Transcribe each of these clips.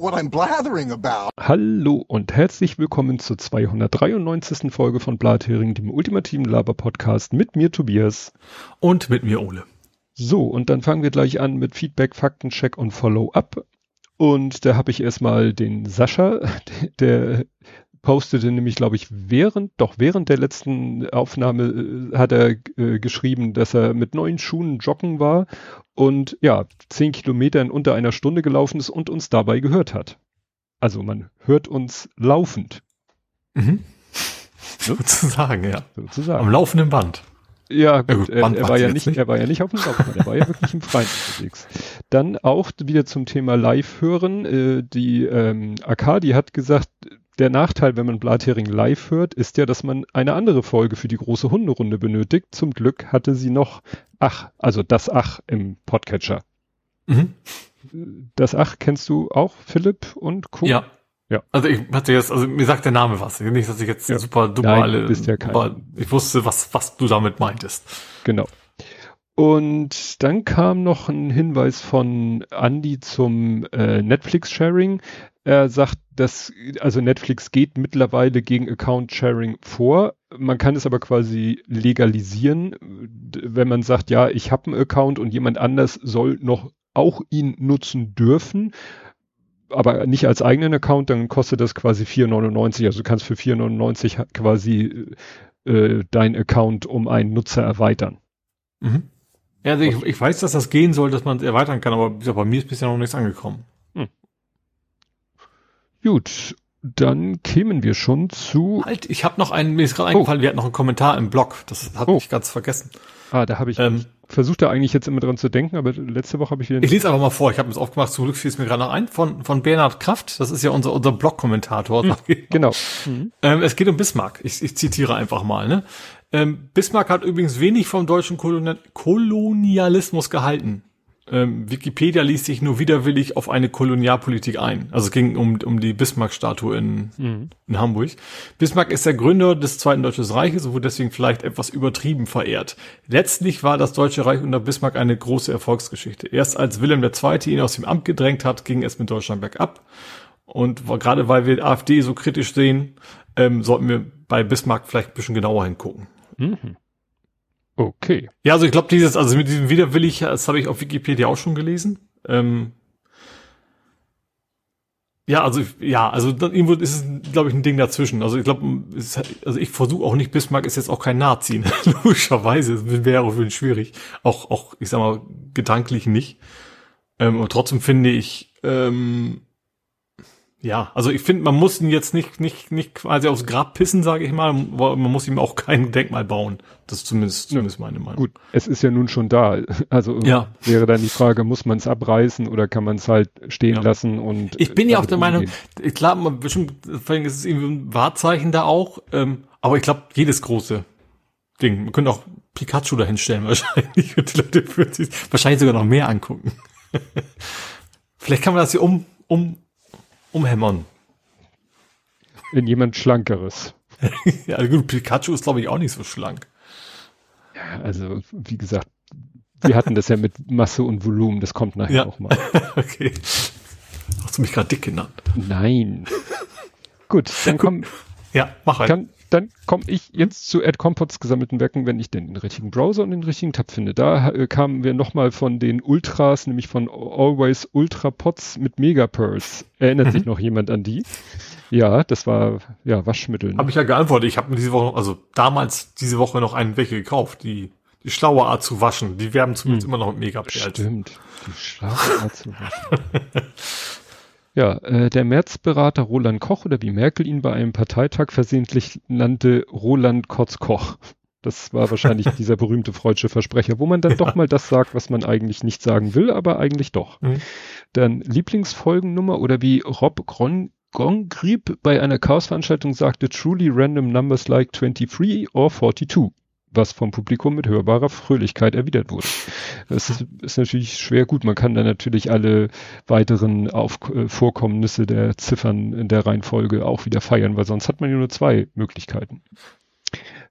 what I'm blathering about. Hallo und herzlich willkommen zur 293. Folge von Blathering, dem ultimativen Laber-Podcast mit mir Tobias. Und mit mir Ole. So, und dann fangen wir gleich an mit Feedback, Faktencheck und Follow-up. Und da habe ich erstmal den Sascha, der postete nämlich, glaube ich, während der letzten Aufnahme hat er geschrieben, dass er mit neuen Schuhen joggen war und ja, 10 Kilometer in unter einer Stunde gelaufen ist und uns dabei gehört hat. Also man hört uns laufend. Mhm. Sozusagen, ja. Sozusagen. Am laufenden Band. Ja, gut, er war ja nicht auf dem Laufband, er war ja wirklich im Freien unterwegs. Dann auch wieder zum Thema Live hören. Die Akadi hat gesagt, der Nachteil, wenn man Blathering live hört, ist ja, dass man eine andere Folge für die große Hunderunde benötigt. Zum Glück hatte sie noch das Ach im Podcatcher. Mhm. Das Ach kennst du auch, Philipp und Co.? Ja. Also mir sagt der Name was. Nicht, dass ich jetzt super dumme ich wusste, was du damit meintest. Genau. Und dann kam noch ein Hinweis von Andy zum Netflix-Sharing. Er sagt, dass Netflix geht mittlerweile gegen Account-Sharing vor. Man kann es aber quasi legalisieren, wenn man sagt, ja, ich habe einen Account und jemand anders soll noch auch ihn nutzen dürfen, aber nicht als eigenen Account, dann kostet das quasi 4,99. Also du kannst für 4,99 quasi dein Account um einen Nutzer erweitern. Mhm. Ja, also ich weiß, dass das gehen soll, dass man es erweitern kann, aber bei mir ist bisher noch nichts angekommen. Gut, dann kämen wir schon zu... Halt, ich habe noch mir ist gerade eingefallen, wir hatten noch einen Kommentar im Blog, das hatte ich ganz vergessen. Da habe ich versucht, da eigentlich jetzt immer dran zu denken, aber letzte Woche habe ich wieder... Ich lese einfach mal vor, ich habe es aufgemacht, zum Glück fiel es mir gerade noch ein, von Bernhard Kraft, das ist ja unser Blog-Kommentator. Genau. Es geht um Bismarck, ich zitiere einfach mal, ne? Bismarck hat übrigens wenig vom deutschen Kolonialismus gehalten. Wikipedia ließ sich nur widerwillig auf eine Kolonialpolitik ein. Also es ging um die Bismarck-Statue in Hamburg. Bismarck ist der Gründer des Zweiten Deutschen Reiches und wurde deswegen vielleicht etwas übertrieben verehrt. Letztlich war das Deutsche Reich unter Bismarck eine große Erfolgsgeschichte. Erst als Wilhelm II. Ihn aus dem Amt gedrängt hat, ging es mit Deutschland bergab. Und gerade weil wir die AfD so kritisch sehen, sollten wir bei Bismarck vielleicht ein bisschen genauer hingucken. Mhm. Okay. Ja, also ich glaube, mit diesem widerwillig, das habe ich auf Wikipedia auch schon gelesen. Irgendwo ist es, glaube ich, ein Ding dazwischen. Also ich glaube, ich versuche auch nicht, Bismarck ist jetzt auch kein Nazi, ne? Logischerweise, das wäre auch schwierig. Auch, ich sag mal, gedanklich nicht. Und trotzdem finde ich, ich finde, man muss ihn jetzt nicht quasi aufs Grab pissen, sage ich mal, aber man muss ihm auch kein Denkmal bauen. Das ist zumindest meine Meinung. Gut, es ist ja nun schon da. Also wäre dann die Frage, muss man es abreißen oder kann man es halt stehen lassen? Und ich bin ja auch der Meinung, klar, bestimmt, vor allem ist es irgendwie ein Wahrzeichen da auch, aber ich glaube, jedes große Ding, man könnte auch Pikachu da hinstellen wahrscheinlich, und die Leute würden sich wahrscheinlich sogar noch mehr angucken. Vielleicht kann man das hier umhämmern. In jemand Schlankeres. Ja gut, Pikachu ist glaube ich auch nicht so schlank. Ja, also wie gesagt, wir hatten das ja mit Masse und Volumen, das kommt nachher auch mal. Okay. Hast du mich gerade dick genannt? Nein. Gut, dann komm. Ja, mach halt. Dann komme ich jetzt zu AdCompots gesammelten Werken, wenn ich denn den richtigen Browser und den richtigen Tab finde. Da kamen wir nochmal von den Ultras, nämlich von Always Ultra Pots mit Megapearls. Erinnert sich noch jemand an die? Ja, das war Waschmittel. Ne? Habe ich ja geantwortet. Ich habe damals diese Woche noch welche gekauft, die schlaue Art zu waschen. Die werben zumindest immer noch mit Megapearls. Stimmt, die schlaue Art zu waschen. Ja, der Märzberater Roland Koch, oder wie Merkel ihn bei einem Parteitag versehentlich nannte, Roland Kotz-Koch. Das war wahrscheinlich dieser berühmte freudsche Versprecher, wo man dann doch mal das sagt, was man eigentlich nicht sagen will, aber eigentlich doch. Dann Lieblingsfolgennummer, oder wie Rob Gongrieb bei einer Chaos-Veranstaltung sagte, truly random numbers like 23 or 42. Was vom Publikum mit hörbarer Fröhlichkeit erwidert wurde. Das ist natürlich schwer gut. Man kann dann natürlich alle weiteren Vorkommnisse der Ziffern in der Reihenfolge auch wieder feiern, weil sonst hat man ja nur 2 Möglichkeiten.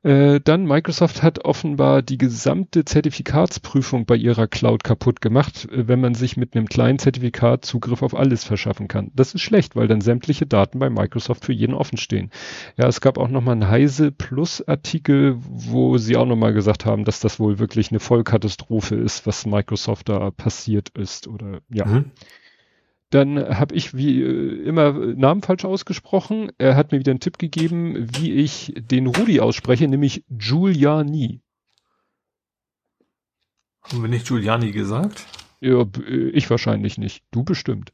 Dann Microsoft hat offenbar die gesamte Zertifikatsprüfung bei ihrer Cloud kaputt gemacht, wenn man sich mit einem kleinen Zertifikat Zugriff auf alles verschaffen kann. Das ist schlecht, weil dann sämtliche Daten bei Microsoft für jeden offen stehen. Ja, es gab auch nochmal einen Heise Plus Artikel, wo sie auch nochmal gesagt haben, dass das wohl wirklich eine Vollkatastrophe ist, was Microsoft da passiert ist oder ja. Dann habe ich wie immer Namen falsch ausgesprochen. Er hat mir wieder einen Tipp gegeben, wie ich den Rudi ausspreche, nämlich Giuliani. Haben wir nicht Giuliani gesagt? Ja, ich wahrscheinlich nicht. Du bestimmt.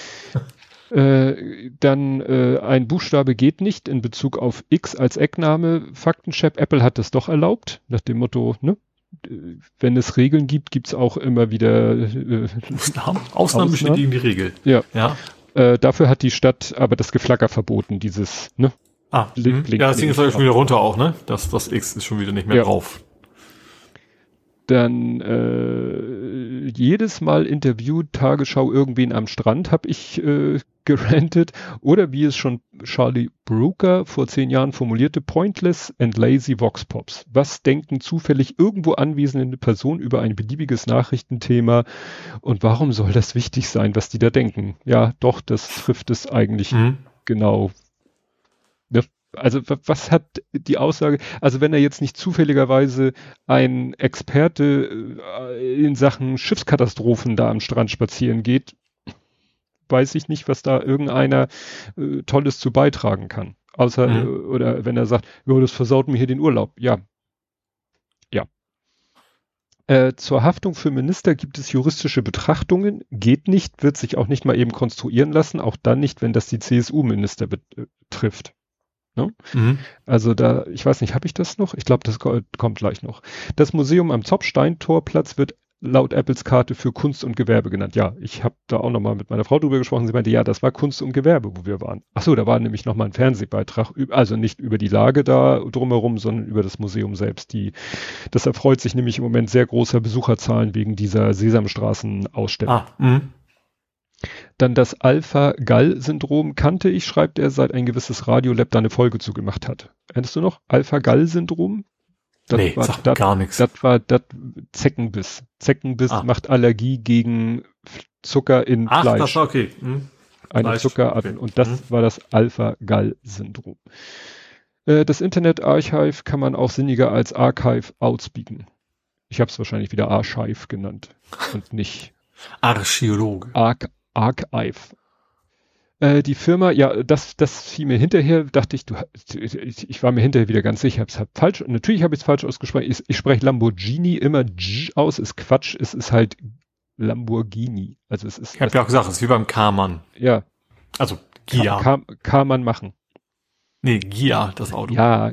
Dann ein Buchstabe geht nicht in Bezug auf X als Eckname. Faktencheck, Apple hat das doch erlaubt, nach dem Motto, ne? Wenn es Regeln gibt, gibt's auch immer wieder Ausnahmen bestätigen die Regel. Ja. Ja. Dafür hat die Stadt aber das Geflacker verboten, dieses, ne? Blink, ja, das Ding ist ja schon wieder runter auch, ne? Das X ist schon wieder nicht mehr drauf. Dann jedes Mal Interview, Tagesschau, irgendwen am Strand habe ich gerantet. Oder wie es schon Charlie Brooker vor 10 Jahren formulierte, pointless and lazy Vox Pops. Was denken zufällig irgendwo anwesende Personen über ein beliebiges Nachrichtenthema und warum soll das wichtig sein, was die da denken? Ja, doch, das trifft es eigentlich genau. Also was hat die Aussage, also wenn er jetzt nicht zufälligerweise ein Experte in Sachen Schiffskatastrophen da am Strand spazieren geht, weiß ich nicht, was da irgendeiner Tolles zu beitragen kann. Außer, oder wenn er sagt, jo, das versaut mir hier den Urlaub. Ja. Zur Haftung für Minister gibt es juristische Betrachtungen, geht nicht, wird sich auch nicht mal eben konstruieren lassen, auch dann nicht, wenn das die CSU-Minister betrifft. Ne? Also da, ich weiß nicht, habe ich das noch? Ich glaube, das kommt gleich noch. Das Museum am Zopfsteintorplatz wird laut Apples Karte für Kunst und Gewerbe genannt. Ja, ich habe da auch nochmal mit meiner Frau drüber gesprochen. Sie meinte, ja, das war Kunst und Gewerbe, wo wir waren. Ach so, da war nämlich nochmal ein Fernsehbeitrag, also nicht über die Lage da drumherum, sondern über das Museum selbst. Das erfreut sich nämlich im Moment sehr großer Besucherzahlen wegen dieser Sesamstraßen-Ausstellung. Dann das Alpha-Gall-Syndrom kannte ich, schreibt er, seit ein gewisses Radiolab da eine Folge zugemacht hat. Erinnerst du noch? Alpha-Gall-Syndrom? Nee, sagt gar nichts. Das war das Zeckenbiss. Zeckenbiss macht Allergie gegen Zucker in Fleisch. Ach, das war okay. Eine Zuckerart. Okay. Und das war das Alpha-Gall-Syndrom. Das Internet-Archive kann man auch sinniger als Archive outspeaken. Ich habe es wahrscheinlich wieder Archive genannt und nicht Archäologe. Archive. Die Firma, ja, das fiel mir hinterher, dachte ich, ich war mir hinterher wieder ganz sicher, natürlich habe ich es falsch ausgesprochen. Ich spreche Lamborghini immer G aus, ist Quatsch, es ist halt Lamborghini. Also es ist. Ich habe ja auch gesagt, es ist wie beim Karmann. Ja. Also Gia. Karmann machen. Nee, Gia, das Auto. Ja.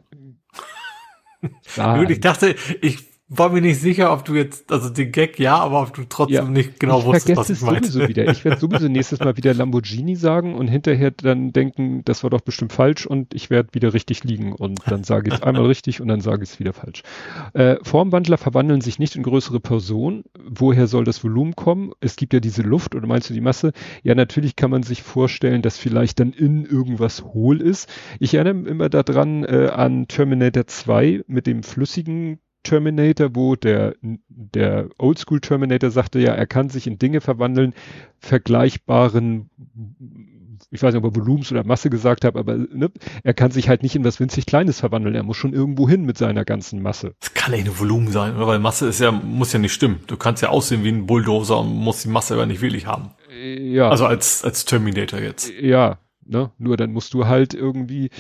Ich dachte, ich war mir nicht sicher, ob du jetzt, also den Gag ja, aber ob du trotzdem nicht genau wusstest, was ich meinte. Ich werde sowieso nächstes Mal wieder Lamborghini sagen und hinterher dann denken, das war doch bestimmt falsch und ich werde wieder richtig liegen und dann sage ich es einmal richtig und dann sage ich es wieder falsch. Formwandler verwandeln sich nicht in größere Personen. Woher soll das Volumen kommen? Es gibt ja diese Luft, oder meinst du die Masse? Ja, natürlich kann man sich vorstellen, dass vielleicht dann in irgendwas hohl ist. Ich erinnere immer daran an Terminator 2 mit dem flüssigen Terminator, wo der Oldschool Terminator sagte, ja, er kann sich in Dinge verwandeln, vergleichbaren, ich weiß nicht, ob er Volumens oder Masse gesagt hat, aber ne, er kann sich halt nicht in was winzig Kleines verwandeln. Er muss schon irgendwo hin mit seiner ganzen Masse. Das kann ja nur Volumen sein, oder? Weil Masse muss ja nicht stimmen. Du kannst ja aussehen wie ein Bulldozer und musst die Masse aber nicht wirklich haben. Ja. Also als Terminator jetzt. Ja, ne? Nur dann musst du halt irgendwie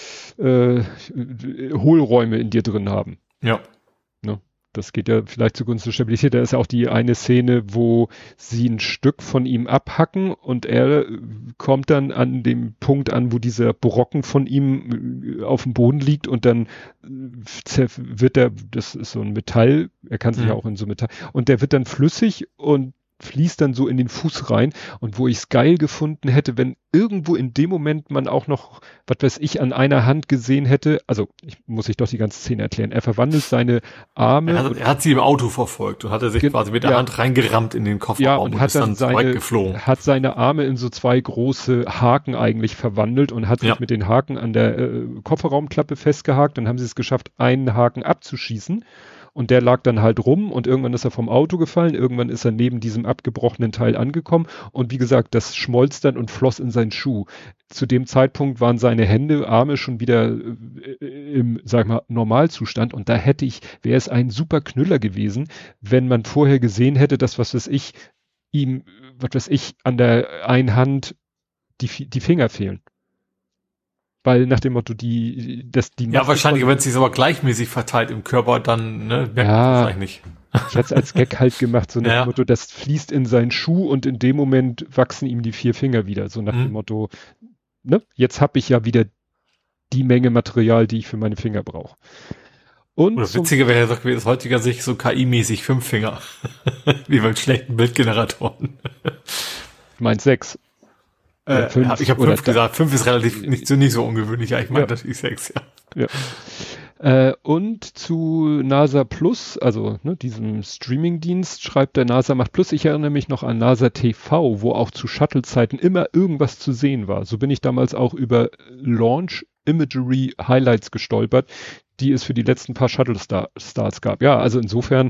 Hohlräume in dir drin haben. Ja. Ne? Das geht ja vielleicht zugunsten der Stabilität. Da ist ja auch die eine Szene, wo sie ein Stück von ihm abhacken und er kommt dann an dem Punkt an, wo dieser Brocken von ihm auf dem Boden liegt und dann wird das ist so ein Metall, er kann sich ja auch in so Metall, und der wird dann flüssig und fließt dann so in den Fuß rein und wo ich es geil gefunden hätte, wenn irgendwo in dem Moment man auch noch, was weiß ich, an einer Hand gesehen hätte, also muss ich doch die ganze Szene erklären, er verwandelt seine Arme. Er hat sie im Auto verfolgt und hatte sich quasi mit der Hand reingerammt in den Kofferraum und hat ist dann zurückgeflogen. Hat seine Arme in so 2 große Haken eigentlich verwandelt und hat sich mit den Haken an der Kofferraumklappe festgehakt. Dann haben sie es geschafft, einen Haken abzuschießen. Und der lag dann halt rum und irgendwann ist er vom Auto gefallen, irgendwann ist er neben diesem abgebrochenen Teil angekommen und wie gesagt, das schmolz dann und floss in seinen Schuh. Zu dem Zeitpunkt waren seine Hände, Arme schon wieder im, sag mal, Normalzustand und da wäre es ein super Knüller gewesen, wenn man vorher gesehen hätte, dass, ihm, an der einen Hand die Finger fehlen. Weil nach dem Motto, ja, wahrscheinlich, wenn es sich aber gleichmäßig verteilt im Körper, dann merkt man das eigentlich nicht. Ich hatte es als Gag halt gemacht, so nach dem Motto, das fließt in seinen Schuh und in dem Moment wachsen ihm die 4 Finger wieder. So nach dem Motto, ne, jetzt habe ich ja wieder die Menge Material, die ich für meine Finger brauche. Und das Witzige wäre ja doch gewesen, aus heutiger Sicht so KI-mäßig 5 Finger. Wie beim schlechten Bildgeneratoren. Ich meine 6. Ich habe 5 gesagt. 5 ist relativ nicht so ungewöhnlich. Ja, ich meine natürlich 6, ja. Und zu NASA Plus, also diesem Streaming-Dienst, schreibt der NASA macht Plus. Ich erinnere mich noch an NASA TV, wo auch zu Shuttle-Zeiten immer irgendwas zu sehen war. So bin ich damals auch über Launch Imagery Highlights gestolpert, die es für die letzten paar Shuttle-Starts gab. Ja, also insofern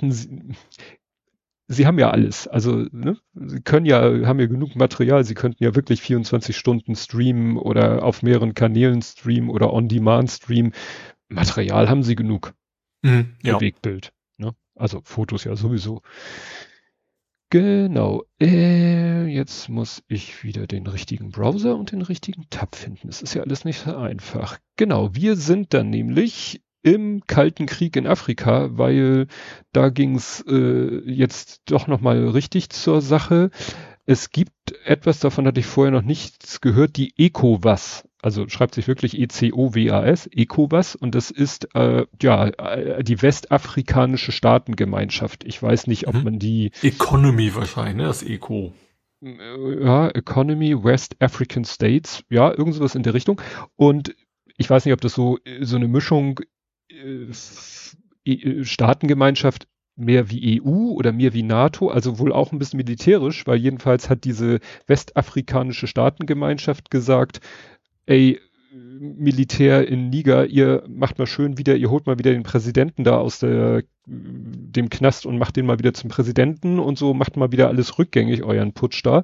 Sie haben ja alles, also Sie haben ja genug Material, Sie könnten ja wirklich 24 Stunden streamen oder auf mehreren Kanälen streamen oder on-demand streamen. Material haben Sie genug. Bewegtbild. Ne? Also Fotos ja sowieso. Genau. Jetzt muss ich wieder den richtigen Browser und den richtigen Tab finden. Das ist ja alles nicht so einfach. Genau, wir sind dann nämlich im Kalten Krieg in Afrika, weil da ging's jetzt doch nochmal richtig zur Sache. Es gibt etwas, davon hatte ich vorher noch nichts gehört, die ECOWAS. Also schreibt sich wirklich ECOWAS, ECOWAS, und das ist die westafrikanische Staatengemeinschaft. Ich weiß nicht, ob man die Economy wahrscheinlich, ne? Das ECO. Ja, Economy West African States, ja, irgend sowas in der Richtung. Und ich weiß nicht, ob das so eine Mischung Staatengemeinschaft mehr wie EU oder mehr wie NATO, also wohl auch ein bisschen militärisch, weil jedenfalls hat diese westafrikanische Staatengemeinschaft gesagt, ey, Militär in Niger, ihr macht mal schön wieder, ihr holt mal wieder den Präsidenten da aus dem Knast und macht den mal wieder zum Präsidenten und so, macht mal wieder alles rückgängig, euren Putsch da.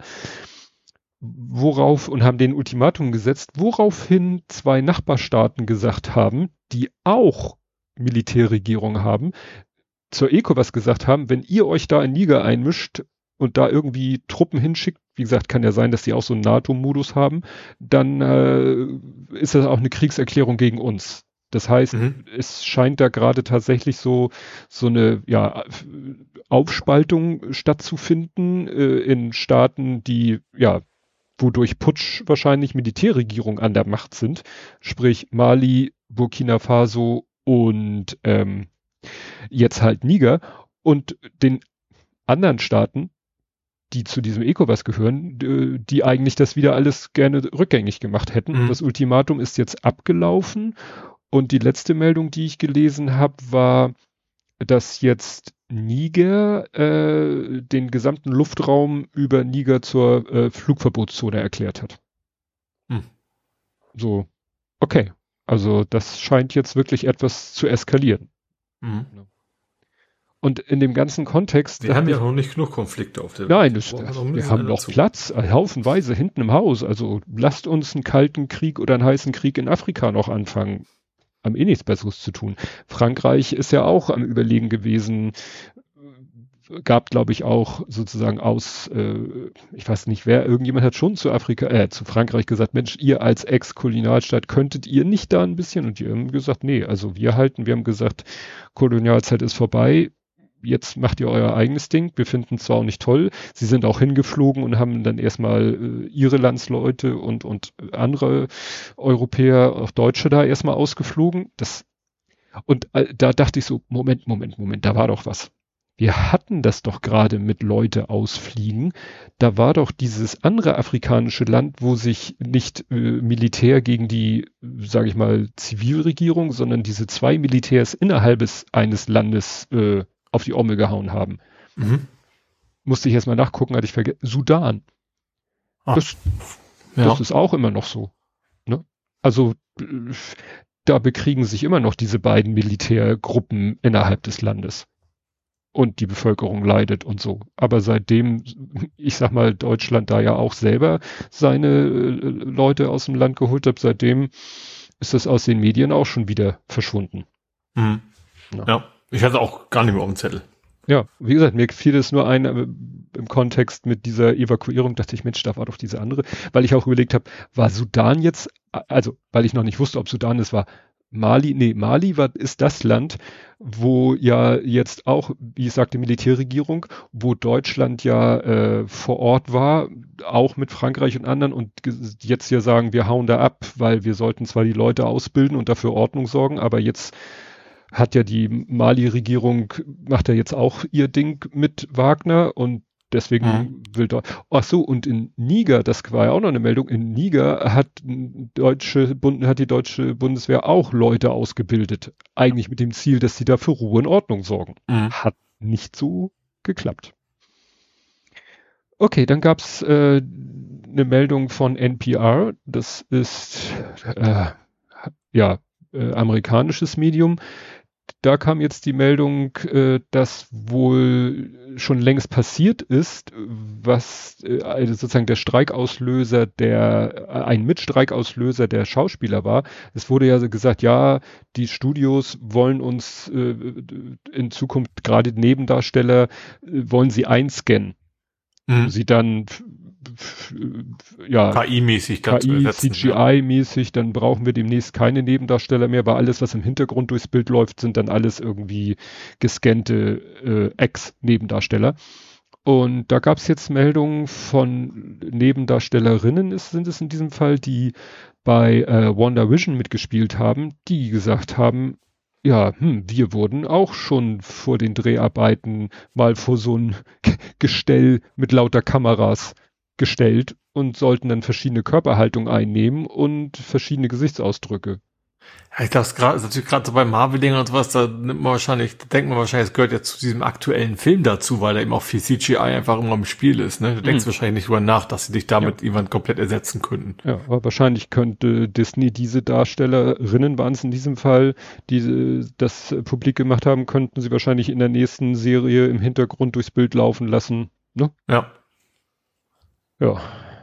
Und haben den Ultimatum gesetzt, woraufhin 2 Nachbarstaaten gesagt haben, die auch Militärregierung haben, zur ECOWAS gesagt haben, wenn ihr euch da in Niger einmischt und da irgendwie Truppen hinschickt, wie gesagt, kann ja sein, dass die auch so einen NATO-Modus haben, dann ist das auch eine Kriegserklärung gegen uns. Das heißt, es scheint da gerade tatsächlich so eine Aufspaltung stattzufinden in Staaten, die wodurch Putsch wahrscheinlich Militärregierung an der Macht sind, sprich Mali, Burkina Faso und jetzt halt Niger, und den anderen Staaten, die zu diesem ECOWAS gehören, die eigentlich das wieder alles gerne rückgängig gemacht hätten. Das Ultimatum ist jetzt abgelaufen und die letzte Meldung, die ich gelesen habe, war, dass jetzt Niger den gesamten Luftraum über Niger zur Flugverbotszone erklärt hat. So, okay. Also das scheint jetzt wirklich etwas zu eskalieren. Und in dem ganzen Kontext... Wir haben ja noch nicht genug Konflikte auf der Welt. Nein, wir haben noch Platz, haufenweise hinten im Haus. Also lasst uns einen kalten Krieg oder einen heißen Krieg in Afrika noch anfangen. Haben eh nichts Besseres zu tun. Frankreich ist ja auch am Überlegen gewesen, gab, glaube ich, auch sozusagen ich weiß nicht wer, irgendjemand hat schon zu Frankreich gesagt, Mensch, ihr als Ex-Kolonialstaat könntet ihr nicht da ein bisschen? Und die haben gesagt, nee, also wir haben gesagt, Kolonialzeit ist vorbei, jetzt macht ihr euer eigenes Ding, wir finden es zwar auch nicht toll, sie sind auch hingeflogen und haben dann erstmal ihre Landsleute und andere Europäer, auch Deutsche da erstmal ausgeflogen. Da dachte ich so, Moment, da war doch was. wir hatten das doch gerade mit Leute ausfliegen. Da war doch dieses andere afrikanische Land, wo sich nicht Militär gegen die, sage ich mal, Zivilregierung, sondern diese 2 Militärs innerhalb eines Landes auf die Omme gehauen haben. Mhm. Musste ich erst mal nachgucken, hatte ich vergessen. Sudan. Das ist auch immer noch so. Ne? Also da bekriegen sich immer noch diese beiden Militärgruppen innerhalb des Landes. Und die Bevölkerung leidet und so. Aber seitdem, ich sag mal, Deutschland da ja auch selber seine Leute aus dem Land geholt hat, seitdem ist das aus den Medien auch schon wieder verschwunden. Mhm. Ja, ich hatte auch gar nicht mehr auf dem Zettel. Ja, wie gesagt, mir fiel das nur ein, im Kontext mit dieser Evakuierung, dachte ich, Mensch, da war doch diese andere, weil ich auch überlegt habe, war Sudan jetzt, also, weil ich noch nicht wusste, ob Sudan es war, Mali ist das Land, wo ja jetzt auch, wie ich sagte, Militärregierung, wo Deutschland ja vor Ort war, auch mit Frankreich und anderen und jetzt ja sagen, wir hauen da ab, weil wir sollten zwar die Leute ausbilden und dafür Ordnung sorgen, aber jetzt hat ja die Mali-Regierung, macht ja jetzt auch ihr Ding mit Wagner und deswegen will dort, ach so, und in Niger, das war ja auch noch eine Meldung, in Niger hat die deutsche Bundeswehr auch Leute ausgebildet. Eigentlich mit dem Ziel, dass sie da für Ruhe und Ordnung sorgen. Hat nicht so geklappt. Okay, dann gab's eine Meldung von NPR, das ist amerikanisches Medium. Da kam jetzt die Meldung, dass wohl schon längst passiert ist, was also sozusagen der Streikauslöser, ein Mitstreikauslöser der Schauspieler war. Es wurde ja gesagt, ja, die Studios wollen uns in Zukunft gerade Nebendarsteller, wollen sie einscannen. Sie dann KI-mäßig, CGI-mäßig, dann brauchen wir demnächst keine Nebendarsteller mehr, weil alles, was im Hintergrund durchs Bild läuft, sind dann alles irgendwie gescannte Ex-Nebendarsteller. Und da gab es jetzt Meldungen von Nebendarstellerinnen, sind es in diesem Fall, die bei WandaVision mitgespielt haben, die gesagt haben, ja, wir wurden auch schon vor den Dreharbeiten mal vor so ein Gestell mit lauter Kameras gestellt und sollten dann verschiedene Körperhaltungen einnehmen und verschiedene Gesichtsausdrücke. Ja, ich glaube, ist natürlich gerade so bei Marvel-Dingen und sowas, da denkt man wahrscheinlich, es gehört ja zu diesem aktuellen Film dazu, weil da eben auch viel CGI einfach immer im Spiel ist, ne? Du denkst wahrscheinlich nicht drüber nach, dass sie dich damit jemand komplett ersetzen könnten. Ja, aber wahrscheinlich könnte Disney diese Darstellerinnen, waren es in diesem Fall, die das publik gemacht haben, könnten sie wahrscheinlich in der nächsten Serie im Hintergrund durchs Bild laufen lassen, ne? Ja. Ja.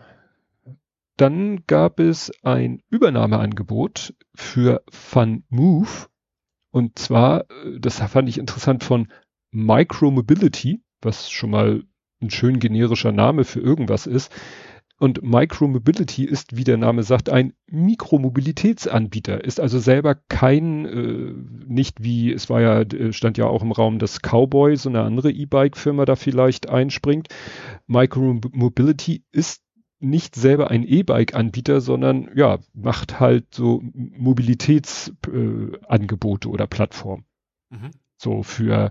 Dann gab es ein Übernahmeangebot für FunMove. Und zwar, das fand ich interessant, von Micromobility, was schon mal ein schön generischer Name für irgendwas ist. Und Micromobility ist, wie der Name sagt, ein Mikromobilitätsanbieter, ist also selber kein, nicht wie, es war ja, stand ja auch im Raum, dass Cowboy, so eine andere E-Bike-Firma da vielleicht einspringt. Micromobility ist nicht selber ein E-Bike-Anbieter, sondern ja, macht halt so Mobilitätsangebote oder Plattformen. So für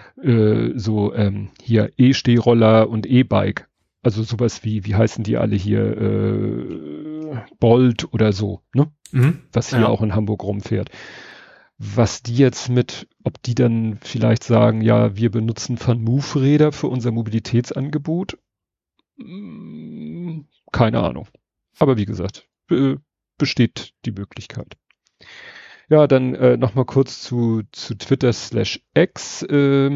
hier E-Stehroller und E-Bike. Also sowas wie heißen die alle hier, Bolt oder so, ne? Was hier auch in Hamburg rumfährt. Was die jetzt ob die dann vielleicht sagen, ja, wir benutzen FunMove-Räder für unser Mobilitätsangebot? Keine Ahnung. Aber wie gesagt, besteht die Möglichkeit. Ja, dann noch mal kurz zu Twitter/X.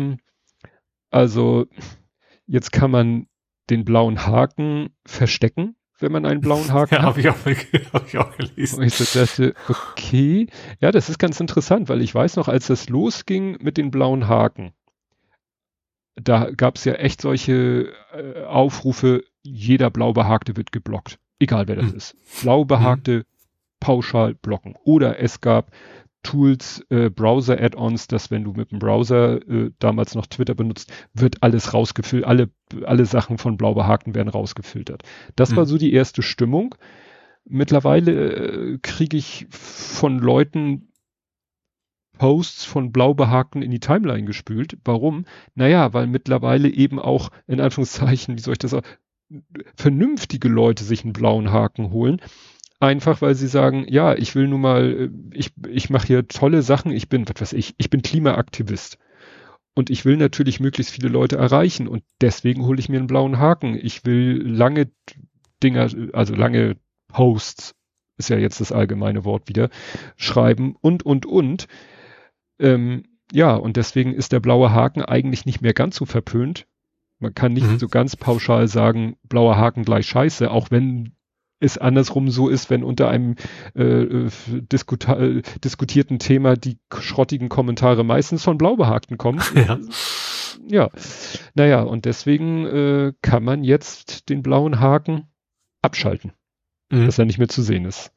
Also jetzt kann man den blauen Haken verstecken, wenn man einen blauen Haken hat. Hab ich auch gelesen. Und ich so dachte, okay. Ja, das ist ganz interessant, weil ich weiß noch, als das losging mit den blauen Haken, da gab es ja echt solche Aufrufe, jeder blau Behaarte wird geblockt. Egal wer das ist. Blau Behaarte pauschal blocken. Oder es gab Tools, Browser-Add-ons, dass wenn du mit dem Browser damals noch Twitter benutzt, wird alles rausgefiltert, alle Sachen von blau Behaarten werden rausgefiltert. Das war so die erste Stimmung. Mittlerweile kriege ich von Leuten Posts von Blaubehaken in die Timeline gespült. Warum? Naja, weil mittlerweile eben auch, in Anführungszeichen, wie soll ich das sagen, vernünftige Leute sich einen blauen Haken holen. Einfach, weil sie sagen, ja, ich will nun mal, ich mache hier tolle Sachen, ich bin Klimaaktivist. Und ich will natürlich möglichst viele Leute erreichen und deswegen hole ich mir einen blauen Haken. Ich will lange lange Posts, ist ja jetzt das allgemeine Wort wieder, schreiben und. Ja, und deswegen ist der blaue Haken eigentlich nicht mehr ganz so verpönt. Man kann nicht so ganz pauschal sagen, blauer Haken gleich Scheiße, auch wenn es andersrum so ist, wenn unter einem diskutierten Thema die schrottigen Kommentare meistens von Blaubehagten kommen. Ja. Naja, und deswegen kann man jetzt den blauen Haken abschalten, dass er nicht mehr zu sehen ist.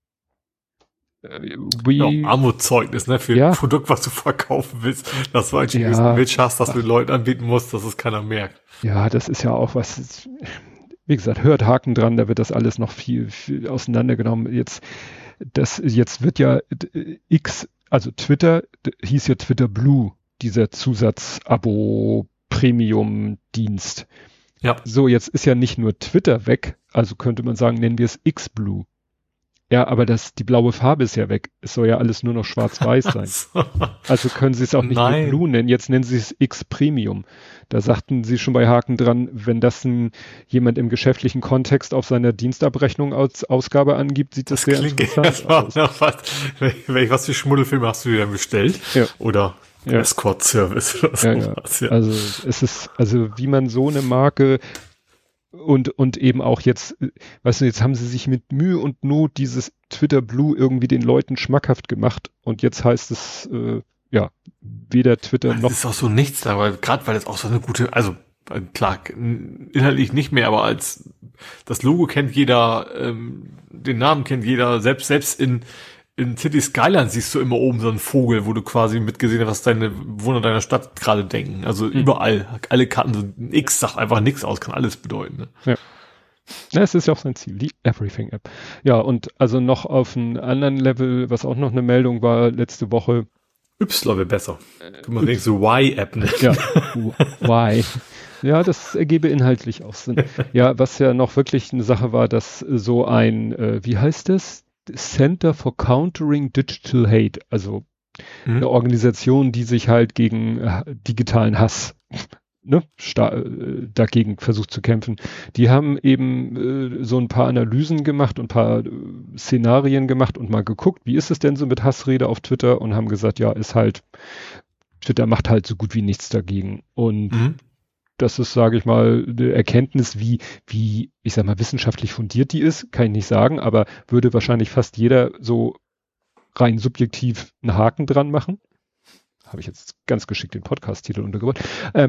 Armutszeugnis, ne, für ein Produkt, was du verkaufen willst, dass du eigentlich ein Milch hast, dass du den Leuten anbieten musst, dass es keiner merkt. Ja, das ist ja auch was, wie gesagt, hört Haken dran, da wird das alles noch viel auseinandergenommen. Jetzt wird ja also Twitter, hieß ja Twitter Blue, dieser Zusatz-Abo-Premium-Dienst. Ja. So, jetzt ist ja nicht nur Twitter weg, also könnte man sagen, nennen wir es X-Blue. Ja, aber die blaue Farbe ist ja weg. Es soll ja alles nur noch schwarz-weiß sein. Also können Sie es auch nicht mehr Blue nennen. Jetzt nennen Sie es X-Premium. Da sagten Sie schon bei Haken dran, wenn das jemand im geschäftlichen Kontext auf seiner Dienstabrechnung als Ausgabe angibt, sieht das sehr interessant aus. Was für Schmuddelfilme hast du dir denn bestellt? Ja. Oder Escort-Service oder sowas. Ja. Also es ist, wie man so eine Marke und eben auch jetzt, weißt du, jetzt haben sie sich mit Mühe und Not dieses Twitter Blue irgendwie den Leuten schmackhaft gemacht und jetzt heißt es, weder Twitter noch... Es ist auch so nichts da, gerade weil es auch so eine gute, also klar, inhaltlich nicht mehr, aber als das Logo kennt jeder, den Namen kennt jeder, selbst in City Skyline siehst du immer oben so einen Vogel, wo du quasi mitgesehen hast, was deine Bewohner deiner Stadt gerade denken. Also überall, alle Karten, so ein X sagt einfach nichts aus, kann alles bedeuten. Ne? Ja. Das ist ja auch sein Ziel, die Everything-App. Ja, und also noch auf einem anderen Level, was auch noch eine Meldung war letzte Woche. Y wäre besser. Du machst nicht so Y-App, ne? Ja, Y. Ja, das ergebe inhaltlich auch Sinn. Ja, was ja noch wirklich eine Sache war, dass so ein, wie heißt das? Center for Countering Digital Hate, also eine Organisation, die sich halt gegen digitalen Hass dagegen versucht zu kämpfen. Die haben eben so ein paar Analysen gemacht und ein paar Szenarien gemacht und mal geguckt, wie ist es denn so mit Hassrede auf Twitter und haben gesagt, ja, Twitter macht halt so gut wie nichts dagegen. Und das ist, sage ich mal, eine Erkenntnis, wie, ich sag mal, wissenschaftlich fundiert die ist, kann ich nicht sagen, aber würde wahrscheinlich fast jeder so rein subjektiv einen Haken dran machen. Habe ich jetzt ganz geschickt den Podcast-Titel untergebracht.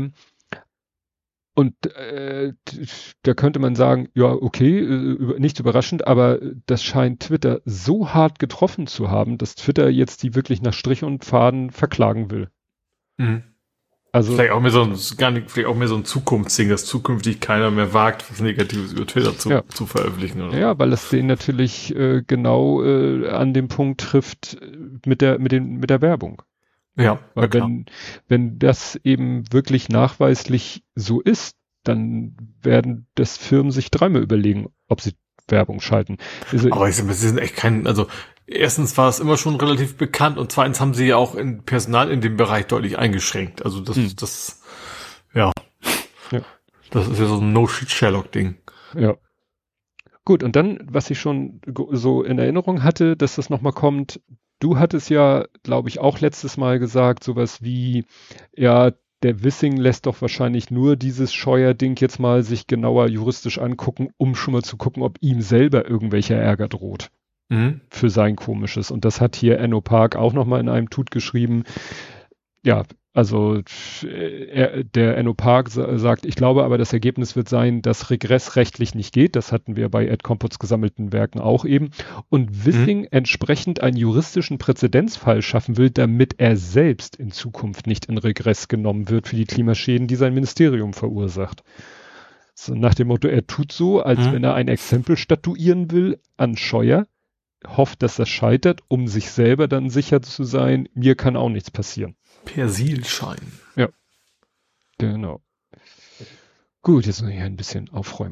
Da könnte man sagen, ja, okay, nicht überraschend, aber das scheint Twitter so hart getroffen zu haben, dass Twitter jetzt die wirklich nach Strich und Faden verklagen will. Also, vielleicht auch mehr so ein Zukunftsding, dass zukünftig keiner mehr wagt, was Negatives über Twitter zu veröffentlichen. Oder so. Ja, weil es den natürlich genau an dem Punkt trifft mit der Werbung. Ja, weil wenn das eben wirklich nachweislich so ist, dann werden das Firmen sich dreimal überlegen, ob sie Werbung schalten. Aber sie sind echt erstens war es immer schon relativ bekannt und zweitens haben sie ja auch in Personal in dem Bereich deutlich eingeschränkt. Also das ist ja, das ist ja so ein No-Shit-Sherlock-Ding. Ja. Gut, und dann, was ich schon so in Erinnerung hatte, dass das nochmal kommt, du hattest ja, glaube ich, auch letztes Mal gesagt, sowas wie, ja, der Wissing lässt doch wahrscheinlich nur dieses Scheuer-Ding jetzt mal sich genauer juristisch angucken, um schon mal zu gucken, ob ihm selber irgendwelcher Ärger droht. Für sein Komisches. Und das hat hier Enno Park auch nochmal in einem Tut geschrieben. Ja, also der Enno Park sagt, ich glaube aber, das Ergebnis wird sein, dass Regress rechtlich nicht geht. Das hatten wir bei Ed Compots gesammelten Werken auch eben. Und Wissing entsprechend einen juristischen Präzedenzfall schaffen will, damit er selbst in Zukunft nicht in Regress genommen wird für die Klimaschäden, die sein Ministerium verursacht. So nach dem Motto, er tut so, als wenn er ein Exempel statuieren will an Scheuer, hofft, dass das scheitert, um sich selber dann sicher zu sein, mir kann auch nichts passieren. Persilschein. Ja, genau. Gut, jetzt muss ich ein bisschen aufräumen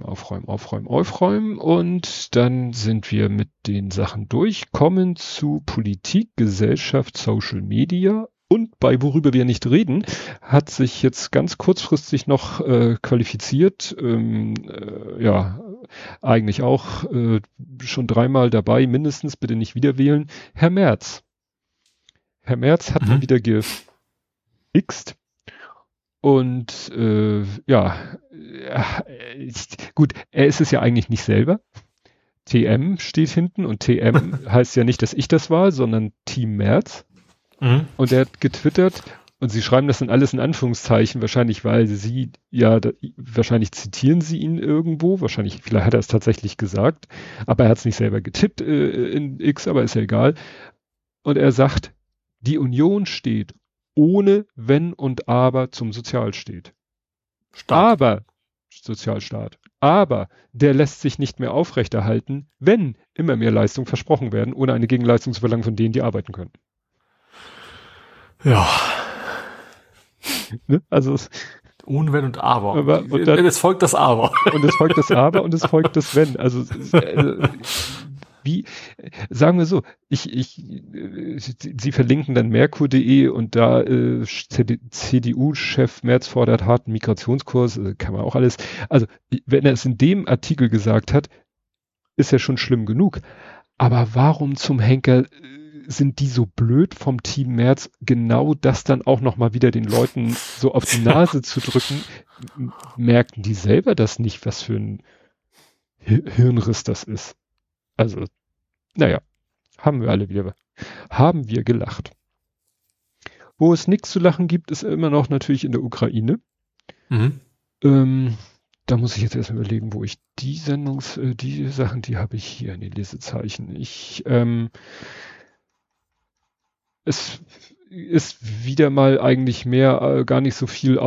und dann sind wir mit den Sachen durch, kommen zu Politik, Gesellschaft, Social Media und bei worüber wir nicht reden, hat sich jetzt ganz kurzfristig noch qualifiziert, ja, eigentlich auch schon 3-mal dabei, mindestens, bitte nicht wieder wählen, Herr Merz. Herr Merz hat mal wieder geixt. Und ja, gut, er ist es ja eigentlich nicht selber. TM steht hinten und TM heißt ja nicht, dass ich das war, sondern Team Merz. Mhm. Und er hat getwittert und sie schreiben das dann alles in Anführungszeichen, wahrscheinlich, weil sie ja, wahrscheinlich zitieren sie ihn irgendwo, wahrscheinlich, vielleicht hat er es tatsächlich gesagt, aber er hat es nicht selber getippt in X, aber ist ja egal. Und er sagt, die Union steht ohne Wenn und Aber zum Sozialstaat. Sozialstaat. Aber der lässt sich nicht mehr aufrechterhalten, wenn immer mehr Leistungen versprochen werden, ohne eine Gegenleistung zu verlangen von denen, die arbeiten können. Ja. Ne? Also ohne Wenn und Aber. Und dann, es folgt das Aber. Und es folgt das Aber und es folgt das Wenn. Also wie, sagen wir so, Sie verlinken dann merkur.de und da CDU-Chef Merz fordert harten Migrationskurs, kann man auch alles. Also wenn er es in dem Artikel gesagt hat, ist ja schon schlimm genug. Aber warum zum Henker sind die so blöd vom Team Merz, genau das dann auch nochmal wieder den Leuten so auf die Nase zu drücken? Merken die selber das nicht, was für ein Hirnriss das ist? Also, naja, haben wir gelacht. Wo es nichts zu lachen gibt, ist immer noch natürlich in der Ukraine. Mhm. Da muss ich jetzt erst mal überlegen, wo ich die die Sachen, die habe ich hier in den Lesezeichen. Es ist wieder mal eigentlich mehr, gar nicht so viel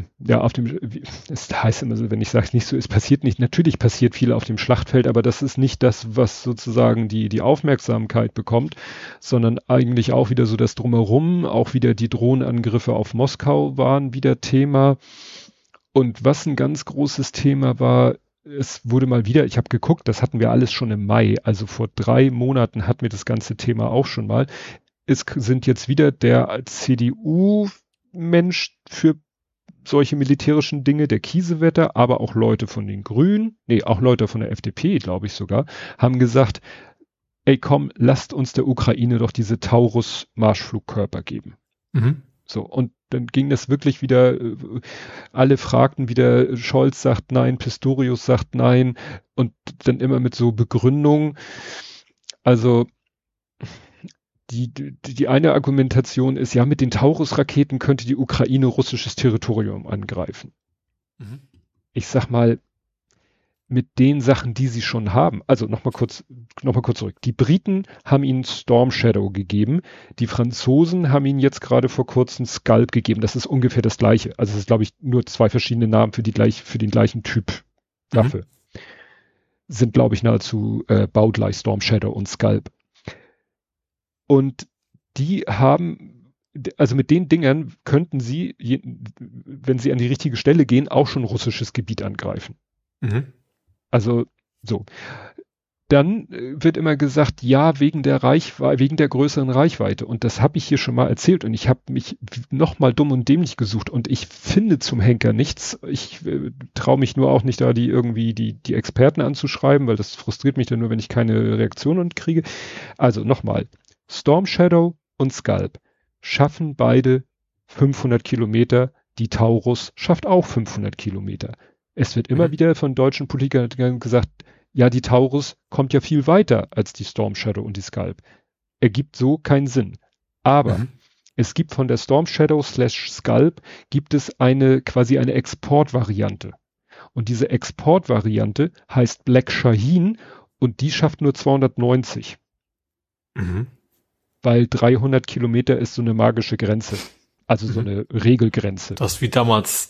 es heißt immer so, wenn ich sage, nicht so, es passiert nicht, natürlich passiert viel auf dem Schlachtfeld, aber das ist nicht das, was sozusagen die Aufmerksamkeit bekommt, sondern eigentlich auch wieder so das Drumherum, auch wieder die Drohnenangriffe auf Moskau waren wieder Thema. Und was ein ganz großes Thema war, es wurde mal wieder, ich habe geguckt, das hatten wir alles schon im Mai, also vor 3 Monaten hatten wir das ganze Thema auch schon mal. Es sind jetzt wieder der CDU-Mensch für solche militärischen Dinge, der Kiesewetter, aber auch Leute von den Grünen, auch Leute von der FDP, glaube ich sogar, haben gesagt, ey komm, lasst uns der Ukraine doch diese Taurus-Marschflugkörper geben. Mhm. So, und dann ging das wirklich wieder, alle fragten wieder, Scholz sagt nein, Pistorius sagt nein und dann immer mit so Begründungen. Also die eine Argumentation ist, ja, mit den Taurus-Raketen könnte die Ukraine russisches Territorium angreifen. Mhm. Ich sag mal, mit den Sachen, die sie schon haben, also nochmal kurz zurück. Die Briten haben ihnen Storm Shadow gegeben, die Franzosen haben ihnen jetzt gerade vor kurzem Scalp gegeben. Das ist ungefähr das Gleiche. Also es ist, glaube ich, nur 2 verschiedene Namen für den gleichen Typ Waffe. Mhm. Sind, glaube ich, nahezu baugleich Storm Shadow und Scalp. Und die haben, also mit den Dingern könnten sie, wenn sie an die richtige Stelle gehen, auch schon russisches Gebiet angreifen. Mhm. Also so. Dann wird immer gesagt, ja, wegen der größeren Reichweite. Und das habe ich hier schon mal erzählt. Und ich habe mich nochmal dumm und dämlich gesucht. Und ich finde zum Henker nichts. Ich traue mich nur auch nicht da, die Experten anzuschreiben, weil das frustriert mich dann nur, wenn ich keine Reaktion kriege. Also nochmal. Storm Shadow und Scalp schaffen beide 500 Kilometer. Die Taurus schafft auch 500 Kilometer. Es wird immer wieder von deutschen Politikern gesagt, ja, die Taurus kommt ja viel weiter als die Storm Shadow und die Scalp. Ergibt so keinen Sinn. Aber es gibt von der Storm Shadow / Scalp gibt es quasi eine Exportvariante. Und diese Exportvariante heißt Black Shaheen und die schafft nur 290. Mhm. Weil 300 Kilometer ist so eine magische Grenze. Also so eine Regelgrenze. Das wie damals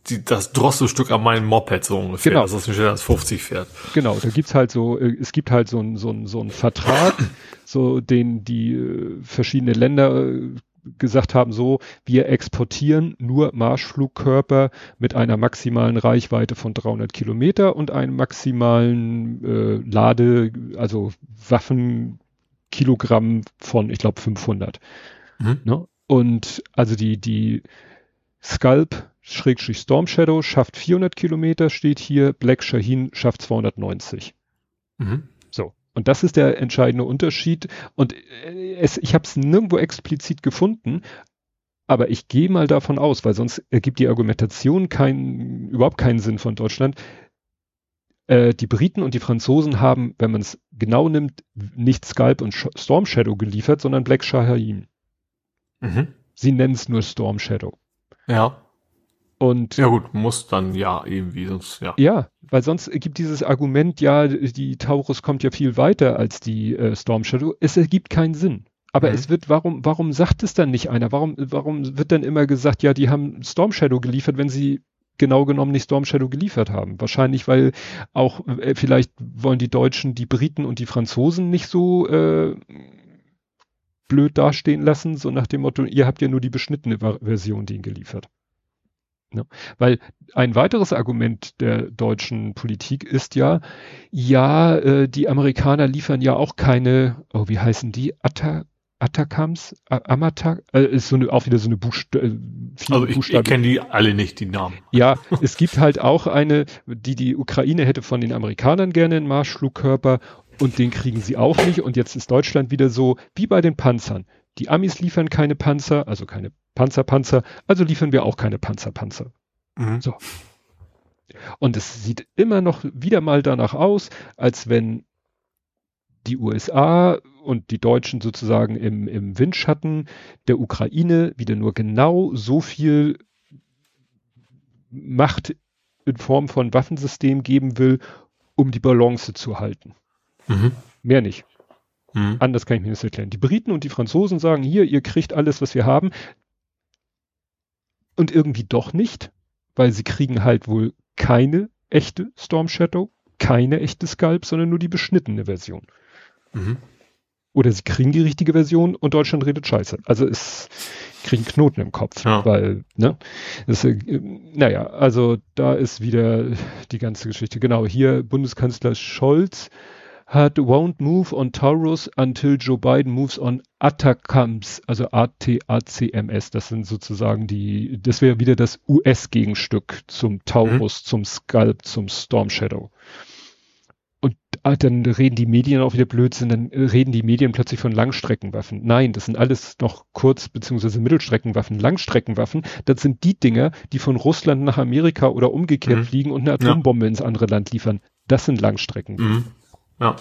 das Drosselstück an meinem Moped so ungefähr, genau. dass das nicht schneller als 50 fährt. Genau, da gibt's halt so, es gibt halt so einen Vertrag, so den die verschiedene Länder gesagt haben, so, wir exportieren nur Marschflugkörper mit einer maximalen Reichweite von 300 Kilometer und einem maximalen also Waffenkilogramm von, ich glaube, 500. Ne? Und also die Scalp/Storm Shadow schafft 400 Kilometer, steht hier, Black Shaheen schafft 290. So. Und das ist der entscheidende Unterschied. Und ich habe es nirgendwo explizit gefunden, aber ich gehe mal davon aus, weil sonst ergibt die Argumentation überhaupt keinen Sinn von Deutschland. Die Briten und die Franzosen haben, wenn man es genau nimmt, nicht Scalp und Storm Shadow geliefert, sondern Black Shaheen. Sie nennen es nur Storm Shadow. Ja. Und ja gut, muss dann ja irgendwie, sonst ja. Ja, weil sonst gibt dieses Argument, ja, die Taurus kommt ja viel weiter als die Storm Shadow. Es ergibt keinen Sinn. Aber es wird, warum sagt es dann nicht einer? Warum wird dann immer gesagt, ja, die haben Storm Shadow geliefert, wenn sie genau genommen nicht Storm Shadow geliefert haben? Wahrscheinlich, weil auch vielleicht wollen die Deutschen die Briten und die Franzosen nicht so blöd dastehen lassen, so nach dem Motto, ihr habt ja nur die beschnittene Version denen geliefert. Ja, weil ein weiteres Argument der deutschen Politik ist ja, die Amerikaner liefern ja auch keine, wie heißen die? Atacams? Amatak? Ist auch wieder so eine Buchstaben. Also ich kenne die alle nicht, die Namen. Ja, es gibt halt auch die Ukraine hätte von den Amerikanern gerne einen Marschflugkörper und den kriegen sie auch nicht. Und jetzt ist Deutschland wieder so, wie bei den Panzern. Die Amis liefern keine Panzer, also keine Panzer, also liefern wir auch keine Panzer. So. Und es sieht immer noch wieder mal danach aus, als wenn die USA und die Deutschen sozusagen im Windschatten der Ukraine wieder nur genau so viel Macht in Form von Waffensystem geben will, um die Balance zu halten. Mehr nicht. Anders kann ich mir das erklären. Die Briten und die Franzosen sagen, hier, ihr kriegt alles, was wir haben. Und irgendwie doch nicht, weil sie kriegen halt wohl keine echte Storm Shadow, keine echte Scalp, sondern nur die beschnittene Version. Oder sie kriegen die richtige Version und Deutschland redet Scheiße. Also es kriegen Knoten im Kopf, weil, ne? Naja, also da ist wieder die ganze Geschichte. Genau, hier Bundeskanzler Scholz won't move on Taurus until Joe Biden moves on ATACMS, also ATACMS. Das sind sozusagen das wäre wieder das US-Gegenstück zum Taurus, zum Scalp, zum Storm Shadow. Und dann reden die Medien auch wieder Blödsinn, dann reden die Medien plötzlich von Langstreckenwaffen. Nein, das sind alles noch Kurz- bzw. Mittelstreckenwaffen. Langstreckenwaffen, das sind die Dinger, die von Russland nach Amerika oder umgekehrt fliegen und eine Atombombe ins andere Land liefern. Das sind Langstreckenwaffen. Ja.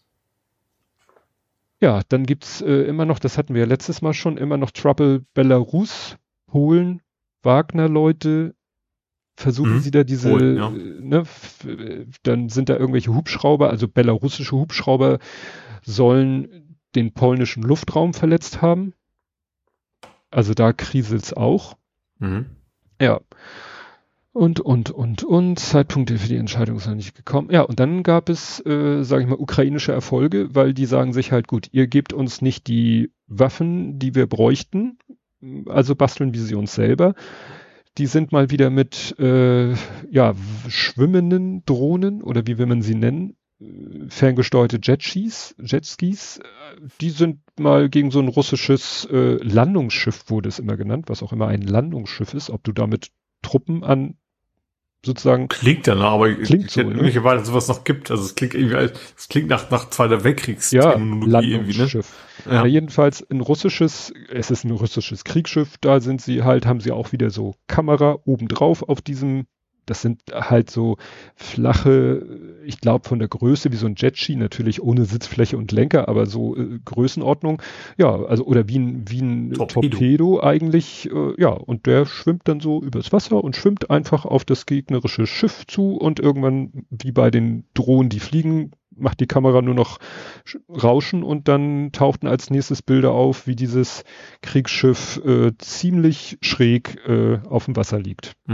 Ja, dann gibt's immer noch, das hatten wir ja letztes Mal schon, immer noch Trouble Belarus, Polen, Wagner-Leute, versuchen sie da diese, Polen, dann sind da irgendwelche Hubschrauber, also belarussische Hubschrauber sollen den polnischen Luftraum verletzt haben. Also da kriselt's auch. Ja. Und. Zeitpunkte für die Entscheidung ist noch nicht gekommen. Ja, und dann gab es, sage ich mal, ukrainische Erfolge, weil die sagen sich halt, gut, ihr gebt uns nicht die Waffen, die wir bräuchten, also basteln wir sie uns selber. Die sind mal wieder mit, schwimmenden Drohnen, oder wie will man sie nennen, ferngesteuerte Jetskis, die sind mal gegen so ein russisches Landungsschiff, wurde es immer genannt, was auch immer ein Landungsschiff ist, ob du damit Truppen an sozusagen. Klingt danach, aber klingt so, nicht erwartet, dass es sowas noch gibt. Also es klingt irgendwie, es klingt nach Zweiter Weltkriegstechnologie Landungsschiff. Irgendwie, ne? Ja, jedenfalls es ist ein russisches Kriegsschiff, da haben sie auch wieder so Kamera obendrauf auf diesem, das sind halt so flache, ich glaube von der Größe wie so ein Jetski, natürlich ohne Sitzfläche und Lenker, aber so Größenordnung. Ja, also oder wie ein Torpedo eigentlich. Und der schwimmt dann so übers Wasser und schwimmt einfach auf das gegnerische Schiff zu und irgendwann, wie bei den Drohnen, die fliegen, macht die Kamera nur noch Rauschen und dann tauchten als nächstes Bilder auf, wie dieses Kriegsschiff ziemlich schräg auf dem Wasser liegt.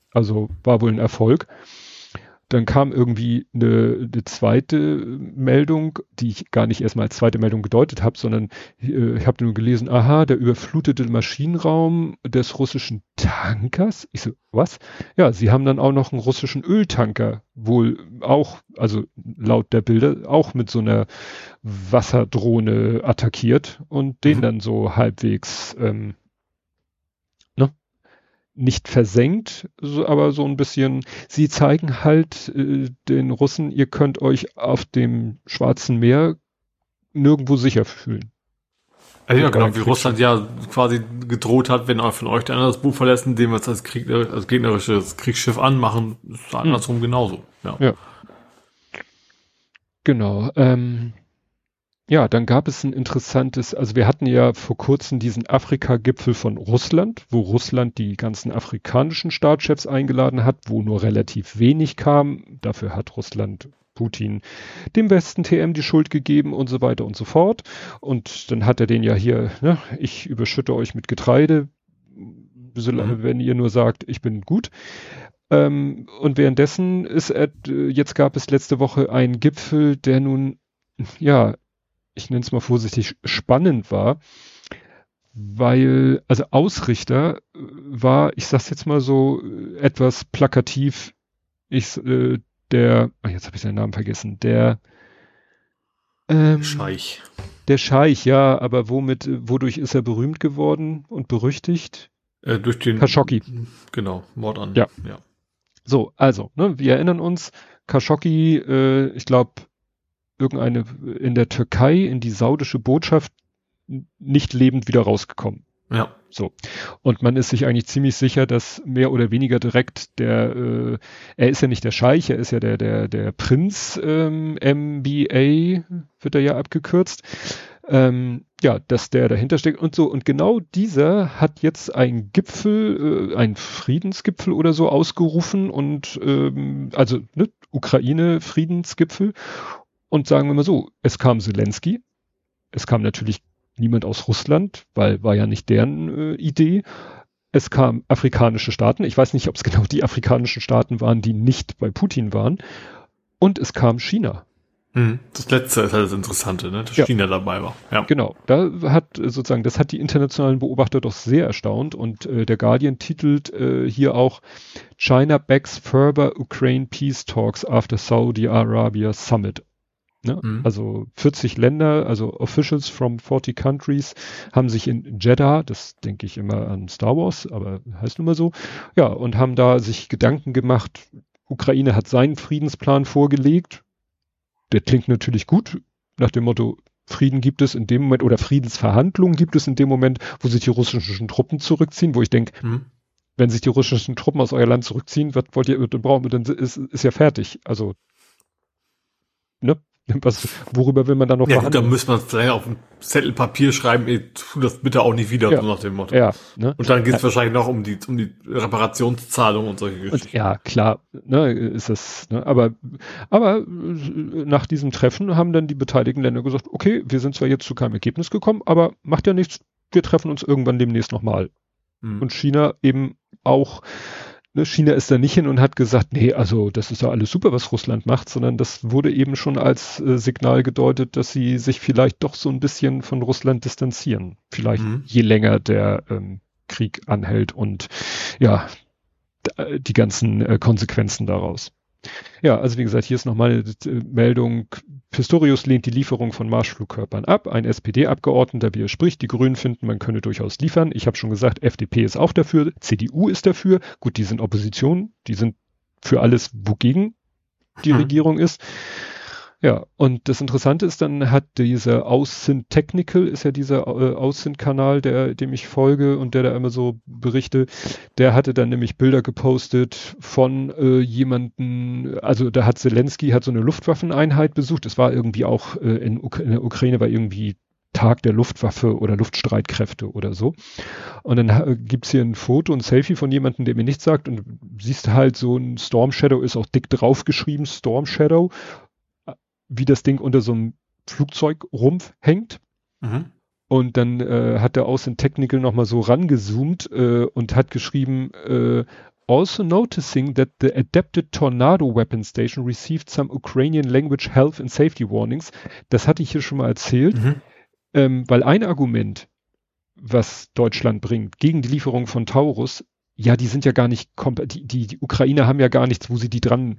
Also war wohl ein Erfolg. Dann kam irgendwie eine zweite Meldung, die ich gar nicht erstmal als zweite Meldung gedeutet habe, sondern ich habe nur gelesen, aha, der überflutete Maschinenraum des russischen Tankers. Ich so, was? Ja, sie haben dann auch noch einen russischen Öltanker wohl auch, also laut der Bilder, auch mit so einer Wasserdrohne attackiert und den dann so halbwegs nicht versenkt, so, aber so ein bisschen, sie zeigen halt den Russen, ihr könnt euch auf dem Schwarzen Meer nirgendwo sicher fühlen. Also ja, genau, wie Russland ja quasi gedroht hat, wenn von euch der andere das Buch verlässt, indem wir es als gegnerisches Kriegsschiff anmachen, ist andersrum genauso. Ja. Genau. Ja, dann gab es ein interessantes, also wir hatten ja vor kurzem diesen Afrika-Gipfel von Russland, wo Russland die ganzen afrikanischen Staatschefs eingeladen hat, wo nur relativ wenig kam. Dafür hat Russland Putin dem Westen TM die Schuld gegeben und so weiter und so fort. Und dann hat er den ja hier, ne, ich überschütte euch mit Getreide, wenn ihr nur sagt, ich bin gut. Und währenddessen ist jetzt gab es letzte Woche einen Gipfel, der nun, ja, ich nenne es mal vorsichtig, spannend war, weil, also Ausrichter war, ich sag's jetzt mal so etwas plakativ, jetzt habe ich seinen Namen vergessen, der Scheich. Der Scheich, ja, aber wodurch ist er berühmt geworden und berüchtigt? Durch den Khashoggi. Genau, Mord an. Ja. So, also, ne, wir erinnern uns, Khashoggi, ich glaube, irgendeine in der Türkei in die saudische Botschaft nicht lebend wieder rausgekommen. Ja. So. Und man ist sich eigentlich ziemlich sicher, dass mehr oder weniger direkt er ist ja nicht der Scheich, er ist ja der Prinz, MBA, wird er ja abgekürzt. Ja, dass der dahinter steckt und so. Und genau dieser hat jetzt einen Gipfel, einen Friedensgipfel oder so ausgerufen und also ne, Ukraine-Friedensgipfel. Und sagen wir mal so, es kam Zelensky, es kam natürlich niemand aus Russland, weil war ja nicht deren Idee. Es kamen afrikanische Staaten, ich weiß nicht, ob es genau die afrikanischen Staaten waren, die nicht bei Putin waren. Und es kam China. Das letzte ist halt das Interessante, ne? Dass China dabei war. Ja. Genau, das hat die internationalen Beobachter doch sehr erstaunt und der Guardian titelt hier auch China backs further Ukraine peace talks after Saudi Arabia summit. Ne? Also 40 Länder, also Officials from 40 countries haben sich in Jeddah, das denke ich immer an Star Wars, aber heißt nun mal so, ja, und haben da sich Gedanken gemacht, Ukraine hat seinen Friedensplan vorgelegt, der klingt natürlich gut, nach dem Motto, Frieden gibt es in dem Moment oder Friedensverhandlungen gibt es in dem Moment, wo sich die russischen Truppen zurückziehen, wo ich denke, wenn sich die russischen Truppen aus euer Land zurückziehen, was wollt ihr brauchen, dann ist ja fertig. Also, ne? Worüber will man dann noch verhandeln? Da muss man vielleicht auf ein Zettel Papier schreiben, tu das bitte auch nicht wieder, so nach dem Motto. Ja, ne? Und dann geht es wahrscheinlich noch um die Reparationszahlung und solche Geschichten. Und, ja, klar, ne, ist das, ne, aber nach diesem Treffen haben dann die beteiligten Länder gesagt, okay, wir sind zwar jetzt zu keinem Ergebnis gekommen, aber macht ja nichts, wir treffen uns irgendwann demnächst nochmal. Und China eben auch, China ist da nicht hin und hat gesagt, nee, also das ist ja alles super, was Russland macht, sondern das wurde eben schon als Signal gedeutet, dass sie sich vielleicht doch so ein bisschen von Russland distanzieren. Vielleicht je länger der Krieg anhält und ja, die ganzen Konsequenzen daraus. Ja, also wie gesagt, hier ist nochmal eine Meldung. Pistorius lehnt die Lieferung von Marschflugkörpern ab. Ein SPD-Abgeordneter widerspricht. Die Grünen finden, man könne durchaus liefern. Ich habe schon gesagt, FDP ist auch dafür. CDU ist dafür. Gut, die sind Opposition. Die sind für alles, wogegen die Regierung ist. Ja, und das Interessante ist, dann hat dieser Aussyn Technical, ist ja dieser Aussyn-Kanal, dem ich folge und der da immer so berichte, der hatte dann nämlich Bilder gepostet von jemanden, also da hat Zelensky so eine Luftwaffeneinheit besucht, es war irgendwie auch in der Ukraine war irgendwie Tag der Luftwaffe oder Luftstreitkräfte oder so. Und dann gibt's hier ein Foto, ein Selfie von jemandem, der mir nichts sagt und siehst halt so ein Storm Shadow, ist auch dick draufgeschrieben, Storm Shadow, wie das Ding unter so einem Flugzeugrumpf hängt. Und dann hat der Außen Technical nochmal so rangezoomt und hat geschrieben, also noticing that the adapted Tornado Weapon Station received some Ukrainian language health and safety warnings. Das hatte ich hier schon mal erzählt, weil ein Argument, was Deutschland bringt gegen die Lieferung von Taurus, ja, die sind ja gar nicht, die Ukrainer haben ja gar nichts, wo sie die dran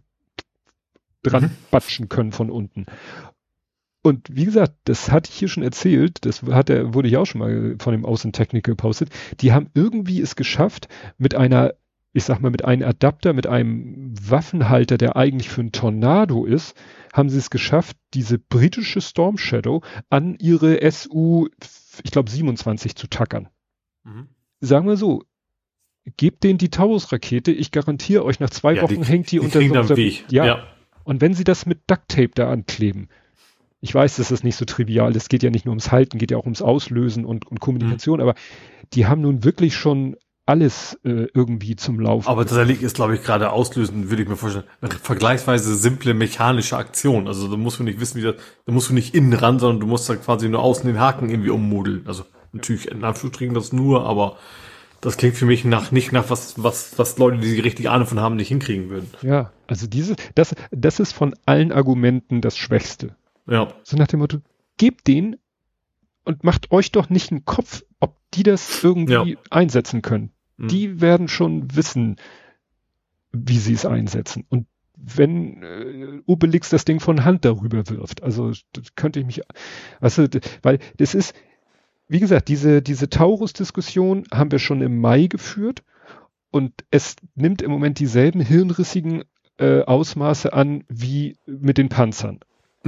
batschen können von unten. Und wie gesagt, das hatte ich hier schon erzählt, wurde ich auch schon mal von dem Außentechniker gepostet, die haben irgendwie es geschafft, mit einem Adapter, mit einem Waffenhalter, der eigentlich für ein Tornado ist, haben sie es geschafft, diese britische Storm Shadow an ihre SU, ich glaube 27 zu tackern. Sagen wir so, gebt denen die Taurus-Rakete, ich garantiere euch, nach 2 Wochen hängt die unter so einem Weg. Ja. Und wenn sie das mit Ducktape da ankleben, ich weiß, das ist nicht so trivial, es geht ja nicht nur ums Halten, geht ja auch ums Auslösen und Kommunikation, aber die haben nun wirklich schon alles irgendwie zum Laufen. Aber das ist, glaube ich, gerade Auslösen, würde ich mir vorstellen, eine vergleichsweise simple mechanische Aktion. Also da musst du nicht wissen, da musst du nicht innen ran, sondern du musst da quasi nur außen den Haken irgendwie ummodeln. Also natürlich in Anführungsstrichen das nur, aber das klingt für mich nicht nach was Leute, die richtig Ahnung von haben, nicht hinkriegen würden. Ja, also das ist von allen Argumenten das Schwächste. Ja. So nach dem Motto, gebt denen und macht euch doch nicht einen Kopf, ob die das irgendwie einsetzen können. Die werden schon wissen, wie sie es einsetzen. Und wenn Obelix das Ding von Hand darüber wirft, also das könnte ich mich, weil das ist, wie gesagt, diese Taurus-Diskussion haben wir schon im Mai geführt und es nimmt im Moment dieselben hirnrissigen Ausmaße an wie mit den Panzern.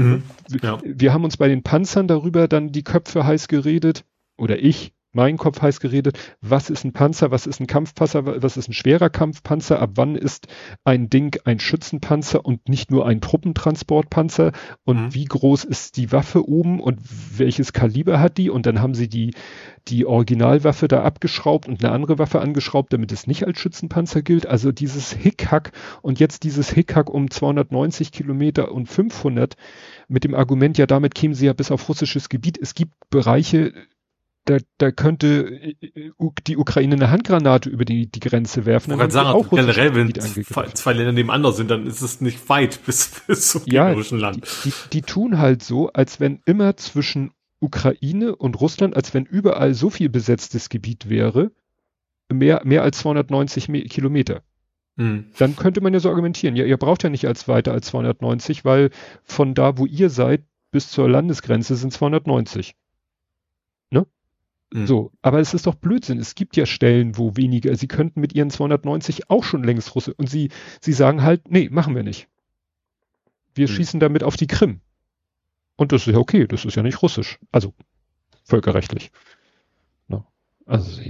Wir haben uns bei den Panzern darüber dann die Köpfe heiß geredet, oder mein Kopf heiß geredet, was ist ein Panzer, was ist ein Kampfpanzer, was ist ein schwerer Kampfpanzer, ab wann ist ein Ding ein Schützenpanzer und nicht nur ein Truppentransportpanzer und wie groß ist die Waffe oben und welches Kaliber hat die, und dann haben sie die Originalwaffe da abgeschraubt und eine andere Waffe angeschraubt, damit es nicht als Schützenpanzer gilt. Also dieses Hickhack und jetzt dieses Hickhack um 290 Kilometer und 500 mit dem Argument, ja, damit kämen sie ja bis auf russisches Gebiet. Es gibt Bereiche, da könnte die Ukraine eine Handgranate über die Grenze werfen. Ich kann sagen, generell, wenn 2 Länder nebeneinander sind, dann ist es nicht weit bis zum gegnerischen Land. Die tun halt so, als wenn immer zwischen Ukraine und Russland, als wenn überall so viel besetztes Gebiet wäre, mehr als 290 Kilometer. Dann könnte man ja so argumentieren, ja, ihr braucht ja nicht weiter als 290, weil von da, wo ihr seid, bis zur Landesgrenze sind 290. Ne? So, aber es ist doch Blödsinn. Es gibt ja Stellen, wo weniger, sie könnten mit ihren 290 auch schon längst Russe, und sie sagen halt, nee, machen wir nicht. Wir schießen damit auf die Krim. Und das ist ja okay, das ist ja nicht russisch. Also, völkerrechtlich. No. Also,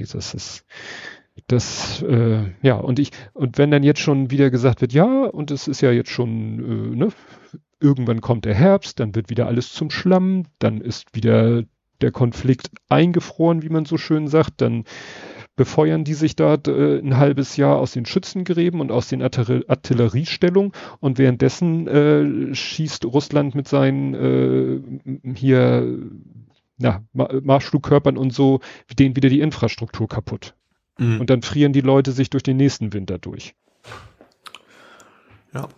und wenn dann jetzt schon wieder gesagt wird, ja, und es ist ja jetzt schon, irgendwann kommt der Herbst, dann wird wieder alles zum Schlamm, dann ist wieder der Konflikt eingefroren, wie man so schön sagt, dann befeuern die sich da ein halbes Jahr aus den Schützengräben und aus den Artilleriestellungen, und währenddessen schießt Russland mit seinen Marschflugkörpern und so denen wieder die Infrastruktur kaputt. Und dann frieren die Leute sich durch den nächsten Winter durch. Ja.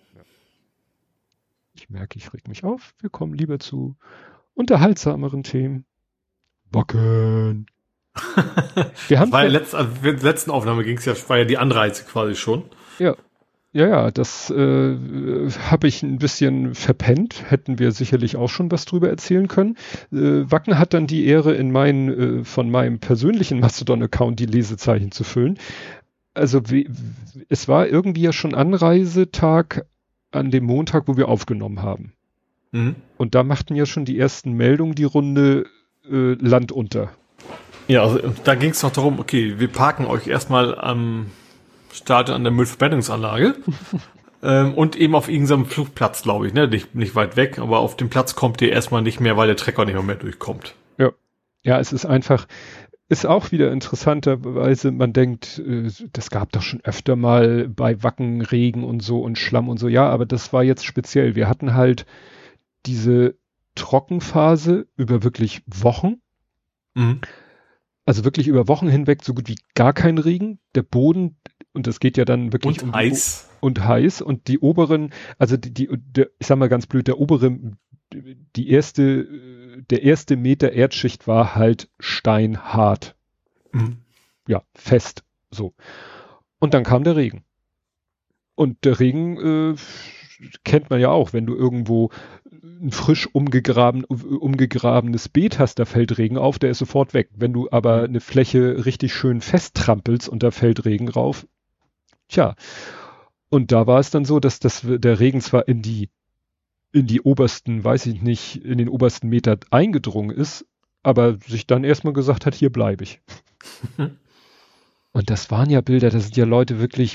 Ich merke, ich reg mich auf. Wir kommen lieber zu unterhaltsameren Themen. Wacken. Wir haben in der letzten Aufnahme war ja die Anreise quasi schon. Ja, das habe ich ein bisschen verpennt. Hätten wir sicherlich auch schon was drüber erzählen können. Wacken hat dann die Ehre, von meinem persönlichen Mastodon-Account die Lesezeichen zu füllen. Also es war irgendwie ja schon Anreisetag an dem Montag, wo wir aufgenommen haben. Und da machten ja schon die ersten Meldungen die Runde Land unter. Ja, also da ging es noch darum, okay, wir parken euch erstmal am Start an der Müllverbrennungsanlage und eben auf irgendeinem Flugplatz, glaube ich, ne? Nicht weit weg, aber auf dem Platz kommt ihr erstmal nicht mehr, weil der Trecker nicht mehr durchkommt. Ja, es ist einfach, ist auch wieder interessanterweise, man denkt, das gab doch schon öfter mal bei Wacken Regen und so und Schlamm und so, ja, aber das war jetzt speziell. Wir hatten halt diese Trockenphase über wirklich Wochen. also wirklich über Wochen hinweg so gut wie gar kein Regen. Der Boden, und das geht ja dann wirklich und heiß. Und heiß. Und die oberen, also ich sag mal ganz blöd, der erste Meter Erdschicht war halt steinhart. Mhm. Ja, fest. So. Und dann kam der Regen. Und der Regen kennt man ja auch, wenn du irgendwo ein frisch umgegrabenes Beet hast, da fällt Regen auf, der ist sofort weg. Wenn du aber eine Fläche richtig schön festtrampelst und da fällt Regen rauf, tja. Und da war es dann so, dass der Regen zwar in die obersten, weiß ich nicht, in den obersten Meter eingedrungen ist, aber sich dann erstmal gesagt hat, hier bleibe ich. Und das waren ja Bilder, da sind ja Leute wirklich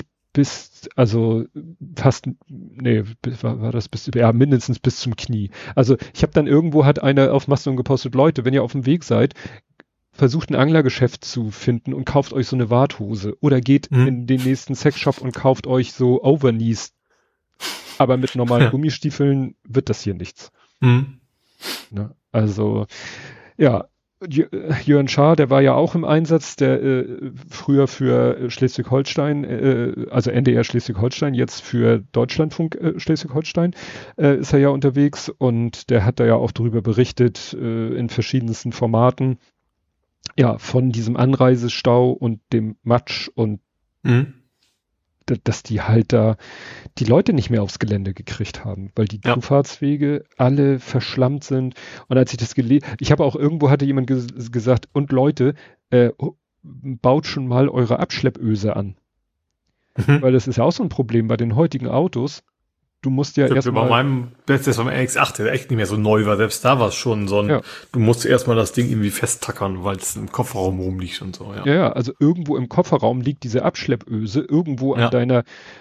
mindestens bis zum Knie. Also ich habe dann irgendwo hat einer auf Mastodon gepostet, Leute, wenn ihr auf dem Weg seid, versucht ein Anglergeschäft zu finden und kauft euch so eine Warthose oder geht in den nächsten Sexshop und kauft euch so Overknees. Aber mit normalen Gummistiefeln wird das hier nichts. Mhm. Ne? Also, ja, Jörn Schaar, der war ja auch im Einsatz, der früher für Schleswig-Holstein, also NDR Schleswig-Holstein, jetzt für Deutschlandfunk Schleswig-Holstein ist er ja unterwegs und der hat da ja auch drüber berichtet in verschiedensten Formaten, ja, von diesem Anreisestau und dem Matsch und dass die halt da die Leute nicht mehr aufs Gelände gekriegt haben, weil die Zufahrtswege alle verschlammt sind. Und als ich das ich habe auch irgendwo hatte jemand gesagt, und Leute, baut schon mal eure Abschleppöse an. Weil das ist ja auch so ein Problem bei den heutigen Autos. Du musst ja erstmal... Bei meinem, das beim RX-8, der echt nicht mehr so neu war, selbst da war es schon so ein, du musst erstmal das Ding irgendwie festtackern, weil es im Kofferraum rumliegt und so, Ja, also irgendwo im Kofferraum liegt diese Abschleppöse, irgendwo an deiner,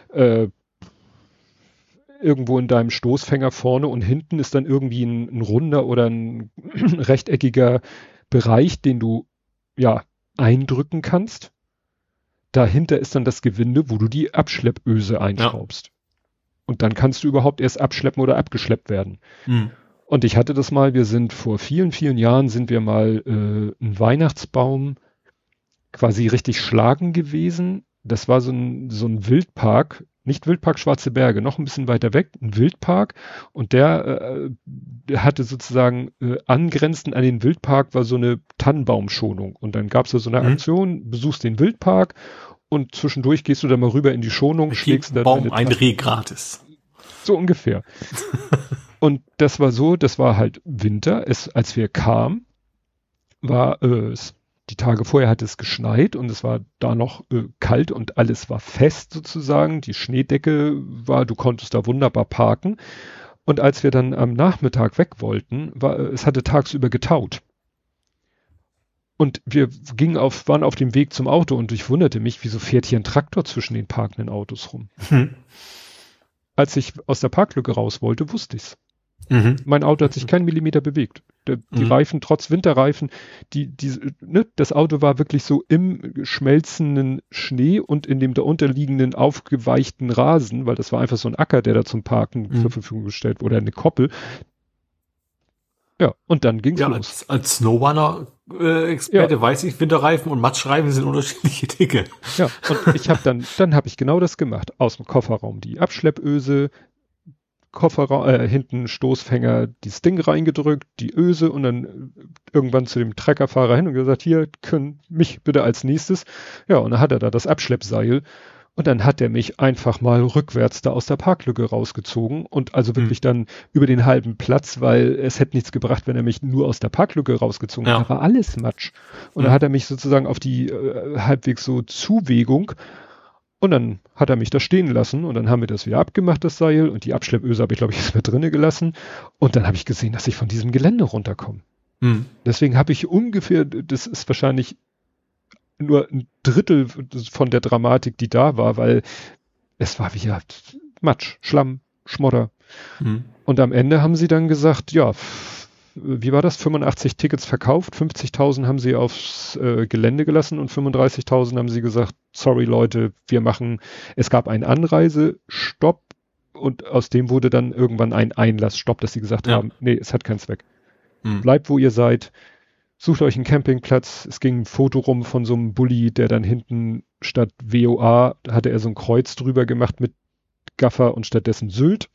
irgendwo in deinem Stoßfänger vorne und hinten ist dann irgendwie ein runder oder ein rechteckiger Bereich, den du, eindrücken kannst. Dahinter ist dann das Gewinde, wo du die Abschleppöse einschraubst. Und dann kannst du überhaupt erst abschleppen oder abgeschleppt werden. Und ich hatte das mal, wir sind vor vielen, vielen Jahren sind wir mal einen Weihnachtsbaum quasi richtig schlagen gewesen. Das war so ein Wildpark, nicht Wildpark Schwarze Berge, noch ein bisschen weiter weg, ein Wildpark. Und der hatte sozusagen angrenzend an den Wildpark war so eine Tannenbaumschonung. Und dann gab es da so eine Aktion, besuchst den Wildpark und zwischendurch gehst du da mal rüber in die Schonung, schlägst da Baum ein Reh gratis. So ungefähr. Und das war halt Winter. Als wir kamen, war die Tage vorher hat es geschneit und es war da noch kalt und alles war fest sozusagen. Die Schneedecke du konntest da wunderbar parken. Und als wir dann am Nachmittag weg wollten, es hatte tagsüber getaut. Und wir waren auf dem Weg zum Auto und ich wunderte mich, wieso fährt hier ein Traktor zwischen den parkenden Autos rum? Als ich aus der Parklücke raus wollte, wusste ich's. Mein Auto hat sich keinen Millimeter bewegt. Die Reifen, trotz Winterreifen, das Auto war wirklich so im schmelzenden Schnee und in dem darunter liegenden aufgeweichten Rasen, weil das war einfach so ein Acker, der da zum Parken zur Verfügung gestellt wurde, eine Koppel. Ja, und dann ging's los. Als Snowrunner-Experte weiß ich, Winterreifen und Matschreifen sind unterschiedliche Dinge. Ja, und ich habe dann habe ich genau das gemacht. Aus dem Kofferraum die Abschleppöse, hinten Stoßfänger, dieses Ding reingedrückt, die Öse und dann irgendwann zu dem Treckerfahrer hin und gesagt, hier, können mich bitte als nächstes. Ja, und dann hat er da das Abschleppseil und dann hat er mich einfach mal rückwärts da aus der Parklücke rausgezogen und also wirklich dann über den halben Platz, weil es hätte nichts gebracht, wenn er mich nur aus der Parklücke rausgezogen hat. Da war alles Matsch. Und dann hat er mich sozusagen auf die halbwegs so Zuwegung und dann hat er mich da stehen lassen und dann haben wir das wieder abgemacht, das Seil, und die Abschleppöse habe ich, glaube ich, erstmal drinnen gelassen. Und dann habe ich gesehen, dass ich von diesem Gelände runterkomme. Deswegen habe ich ungefähr, das ist wahrscheinlich nur ein Drittel von der Dramatik, die da war, weil es war wie Matsch, Schlamm, Schmodder. Und am Ende haben sie dann gesagt, ja, wie war das? 85 Tickets verkauft, 50.000 haben sie aufs Gelände gelassen und 35.000 haben sie gesagt, sorry Leute, es gab einen Anreisestopp und aus dem wurde dann irgendwann ein Einlassstopp, dass sie gesagt haben, nee, es hat keinen Zweck. Bleibt, wo ihr seid, sucht euch einen Campingplatz. Es ging ein Foto rum von so einem Bulli, der dann hinten statt WOA hatte er so ein Kreuz drüber gemacht mit Gaffer und stattdessen Sylt.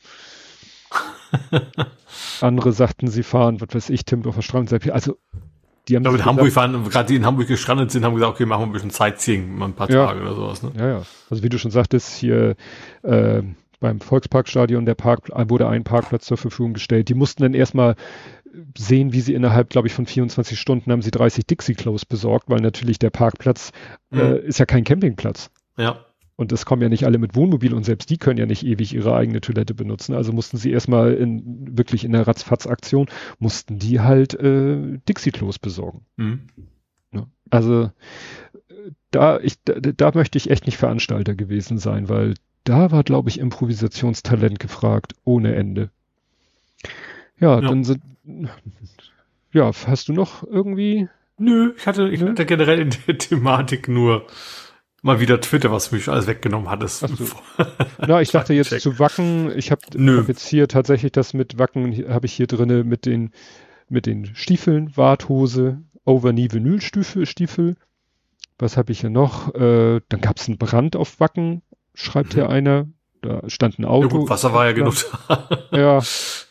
Andere sagten, sie fahren, was weiß ich, Timmendorfer Strand. Also, die haben. Ich glaube, in Hamburg fahren, gerade die in Hamburg gestrandet sind, haben gesagt, okay, machen wir ein bisschen Sightseeing, mal ein paar Tage oder sowas, ne? Ja. Also, wie du schon sagtest, hier, beim Volksparkstadion, wurde ein Parkplatz zur Verfügung gestellt. Die mussten dann erstmal sehen, wie sie innerhalb, glaube ich, von 24 Stunden haben sie 30 Dixie-Klos besorgt, weil natürlich der Parkplatz ist ja kein Campingplatz. Ja. Und es kommen ja nicht alle mit Wohnmobil und selbst die können ja nicht ewig ihre eigene Toilette benutzen. Also mussten sie erstmal wirklich in der Ratzfatz-Aktion, mussten die halt Dixie-Klos besorgen. Ja. Also da möchte ich echt nicht Veranstalter gewesen sein, weil da war, glaube ich, Improvisationstalent gefragt, ohne Ende. Ja, dann hast du noch irgendwie? Nö, ich hatte generell in der Thematik nur mal wieder Twitter, was mich alles weggenommen hat. So. Na, ich dachte jetzt zu Wacken. Ich hab jetzt hier tatsächlich das mit Wacken, habe ich hier drinne mit den Stiefeln, Warthose, Overknee-Vinylstiefel. Was habe ich hier noch? Dann gab es einen Brand auf Wacken, schreibt hier einer. Da stand ein Auto. Ja gut, Wasser war ja genug da. Ja.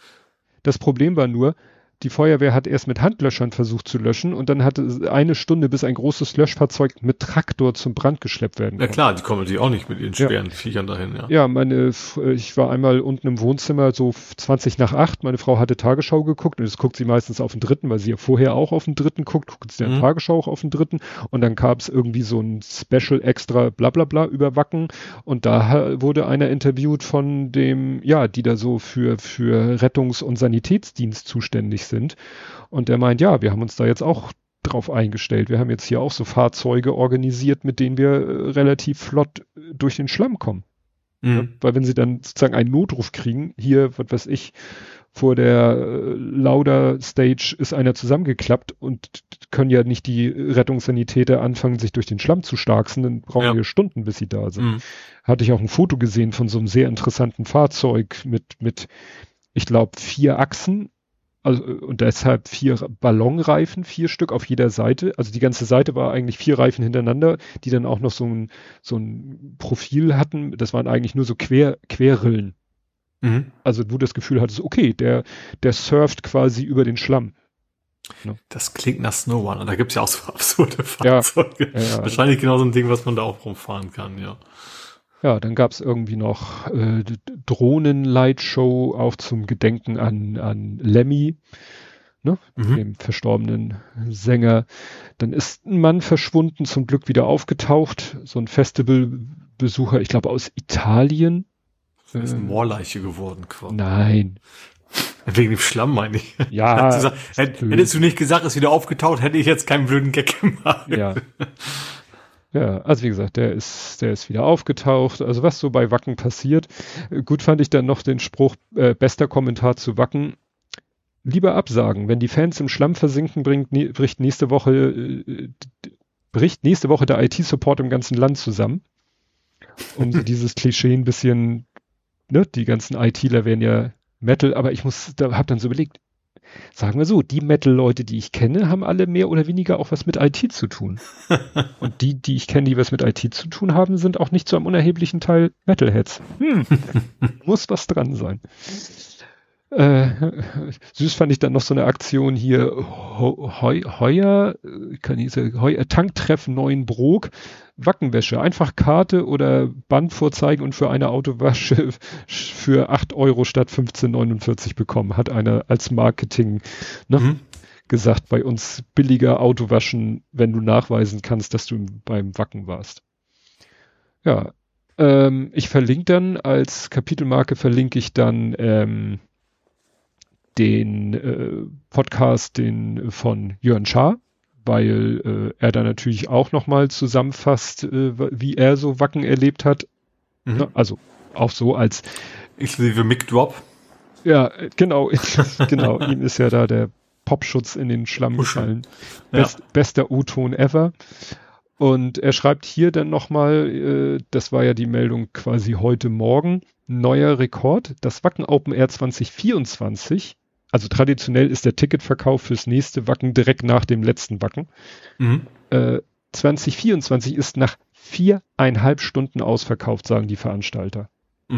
Das Problem war nur, die Feuerwehr hat erst mit Handlöschern versucht zu löschen und dann hatte es eine Stunde, bis ein großes Löschfahrzeug mit Traktor zum Brand geschleppt werden konnte. Ja klar, die kommen natürlich auch nicht mit ihren schweren Viechern dahin, ja. Ja, ich war einmal unten im Wohnzimmer, so 20:20. Meine Frau hatte Tagesschau geguckt und das guckt sie meistens auf den dritten, weil sie ja vorher auch auf den dritten guckt sie dann Tagesschau auch auf den dritten und dann gab es irgendwie so ein Special extra blablabla über Wacken und da wurde einer interviewt von dem, die da so für Rettungs- und Sanitätsdienst zuständig sind. Und der meint, ja, wir haben uns da jetzt auch drauf eingestellt. Wir haben jetzt hier auch so Fahrzeuge organisiert, mit denen wir relativ flott durch den Schlamm kommen. Ja, weil wenn sie dann sozusagen einen Notruf kriegen, hier, was weiß ich, vor der Lauda Stage ist einer zusammengeklappt und können ja nicht die Rettungssanitäter anfangen, sich durch den Schlamm zu starksen, dann brauchen wir Stunden, bis sie da sind. Hatte ich auch ein Foto gesehen von so einem sehr interessanten Fahrzeug mit ich glaube, 4 Achsen. Also, und deshalb 4 Ballonreifen, 4 Stück auf jeder Seite. Also die ganze Seite war eigentlich 4 Reifen hintereinander, die dann auch noch so ein Profil hatten. Das waren eigentlich nur so Querrillen. Also du das Gefühl hattest, okay, der surft quasi über den Schlamm. No. Das klingt nach Snowrunner. Da gibt's ja auch so absurde Fahrzeuge. Ja. Wahrscheinlich genau so ein Ding, was man da auch rumfahren kann, ja. Ja, dann gab's irgendwie noch Drohnen-Lightshow auch zum Gedenken an Lemmy, ne, dem verstorbenen Sänger. Dann ist ein Mann verschwunden, zum Glück wieder aufgetaucht. So ein Festivalbesucher, ich glaube aus Italien. Das ist eine Moorleiche geworden quasi. Nein. Wegen dem Schlamm, meine ich. Ja. Hättest du nicht gesagt, ist wieder aufgetaucht, hätte ich jetzt keinen blöden Gag gemacht. Ja. Ja, also wie gesagt, der ist wieder aufgetaucht. Also was so bei Wacken passiert. Gut fand ich dann noch den Spruch, bester Kommentar zu Wacken. Lieber absagen, wenn die Fans im Schlamm versinken, bricht nächste Woche der IT-Support im ganzen Land zusammen. Um dieses Klischee ein bisschen, ne, die ganzen ITler werden ja Metal, aber hab dann so überlegt, sagen wir so, die Metal-Leute, die ich kenne, haben alle mehr oder weniger auch was mit IT zu tun. Und die ich kenne, die was mit IT zu tun haben, sind auch nicht zu einem unerheblichen Teil Metalheads. Muss was dran sein. Süß fand ich dann noch so eine Aktion hier, Heuer Tanktreff Neuenbrook, Wackenwäsche, einfach Karte oder Band vorzeigen und für eine Autowäsche für 8 € statt 15,49 bekommen, hat einer als Marketing gesagt, bei uns billiger Autowaschen, wenn du nachweisen kannst, dass du beim Wacken warst. Ja, ich verlinke dann, als Kapitelmarke verlinke ich dann den Podcast von Jörn Schaar, weil er da natürlich auch nochmal zusammenfasst, wie er so Wacken erlebt hat. Ja, also auch so als inklusive Mic Drop. Ja, genau. Genau, ihm ist ja da der Popschutz in den Schlamm gefallen. Bester O-Ton ever. Und er schreibt hier dann nochmal, das war ja die Meldung quasi heute Morgen, neuer Rekord, das Wacken Open Air 2024 also traditionell ist der Ticketverkauf fürs nächste Wacken direkt nach dem letzten Wacken. 2024 ist nach 4,5 Stunden ausverkauft, sagen die Veranstalter.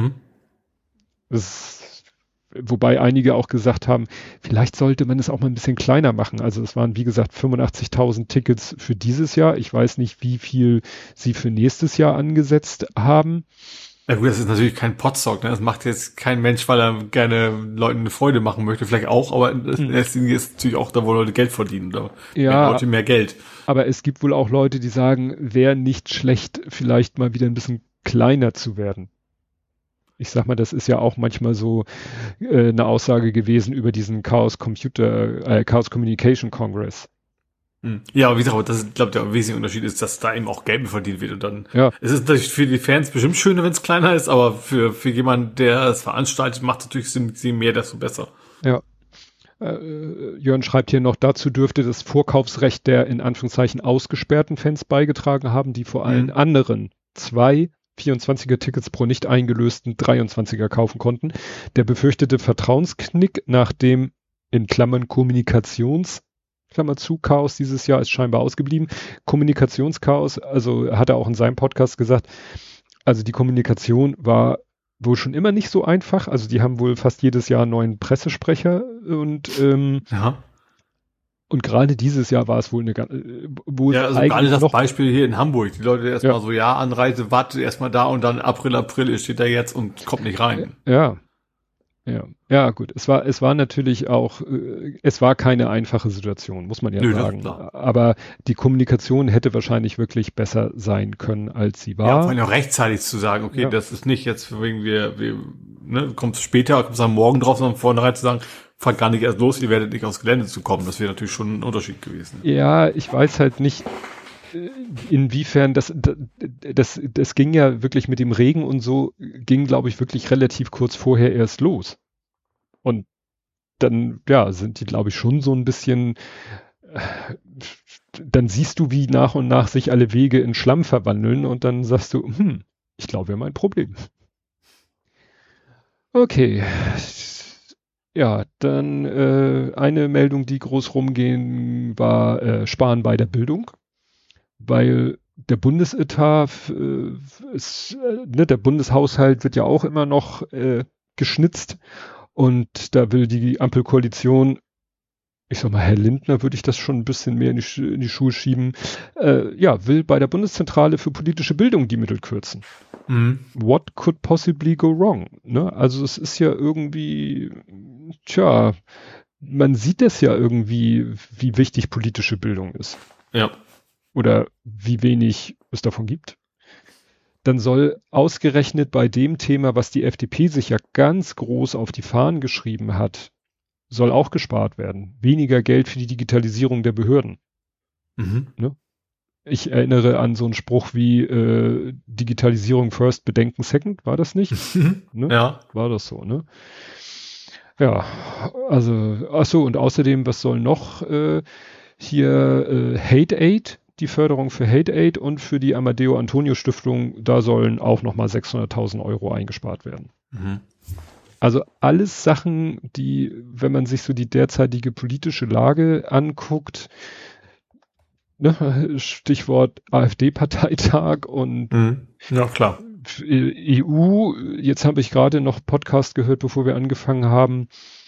Wobei einige auch gesagt haben, vielleicht sollte man es auch mal ein bisschen kleiner machen. Also es waren, wie gesagt, 85.000 Tickets für dieses Jahr. Ich weiß nicht, wie viel sie für nächstes Jahr angesetzt haben. Ja gut, das ist natürlich kein Potstock, ne? Das macht jetzt kein Mensch, weil er gerne Leuten eine Freude machen möchte. Vielleicht auch, aber in erster Linie ist natürlich auch da, wo Leute Geld verdienen. Oder Leute mehr Geld. Aber es gibt wohl auch Leute, die sagen, wäre nicht schlecht, vielleicht mal wieder ein bisschen kleiner zu werden. Ich sag mal, das ist ja auch manchmal so eine Aussage gewesen über diesen Chaos Communication Congress. Ja, aber wie gesagt, das ist, glaube ich, der wesentliche Unterschied ist, dass da eben auch Geld verdient wird und dann es ist natürlich für die Fans bestimmt schöner, wenn es kleiner ist, aber für jemanden, der es veranstaltet, macht es natürlich je mehr, desto besser. Ja. Jörn schreibt hier noch, dazu dürfte das Vorkaufsrecht der in Anführungszeichen ausgesperrten Fans beigetragen haben, die vor allen anderen 2 24er-Tickets pro nicht eingelösten 23er kaufen konnten. Der befürchtete Vertrauensknick nach dem, in Klammern, Chaos dieses Jahr ist scheinbar ausgeblieben. Kommunikationschaos, also hat er auch in seinem Podcast gesagt, also die Kommunikation war wohl schon immer nicht so einfach. Also die haben wohl fast jedes Jahr einen neuen Pressesprecher und und gerade dieses Jahr war es wohl eine wo ja, also gerade das Beispiel hier in Hamburg, die Leute erstmal so, Anreise, wartet erstmal da und dann April steht da jetzt und kommt nicht rein. Ja, gut. Es war natürlich auch, es war keine einfache Situation, muss man ja sagen. Aber die Kommunikation hätte wahrscheinlich wirklich besser sein können, als sie war. Ja, vor allem auch rechtzeitig zu sagen, okay, das ist nicht jetzt wegen kommt später, kommt am Morgen drauf, sondern vornherein zu sagen, fangt gar nicht erst los, ihr werdet nicht aufs Gelände zu kommen. Das wäre natürlich schon ein Unterschied gewesen. Ja, ich weiß halt nicht, inwiefern das ging ja wirklich mit dem Regen und so, ging, glaube ich, wirklich relativ kurz vorher erst los. Und dann, sind die, glaube ich, schon so ein bisschen, dann siehst du, wie nach und nach sich alle Wege in Schlamm verwandeln und dann sagst du, ich glaube, wir haben ein Problem. Okay. Ja, dann eine Meldung, die groß rumging, war Sparen bei der Bildung, weil der Bundesetat, der Bundeshaushalt wird ja auch immer noch geschnitzt und da will die Ampelkoalition, ich sag mal, Herr Lindner würde ich das schon ein bisschen mehr in die Schuhe schieben, will bei der Bundeszentrale für politische Bildung die Mittel kürzen. What could possibly go wrong? Ne? Also es ist ja irgendwie, man sieht das ja irgendwie, wie wichtig politische Bildung ist. Ja. Oder wie wenig es davon gibt. Dann soll ausgerechnet bei dem Thema, was die FDP sich ja ganz groß auf die Fahnen geschrieben hat, soll auch gespart werden. Weniger Geld für die Digitalisierung der Behörden. Ne? Ich erinnere an so einen Spruch wie Digitalisierung first, Bedenken second, war das nicht? Ne? Ja. War das so, ne? Ja, also, achso, und außerdem, was soll noch Hate Aid, die Förderung für Hate Aid und für die Amadeo Antonio Stiftung, da sollen auch nochmal 600.000 Euro eingespart werden. Also alles Sachen, die, wenn man sich so die derzeitige politische Lage anguckt, ne, Stichwort AfD-Parteitag und ja, klar. EU, jetzt habe ich gerade noch Podcast gehört, bevor wir angefangen haben,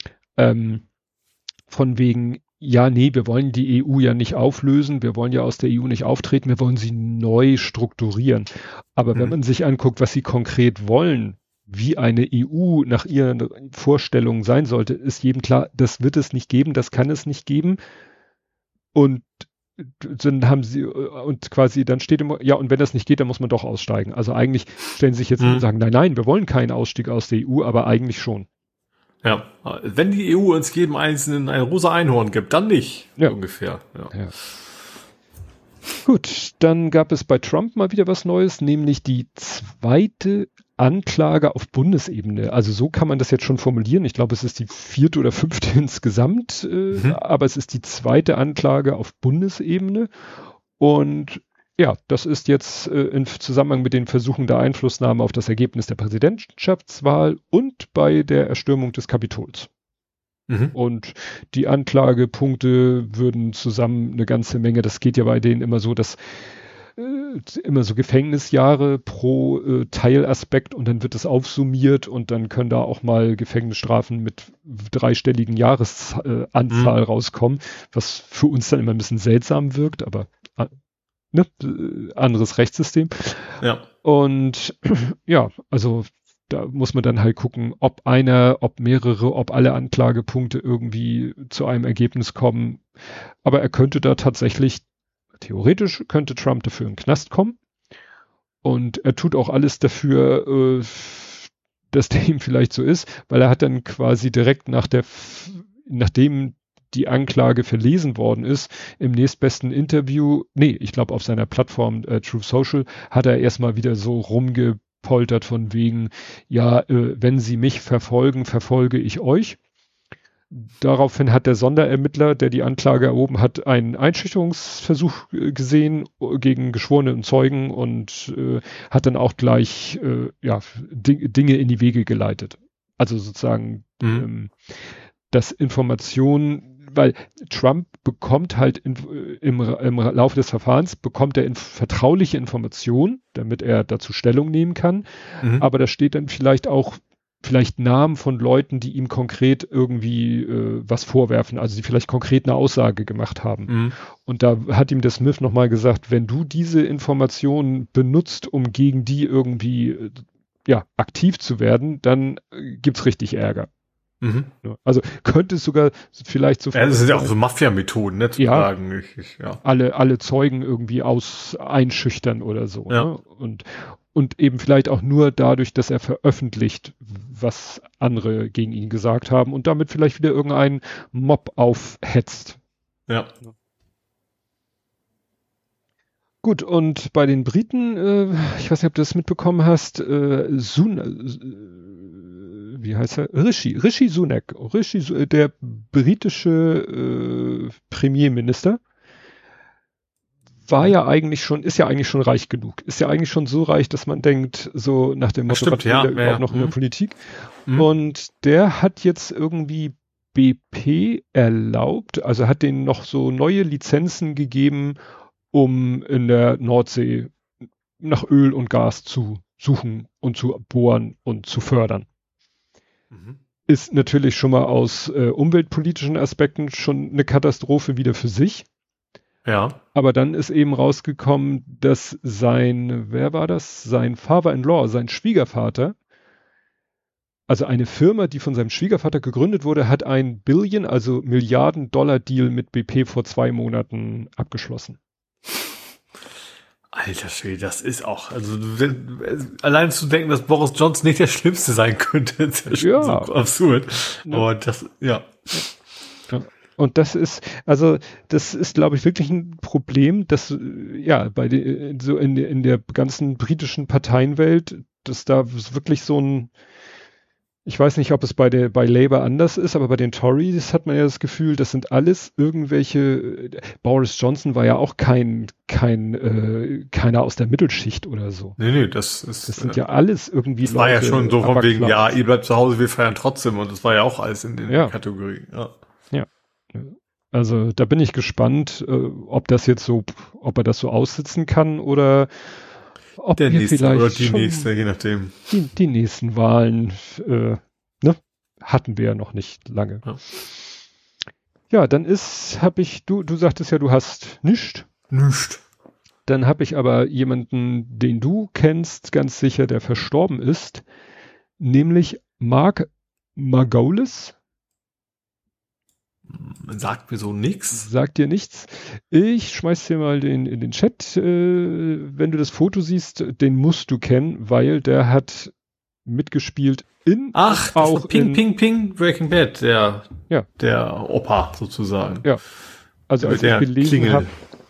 von wegen, wir wollen die EU ja nicht auflösen, wir wollen ja aus der EU nicht auftreten, wir wollen sie neu strukturieren. Aber wenn man sich anguckt, was sie konkret wollen, wie eine EU nach ihren Vorstellungen sein sollte, ist jedem klar, das wird es nicht geben, das kann es nicht geben. Und dann haben sie, und quasi dann steht immer, und wenn das nicht geht, dann muss man doch aussteigen. Also eigentlich stellen sie sich jetzt und sagen, nein, wir wollen keinen Ausstieg aus der EU, aber eigentlich schon. Ja, wenn die EU uns jedem Einzelnen ein rosa Einhorn gibt, dann nicht, ungefähr. Ja. Gut, dann gab es bei Trump mal wieder was Neues, nämlich die zweite Anklage auf Bundesebene. Also so kann man das jetzt schon formulieren. Ich glaube, es ist die 4. oder 5. insgesamt, aber es ist die zweite Anklage auf Bundesebene. Und das ist jetzt im Zusammenhang mit den Versuchen der Einflussnahme auf das Ergebnis der Präsidentschaftswahl und bei der Erstürmung des Kapitols. Und die Anklagepunkte würden zusammen eine ganze Menge, das geht ja bei denen immer so, dass immer so Gefängnisjahre pro Teilaspekt und dann wird das aufsummiert und dann können da auch mal Gefängnisstrafen mit dreistelligen Jahresanzahl rauskommen, was für uns dann immer ein bisschen seltsam wirkt, aber ne, anderes Rechtssystem. Ja. Und ja, also da muss man dann halt gucken, ob mehrere, ob alle Anklagepunkte irgendwie zu einem Ergebnis kommen. Aber er könnte da tatsächlich, theoretisch könnte Trump dafür in den Knast kommen. Und er tut auch alles dafür, dass dem vielleicht so ist, weil er hat dann quasi direkt nachdem die Anklage verlesen worden ist, im nächstbesten Interview, ich glaube auf seiner Plattform Truth Social, hat er erstmal wieder so rumgepoltert von wegen, ja, wenn Sie mich verfolgen, verfolge ich euch. Daraufhin hat der Sonderermittler, der die Anklage erhoben hat, einen Einschüchterungsversuch gesehen gegen geschworene Zeugen und hat dann auch gleich Dinge in die Wege geleitet. Also sozusagen, dass Informationen, weil Trump bekommt halt im Laufe des Verfahrens, bekommt er vertrauliche Informationen, damit er dazu Stellung nehmen kann. Aber da steht dann vielleicht Namen von Leuten, die ihm konkret irgendwie was vorwerfen, also die vielleicht konkret eine Aussage gemacht haben. Und da hat ihm der Smith nochmal gesagt, wenn du diese Informationen benutzt, um gegen die irgendwie aktiv zu werden, dann gibt's richtig Ärger. Ja, also könnte es sogar vielleicht so... Ja, das sind ja auch so Mafia-Methoden, ne, zu sagen. Alle Zeugen irgendwie einschüchtern oder so. Ja. Ne? Und eben vielleicht auch nur dadurch, dass er veröffentlicht, was andere gegen ihn gesagt haben und damit vielleicht wieder irgendein Mob aufhetzt. Ja. Gut, und bei den Briten, ich weiß nicht, ob du das mitbekommen hast, wie heißt er? Rishi Sunak, der britische Premierminister, ist ja eigentlich schon reich genug. Ist ja eigentlich schon so reich, dass man denkt, so nach dem Motto, was will der überhaupt noch in der Politik? Und der hat jetzt irgendwie BP erlaubt, also hat denen noch so neue Lizenzen gegeben, um in der Nordsee nach Öl und Gas zu suchen und zu bohren und zu fördern. Ist natürlich schon mal aus umweltpolitischen Aspekten schon eine Katastrophe wieder für sich. Ja. Aber dann ist eben rausgekommen, dass sein Father-in-law, sein Schwiegervater, also eine Firma, die von seinem Schwiegervater gegründet wurde, hat ein also Milliarden-Dollar-Deal mit BP vor 2 Monaten abgeschlossen. Alter Schwede, das ist auch, also allein zu denken, dass Boris Johnson nicht der Schlimmste sein könnte, ist ja schon so absurd. Ja. Aber das, ja. Und das ist, glaube ich, wirklich ein Problem, dass, in der ganzen britischen Parteienwelt, dass da wirklich so ein, ich weiß nicht, ob es bei Labour anders ist, aber bei den Tories hat man ja das Gefühl, das sind alles irgendwelche, Boris Johnson war ja auch keiner aus der Mittelschicht oder so. Nee, das sind ja alles irgendwie Leute. Das war ja schon so von wegen, ja, ihr bleibt zu Hause, wir feiern trotzdem, und das war ja auch alles in der Kategorie, ja. Also da bin ich gespannt, ob er das so aussitzen kann oder ob der nächste vielleicht oder die nächste, je nachdem. Die nächsten Wahlen hatten wir ja noch nicht lange. Ja, dann du sagtest ja, du hast nichts. Dann habe ich aber jemanden, den du kennst, ganz sicher, der verstorben ist, nämlich Mark Margolis. Sagt mir so nichts. Sagt dir nichts. Ich schmeiß dir mal in den Chat. Wenn du das Foto siehst, den musst du kennen, weil der hat mitgespielt auch Ping, Breaking Bad, der Opa sozusagen. Ja. Also als ich gelesen habe,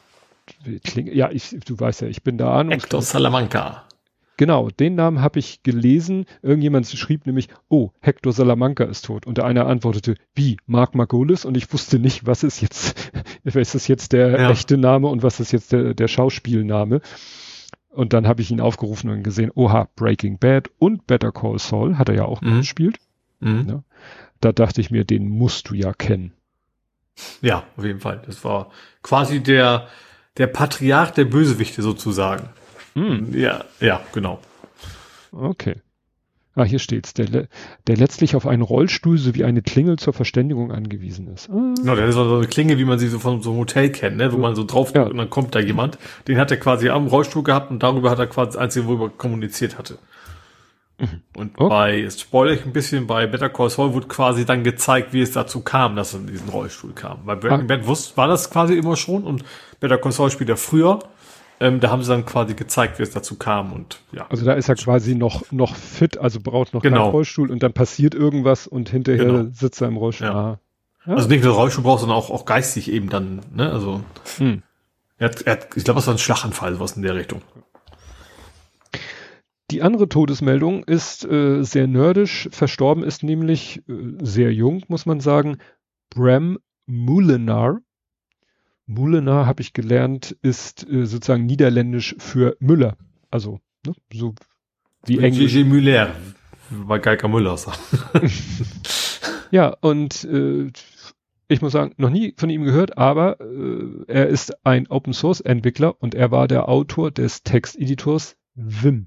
du weißt ja, ich bin da ahnungslos. Hector Salamanca. Genau, den Namen habe ich gelesen. Irgendjemand schrieb nämlich, Hector Salamanca ist tot. Und der eine antwortete, wie, Mark Margolis? Und ich wusste nicht, was ist das jetzt der echte Name und was ist jetzt der Schauspielname? Und dann habe ich ihn aufgerufen und gesehen, Breaking Bad und Better Call Saul hat er ja auch gespielt. Ne? Da dachte ich mir, den musst du ja kennen. Ja, auf jeden Fall. Das war quasi der Patriarch der Bösewichte sozusagen. Ja, genau. Okay. Ah, hier steht's. Der letztlich auf einen Rollstuhl sowie eine Klingel zur Verständigung angewiesen ist. Genau, der ist so eine Klinge, wie man sie so von so einem Hotel kennt, ne? Wo man so drauf drückt und dann kommt da jemand. Den hat er quasi am Rollstuhl gehabt und darüber hat er quasi das Einzige, worüber er kommuniziert hatte. Und jetzt spoilere ich ein bisschen, bei Better Call Saul wurde quasi dann gezeigt, wie es dazu kam, dass er in diesen Rollstuhl kam. Bei Breaking Bad war das quasi immer schon und Better Call Saul spielt ja früher. Da haben sie dann quasi gezeigt, wie es dazu kam und ja. Also da ist er quasi noch fit, also braucht noch keinen Rollstuhl und dann passiert irgendwas und hinterher sitzt er im Rollstuhl. Ja. Ja. Also nicht nur Rollstuhl braucht, sondern auch geistig eben dann, ne? Also er hat, ich glaube, es war ein Schlaganfall, sowas in der Richtung. Die andere Todesmeldung ist sehr nerdisch. Verstorben ist nämlich sehr jung, muss man sagen, Bram Molenaar. Molenaar, habe ich gelernt, ist sozusagen niederländisch für Müller. Also, ne, so wie Englisch. G.G. Müller, bei Geiger Müller sagen. Ja, und ich muss sagen, noch nie von ihm gehört, aber er ist ein Open-Source-Entwickler und er war der Autor des Texteditors Vim.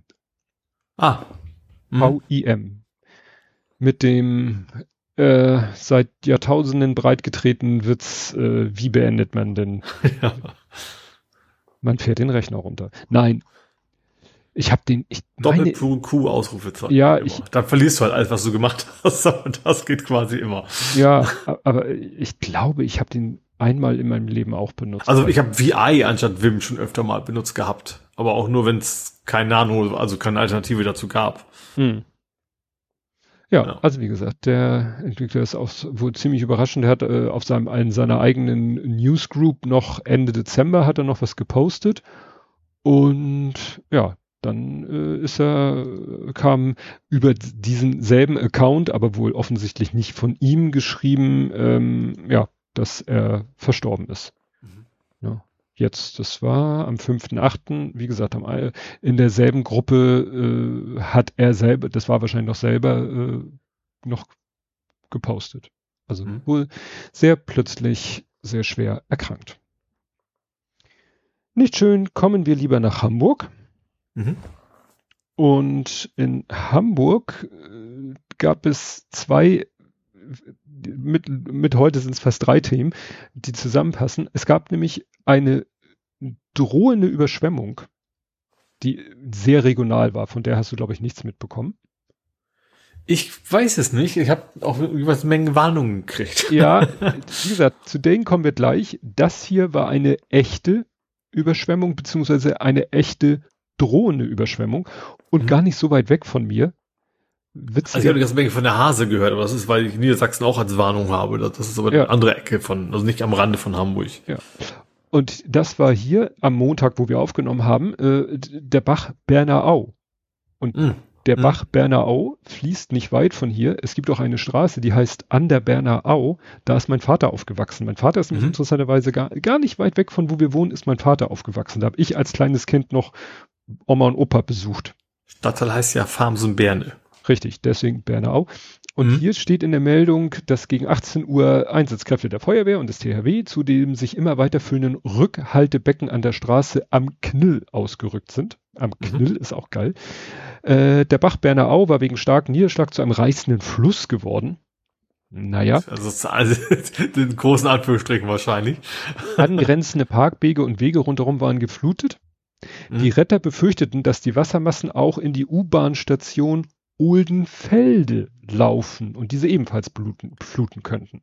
V-I-M. Mit dem seit Jahrtausenden breitgetretenen Witz, wie beendet man denn? Ja. Man fährt den Rechner runter. Nein. Ich habe den... Doppel-Q Ausrufezeichen. Ja, dann verlierst du halt alles, was du gemacht hast, aber das geht quasi immer. Ja, aber ich glaube, ich habe den einmal in meinem Leben auch benutzt. Also ich habe VI anstatt Vim schon öfter mal benutzt gehabt. Aber auch nur, wenn es kein Nano, also keine Alternative dazu gab. Ja, also wie gesagt, der Entwickler ist auch wohl ziemlich überraschend. Er hat in seiner eigenen Newsgroup noch Ende Dezember hat er noch was gepostet. Und ja, dann kam über diesen selben Account, aber wohl offensichtlich nicht von ihm geschrieben, dass er verstorben ist. Ja. Jetzt, das war am 5.8., wie gesagt, in derselben Gruppe hat er selber, das war wahrscheinlich noch selber noch gepostet. Also wohl sehr plötzlich, sehr schwer erkrankt. Nicht schön, kommen wir lieber nach Hamburg. Und in Hamburg gab es zwei, mit heute sind es fast 3 Themen, die zusammenpassen. Es gab nämlich eine drohende Überschwemmung, die sehr regional war. Von der hast du, glaube ich, nichts mitbekommen. Ich weiß es nicht. Ich habe auch über eine Menge Warnungen gekriegt. Ja, wie gesagt, zu denen kommen wir gleich. Das hier war eine echte Überschwemmung, beziehungsweise eine echte drohende Überschwemmung und gar nicht so weit weg von mir. Also ich habe eine ganze Menge von der Hase gehört, aber das ist, weil ich Niedersachsen auch als Warnung habe. Das ist aber eine andere Ecke also nicht am Rande von Hamburg. Ja. Und das war hier am Montag, wo wir aufgenommen haben, der Bach Berner Au. Und der Bach Berner Au fließt nicht weit von hier. Es gibt auch eine Straße, die heißt An der Berner Au. Da ist mein Vater aufgewachsen. Mein Vater ist nämlich interessanterweise gar nicht weit weg von wo wir wohnen, ist mein Vater aufgewachsen. Da habe ich als kleines Kind noch Oma und Opa besucht. Stadtteil heißt ja Farmsen-Berne. Richtig, deswegen Berner Au. Und hier steht in der Meldung, dass gegen 18 Uhr Einsatzkräfte der Feuerwehr und des THW zu dem sich immer weiter füllenden Rückhaltebecken an der Straße am Knill ausgerückt sind. Am Knill ist auch geil. Der Bach Berner Au war wegen starken Niederschlag zu einem reißenden Fluss geworden. Naja. Also den großen Anführungsstrichen wahrscheinlich. Angrenzende Parkwege und Wege rundherum waren geflutet. Die Retter befürchteten, dass die Wassermassen auch in die U-Bahn-Station Oldenfelde laufen und diese ebenfalls fluten könnten.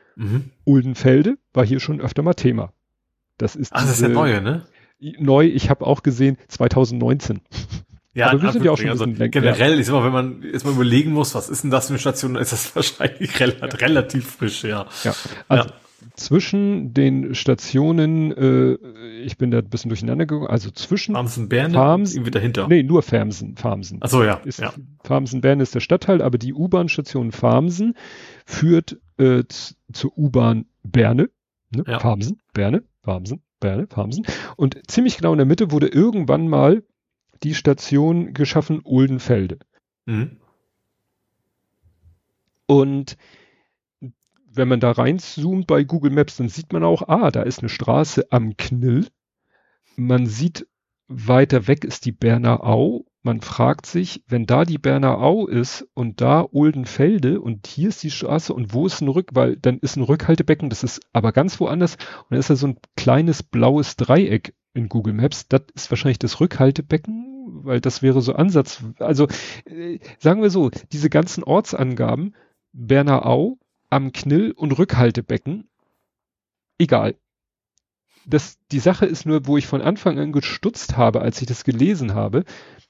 Oldenfelde war hier schon öfter mal Thema. Das ist das ist der neue, ne? Neu, ich habe auch gesehen, 2019. Ja, aber wir sind ja auch schon also generell ist immer, wenn man jetzt mal überlegen muss, was ist denn das für eine Station, ist das wahrscheinlich relativ frisch, ja. Also zwischen den Stationen, ich bin da ein bisschen durcheinander gegangen, also zwischen Farmsen-Berne irgendwie dahinter. Nee, nur Farmsen. Ach so, ja. Farmsen-Berne ist der Stadtteil, aber die U-Bahn-Station Farmsen führt zur U-Bahn Berne. Ne? Ja. Farmsen, Berne, Farmsen, Berne, Farmsen. Und ziemlich genau in der Mitte wurde irgendwann mal die Station geschaffen, Oldenfelde. Und wenn man da reinzoomt bei Google Maps, dann sieht man auch, da ist eine Straße am Knill. Man sieht, weiter weg ist die Berner Au. Man fragt sich, wenn da die Berner Au ist und da Oldenfelde und hier ist die Straße und wo ist weil dann ist ein Rückhaltebecken, das ist aber ganz woanders und da ist da so ein kleines blaues Dreieck in Google Maps. Das ist wahrscheinlich das Rückhaltebecken, weil das wäre so also sagen wir so, diese ganzen Ortsangaben, Berner Au, am Knill und Rückhaltebecken, egal. Die Sache ist nur, wo ich von Anfang an gestutzt habe, als ich das gelesen habe,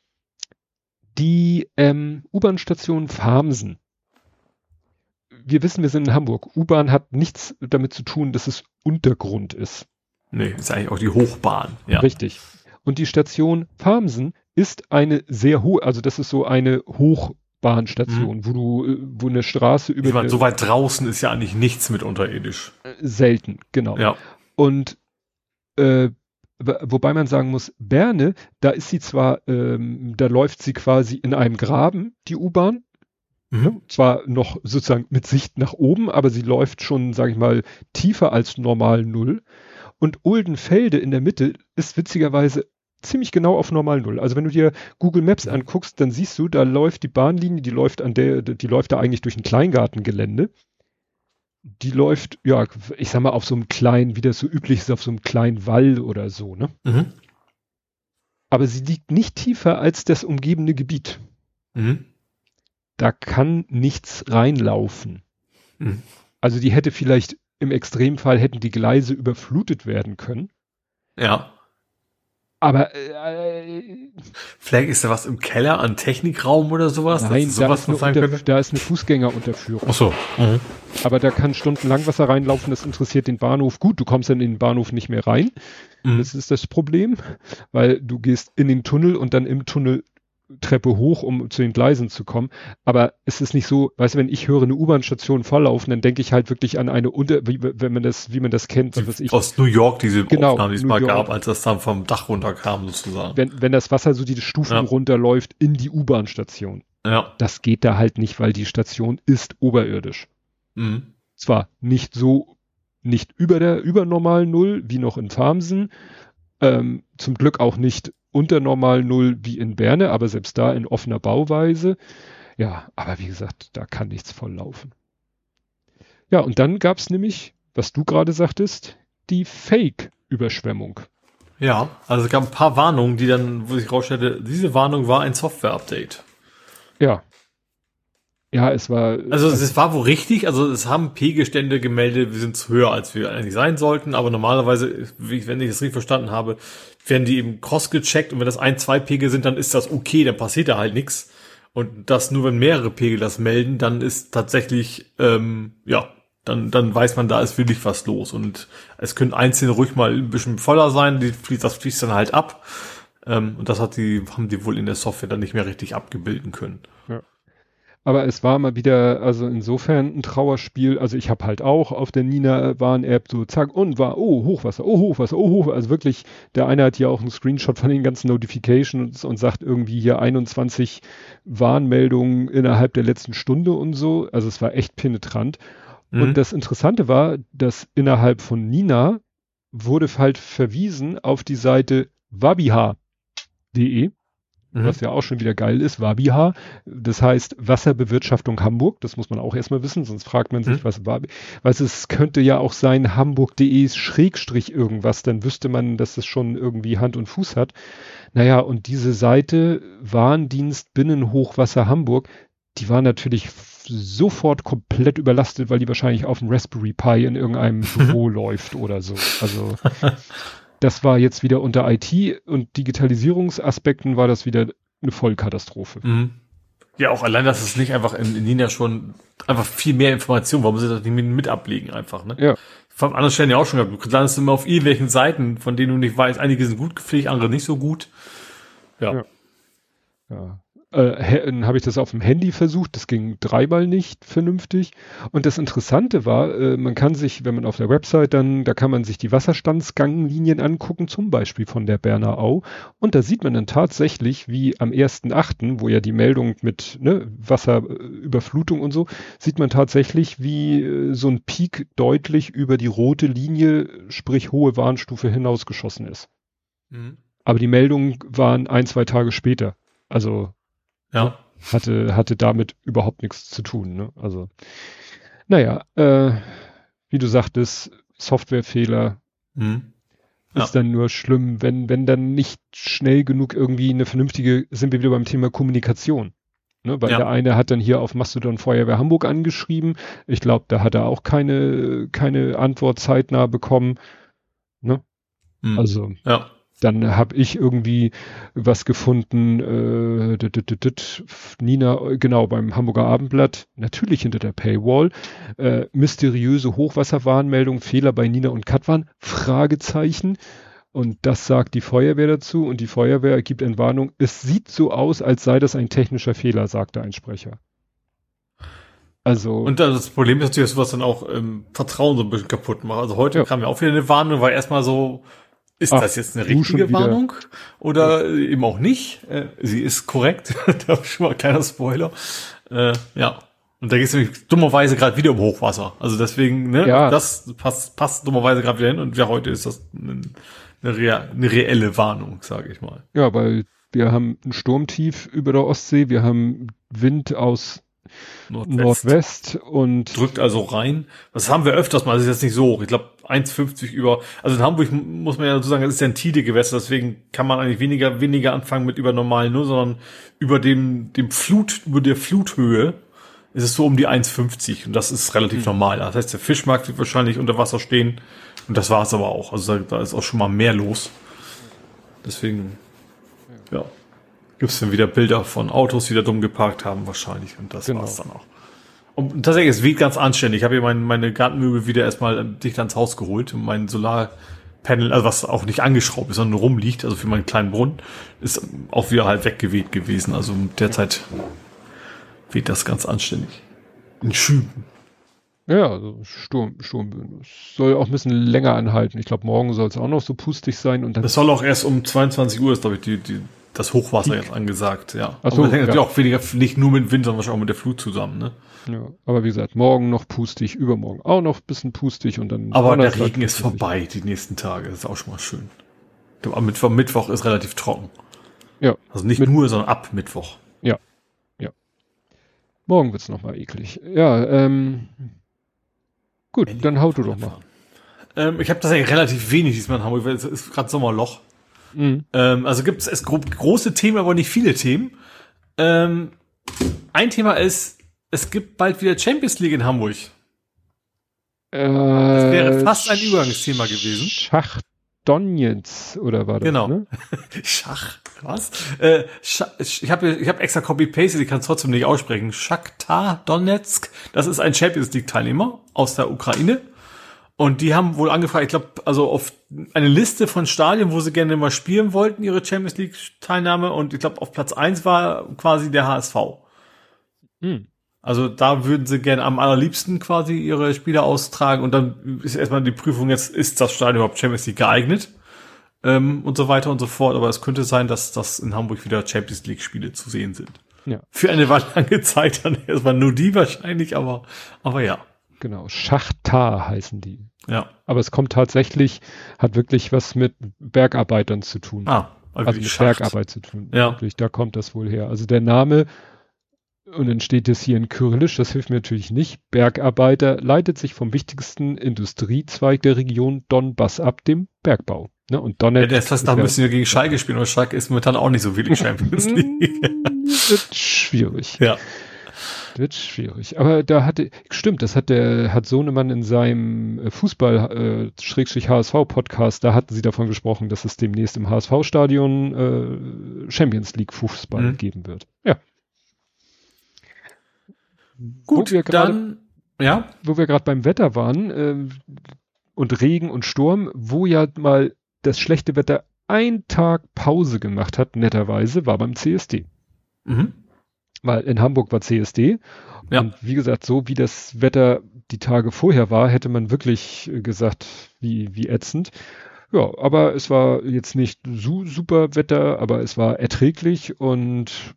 die U-Bahn-Station Farmsen. Wir wissen, wir sind in Hamburg. U-Bahn hat nichts damit zu tun, dass es Untergrund ist. Nee, ist eigentlich auch die Hochbahn. Ja. Richtig. Und die Station Farmsen ist eine sehr hohe, also das ist so eine Hochbahnstation, wo eine Straße über... Ich meine, so weit draußen ist ja eigentlich nichts mit unterirdisch. Selten, genau. Ja. Und wobei man sagen muss, Berne, da ist sie zwar, da läuft sie quasi in einem Graben, die U-Bahn. Ne? Zwar noch sozusagen mit Sicht nach oben, aber sie läuft schon, sage ich mal, tiefer als normal Null. Und Oldenfelde in der Mitte ist witzigerweise ziemlich genau auf normal Null. Also wenn du dir Google Maps anguckst, dann siehst du, da läuft die Bahnlinie, die läuft da eigentlich durch ein Kleingartengelände. Die läuft, ja, ich sag mal, auf so einem kleinen, wie das so üblich ist, auf so einem kleinen Wall oder so, ne? Mhm. Aber sie liegt nicht tiefer als das umgebende Gebiet. Mhm. Da kann nichts reinlaufen. Mhm. Also die hätte vielleicht, im Extremfall hätten die Gleise überflutet werden können. Ja. Aber vielleicht ist da was im Keller an Technikraum oder sowas? Nein, da ist eine Fußgängerunterführung. Ach so. Mhm. Aber da kann stundenlang Wasser reinlaufen, das interessiert den Bahnhof. Gut, du kommst dann in den Bahnhof nicht mehr rein. Mhm. Das ist das Problem, weil du gehst in den Tunnel und dann im Tunnel Treppe hoch, um zu den Gleisen zu kommen. Aber es ist nicht so, weißt du, wenn ich höre eine U-Bahn-Station volllaufen, dann denke ich halt wirklich an eine wie man das kennt. Was weiß ich. Aus New York, diese Aufnahmen, die es mal York gab, als das dann vom Dach runterkam, sozusagen. Wenn das Wasser so die Stufen runterläuft in die U-Bahn-Station. Ja. Das geht da halt nicht, weil die Station ist oberirdisch. Mhm. Zwar nicht über normal Null, wie noch in Farmsen, zum Glück auch nicht unter normal Null wie in Berne, aber selbst da in offener Bauweise. Ja, aber wie gesagt, da kann nichts volllaufen. Ja, und dann gab's nämlich, was du gerade sagtest, die Fake-Überschwemmung. Ja, also es gab ein paar Warnungen, die dann, wo sich rausstellte, diese Warnung war ein Software-Update. Ja. Ja, es war... Also es war wohl richtig, also es haben Pegelstände gemeldet, wir sind höher, als wir eigentlich sein sollten, aber normalerweise, wenn ich das richtig verstanden habe, werden die eben cross-gecheckt und wenn das 1-2 Pegel sind, dann ist das okay, dann passiert da halt nichts. Und das nur, wenn mehrere Pegel das melden, dann ist tatsächlich, dann weiß man, da ist wirklich was los. Und es können einzelne ruhig mal ein bisschen voller sein, das fließt dann halt ab. Und das haben die wohl in der Software dann nicht mehr richtig abgebilden können. Ja. Aber es war mal wieder, also insofern ein Trauerspiel. Also ich habe halt auch auf der Nina-Warn-App so zack und war, Hochwasser, Hochwasser. Also wirklich, der eine hat ja auch einen Screenshot von den ganzen Notifications und sagt irgendwie hier 21 Warnmeldungen innerhalb der letzten Stunde und so. Also es war echt penetrant. Mhm. Und das Interessante war, dass innerhalb von Nina wurde halt verwiesen auf die Seite wabiha.de. Was ja auch schon wieder geil ist, Wabiha, das heißt Wasserbewirtschaftung Hamburg, das muss man auch erstmal wissen, sonst fragt man sich, was Wabi, es könnte ja auch sein hamburg.de / irgendwas, dann wüsste man, dass es schon irgendwie Hand und Fuß hat. Naja, und diese Seite Warndienst Binnenhochwasser Hamburg, die war natürlich sofort komplett überlastet, weil die wahrscheinlich auf dem Raspberry Pi in irgendeinem Büro läuft oder so. Also das war jetzt wieder unter IT- und Digitalisierungsaspekten war das wieder eine Vollkatastrophe. Mhm. Ja, auch allein, dass es nicht einfach in Nina schon einfach viel mehr Informationen, warum sie das nicht mit ablegen einfach, ne? Ja. Von anderen Stellen ja auch schon gehabt. Du landest immer auf irgendwelchen Seiten, von denen du nicht weißt, einige sind gut gepflegt, andere nicht so gut. Ja. Dann habe ich das auf dem Handy versucht, das ging 3-mal nicht vernünftig. Und das Interessante war, man kann sich, wenn man auf der Website da kann man sich die Wasserstandsganglinien angucken, zum Beispiel von der Berner Au. Und da sieht man dann tatsächlich, wie am 1.8., wo ja die Meldung mit Wasserüberflutung und so, sieht man tatsächlich, wie so ein Peak deutlich über die rote Linie, sprich hohe Warnstufe hinausgeschossen ist. Mhm. Aber die Meldungen waren 1-2 Tage später. Also ja. Hatte damit überhaupt nichts zu tun. Ne? Also, naja, wie du sagtest, Softwarefehler ist dann nur schlimm, wenn dann nicht schnell genug irgendwie eine vernünftige, sind wir wieder beim Thema Kommunikation. Ne? Weil der eine hat dann hier auf Mastodon Feuerwehr Hamburg angeschrieben. Ich glaube, da hat er auch keine Antwort zeitnah bekommen. Ne? Also, dann habe ich irgendwie was gefunden, Nina, genau, beim Hamburger Abendblatt, natürlich hinter der Paywall, mysteriöse Hochwasserwarnmeldung, Fehler bei Nina und Katwan, Fragezeichen. Und das sagt die Feuerwehr dazu und die Feuerwehr gibt Entwarnung. Es sieht so aus, als sei das ein technischer Fehler, sagte ein Sprecher. Also. Und das Problem ist natürlich, dass sowas dann auch Vertrauen so ein bisschen kaputt macht. Also heute kam ja auch wieder eine Warnung, war erstmal so, ist das jetzt eine richtige Warnung oder eben auch nicht? Sie ist korrekt. Da ist schon mal ein kleiner Spoiler. Ja. Und da geht es nämlich dummerweise gerade wieder um Hochwasser. Also deswegen, ne, das passt dummerweise gerade wieder hin. Und ja, heute ist das eine reelle Warnung, sage ich mal. Ja, weil wir haben ein Sturmtief über der Ostsee, wir haben Wind aus Nordwest und drückt also rein. Das haben wir öfters mal, das ist jetzt nicht so hoch. Ich glaube 1,50 über, also in Hamburg muss man ja dazu sagen, das ist ja ein Tidegewässer, deswegen kann man eigentlich weniger anfangen mit über normalen nur, sondern über über der Fluthöhe ist es so um die 1,50 und das ist relativ normal. Das heißt, der Fischmarkt wird wahrscheinlich unter Wasser stehen und das war es aber auch. Also da ist auch schon mal mehr los. Deswegen, gibt's dann wieder Bilder von Autos, die da dumm geparkt haben wahrscheinlich und das war's dann auch. Und tatsächlich, es weht ganz anständig. Ich habe hier meine Gartenmöbel wieder erstmal dicht ans Haus geholt und mein Solarpanel, also was auch nicht angeschraubt ist, sondern nur rumliegt, also für meinen kleinen Brunnen, ist auch wieder halt weggeweht gewesen. Also derzeit weht das ganz anständig. In Schüben. Ja, also Sturmböen. Es soll auch ein bisschen länger anhalten. Ich glaube, morgen soll es auch noch so pustig sein. Und dann das soll auch erst um 22 Uhr ist, glaube ich, das Hochwasser jetzt angesagt, ja. Ach so, aber das hängt natürlich auch weniger, nicht nur mit dem Wind, sondern wahrscheinlich auch mit der Flut zusammen, ne? Ja, aber wie gesagt, morgen noch pustig, übermorgen auch noch ein bisschen pustig und dann. Aber der Regen ist vorbei die nächsten Tage, das ist auch schon mal schön. Am Mittwoch ist relativ trocken. Ja. Also nicht nur, sondern ab Mittwoch. Ja. Morgen wird's noch mal eklig. Ja, gut, dann hau du doch mal. Ich habe tatsächlich relativ wenig diesmal in Hamburg, weil es ist gerade Sommerloch. Also gibt es große Themen, aber nicht viele Themen. Ein Thema ist, es gibt bald wieder Champions League in Hamburg. Das wäre fast ein Übergangsthema gewesen. Schach-Donetsk, oder war das? Genau. Ne? Schach, was? Ich hab extra Copy-Pasted, ich kann es trotzdem nicht aussprechen. Shakhtar Donetsk, das ist ein Champions League-Teilnehmer aus der Ukraine. Und die haben wohl angefragt, ich glaube, also auf eine Liste von Stadien, wo sie gerne mal spielen wollten, ihre Champions League-Teilnahme. Und ich glaube, auf Platz 1 war quasi der HSV. Also da würden sie gerne am allerliebsten quasi ihre Spieler austragen. Und dann ist erstmal die Prüfung jetzt, ist das Stadion überhaupt Champions League geeignet? Und so weiter und so fort. Aber es könnte sein, dass das in Hamburg wieder Champions League-Spiele zu sehen sind. Ja. Für eine lange Zeit dann erstmal nur die wahrscheinlich, aber ja. Genau, Schachtar heißen die. Ja. Aber es kommt tatsächlich, hat wirklich was mit Bergarbeitern zu tun. Also mit Schacht. Bergarbeit zu tun. Ja. Wirklich, da kommt das wohl her. Also der Name, und dann steht es hier in Kyrillisch, das hilft mir natürlich nicht. Bergarbeiter leitet sich vom wichtigsten Industriezweig der Region Donbass ab, dem Bergbau. Ne? Und Donetsk. Ja, das heißt, da müssen wir gegen Schalke spielen, und Schalke ist momentan auch nicht so wenig Champions League. Wird schwierig. Ja. Wird schwierig. Aber hat Sohnemann in seinem Fußball-HSV-Podcast, da hatten sie davon gesprochen, dass es demnächst im HSV-Stadion Champions League Fußball geben wird. Ja. Gut, wo wir gerade beim Wetter waren und Regen und Sturm, wo ja mal das schlechte Wetter einen Tag Pause gemacht hat, netterweise, war beim CSD. weil in Hamburg war CSD. Ja. Und wie gesagt, so wie das Wetter die Tage vorher war, hätte man wirklich gesagt, wie ätzend. Ja, aber es war jetzt nicht super Wetter, aber es war erträglich und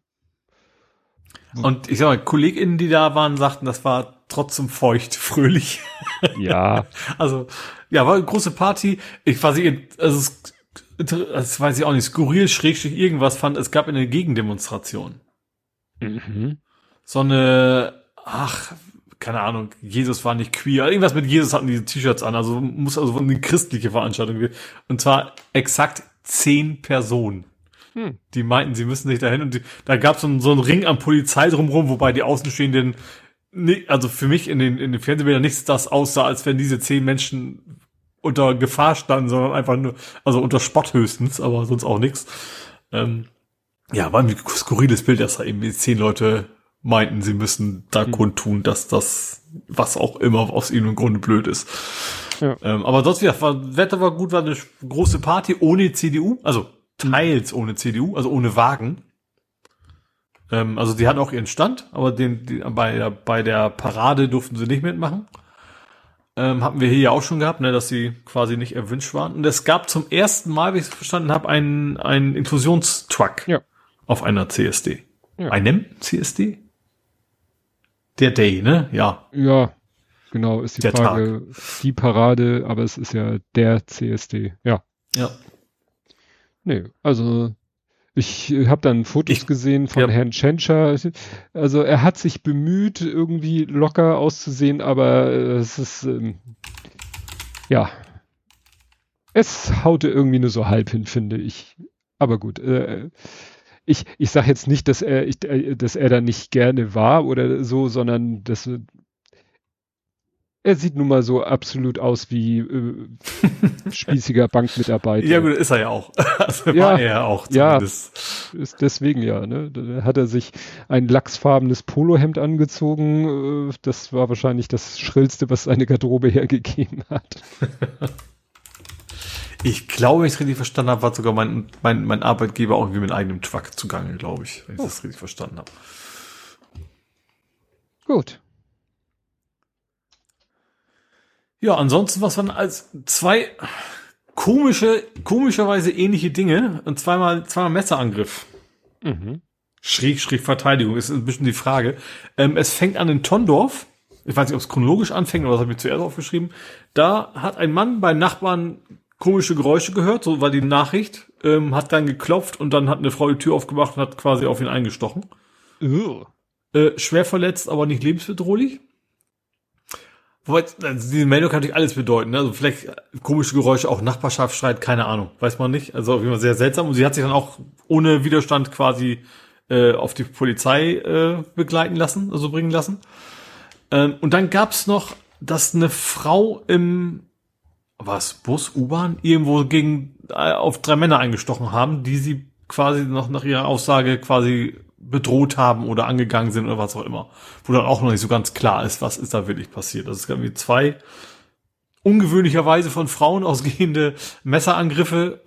ich sag mal, KollegInnen, die da waren, sagten, das war trotzdem feucht, fröhlich. ja. Also, ja, war eine große Party. Ich weiß nicht, also das weiß ich auch nicht, skurril, schrägstrich irgendwas fand, es gab eine Gegendemonstration. Mhm. So eine, keine Ahnung, Jesus war nicht queer. Irgendwas mit Jesus hatten diese T-Shirts an, also muss also eine christliche Veranstaltung werden. Und zwar exakt 10 Personen. Die meinten, sie müssen sich dahin und da gab es so einen Ring an Polizei drumherum, wobei die Außenstehenden, also für mich in den Fernsehbildern nichts das aussah, als wenn diese 10 Menschen unter Gefahr standen, sondern einfach nur, also unter Spott höchstens, aber sonst auch nichts. Ja, war ein skurriles Bild, dass da eben 10 Leute meinten, sie müssen da kundtun, dass das, was auch immer aus ihnen Grunde blöd ist. Ja. Aber sonst wieder, Wetter war gut, war eine große Party ohne CDU, also teils ohne CDU, also ohne Wagen. Also die hatten auch ihren Stand, aber bei der Parade durften sie nicht mitmachen. Hatten wir hier ja auch schon gehabt, ne, dass sie quasi nicht erwünscht waren. Und es gab zum ersten Mal, wie ich es verstanden habe, einen Inklusionstruck auf einer CSD. Ja. Einem CSD? Der Day, ne? Ja. Ja, genau, ist die der Frage, Tag. Die Parade, aber es ist ja der CSD, ja. Ja. Nee, also ich habe dann Fotos gesehen von Herrn Tschentscher. Also er hat sich bemüht, irgendwie locker auszusehen, aber es ist, ja, es haute irgendwie nur so halb hin, finde ich. Aber gut, ich sage jetzt nicht, dass er da nicht gerne war oder so, sondern dass er sieht nun mal so absolut aus wie spießiger Bankmitarbeiter. Ja gut, ist er ja auch. Also war er ja auch zumindest. Ja, ist deswegen ja. Ne? Da hat er sich ein lachsfarbenes Polohemd angezogen. Das war wahrscheinlich das Schrillste, was seine Garderobe hergegeben hat. Ich glaube, wenn ich es richtig verstanden habe, war sogar mein Arbeitgeber auch irgendwie mit eigenem Truck zugange, glaube ich, wenn ich das richtig verstanden habe. Gut. Ja, ansonsten, was waren als 2 komischerweise ähnliche Dinge und zweimal Messerangriff. Schräg Verteidigung ist ein bisschen die Frage. Es fängt an in Tondorf. Ich weiß nicht, ob es chronologisch anfängt oder was habe ich zuerst aufgeschrieben. Da hat ein Mann bei Nachbarn komische Geräusche gehört, so war die Nachricht, hat dann geklopft und dann hat eine Frau die Tür aufgemacht und hat quasi auf ihn eingestochen. Schwer verletzt, aber nicht lebensbedrohlich. Wobei, also diese Meldung kann natürlich alles bedeuten, ne? Also vielleicht komische Geräusche, auch Nachbarschaftsstreit, keine Ahnung, weiß man nicht. Also auf jeden Fall sehr seltsam. Und sie hat sich dann auch ohne Widerstand quasi auf die Polizei begleiten lassen, also bringen lassen. Und dann gab's noch, dass eine Frau im Bus, U-Bahn, irgendwo auf 3 Männer eingestochen haben, die sie quasi noch nach ihrer Aussage quasi bedroht haben oder angegangen sind oder was auch immer. Wo dann auch noch nicht so ganz klar ist, was ist da wirklich passiert. Also es gab irgendwie 2 ungewöhnlicherweise von Frauen ausgehende Messerangriffe,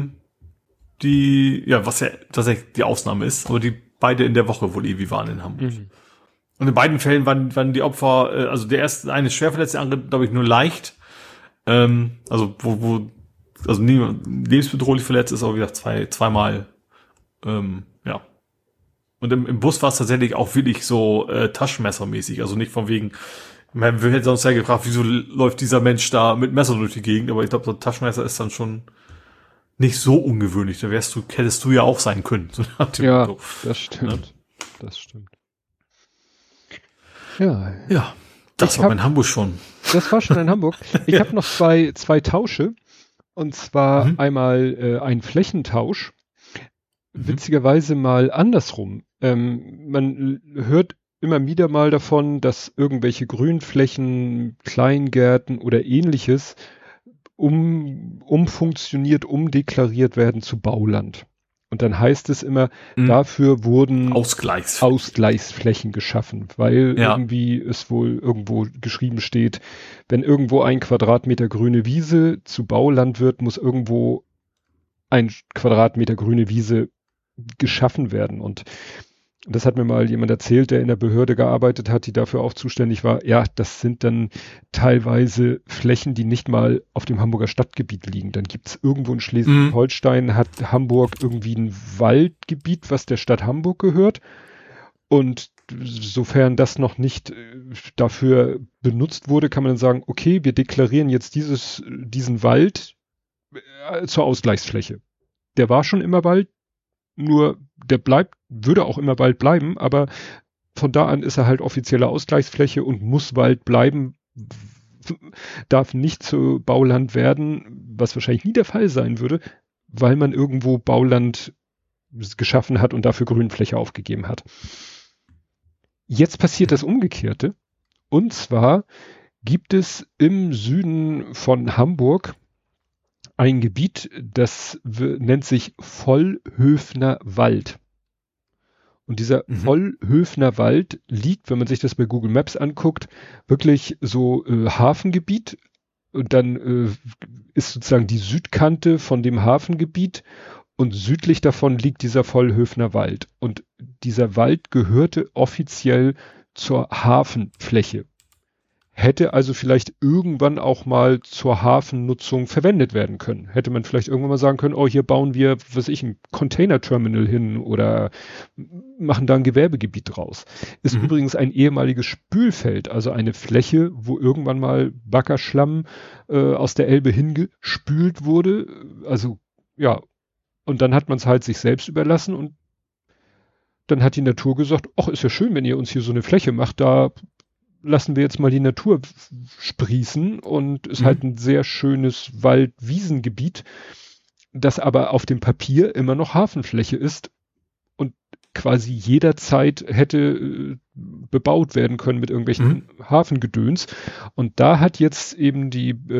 die, ja, was ja tatsächlich die Ausnahme ist, aber die beide in der Woche wohl irgendwie waren in Hamburg. Und in beiden Fällen waren die Opfer, also der erste, eine schwer verletzte, der andere, glaube ich, nur leicht. Also also niemand lebensbedrohlich verletzt ist, aber wie gesagt, zweimal, ja. Und im Bus war es tatsächlich auch wirklich so taschenmessermäßig, also nicht von wegen, man hätte sonst ja gefragt, wieso läuft dieser Mensch da mit Messer durch die Gegend, aber ich glaube, so ein Taschenmesser ist dann schon nicht so ungewöhnlich, da hättest du ja auch sein können. So nach dem Motto. Das stimmt. Ja? Das stimmt. Ja. Ja, das war in Hamburg schon. Das war schon in Hamburg. Ich habe noch zwei Tausche. Und zwar einmal ein Flächentausch. Witzigerweise mal andersrum. Man hört immer wieder mal davon, dass irgendwelche Grünflächen, Kleingärten oder ähnliches umdeklariert werden zu Bauland. Und dann heißt es immer, dafür wurden Ausgleichsflächen geschaffen, weil irgendwie es wohl irgendwo geschrieben steht, wenn irgendwo 1 Quadratmeter grüne Wiese zu Bauland wird, muss irgendwo 1 Quadratmeter grüne Wiese geschaffen werden. Und Das hat mir mal jemand erzählt, der in der Behörde gearbeitet hat, die dafür auch zuständig war. Ja, das sind dann teilweise Flächen, die nicht mal auf dem Hamburger Stadtgebiet liegen. Dann gibt's irgendwo in Schleswig-Holstein, hat Hamburg irgendwie ein Waldgebiet, was der Stadt Hamburg gehört. Und sofern das noch nicht dafür benutzt wurde, kann man dann sagen, okay, wir deklarieren jetzt diesen Wald zur Ausgleichsfläche. Der war schon immer Wald, nur der würde auch immer Wald bleiben, aber von da an ist er halt offizielle Ausgleichsfläche und muss Wald bleiben, darf nicht zu Bauland werden, was wahrscheinlich nie der Fall sein würde, weil man irgendwo Bauland geschaffen hat und dafür Grünfläche aufgegeben hat. Jetzt passiert das Umgekehrte, und zwar gibt es im Süden von Hamburg ein Gebiet, das nennt sich Vollhöfner Wald. Und dieser Vollhöfner Wald liegt, wenn man sich das bei Google Maps anguckt, wirklich so Hafengebiet. Und dann ist sozusagen die Südkante von dem Hafengebiet und südlich davon liegt dieser Vollhöfner Wald. Und dieser Wald gehörte offiziell zur Hafenfläche. Hätte also vielleicht irgendwann auch mal zur Hafennutzung verwendet werden können. Hätte man vielleicht irgendwann mal sagen können, oh, hier bauen wir, ein Container-Terminal hin oder machen da ein Gewerbegebiet draus. Ist übrigens ein ehemaliges Spülfeld, also eine Fläche, wo irgendwann mal Baggerschlamm aus der Elbe hingespült wurde. Also, ja, und dann hat man es halt sich selbst überlassen und dann hat die Natur gesagt, ach, ist ja schön, wenn ihr uns hier so eine Fläche macht, da lassen wir jetzt mal die Natur sprießen und ist halt ein sehr schönes Wald-Wiesengebiet, das aber auf dem Papier immer noch Hafenfläche ist und quasi jederzeit hätte bebaut werden können mit irgendwelchen Hafengedöns. Und da hat jetzt eben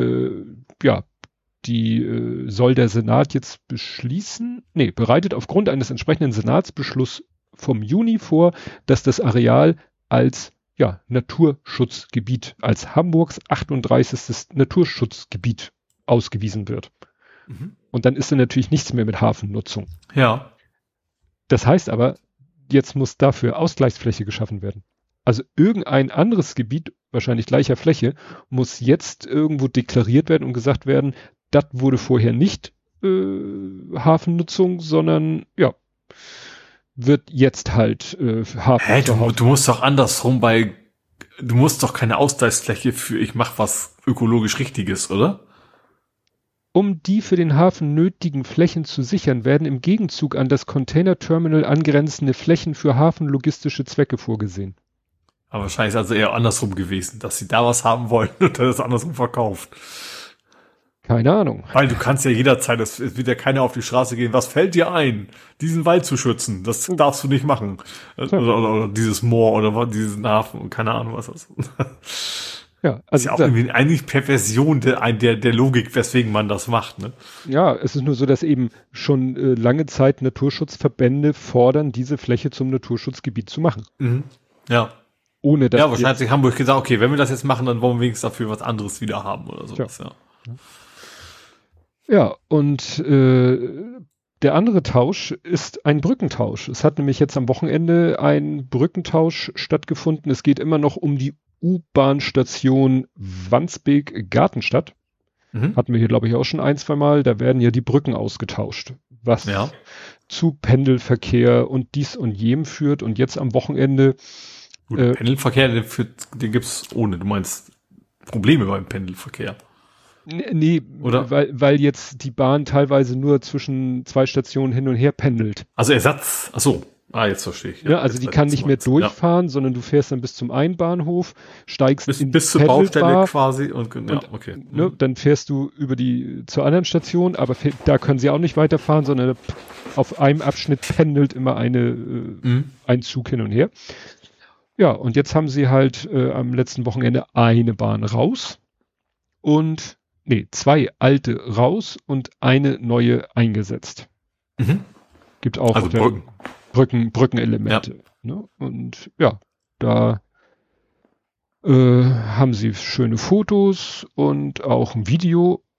soll der Senat jetzt bereitet aufgrund eines entsprechenden Senatsbeschlusses vom Juni vor, dass das Areal als Naturschutzgebiet, als Hamburgs 38. Naturschutzgebiet ausgewiesen wird. Und dann ist da natürlich nichts mehr mit Hafennutzung. Ja. Das heißt aber, jetzt muss dafür Ausgleichsfläche geschaffen werden. Also irgendein anderes Gebiet, wahrscheinlich gleicher Fläche, muss jetzt irgendwo deklariert werden und gesagt werden, das wurde vorher nicht Hafennutzung, sondern wird jetzt halt Hafen. Du musst doch andersrum du musst doch keine Ausgleichsfläche für ich mach was ökologisch Richtiges, oder? Um die für den Hafen nötigen Flächen zu sichern, werden im Gegenzug an das Container-Terminal angrenzende Flächen für hafenlogistische Zwecke vorgesehen. Aber wahrscheinlich ist also eher andersrum gewesen, dass sie da was haben wollen und dann das andersrum verkauft. Keine Ahnung. Weil du kannst ja jederzeit, es wird ja keiner auf die Straße gehen, was fällt dir ein, diesen Wald zu schützen? Das darfst du nicht machen. Oder dieses Moor oder diesen Hafen, keine Ahnung was das ist. Ja, also ist ja auch irgendwie eigentlich Perversion der Logik, weswegen man das macht, ne? Ja, es ist nur so, dass eben schon lange Zeit Naturschutzverbände fordern, diese Fläche zum Naturschutzgebiet zu machen. Ja. Ohne dass wahrscheinlich hat sich Hamburg gesagt, okay, wenn wir das jetzt machen, dann wollen wir wenigstens dafür was anderes wieder haben oder sowas, Ja, und der andere Tausch ist ein Brückentausch. Es hat nämlich jetzt am Wochenende ein Brückentausch stattgefunden. Es geht immer noch um die U-Bahn-Station Wandsbek-Gartenstadt. Hatten wir hier, glaube ich, auch schon 1-2 Mal. Da werden ja die Brücken ausgetauscht, was zu Pendelverkehr und dies und jenem führt. Und jetzt am Wochenende Pendelverkehr, den gibt's ohne. Du meinst Probleme beim Pendelverkehr. Nee, oder? Weil jetzt die Bahn teilweise nur zwischen 2 Stationen hin und her pendelt. Also Ersatz, ach so. Jetzt verstehe ich. Ja, also die kann nicht mehr durchfahren, sondern du fährst dann bis zum Einbahnhof, steigst bis zur Baustelle quasi und okay. Ne, dann fährst du zur anderen Station, aber da können sie auch nicht weiterfahren, sondern auf einem Abschnitt pendelt immer ein Zug hin und her. Ja, und jetzt haben sie halt am letzten Wochenende eine Bahn raus und 2 alte raus und eine neue eingesetzt. Gibt auch also Brückenelemente. Ja. Ne? Und da haben sie schöne Fotos und auch ein Video.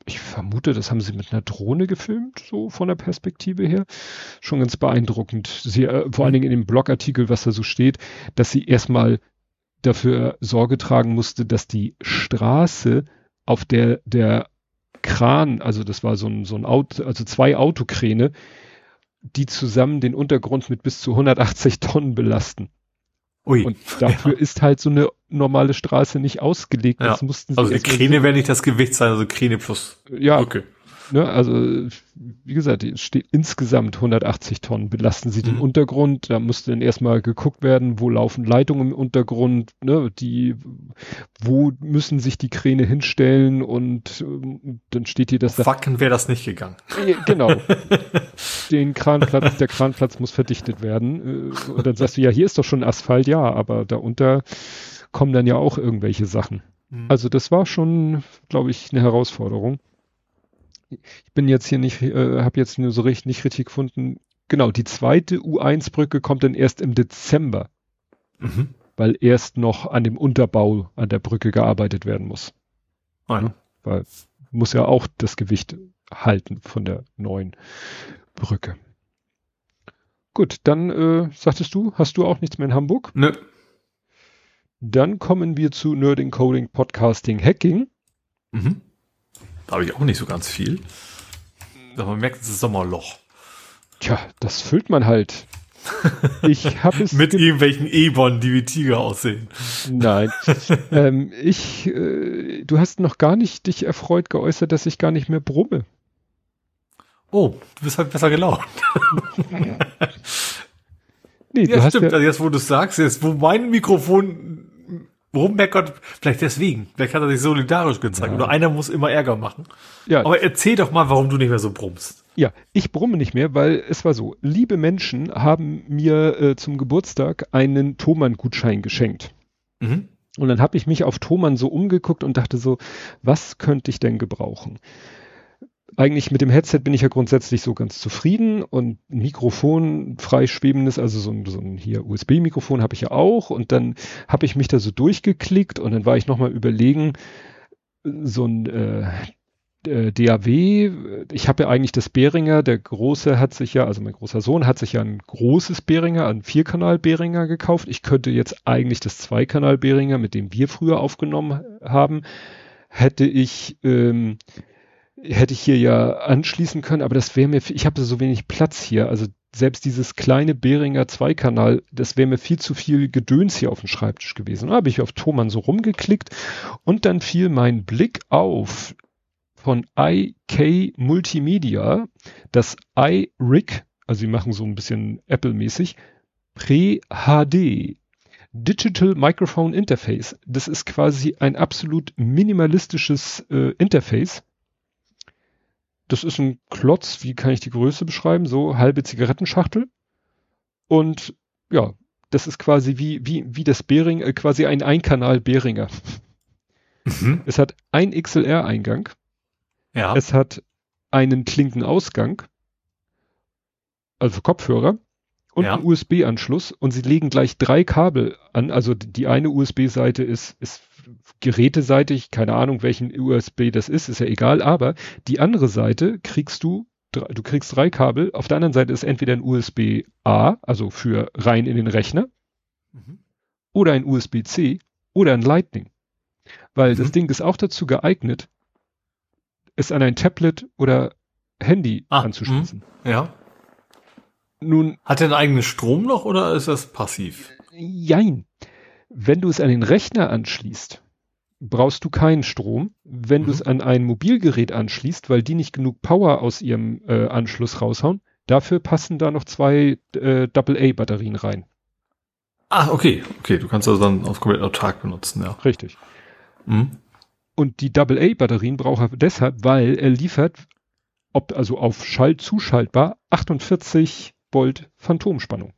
ich vermute, das haben sie mit einer Drohne gefilmt, so von der Perspektive her. Schon ganz beeindruckend. Sie, vor allen Dingen in dem Blogartikel, was da so steht, dass sie erstmal dafür Sorge tragen musste, dass die Straße, auf der Kran, also das war so ein Auto, also 2 Autokräne, die zusammen den Untergrund mit bis zu 180 Tonnen belasten. Ui. Und dafür ist halt so eine normale Straße nicht ausgelegt. Ja. Das mussten sie also die Kräne werden nicht das Gewicht sein, also Kräne plus. Ja, okay. Ne, also wie gesagt, steht insgesamt 180 Tonnen belasten sie den Untergrund. Da musste dann erstmal geguckt werden, wo laufen Leitungen im Untergrund, ne, wo müssen sich die Kräne hinstellen und dann steht hier, dass Auf Wacken wäre das nicht gegangen. Genau. Der Kranplatz muss verdichtet werden. Und dann sagst du, ja, hier ist doch schon Asphalt, ja, aber darunter kommen dann ja auch irgendwelche Sachen. Also das war schon, glaube ich, eine Herausforderung. Ich bin jetzt hier nicht, habe jetzt nur so nicht richtig gefunden. Genau, die zweite U1-Brücke kommt dann erst im Dezember, weil erst noch an dem Unterbau an der Brücke gearbeitet werden muss. Ja. Weil muss ja auch das Gewicht halten von der neuen Brücke. Gut, dann sagtest du, hast du auch nichts mehr in Hamburg? Nö. Dann kommen wir zu Nerding, Coding, Podcasting, Hacking. Da habe ich auch nicht so ganz viel. Aber man merkt, es ist Sommerloch. Tja, das füllt man halt. Ich habe es mit irgendwelchen E-Bonnen, die wie Tiger aussehen. Nein. Du hast noch gar nicht dich erfreut geäußert, dass ich gar nicht mehr brumme. Oh, du bist halt besser gelaunt. Nee, ja, stimmt. Also jetzt, wo du es sagst, jetzt, wo mein Mikrofon rummeckert, vielleicht deswegen. Vielleicht hat er sich solidarisch gezeigt. Ja. Oder einer muss immer Ärger machen. Ja. Aber erzähl doch mal, warum du nicht mehr so brummst. Ja, ich brumme nicht mehr, weil es war so. Liebe Menschen haben mir zum Geburtstag einen Thomann-Gutschein geschenkt. Und dann habe ich mich auf Thomann so umgeguckt und dachte so, was könnte ich denn gebrauchen? Eigentlich mit dem Headset bin ich ja grundsätzlich so ganz zufrieden und ein Mikrofon freischwebendes, also so ein hier USB-Mikrofon habe ich ja auch und dann habe ich mich da so durchgeklickt und dann war ich nochmal überlegen, so ein DAW, ich habe ja eigentlich das Behringer, der Große hat sich ja, also mein großer Sohn hat sich ja ein großes Behringer, ein 4-Kanal-Behringer gekauft. Ich könnte jetzt eigentlich das 2-Kanal-Behringer, mit dem wir früher aufgenommen haben, hätte ich hier ja anschließen können, aber das wäre mir, ich habe so wenig Platz hier, also selbst dieses kleine Behringer 2-Kanal, das wäre mir viel zu viel Gedöns hier auf dem Schreibtisch gewesen. Da habe ich auf Thomann so rumgeklickt und dann fiel mein Blick auf von IK Multimedia, das iRig, also sie machen so ein bisschen Apple-mäßig, Pre-HD, Digital Microphone Interface. Das ist quasi ein absolut minimalistisches Interface. Das ist ein Klotz, wie kann ich die Größe beschreiben? So halbe Zigarettenschachtel. Und ja, das ist quasi wie das Behringer, quasi ein Einkanal-Behringer. Es hat ein XLR-Eingang. Ja. Es hat einen Klinkenausgang, also Kopfhörer, und einen USB-Anschluss. Und sie legen gleich 3 Kabel an. Also die eine USB-Seite ist geräteseitig, keine Ahnung, welchen USB das ist ja egal, aber die andere Seite kriegst du kriegst 3 Kabel, auf der anderen Seite ist entweder ein USB-A, also für rein in den Rechner, oder ein USB-C oder ein Lightning. Weil das Ding ist auch dazu geeignet, es an ein Tablet oder Handy anzuschließen. Ja. Nun, hat er einen eigenen Strom noch oder ist das passiv? Jein. Wenn du es an den Rechner anschließt, brauchst du keinen Strom. Wenn du es an ein Mobilgerät anschließt, weil die nicht genug Power aus ihrem Anschluss raushauen, dafür passen da noch 2 AA-Batterien rein. Okay. Du kannst also dann auf komplett autark benutzen, ja. Richtig. Und die AA-Batterien braucht er deshalb, weil er liefert, also auf Schall zuschaltbar, 48 Volt Phantomspannung.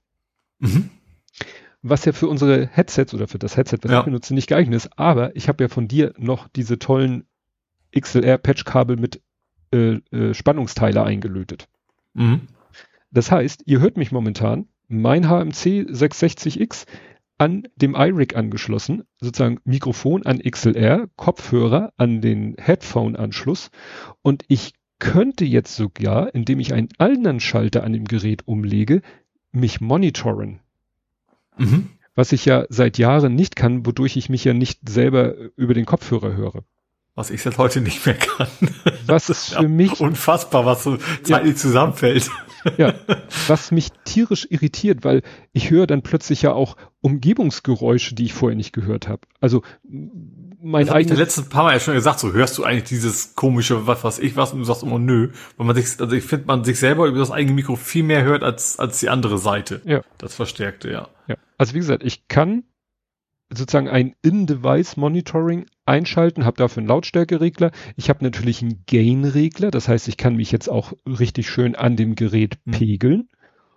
Was ja für unsere Headsets oder für das Headset, was ich benutze, nicht geeignet ist. Aber ich habe ja von dir noch diese tollen XLR-Patchkabel mit Spannungsteiler eingelötet. Das heißt, ihr hört mich momentan, mein HMC 660X an dem iRig angeschlossen, sozusagen Mikrofon an XLR, Kopfhörer an den Headphone-Anschluss und ich könnte jetzt sogar, indem ich einen anderen Schalter an dem Gerät umlege, mich monitoren. Mhm. Was ich ja seit Jahren nicht kann, wodurch ich mich ja nicht selber über den Kopfhörer höre. Was ich seit heute nicht mehr kann. Was ist für mich unfassbar, was so zeitlich zusammenfällt. Ja, was mich tierisch irritiert, weil ich höre dann plötzlich ja auch Umgebungsgeräusche, die ich vorher nicht gehört habe. Also mein das eigenes... Ich letzten paar Mal ja schon gesagt, so hörst du eigentlich dieses komische, was weiß ich was, und du sagst immer nö. Weil man sich, also ich finde, man sich selber über das eigene Mikro viel mehr hört als die andere Seite. Ja. Das Verstärkte, ja. Ja. Also wie gesagt, ich kann sozusagen ein In-Device-Monitoring einschalten, habe dafür einen Lautstärkeregler. Ich habe natürlich einen Gain-Regler, das heißt, ich kann mich jetzt auch richtig schön an dem Gerät pegeln.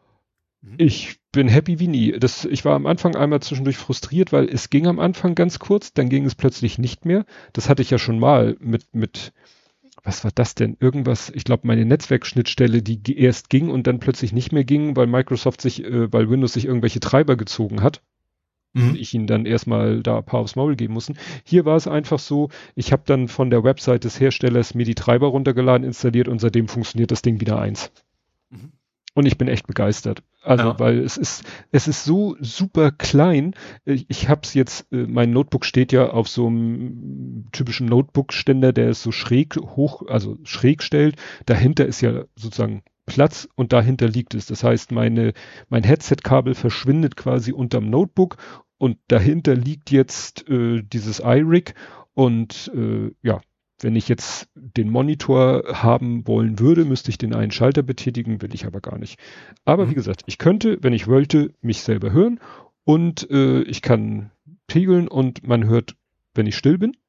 Ich bin happy wie nie. Ich war am Anfang einmal zwischendurch frustriert, weil es ging am Anfang ganz kurz, dann ging es plötzlich nicht mehr. Das hatte ich ja schon mal mit was war das denn? Irgendwas, ich glaube meine Netzwerkschnittstelle, die erst ging und dann plötzlich nicht mehr ging, weil weil Windows sich irgendwelche Treiber gezogen hat. Ich ihnen dann erstmal da ein paar aufs Maul geben mussten. Hier war es einfach so, ich habe dann von der Website des Herstellers mir die Treiber runtergeladen, installiert und seitdem funktioniert das Ding wieder 1. Und ich bin echt begeistert. Also, weil es ist so super klein. Ich habe es jetzt, mein Notebook steht ja auf so einem typischen Notebook-Ständer, der ist so schräg hoch, also schräg stellt. Dahinter ist ja sozusagen Platz und dahinter liegt es. Das heißt, mein Headset-Kabel verschwindet quasi unterm Notebook und dahinter liegt jetzt dieses iRig und ja, wenn ich jetzt den Monitor haben wollen würde, müsste ich den einen Schalter betätigen, will ich aber gar nicht. Aber wie gesagt, ich könnte, wenn ich wollte, mich selber hören und ich kann pegeln und man hört, wenn ich still bin,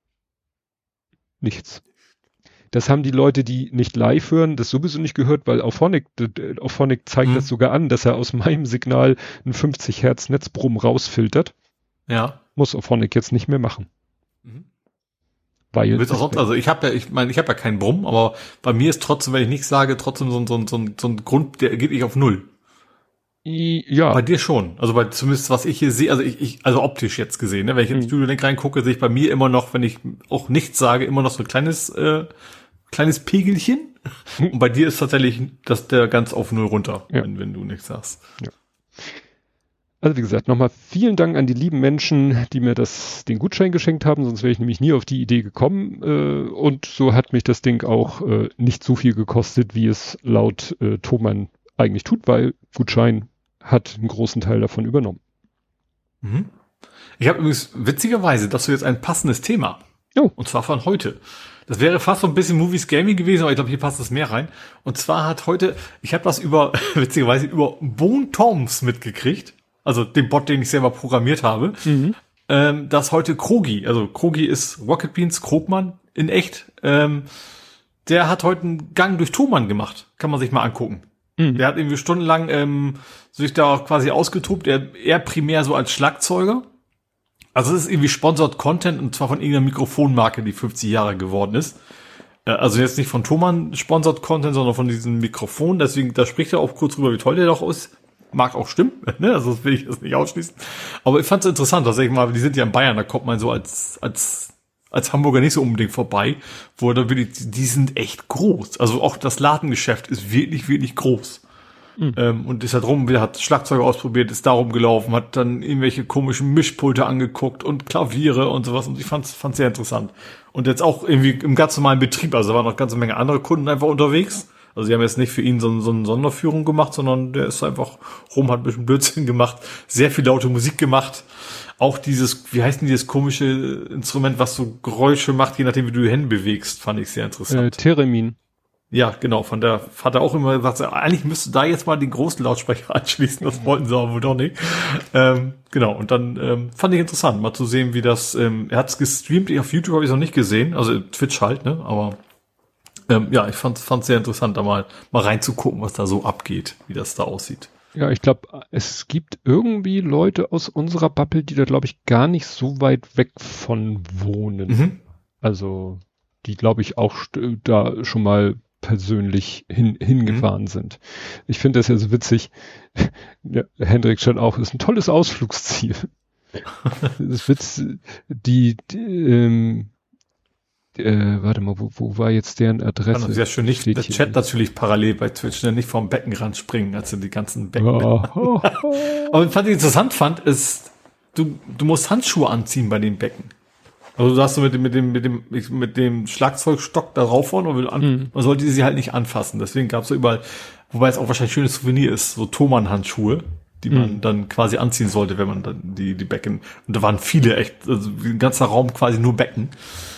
nichts. Das haben die Leute, die nicht live hören, das sowieso nicht gehört, weil Auphonic zeigt das sogar an, dass er aus meinem Signal einen 50 Hertz Netzbrumm rausfiltert. Ja. Muss Auphonic jetzt nicht mehr machen. Weil also ich habe ja keinen Brumm, aber bei mir ist trotzdem, wenn ich nichts sage, trotzdem so ein Grund, der geht nicht auf 0. Ja. Bei dir schon. Also zumindest was ich hier sehe, also optisch jetzt gesehen, ne? Wenn ich ins Studio Link reingucke, sehe ich bei mir immer noch, wenn ich auch nichts sage, immer noch so ein kleines Pegelchen. Und bei dir ist tatsächlich der ganz auf 0 runter, wenn du nichts sagst. Ja. Also wie gesagt, nochmal vielen Dank an die lieben Menschen, die mir den Gutschein geschenkt haben, sonst wäre ich nämlich nie auf die Idee gekommen. Und so hat mich das Ding auch nicht so viel gekostet, wie es laut Thomann eigentlich tut, weil Gutschein hat einen großen Teil davon übernommen. Ich habe übrigens witzigerweise, dass du jetzt ein passendes Thema. Oh. Und zwar von heute. Das wäre fast so ein bisschen Movies Gaming gewesen, aber ich glaube, hier passt es mehr rein. Und zwar hat heute, ich habe was witzigerweise über Bone Toms mitgekriegt. Also den Bot, den ich selber programmiert habe, dass heute Krogi ist Rocket Beans Krogmann in echt, der hat heute einen Gang durch Thomann gemacht. Kann man sich mal angucken. Der hat irgendwie stundenlang sich da quasi ausgetobt, er primär so als Schlagzeuger. Also es ist irgendwie Sponsored Content und zwar von irgendeiner Mikrofonmarke, die 50 Jahre geworden ist. Also jetzt nicht von Thomann Sponsored Content, sondern von diesem Mikrofon. Deswegen, da spricht er auch kurz drüber, wie toll der doch ist. Mag auch stimmen, ne? Also das will ich jetzt nicht ausschließen. Aber ich fand es interessant, dass ich mal, die sind ja in Bayern, da kommt man so als Hamburger nicht so unbedingt vorbei, wo da wirklich, die sind echt groß. Also auch das Ladengeschäft ist wirklich, wirklich groß. Und ist halt hat Schlagzeuger ausprobiert, ist darum gelaufen, hat dann irgendwelche komischen Mischpulte angeguckt und Klaviere und sowas und ich fand's sehr interessant. Und jetzt auch irgendwie im ganz normalen Betrieb, also da waren noch eine ganze Menge andere Kunden einfach unterwegs. Also sie haben jetzt nicht für ihn so eine Sonderführung gemacht, sondern der ist einfach rum, hat ein bisschen Blödsinn gemacht, sehr viel laute Musik gemacht. Auch wie heißt denn dieses komische Instrument, was so Geräusche macht, je nachdem wie du die Hände bewegst, fand ich sehr interessant. Theremin. Ja, genau, von der hat er auch immer gesagt, eigentlich müsste da jetzt mal den großen Lautsprecher anschließen, das wollten sie aber wohl doch nicht. Genau, und dann fand ich interessant, mal zu sehen, wie das, er hat es gestreamt, auf YouTube habe ich es noch nicht gesehen, also Twitch halt, ne, aber ja, ich fand's sehr interessant, da mal reinzugucken, was da so abgeht, wie das da aussieht. Ja, ich glaube, es gibt irgendwie Leute aus unserer Bubble, die da, glaube ich, gar nicht so weit weg von wohnen. Also, die, glaube ich, auch da schon mal persönlich hingefahren sind. Ich finde das ja so witzig. Ja, Hendrik schon auch, ist ein tolles Ausflugsziel. Es wird warte mal, wo war jetzt deren Adresse? Kann sehr schön nicht der Chat natürlich parallel bei Twitch, ne, nicht vom Beckenrand springen, also die ganzen Becken. Aber was ich interessant fand, ist, du musst Handschuhe anziehen bei den Becken. Also du hast so mit dem Schlagzeugstock da raufhauen und man sollte sie halt nicht anfassen. Deswegen gab es so überall, wobei es auch wahrscheinlich ein schönes Souvenir ist, so Thomann-Handschuhe, die man dann quasi anziehen sollte, wenn man dann die Becken, und da waren viele echt, also ein ganzer Raum quasi nur Becken.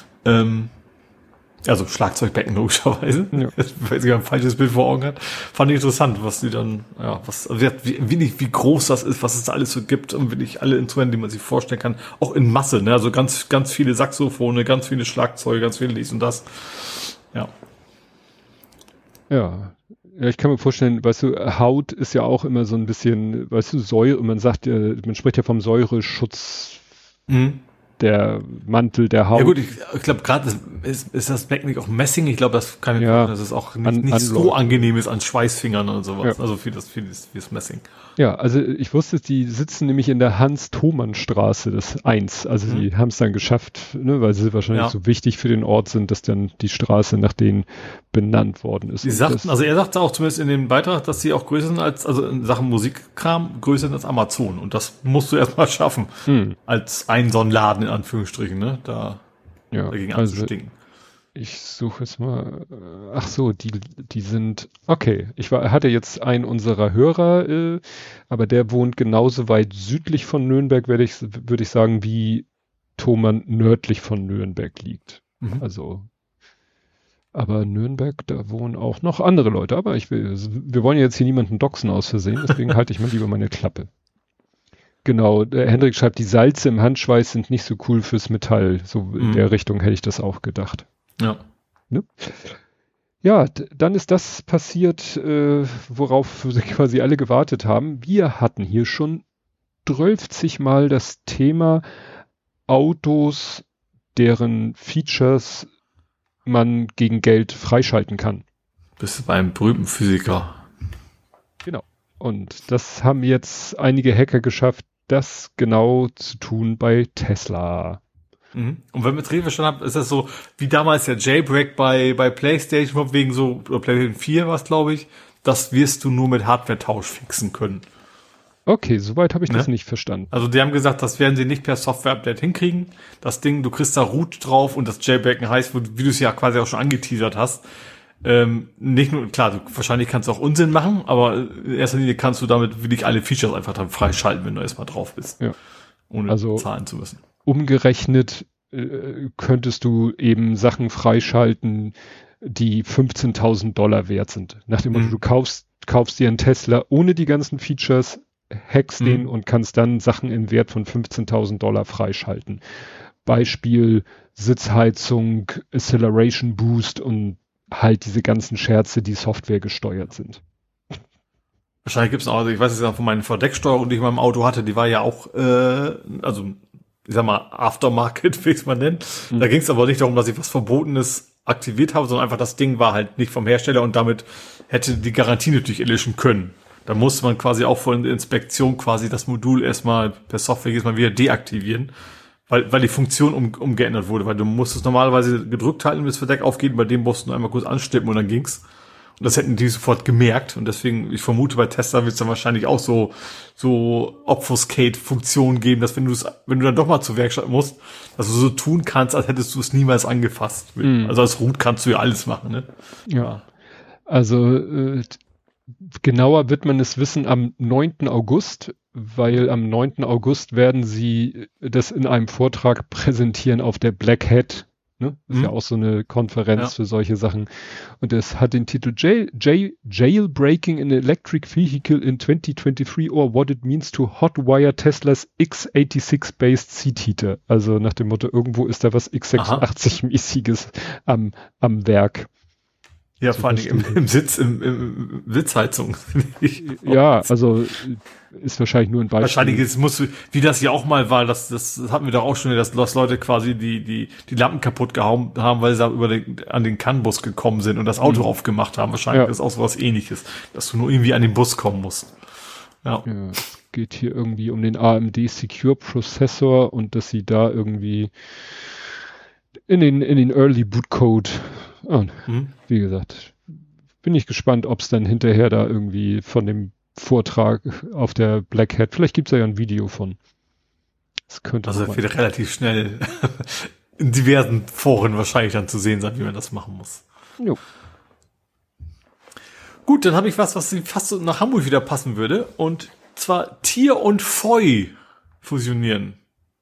Also Schlagzeugbecken logischerweise, ja. Weil sie ein falsches Bild vor Augen hat. Fand ich interessant, was die dann, ja, wie groß das ist, was es da alles so gibt und wirklich alle Instrumente, die man sich vorstellen kann, auch in Masse, ne, also ganz, ganz viele Saxophone, ganz viele Schlagzeuge, ganz viele dies und das. Ja. Ja. Ja, ich kann mir vorstellen, weißt du, Haut ist ja auch immer so ein bisschen, weißt du, Säure, und man sagt, man spricht ja vom Säureschutz. Der Mantel der Haut. Ja gut, ich glaube gerade ist das Becken nicht auch Messing. Ich glaube, das kann ich sagen, dass es auch nicht so angenehm ist an Schweißfingern und sowas. Ja. Also für das Messing. Ja, also ich wusste, die sitzen nämlich in der Hans-Thomann-Straße, das 1. Also die haben es dann geschafft, ne, weil sie wahrscheinlich so wichtig für den Ort sind, dass dann die Straße nach denen benannt worden ist. Er sagte auch zumindest in dem Beitrag, dass sie auch größer sind also in Sachen Musikkram größer sind als Amazon. Und das musst du erstmal schaffen, als ein so ein Laden in Anführungsstrichen, ne, dagegen anzustinken. Ich suche es mal. Ach so, die sind, okay. Hatte jetzt einen unserer Hörer, aber der wohnt genauso weit südlich von Nürnberg, würde ich sagen, wie Thomann nördlich von Nürnberg liegt. Also, aber Nürnberg, da wohnen auch noch andere Leute. Aber wir wollen jetzt hier niemanden doxen aus Versehen, deswegen halte ich mal lieber meine Klappe. Genau, der Hendrik schreibt, die Salze im Handschweiß sind nicht so cool fürs Metall. So in der Richtung hätte ich das auch gedacht. Ja. Ne? Ja, dann ist das passiert, worauf quasi alle gewartet haben. Wir hatten hier schon 12 Mal das Thema Autos, deren Features man gegen Geld freischalten kann. Bist du beim berühmten Physiker. Genau. Und das haben jetzt einige Hacker geschafft, das genau zu tun bei Tesla. Und wenn wir jetzt richtig verstanden haben, ist das so, wie damals der Jailbreak bei PlayStation, wegen so, oder PlayStation 4 war es, glaube ich, das wirst du nur mit Hardware-Tausch fixen können. Okay, soweit habe ich das nicht verstanden. Also die haben gesagt, das werden sie nicht per Software-Update hinkriegen. Das Ding, du kriegst da Root drauf und das Jailbreaken heißt, wie du es ja quasi auch schon angeteasert hast, nicht nur, klar, wahrscheinlich kannst du auch Unsinn machen, aber in erster Linie kannst du damit wirklich alle Features einfach dann freischalten, wenn du erstmal drauf bist. Ja. Ohne zahlen zu müssen. Umgerechnet könntest du eben Sachen freischalten, die $15.000 wert sind. Nach dem Motto, du kaufst dir einen Tesla ohne die ganzen Features, hackst den und kannst dann Sachen im Wert von $15.000 freischalten. Beispiel Sitzheizung, Acceleration Boost und halt diese ganzen Scherze, die Software gesteuert sind. Wahrscheinlich gibt's auch, also ich weiß es ja von meinen Verdecksteuerungen, die ich in meinem Auto hatte, die war ja auch, also ich sag mal, Aftermarket, wie ich es mal nennen. Da ging es aber nicht darum, dass ich was Verbotenes aktiviert habe, sondern einfach das Ding war halt nicht vom Hersteller und damit hätte die Garantie natürlich erlischen können. Da musste man quasi auch vor der Inspektion quasi das Modul erstmal per Software jedes Mal wieder deaktivieren, weil die Funktion umgeändert wurde, weil du musstest normalerweise gedrückt halten, bis das Verdeck aufgeht, bei dem musst du nur einmal kurz anstippen und dann ging's. Und das hätten die sofort gemerkt. Und deswegen, ich vermute, bei Tesla wird es dann wahrscheinlich auch so Obfuscate-Funktionen geben, dass wenn du dann doch mal zur Werkstatt musst, dass du so tun kannst, als hättest du es niemals angefasst. Also als Root kannst du ja alles machen, ne? Ja. Also genauer wird man es wissen am 9. August, weil am 9. August werden sie das in einem Vortrag präsentieren auf der Black Hat. Ne? Ist ja auch so eine Konferenz für solche Sachen. Und es hat den Titel Jailbreaking an Electric Vehicle in 2023 or What It Means to Hotwire Teslas x86-based Seat Heater. Also nach dem Motto, irgendwo ist da was x86-mäßiges am Werk. Ja, vor allem im Sitzheizung. Ja, also ist wahrscheinlich nur ein Beispiel. Wahrscheinlich wie das ja auch mal war, das hatten wir doch auch schon, dass Leute quasi die Lampen kaputt gehauen haben, weil sie an den CAN-Bus gekommen sind und das Auto aufgemacht haben. Wahrscheinlich ist auch sowas Ähnliches, dass du nur irgendwie an den Bus kommen musst. Ja. geht hier irgendwie um den AMD Secure Prozessor und dass sie da irgendwie in den Early Boot Code, wie gesagt, bin ich gespannt, ob es dann hinterher da irgendwie von dem Vortrag auf der Black Hat, vielleicht gibt es ja ein Video von. Das könnte also wird relativ schnell in diversen Foren wahrscheinlich dann zu sehen sein, wie man das machen muss. Jo. Gut, dann habe ich was fast so nach Hamburg wieder passen würde. Und zwar Tier und Feu fusionieren.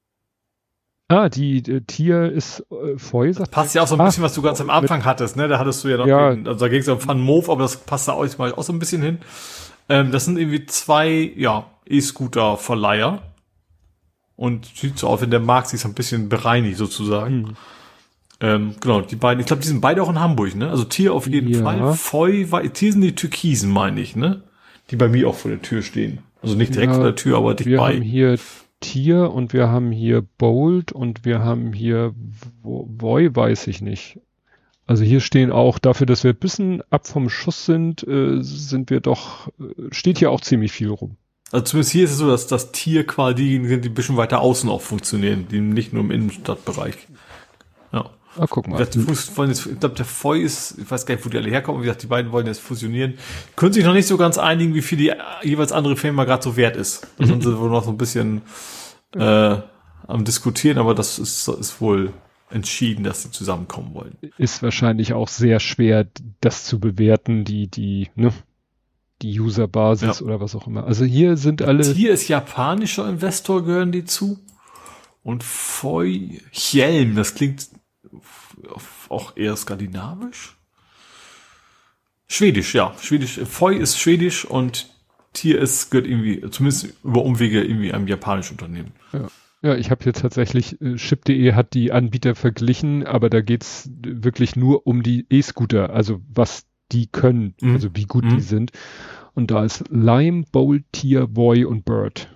Die Tier ist Feu. Das passt ja auch so ein bisschen, was du ganz am Anfang hattest, ne? Da hattest du ja noch, also da ging es ja um Van Moof, aber das passt da auch so ein bisschen hin. Das sind irgendwie 2, E-Scooter-Verleiher. Und sieht so aus, wenn der Markt sich so ein bisschen bereinigt sozusagen. Genau, die beiden, ich glaube, die sind beide auch in Hamburg, ne? Also Tier auf jeden Fall. Feu, Tier sind die Türkisen, meine ich, ne? Die bei mir auch vor der Tür stehen. Also nicht direkt vor der Tür, aber dicht bei. Wir haben hier Tier und wir haben hier Bold und wir haben hier Voi, weiß ich nicht. Also hier stehen auch, dafür, dass wir ein bisschen ab vom Schuss sind, steht hier auch ziemlich viel rum. Also zumindest hier ist es so, dass das Tier quasi diejenigen sind, die ein bisschen weiter außen auch funktionieren, die nicht nur im Innenstadtbereich. Ja. Guck mal. Ich glaube, der Feu ist, ich weiß gar nicht, wo die alle herkommen, wie gesagt, die beiden wollen jetzt fusionieren. Können sich noch nicht so ganz einigen, wie viel die jeweils andere Firma gerade so wert ist. Da sind sie wohl noch so ein bisschen am Diskutieren, aber das ist wohl entschieden, dass sie zusammenkommen wollen. Ist wahrscheinlich auch sehr schwer, das zu bewerten, die Userbasis oder was auch immer. Also hier sind alle... Hier ist japanischer Investor, gehören die zu. Und Feu, Hjelm, das klingt auch eher skandinavisch. Schwedisch, ja. Schwedisch. Feu ist schwedisch und Tier gehört irgendwie, zumindest über Umwege, irgendwie einem japanischen Unternehmen. Ja, ich habe hier tatsächlich, Ship.de hat die Anbieter verglichen, aber da geht's wirklich nur um die E-Scooter, also was die können, also wie gut die sind. Und da ist Lime, Bold, Tier, Voi und Bird.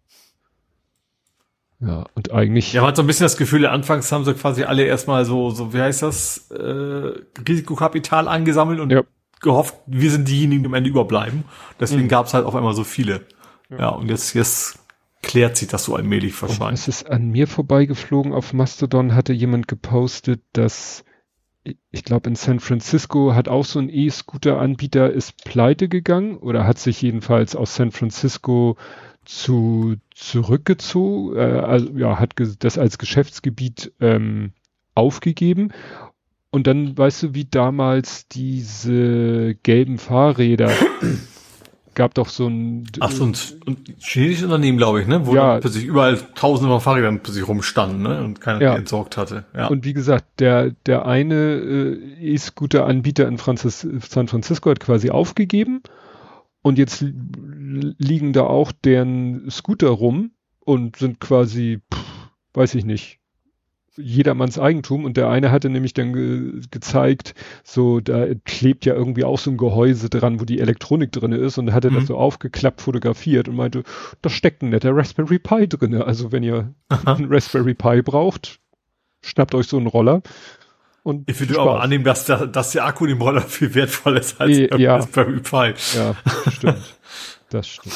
Ja, und eigentlich... Ja, man hat so ein bisschen das Gefühl, anfangs haben sie quasi alle erstmal so wie heißt das, Risikokapital angesammelt und gehofft, wir sind diejenigen, die am Ende überbleiben. Deswegen gab es halt auf einmal so viele. Ja, und jetzt klärt sich das so allmählich wahrscheinlich. Es ist an mir vorbeigeflogen. Auf Mastodon hatte jemand gepostet, dass ich glaube in San Francisco hat auch so ein E-Scooter-Anbieter ist pleite gegangen oder hat sich jedenfalls aus San Francisco zurückgezogen, hat das als Geschäftsgebiet aufgegeben. Und dann, weißt du, wie damals diese gelben Fahrräder gab doch so ein... Ach, so ein chinesisches Unternehmen, glaube ich, ne? Wo dann plötzlich überall tausende von Fahrrädern plötzlich rumstanden, ne? Und keiner die entsorgt hatte. Ja. Und wie gesagt, der eine E-Scooter-Anbieter in San Francisco hat quasi aufgegeben. Und jetzt liegen da auch deren Scooter rum und sind quasi, weiß ich nicht, jedermanns Eigentum. Und der eine hatte nämlich dann gezeigt, so da klebt ja irgendwie auch so ein Gehäuse dran, wo die Elektronik drin ist. Und hatte das so aufgeklappt fotografiert und meinte, da steckt ein netter Raspberry Pi drin. Also wenn ihr einen Raspberry Pi braucht, schnappt euch so einen Roller. Und ich würde aber annehmen, dass der Akku in dem Roller viel wertvoller ist als der Raspberry Pi. Ja, stimmt. Das stimmt.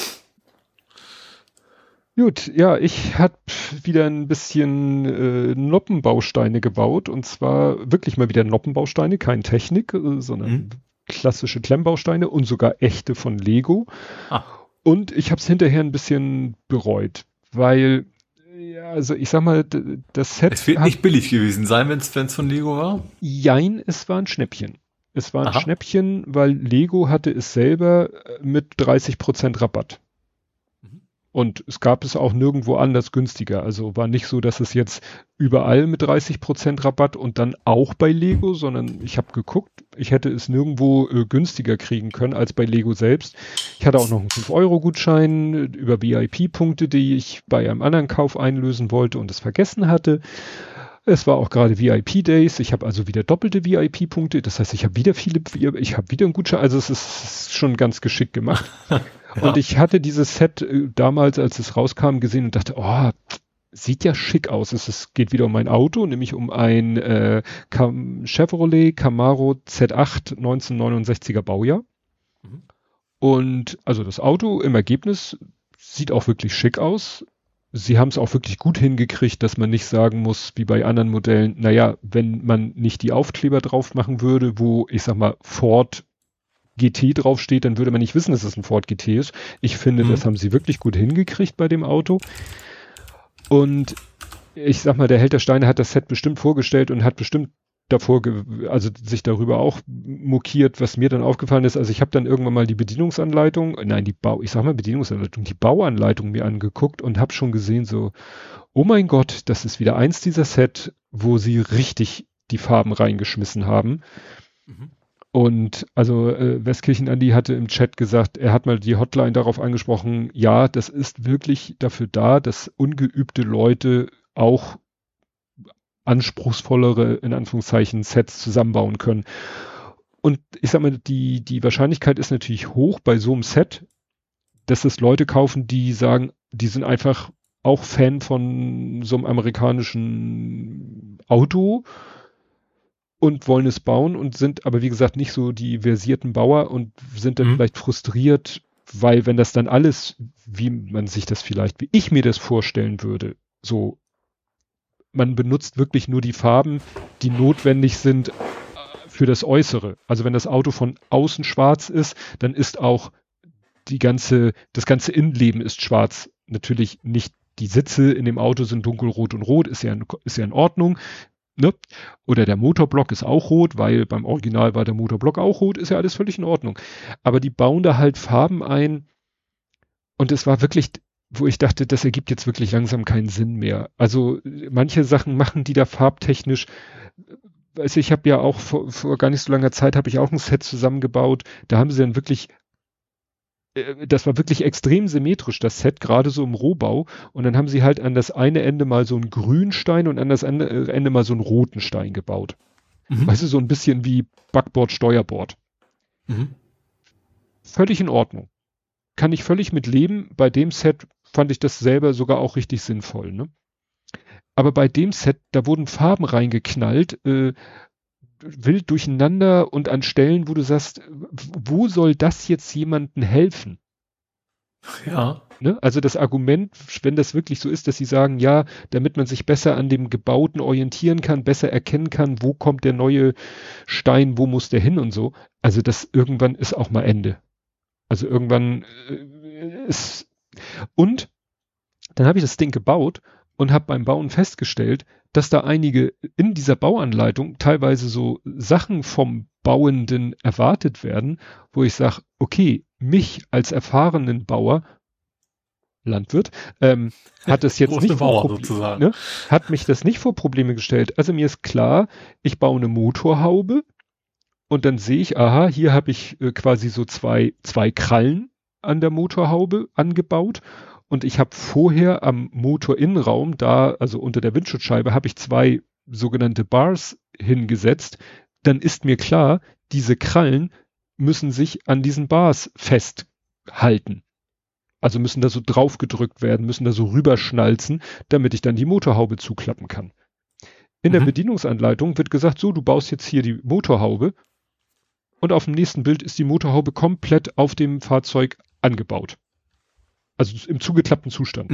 Gut, ja, ich habe wieder ein bisschen Noppenbausteine gebaut und zwar wirklich mal wieder Noppenbausteine, keine Technik, sondern klassische Klemmbausteine und sogar echte von Lego. Und ich habe es hinterher ein bisschen bereut, weil also ich sag mal, das Set... Es wird nicht billig gewesen sein, wenn es von Lego war? Jein, es war ein Schnäppchen. Es war ein Schnäppchen, weil Lego hatte es selber mit 30% Rabatt. Und es gab es auch nirgendwo anders günstiger. Also war nicht so, dass es jetzt überall mit 30% Rabatt und dann auch bei Lego, sondern ich habe geguckt, ich hätte es nirgendwo günstiger kriegen können als bei Lego selbst. Ich hatte auch noch einen 5-Euro-Gutschein über VIP-Punkte, die ich bei einem anderen Kauf einlösen wollte und es vergessen hatte. Es war auch gerade VIP-Days. Ich habe also wieder doppelte VIP-Punkte. Das heißt, ich habe wieder einen Gutschein. Also es ist schon ganz geschickt gemacht. Und ich hatte dieses Set damals, als es rauskam, gesehen und dachte, sieht ja schick aus. Es geht wieder um ein Auto, nämlich um ein Chevrolet Camaro Z8 1969er Baujahr. Und also das Auto im Ergebnis sieht auch wirklich schick aus. Sie haben es auch wirklich gut hingekriegt, dass man nicht sagen muss, wie bei anderen Modellen, naja, wenn man nicht die Aufkleber drauf machen würde, wo, ich sag mal, Ford GT draufsteht, dann würde man nicht wissen, dass es ein Ford GT ist. Ich finde, das haben sie wirklich gut hingekriegt bei dem Auto. Und ich sag mal, der Held der Steine hat das Set bestimmt vorgestellt und hat bestimmt davor, also sich darüber auch mokiert, was mir dann aufgefallen ist. Also ich habe dann irgendwann mal die Bedienungsanleitung, die Bauanleitung mir angeguckt und habe schon gesehen so, oh mein Gott, das ist wieder eins dieser Set, wo sie richtig die Farben reingeschmissen haben. Und also Westkirchen Andi hatte im Chat gesagt, er hat mal die Hotline darauf angesprochen, ja, das ist wirklich dafür da, dass ungeübte Leute auch anspruchsvollere, in Anführungszeichen, Sets zusammenbauen können. Und ich sag mal, die Wahrscheinlichkeit ist natürlich hoch bei so einem Set, dass es Leute kaufen, die sagen, die sind einfach auch Fan von so einem amerikanischen Auto und wollen es bauen und sind aber, wie gesagt, nicht so die versierten Bauer und sind dann vielleicht frustriert, weil wenn das dann alles, wie man sich das vielleicht, wie ich mir das vorstellen würde, so man benutzt wirklich nur die Farben, die notwendig sind für das Äußere. Also wenn das Auto von außen schwarz ist, dann ist auch das ganze Innenleben ist schwarz. Natürlich nicht die Sitze in dem Auto sind dunkelrot und rot, ist ja in Ordnung. Ne? Oder der Motorblock ist auch rot, weil beim Original war der Motorblock auch rot, ist ja alles völlig in Ordnung. Aber die bauen da halt Farben ein und es war wirklich, wo ich dachte, das ergibt jetzt wirklich langsam keinen Sinn mehr. Also manche Sachen machen die da farbtechnisch. Also ich habe ja auch vor gar nicht so langer Zeit habe ich auch ein Set zusammengebaut. Da haben sie dann wirklich, das war wirklich extrem symmetrisch, das Set, gerade so im Rohbau. Und dann haben sie halt an das eine Ende mal so einen grünen Stein und an das andere Ende mal so einen roten Stein gebaut. Weißt du, so ein bisschen wie Backboard, Steuerbord. Völlig in Ordnung. Kann ich völlig mit leben. Bei dem Set fand ich das selber sogar auch richtig sinnvoll, ne? Aber bei dem Set, da wurden Farben reingeknallt, wild durcheinander und an Stellen, wo du sagst, wo soll das jetzt jemandem helfen? Ja. Ne? Also das Argument, wenn das wirklich so ist, dass sie sagen, ja, damit man sich besser an dem Gebauten orientieren kann, besser erkennen kann, wo kommt der neue Stein, wo muss der hin und so. Also das irgendwann ist auch mal Ende. Also irgendwann ist, und dann habe ich das Ding gebaut und habe beim Bauen festgestellt, dass da einige in dieser Bauanleitung teilweise so Sachen vom Bauenden erwartet werden, wo ich sage, okay, mich als erfahrenen Bauer, Landwirt, hat es jetzt nicht vor Probleme, ne, hat mich das nicht vor Probleme gestellt. Also mir ist klar, ich baue eine Motorhaube und dann sehe ich, aha, hier habe ich quasi so zwei Krallen an der Motorhaube angebaut. Und ich habe vorher am Motorinnenraum, da, also unter der Windschutzscheibe, habe ich 2 sogenannte Bars hingesetzt. Dann ist mir klar, diese Krallen müssen sich an diesen Bars festhalten. Also müssen da so drauf gedrückt werden, müssen da so rüberschnalzen, damit ich dann die Motorhaube zuklappen kann. In der Bedienungsanleitung wird gesagt, so, du baust jetzt hier die Motorhaube und auf dem nächsten Bild ist die Motorhaube komplett auf dem Fahrzeug angebaut. Also im zugeklappten Zustand.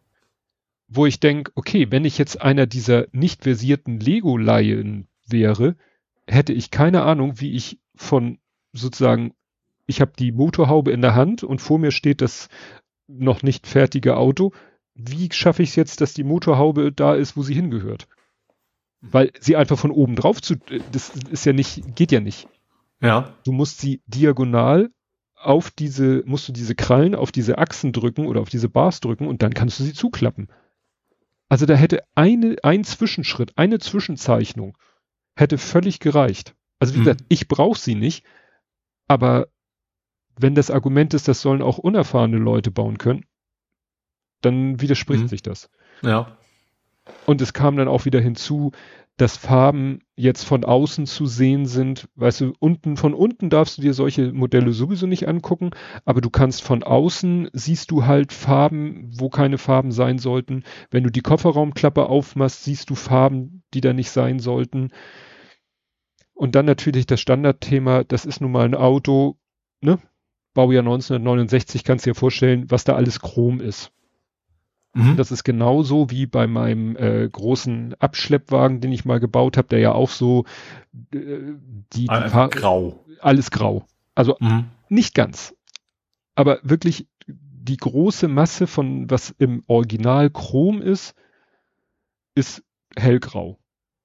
Wo ich denke, okay, wenn ich jetzt einer dieser nicht versierten Lego-Laien wäre, hätte ich keine Ahnung, wie ich von sozusagen, ich habe die Motorhaube in der Hand und vor mir steht das noch nicht fertige Auto. Wie schaffe ich es jetzt, dass die Motorhaube da ist, wo sie hingehört? Weil sie einfach von oben drauf das ist ja nicht, geht ja nicht. Ja. Du musst sie diagonal musst du diese Krallen auf diese Achsen drücken oder auf diese Bars drücken und dann kannst du sie zuklappen. Also da hätte ein Zwischenschritt, eine Zwischenzeichnung hätte völlig gereicht. Also wie gesagt, ich brauche sie nicht, aber wenn das Argument ist, das sollen auch unerfahrene Leute bauen können, dann widerspricht sich das. Ja. Und es kam dann auch wieder hinzu, dass Farben jetzt von außen zu sehen sind. Weißt du, von unten darfst du dir solche Modelle sowieso nicht angucken, aber du kannst von außen, siehst du halt Farben, wo keine Farben sein sollten. Wenn du die Kofferraumklappe aufmachst, siehst du Farben, die da nicht sein sollten. Und dann natürlich das Standardthema, das ist nun mal ein Auto, ne? Baujahr 1969, kannst du dir vorstellen, was da alles Chrom ist. Das ist genauso wie bei meinem großen Abschleppwagen, den ich mal gebaut habe, der ja auch so grau. Alles grau. Also nicht ganz. Aber wirklich die große Masse von was im Original Chrom ist hellgrau.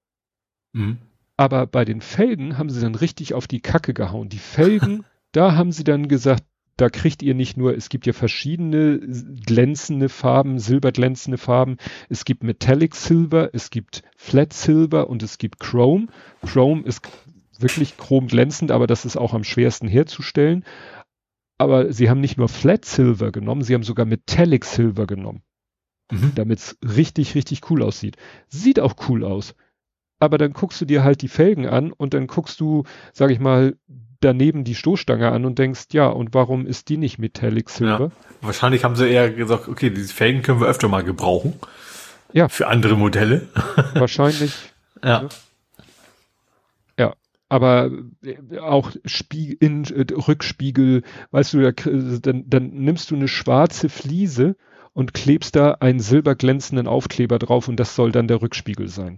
Aber bei den Felgen haben sie dann richtig auf die Kacke gehauen. Die Felgen, da haben sie dann gesagt, da kriegt ihr nicht nur, es gibt ja verschiedene glänzende Farben, silberglänzende Farben. Es gibt Metallic Silver, es gibt Flat Silver und es gibt Chrome. Chrome ist wirklich chromglänzend, aber das ist auch am schwersten herzustellen. Aber sie haben nicht nur Flat Silver genommen, sie haben sogar Metallic Silver genommen. Damit es richtig, richtig cool aussieht. Sieht auch cool aus. Aber dann guckst du dir halt die Felgen an und dann guckst du, sag ich mal, daneben die Stoßstange an und denkst, ja, und warum ist die nicht Metallic Silver? Ja, wahrscheinlich haben sie eher gesagt, okay, diese Felgen können wir öfter mal gebrauchen. Ja. Für andere Modelle. Wahrscheinlich. Ja. Ja. Aber auch Rückspiegel, weißt du, dann nimmst du eine schwarze Fliese und klebst da einen silberglänzenden Aufkleber drauf und das soll dann der Rückspiegel sein.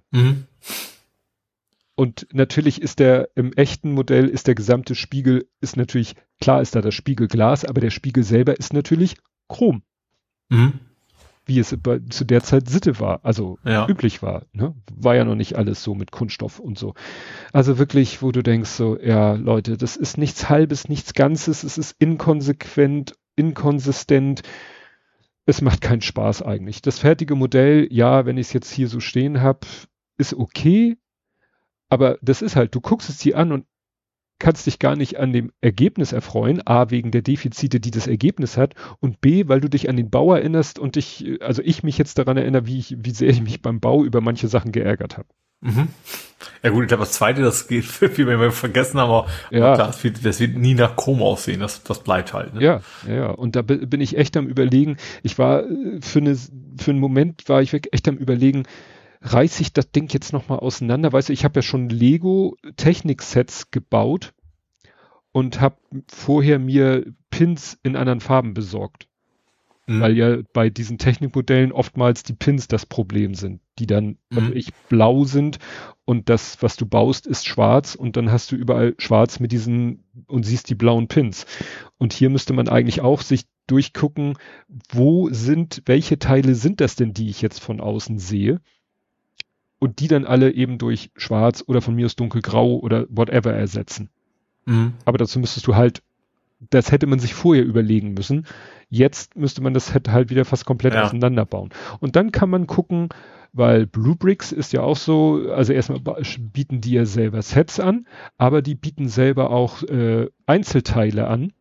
Und natürlich ist im echten Modell ist der gesamte Spiegel, ist natürlich, klar ist da das Spiegelglas, aber der Spiegel selber ist natürlich Chrom. Wie es zu der Zeit Sitte war, also üblich war. Ne? War ja noch nicht alles so mit Kunststoff und so. Also wirklich, wo du denkst so, ja Leute, das ist nichts Halbes, nichts Ganzes, es ist inkonsequent, inkonsistent. Es macht keinen Spaß eigentlich. Das fertige Modell, ja, wenn ich es jetzt hier so stehen habe, ist okay. Aber das ist halt, du guckst es dir an und kannst dich gar nicht an dem Ergebnis erfreuen. A, wegen der Defizite, die das Ergebnis hat. Und B, weil du dich an den Bau erinnerst und ich mich jetzt daran erinnere, wie sehr ich mich beim Bau über manche Sachen geärgert habe. Ja gut, ich glaube, das Zweite, das geht, wie wir vergessen haben, aber klar, das wird nie nach Chrom aussehen, das bleibt halt. Ne? Ja. Und da bin ich echt am Überlegen, ich war, für einen Moment war ich echt am Überlegen, reiße ich das Ding jetzt nochmal auseinander? Weißt du, ich habe ja schon Lego-Technik-Sets gebaut und habe vorher mir Pins in anderen Farben besorgt. Weil ja bei diesen Technikmodellen oftmals die Pins das Problem sind, die dann blau sind und das, was du baust, ist schwarz und dann hast du überall schwarz mit diesen und siehst die blauen Pins. Und hier müsste man eigentlich auch sich durchgucken, welche Teile sind das denn, die ich jetzt von außen sehe? Und die dann alle eben durch schwarz oder von mir aus dunkelgrau oder whatever ersetzen. Aber dazu müsstest du halt, das hätte man sich vorher überlegen müssen. Jetzt müsste man das halt wieder fast komplett auseinanderbauen. Und dann kann man gucken, weil Bluebricks ist ja auch so, also erstmal bieten die ja selber Sets an, aber die bieten selber auch Einzelteile an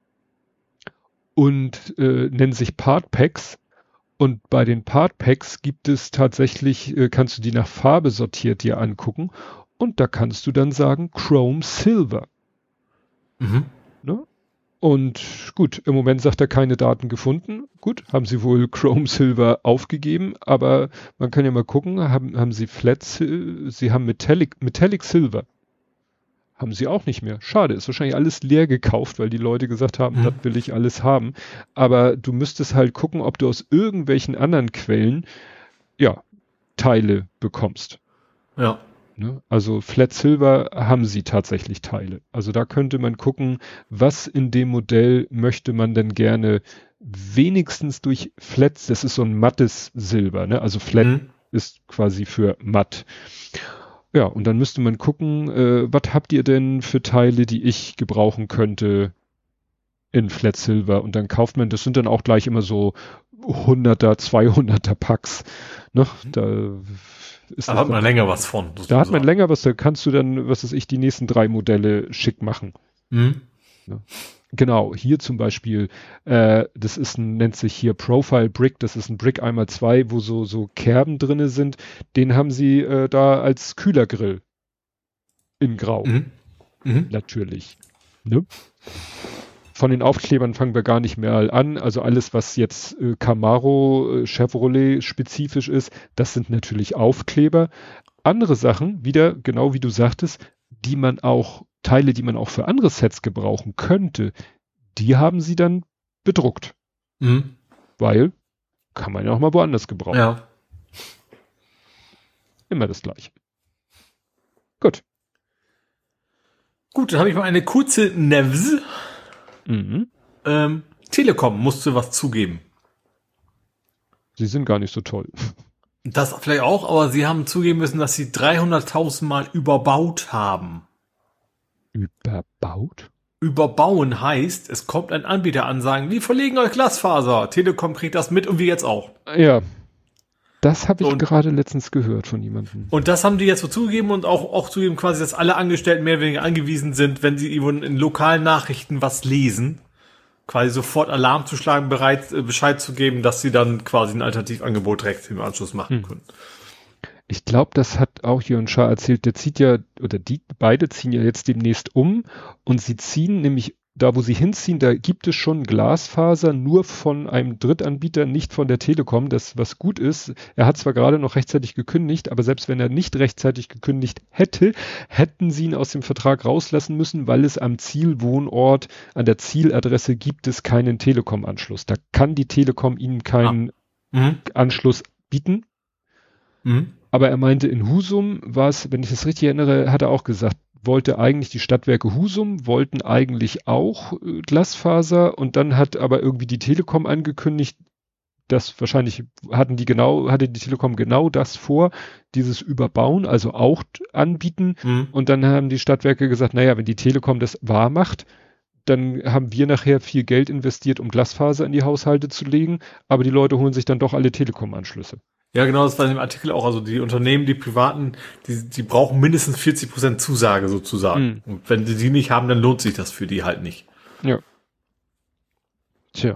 und nennen sich Part Packs. Und bei den Part Packs gibt es tatsächlich, kannst du die nach Farbe sortiert dir angucken und da kannst du dann sagen Chrome Silver. Ne? Und gut, im Moment sagt er keine Daten gefunden. Gut, haben sie wohl Chrome Silver aufgegeben, aber man kann ja mal gucken, haben sie sie haben Metallic Silver. Haben sie auch nicht mehr. Schade, ist wahrscheinlich alles leer gekauft, weil die Leute gesagt haben, das will ich alles haben. Aber du müsstest halt gucken, ob du aus irgendwelchen anderen Quellen, Teile bekommst. Ja. Ne? Also Flat Silver haben sie tatsächlich Teile. Also da könnte man gucken, was in dem Modell möchte man denn gerne wenigstens durch Flat, das ist so ein mattes Silber, ne? Also Flat ist quasi für matt. Ja, und dann müsste man gucken, was habt ihr denn für Teile, die ich gebrauchen könnte in Flat Silver? Und dann kauft man, das sind dann auch gleich immer so 100er, 200er Packs. Ne? Da hat man länger was von. Da hat man länger was, da kannst du dann, was weiß ich, die nächsten 3 Modelle schick machen. Ja. Genau, hier zum Beispiel, das ist nennt sich hier Profile Brick, das ist ein Brick 1x2, wo so Kerben drinne sind, den haben sie da als Kühlergrill in Grau. Natürlich. Ne? Von den Aufklebern fangen wir gar nicht mehr an, also alles, was jetzt Camaro, Chevrolet spezifisch ist, das sind natürlich Aufkleber. Andere Sachen, wieder, genau wie du sagtest, Teile, die man auch für andere Sets gebrauchen könnte, die haben sie dann bedruckt. Mhm. Weil kann man ja auch mal woanders gebrauchen. Ja. Immer das Gleiche. Gut. Gut, dann habe ich mal eine kurze Nevs. Mhm. Telekom musste was zugeben. Sie sind gar nicht so toll. Das vielleicht auch, aber sie haben zugeben müssen, dass sie 300.000 Mal überbaut haben. Überbaut? Überbauen heißt, es kommt ein Anbieter an, sagen, wir verlegen euch Glasfaser. Telekom kriegt das mit und wir jetzt auch. Ja. Das habe ich Und- gerade letztens gehört von jemandem. Und das haben die jetzt so zugegeben und auch zugegeben quasi, dass alle Angestellten mehr oder weniger angewiesen sind, wenn sie irgendwo in lokalen Nachrichten was lesen, quasi sofort Alarm zu schlagen, Bescheid zu geben, dass sie dann quasi ein Alternativangebot direkt im Anschluss machen können. Ich glaube, das hat auch Jörn Schaar erzählt, der zieht ja, oder die beide ziehen ja jetzt demnächst um und sie ziehen nämlich, da wo sie hinziehen, da gibt es schon Glasfaser, nur von einem Drittanbieter, nicht von der Telekom, das was gut ist. Er hat zwar gerade noch rechtzeitig gekündigt, aber selbst wenn er nicht rechtzeitig gekündigt hätte, hätten sie ihn aus dem Vertrag rauslassen müssen, weil es am Zielwohnort, an der Zieladresse gibt es keinen Telekom-Anschluss. Da kann die Telekom ihnen keinen Anschluss bieten. Mhm. Aber er meinte, in Husum war es, wenn ich das richtig erinnere, hat er auch gesagt, wollte eigentlich die Stadtwerke Husum, wollten eigentlich auch Glasfaser und dann hat aber irgendwie die Telekom angekündigt, dass wahrscheinlich hatte die Telekom genau das vor, dieses Überbauen, also auch anbieten. Und dann haben die Stadtwerke gesagt, naja, wenn die Telekom das wahr macht, dann haben wir nachher viel Geld investiert, um Glasfaser in die Haushalte zu legen, aber die Leute holen sich dann doch alle Telekom-Anschlüsse. Ja, genau, das war in dem Artikel auch. Also die Unternehmen, die Privaten, die brauchen mindestens 40% Zusage sozusagen. Und wenn sie die nicht haben, dann lohnt sich das für die halt nicht. Ja. Tja.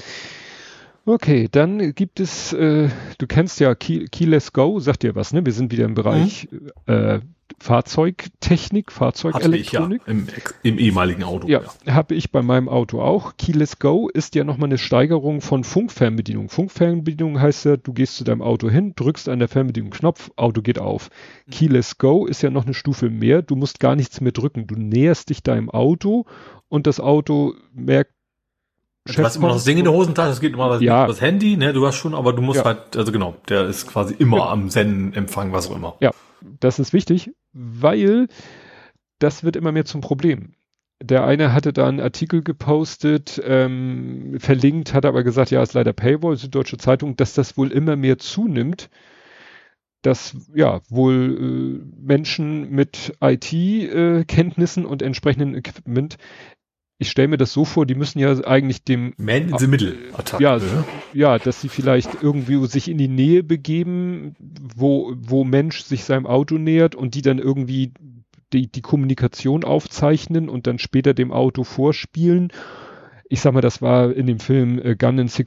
Okay, dann gibt es, du kennst ja Keyless Go, sagt dir was, ne? Wir sind wieder im Bereich Fahrzeugtechnik, Fahrzeugelektronik. Hatte ich, ja, im ehemaligen Auto. Ja, habe ich bei meinem Auto auch. Keyless Go ist ja nochmal eine Steigerung von Funkfernbedienung. Funkfernbedienung heißt ja, du gehst zu deinem Auto hin, drückst an der Fernbedienung Knopf, Auto geht auf. Keyless Go ist ja noch eine Stufe mehr, du musst gar nichts mehr drücken. Du näherst dich deinem Auto und das Auto merkt, Du hast immer noch das Ding in der Hosentasche, das geht normalerweise Ja. das Handy, ne, du hast schon, aber du musst Ja. halt, also genau, der ist quasi immer am Senden, Empfang, was auch immer. Ja, das ist wichtig, weil das wird immer mehr zum Problem. Der eine hatte da einen Artikel gepostet, verlinkt, hat aber gesagt, ja, ist leider Paywall, Süddeutsche Zeitung, dass das wohl immer mehr zunimmt, dass ja wohl Menschen mit IT-Kenntnissen und entsprechendem Equipment, ich stelle mir das so vor, die müssen ja eigentlich dem Man in the Middle Attack. Ja, ne? ja, dass sie vielleicht irgendwie sich in die Nähe begeben, wo Mensch sich seinem Auto nähert und die dann irgendwie die Kommunikation aufzeichnen und dann später dem Auto vorspielen. Ich sag mal, das war in dem Film Gun in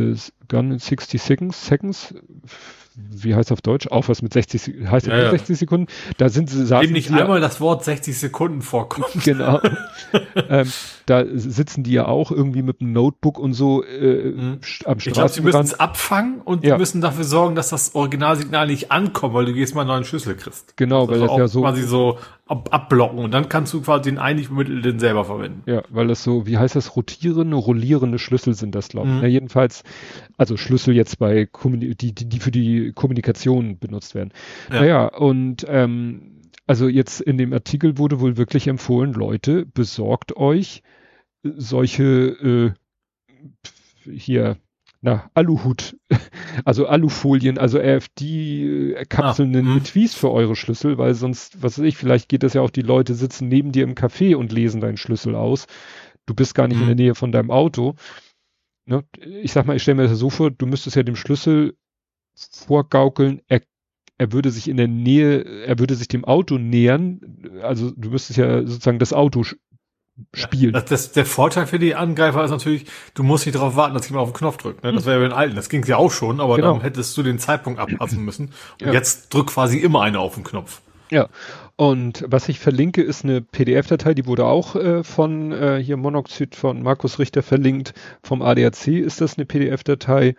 60 Seconds. Wie heißt auf Deutsch? Auch was mit 60, heißt Ja, ja. 60 Sekunden. Da sind sie, Dem saßen nicht sie ja- einmal das Wort 60 Sekunden vorkommt. Genau. Da sitzen die ja auch irgendwie mit einem Notebook und so am Ich glaube, sie müssen Straßenrand. es abfangen und Ja. die müssen dafür sorgen, dass das Originalsignal nicht ankommt, weil du jetzt mal einen neuen Schlüssel kriegst. Genau, weil Also das auch ja so, quasi so abblocken und dann kannst du quasi den eigentlich vermittelten selber verwenden. ja, weil das so, wie heißt das, rollierende Schlüssel sind das, glaube ich. Mhm. Ja, jedenfalls, also Schlüssel jetzt bei die für die Kommunikation benutzt werden. Ja. Naja, und also jetzt in dem Artikel wurde wohl wirklich empfohlen, Leute, besorgt euch solche hier, Aluhut, also Alufolien, also RFID-Kapseln Mhm. Etuis für eure Schlüssel, weil sonst, was weiß ich, vielleicht geht das ja auch, die Leute sitzen neben dir im Café und lesen deinen Schlüssel aus. Du bist gar nicht in der Nähe von deinem Auto. Ne? Ich sag mal, ich stelle mir das so vor, du müsstest ja dem Schlüssel vorgaukeln, er würde sich in der Nähe, er würde sich dem Auto nähern, also du müsstest ja sozusagen das Auto spielen. Der Vorteil für die Angreifer ist natürlich, du musst nicht darauf warten, dass jemand auf den Knopf drückt. Ne? Das wäre ja bei den alten. Das ging ja auch schon, aber Genau. dann hättest du den Zeitpunkt abpassen müssen. Und Ja. jetzt drückt quasi immer einer auf den Knopf. Ja, und was ich verlinke, ist eine PDF-Datei, die wurde auch von hier Monoxid von Markus Richter verlinkt. Vom ADAC ist das eine PDF-Datei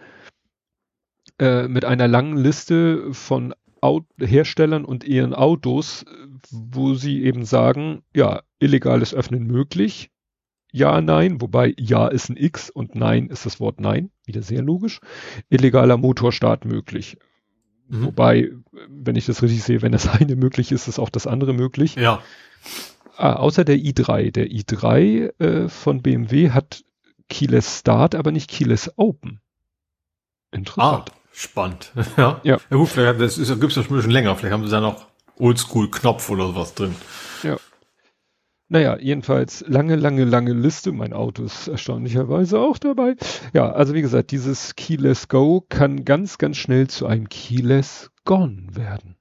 mit einer langen Liste von Herstellern und ihren Autos, wo sie eben sagen, ja, illegales Öffnen möglich. ja, nein, wobei ja ist ein X und nein ist das Wort nein, wieder sehr logisch. Illegaler Motorstart möglich. Wobei, wenn ich das richtig sehe, wenn das eine möglich ist, ist auch das andere möglich. Ja. Außer der i3. Der i3 von BMW hat Keyless Start, aber nicht Keyless Open. Interessant. Spannend. Ja. Ja. Ja gut, vielleicht gibt's das schon länger. Vielleicht haben sie da noch Oldschool-Knopf oder sowas drin. Ja. Naja, jedenfalls lange Liste. Mein Auto ist erstaunlicherweise auch dabei. Ja, also wie gesagt, dieses Keyless Go kann ganz, ganz schnell zu einem Keyless Gone werden.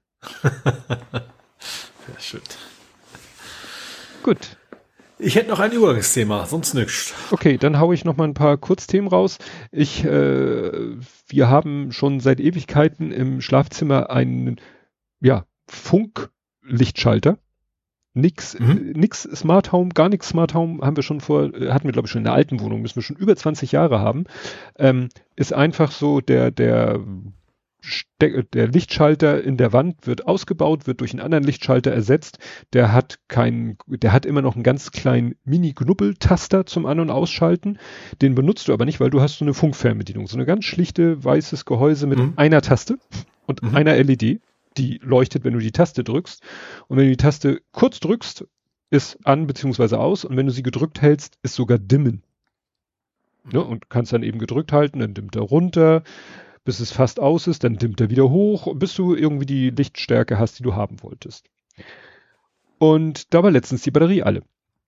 Sehr schön. Gut. Ich hätte noch ein Übergangsthema, sonst nichts. Okay, dann haue ich noch mal ein paar Kurzthemen raus. Wir haben schon seit Ewigkeiten im Schlafzimmer einen, Funklichtschalter. Nix Smart Home, gar nichts Smart Home hatten wir glaube ich schon in der alten Wohnung, müssen wir schon über 20 Jahre haben. Ist einfach so, der Lichtschalter in der Wand wird ausgebaut, wird durch einen anderen Lichtschalter ersetzt. Der hat immer noch einen ganz kleinen Mini-Knubbeltaster zum An- und Ausschalten. Den benutzt du aber nicht, weil du hast so eine Funkfernbedienung. So eine ganz schlichte, weißes Gehäuse mit einer Taste und einer LED. Die leuchtet, wenn du die Taste drückst. Und wenn du die Taste kurz drückst, ist an bzw. aus. Und wenn du sie gedrückt hältst, ist sogar dimmen. Ne? Und kannst dann eben gedrückt halten, dann dimmt er runter, bis es fast aus ist, dann dimmt er wieder hoch, bis du irgendwie die Lichtstärke hast, die du haben wolltest. Und da war letztens die Batterie alle.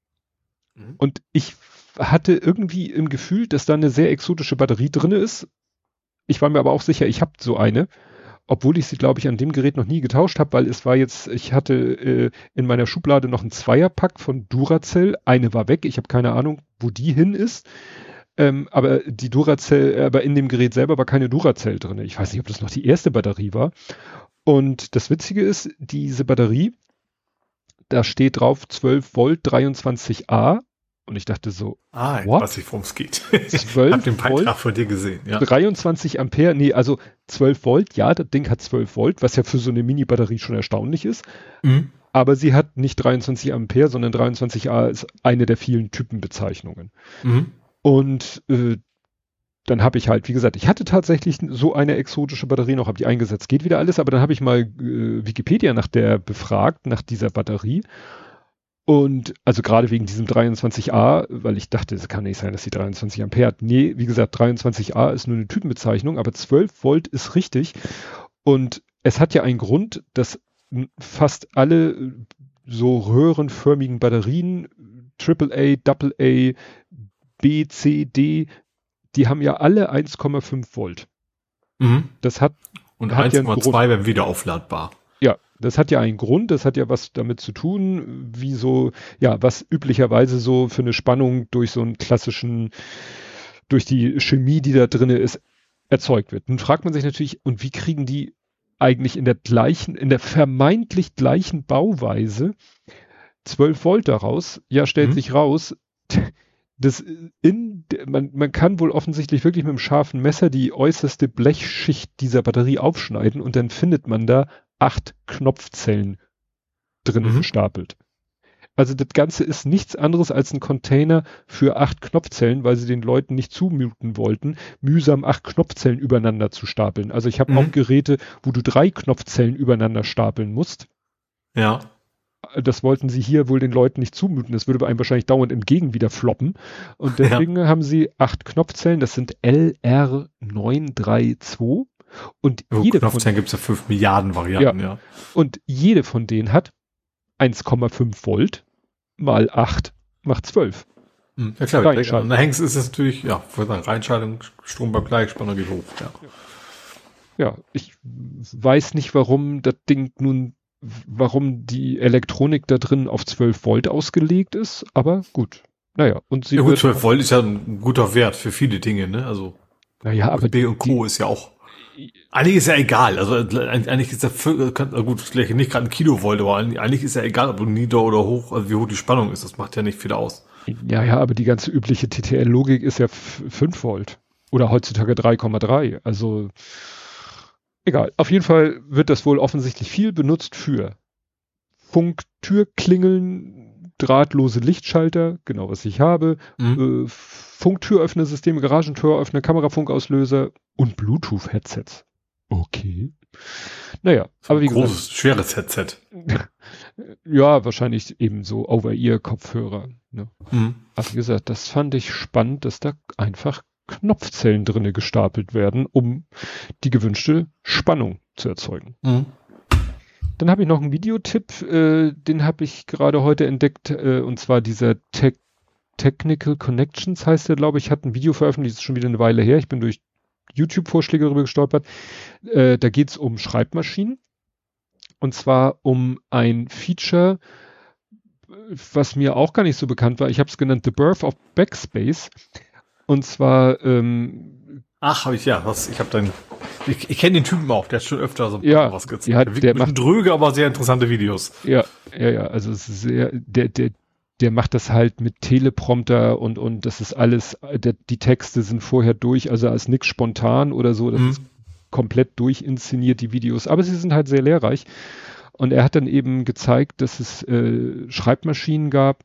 Und ich hatte irgendwie im Gefühl, dass da eine sehr exotische Batterie drin ist. Ich war mir aber auch sicher, ich habe so eine. Obwohl ich sie, glaube ich, an dem Gerät noch nie getauscht habe, weil ich hatte in meiner Schublade noch einen Zweierpack von Duracell. Eine war weg, ich habe keine Ahnung, wo die hin ist. Aber die Duracell, aber in dem Gerät selber war keine Duracell drin. Ich weiß nicht, ob das noch die erste Batterie war. Und das Witzige ist, diese Batterie, da steht drauf 12 Volt 23A. Und ich dachte so, ich weiß nicht, worum es geht. 12 ich habe den Beitrag Volt, von dir gesehen. Ja. 23 Ampere, nee, also 12 Volt, ja, das Ding hat 12 Volt, was ja für so eine Mini-Batterie schon erstaunlich ist. Aber sie hat nicht 23 Ampere, sondern 23A ist eine der vielen Typenbezeichnungen. Und dann habe ich halt, wie gesagt, ich hatte tatsächlich so eine exotische Batterie noch, habe die eingesetzt, geht wieder alles, aber dann habe ich mal Wikipedia nach dieser Batterie. Und also gerade wegen diesem 23A, weil ich dachte, es kann nicht sein, dass die 23 Ampere hat. Nee, wie gesagt, 23A ist nur eine Typenbezeichnung, aber 12 Volt ist richtig. Und es hat ja einen Grund, dass fast alle so röhrenförmigen Batterien, AAA, AA, B, C, D, die haben ja alle 1,5 Volt. Das hat und 1,2 werden wieder aufladbar. Ja, das hat ja einen Grund, das hat ja was damit zu tun, was üblicherweise so für eine Spannung durch so einen durch die Chemie, die da drinne ist, erzeugt wird. Nun fragt man sich natürlich, und wie kriegen die eigentlich in der vermeintlich gleichen Bauweise 12 Volt daraus? Ja, stellt sich raus, man kann wohl offensichtlich wirklich mit einem scharfen Messer die äußerste Blechschicht dieser Batterie aufschneiden und dann findet man da 8 Knopfzellen drin gestapelt. Also das Ganze ist nichts anderes als ein Container für 8 Knopfzellen, weil sie den Leuten nicht zumuten wollten, mühsam 8 Knopfzellen übereinander zu stapeln. Also ich habe auch Geräte, wo du 3 Knopfzellen übereinander stapeln musst. Ja. Das wollten sie hier wohl den Leuten nicht zumuten. Das würde bei einem wahrscheinlich dauernd entgegen wieder floppen. Und deswegen haben sie 8 Knopfzellen. Das sind LR932. Und jede Knopfzellen gibt es ja 5 Milliarden Varianten, ja. Und jede von denen hat 1,5 Volt mal 8 macht 12. Ja klar, und da hängst ist es natürlich, Reinschaltung, Strom bei Gleichspannung geht hoch. Ja, ich weiß nicht, warum die Elektronik da drin auf 12 Volt ausgelegt ist, aber gut. Naja, und 12 Volt ist ja ein guter Wert für viele Dinge, ne? Also, aber B und Co. ist ja auch, eigentlich ist ja egal, also eigentlich ist ja, gut, vielleicht nicht gerade ein Kilovolt, aber eigentlich ist ja egal, ob du nieder oder hoch, also wie hoch die Spannung ist, das macht ja nicht viel aus. Ja, aber die ganze übliche TTL-Logik ist ja 5 Volt oder heutzutage 3,3, also egal. Auf jeden Fall wird das wohl offensichtlich viel benutzt für Funktürklingeln drahtlose Lichtschalter, genau was ich habe, Funktüröffnersysteme, Garagentüröffner, Kamerafunkauslöser und Bluetooth-Headsets. Okay. Naja, aber wie gesagt. Großes, schweres Headset. Ja, wahrscheinlich eben so Over-Ear-Kopfhörer. Ne? Aber wie gesagt, das fand ich spannend, dass da einfach Knopfzellen drinne gestapelt werden, um die gewünschte Spannung zu erzeugen. Dann habe ich noch einen Videotipp, den habe ich gerade heute entdeckt, und zwar dieser Technical Connections heißt der, glaube ich, hat ein Video veröffentlicht, ist schon wieder eine Weile her. Ich bin durch YouTube-Vorschläge darüber gestolpert. Da geht es um Schreibmaschinen. Und zwar um ein Feature, was mir auch gar nicht so bekannt war. Ich habe es genannt The Birth of Backspace. Und zwar habe ich, ja. Ich kenne den Typen auch, der hat schon öfter so was gezeigt. Der macht dröge, aber sehr interessante Videos. Ja. Also es ist sehr, der macht das halt mit Teleprompter und das ist alles, die Texte sind vorher durch, also als nix spontan oder so, das ist komplett durchinszeniert, die Videos, aber sie sind halt sehr lehrreich. Und er hat dann eben gezeigt, dass es Schreibmaschinen gab,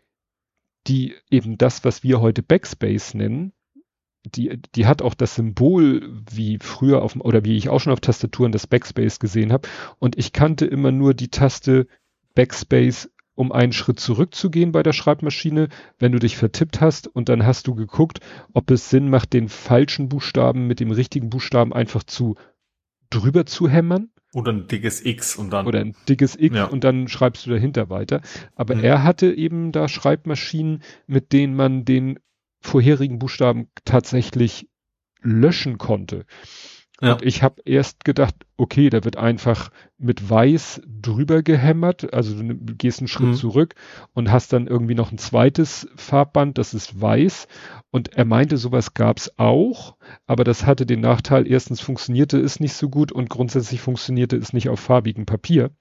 die eben das, was wir heute Backspace nennen, die hat auch das Symbol wie früher oder wie ich auch schon auf Tastaturen das Backspace gesehen habe. Und ich kannte immer nur die Taste Backspace, um einen Schritt zurückzugehen bei der Schreibmaschine, wenn du dich vertippt hast und dann hast du geguckt, ob es Sinn macht, den falschen Buchstaben mit dem richtigen Buchstaben einfach drüber zu hämmern. Oder ein dickes X und dann. Oder ein dickes X und dann schreibst du dahinter weiter. Aber er hatte eben da Schreibmaschinen, mit denen man den vorherigen Buchstaben tatsächlich löschen konnte. Ja. Und ich habe erst gedacht, okay, da wird einfach mit Weiß drüber gehämmert, also du gehst einen Schritt zurück und hast dann irgendwie noch ein zweites Farbband, das ist Weiß. Und er meinte, sowas gab's auch, aber das hatte den Nachteil, erstens funktionierte es nicht so gut und grundsätzlich funktionierte es nicht auf farbigem Papier.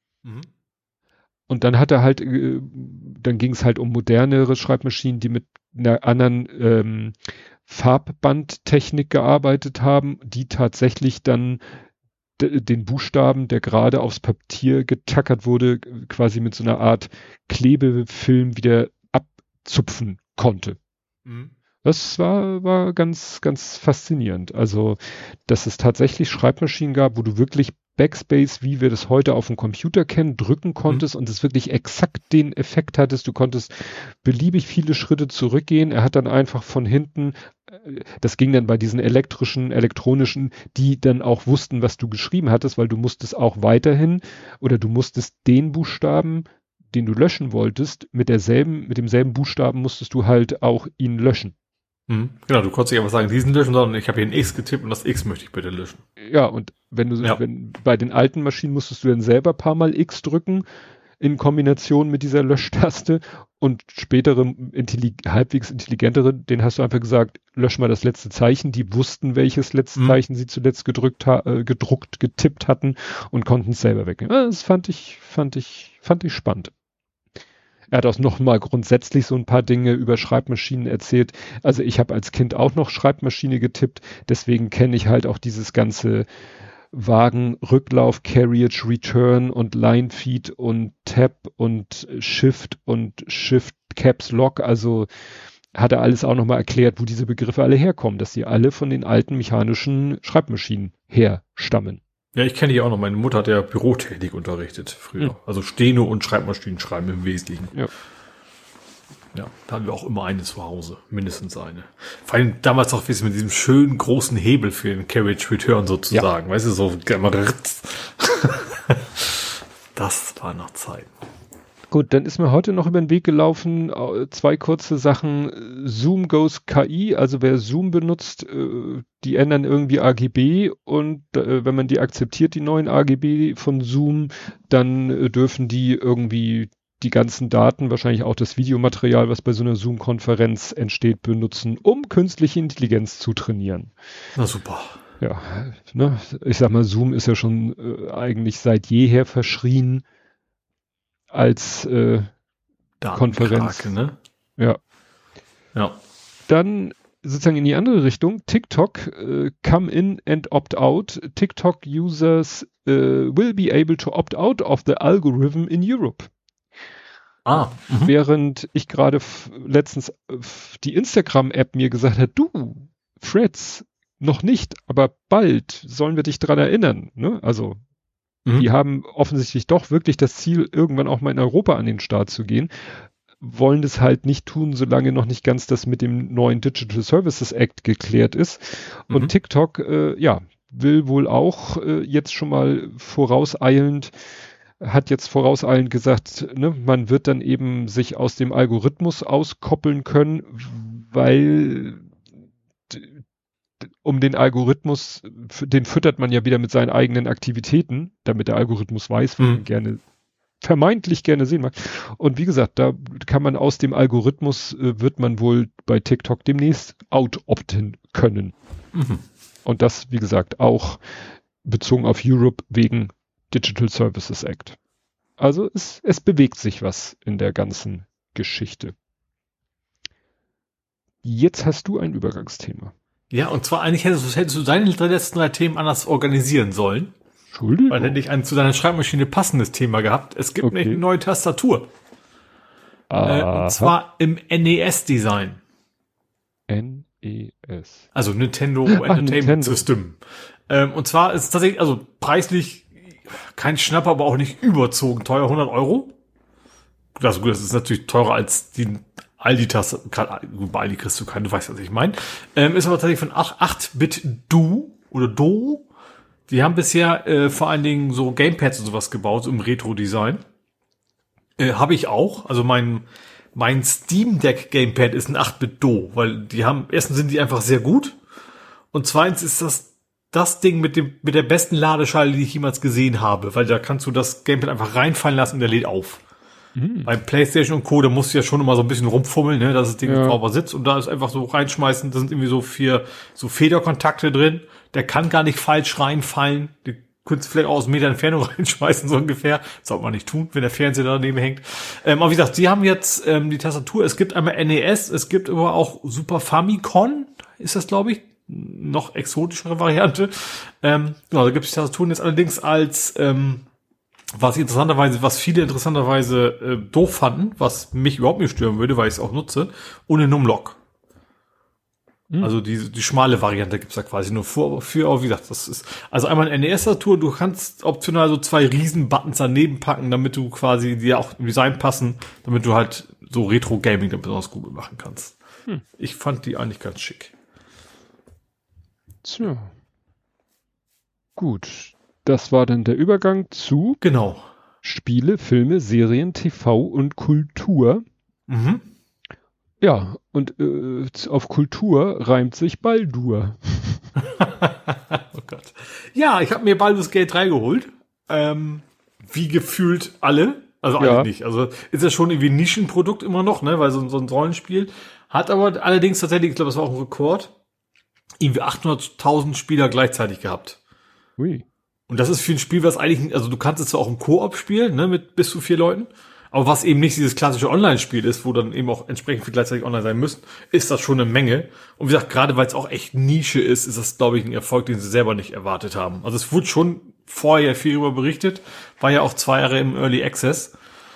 Und dann hat er halt, dann ging es halt um modernere Schreibmaschinen, die mit einer anderen Farbbandtechnik gearbeitet haben, die tatsächlich dann den Buchstaben, der gerade aufs Papier getackert wurde, quasi mit so einer Art Klebefilm wieder abzupfen konnte. Das war ganz, ganz faszinierend. Also, dass es tatsächlich Schreibmaschinen gab, wo du wirklich Backspace, wie wir das heute auf dem Computer kennen, drücken konntest und es wirklich exakt den Effekt hattest. Du konntest beliebig viele Schritte zurückgehen. Er hat dann einfach von hinten, das ging dann bei diesen elektronischen, die dann auch wussten, was du geschrieben hattest, weil du musstest auch weiterhin oder du musstest den Buchstaben, den du löschen wolltest, mit demselben Buchstaben musstest du halt auch ihn löschen. Genau, du konntest nicht einfach sagen, diesen löschen, sondern ich habe hier ein X getippt und das X möchte ich bitte löschen. Ja, und wenn bei den alten Maschinen musstest du dann selber ein paar Mal X drücken in Kombination mit dieser Löschtaste und spätere halbwegs intelligentere, den hast du einfach gesagt, lösch mal das letzte Zeichen. Die wussten, welches letzte Zeichen sie zuletzt getippt hatten und konnten es selber wegnehmen. Das fand ich spannend. Er hat auch noch mal grundsätzlich so ein paar Dinge über Schreibmaschinen erzählt. Also ich habe als Kind auch noch Schreibmaschine getippt, deswegen kenne ich halt auch dieses ganze Wagen, Rücklauf, Carriage, Return und Line Feed und Tab und Shift Caps Lock. Also hat er alles auch noch mal erklärt, wo diese Begriffe alle herkommen, dass sie alle von den alten mechanischen Schreibmaschinen herstammen. Ja, ich kenne die auch noch. Meine Mutter hat ja Bürotechnik unterrichtet früher. Also Steno und Schreibmaschinen schreiben im Wesentlichen. Ja, da haben wir auch immer eine zu Hause. Mindestens eine. Vor allem damals auch mit diesem schönen großen Hebel für den Carriage Return sozusagen. Ja. Weißt du, so das war noch Zeit. Gut, dann ist mir heute noch über den Weg gelaufen, 2 kurze Sachen. Zoom Goes KI, also wer Zoom benutzt, die ändern irgendwie AGB und wenn man die akzeptiert, die neuen AGB von Zoom, dann dürfen die irgendwie die ganzen Daten, wahrscheinlich auch das Videomaterial, was bei so einer Zoom-Konferenz entsteht, benutzen, um künstliche Intelligenz zu trainieren. Na super. Ja, ne, ich sag mal, Zoom ist ja schon eigentlich seit jeher verschrien als Konferenz. Ne? Ja. Dann sozusagen in die andere Richtung, TikTok, come in and opt out. TikTok users will be able to opt out of the algorithm in Europe. Während ich gerade letztens die Instagram-App mir gesagt hat, du, Threads, noch nicht, aber bald sollen wir dich dran erinnern. Ne? Also die haben offensichtlich doch wirklich das Ziel, irgendwann auch mal in Europa an den Start zu gehen, wollen es halt nicht tun, solange noch nicht ganz das mit dem neuen Digital Services Act geklärt ist. Und TikTok, will wohl auch jetzt schon mal hat jetzt vorauseilend gesagt, ne, man wird dann eben sich aus dem Algorithmus auskoppeln können, weil um den Algorithmus, den füttert man ja wieder mit seinen eigenen Aktivitäten, damit der Algorithmus weiß, was man vermeintlich gerne sehen mag. Und wie gesagt, da kann man aus dem Algorithmus, wird man wohl bei TikTok demnächst out-opten können. Und das, wie gesagt, auch bezogen auf Europe wegen Digital Services Act. Also es bewegt sich was in der ganzen Geschichte. Jetzt hast du ein Übergangsthema. Ja, und zwar eigentlich hättest du deine letzten 3 Themen anders organisieren sollen. Entschuldigung. Weil hätte ich ein zu deiner Schreibmaschine passendes Thema gehabt. Es gibt eine neue Tastatur. Und zwar im NES-Design. NES. Also Nintendo Entertainment System. Und zwar ist es tatsächlich, also preislich kein Schnapper, aber auch nicht überzogen teuer, 100 €. Also gut, das ist natürlich teurer als die Aldi-Tastatur. Bei Aldi kriegst du keine, du weißt, was ich meine. Ist aber tatsächlich von 8-Bit-Do oder Do. Die haben bisher vor allen Dingen so Gamepads und sowas gebaut, so im Retro-Design. Habe ich auch. Also mein Steam Deck Gamepad ist ein 8-Bit-Do, weil erstens sind die einfach sehr gut und zweitens ist das Ding mit der besten Ladeschale, die ich jemals gesehen habe, weil da kannst du das Gamepad einfach reinfallen lassen und der lädt auf. Bei PlayStation und Co., da musst du ja schon immer so ein bisschen rumfummeln, ne, dass das Ding sauber sitzt und da ist einfach so reinschmeißen, da sind irgendwie so 4 so Federkontakte drin, der kann gar nicht falsch reinfallen, die könntest du vielleicht auch aus Meter Entfernung reinschmeißen, so ungefähr. Das sollte man nicht tun, wenn der Fernseher daneben hängt. Aber wie gesagt, die haben jetzt die Tastatur, es gibt einmal NES, es gibt aber auch Super Famicom, ist das, glaube ich, noch exotischere Variante. Genau, da gibt es die Tastaturen jetzt allerdings als was viele interessanterweise doof fanden, was mich überhaupt nicht stören würde, weil ich es auch nutze, ohne Numlock. Also die schmale Variante gibt's da quasi nur für, wie gesagt, das ist, also einmal eine NES-Tastatur, du kannst optional so 2 Riesen-Buttons daneben packen, damit du quasi, die auch im Design passen, damit du halt so Retro-Gaming dann besonders gut machen kannst. Ich fand die eigentlich ganz schick. Tja. Gut. Das war dann der Übergang zu Spiele, Filme, Serien, TV und Kultur. Ja, und auf Kultur reimt sich Baldur. Oh Gott. Ja, ich habe mir Baldur's Gate 3 geholt. Wie gefühlt alle. Also alle nicht. Also ist ja schon irgendwie ein Nischenprodukt immer noch, ne? Weil so ein Rollenspiel. Hat aber allerdings tatsächlich, ich glaube, das war auch ein Rekord, irgendwie 800.000 Spieler gleichzeitig gehabt. Ui. Und das ist für ein Spiel, was eigentlich, also du kannst es zwar auch im Koop spielen, ne, mit bis zu 4 Leuten, aber was eben nicht dieses klassische Online-Spiel ist, wo dann eben auch entsprechend viel gleichzeitig online sein müssen, ist das schon eine Menge. Und wie gesagt, gerade weil es auch echt Nische ist, ist das, glaube ich, ein Erfolg, den sie selber nicht erwartet haben. Also es wurde schon vorher viel darüber berichtet, war ja auch 2 Jahre im Early Access.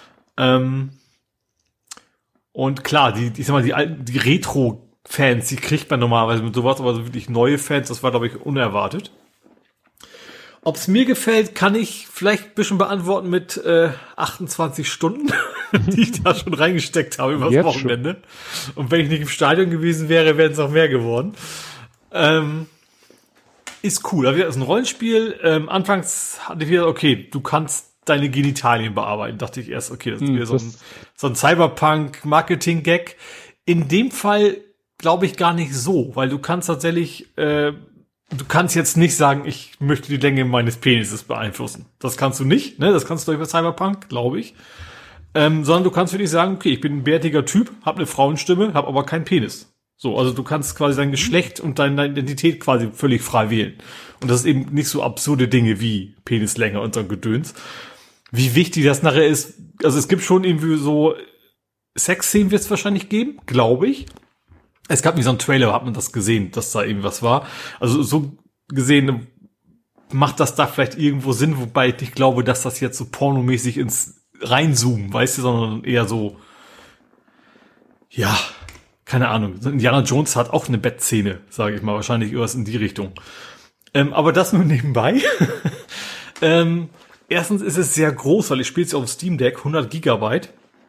Und klar, ich sag mal, die Retro-Fans, die kriegt man normalerweise mit sowas, aber so wirklich neue Fans, das war, glaube ich, unerwartet. Ob es mir gefällt, kann ich vielleicht ein bisschen beantworten mit 28 Stunden, die ich da schon reingesteckt habe über das Wochenende. Und wenn ich nicht im Stadion gewesen wäre, wären es auch mehr geworden. Ist cool. Aber das ist ein Rollenspiel. Anfangs hatte ich wieder, okay, du kannst deine Genitalien bearbeiten. Dachte ich erst, okay, das ist wieder so ein Cyberpunk-Marketing-Gag. In dem Fall glaube ich gar nicht so, weil du kannst tatsächlich du kannst jetzt nicht sagen, ich möchte die Länge meines Penises beeinflussen. Das kannst du nicht, ne? Das kannst du durch Cyberpunk, glaube ich. Sondern du kannst wirklich sagen, okay, ich bin ein bärtiger Typ, habe eine Frauenstimme, habe aber keinen Penis. So, also du kannst quasi dein Geschlecht und deine Identität quasi völlig frei wählen. Und das ist eben nicht so absurde Dinge wie Penislänge und so ein Gedöns. Wie wichtig das nachher ist, also es gibt schon irgendwie so Sexszenen wird es wahrscheinlich geben, glaube ich. Es gab wie so ein Trailer, hat man das gesehen, dass da irgendwas war. Also so gesehen macht das da vielleicht irgendwo Sinn, wobei ich nicht glaube, dass das jetzt so pornomäßig reinzoomen, weißt du, sondern eher so, ja, keine Ahnung. Indiana Jones hat auch eine Bettszene, sage ich mal, wahrscheinlich irgendwas in die Richtung. Aber das nur nebenbei. Erstens ist es sehr groß, weil ich spiele es auf dem Steam Deck, 100 Gigabyte.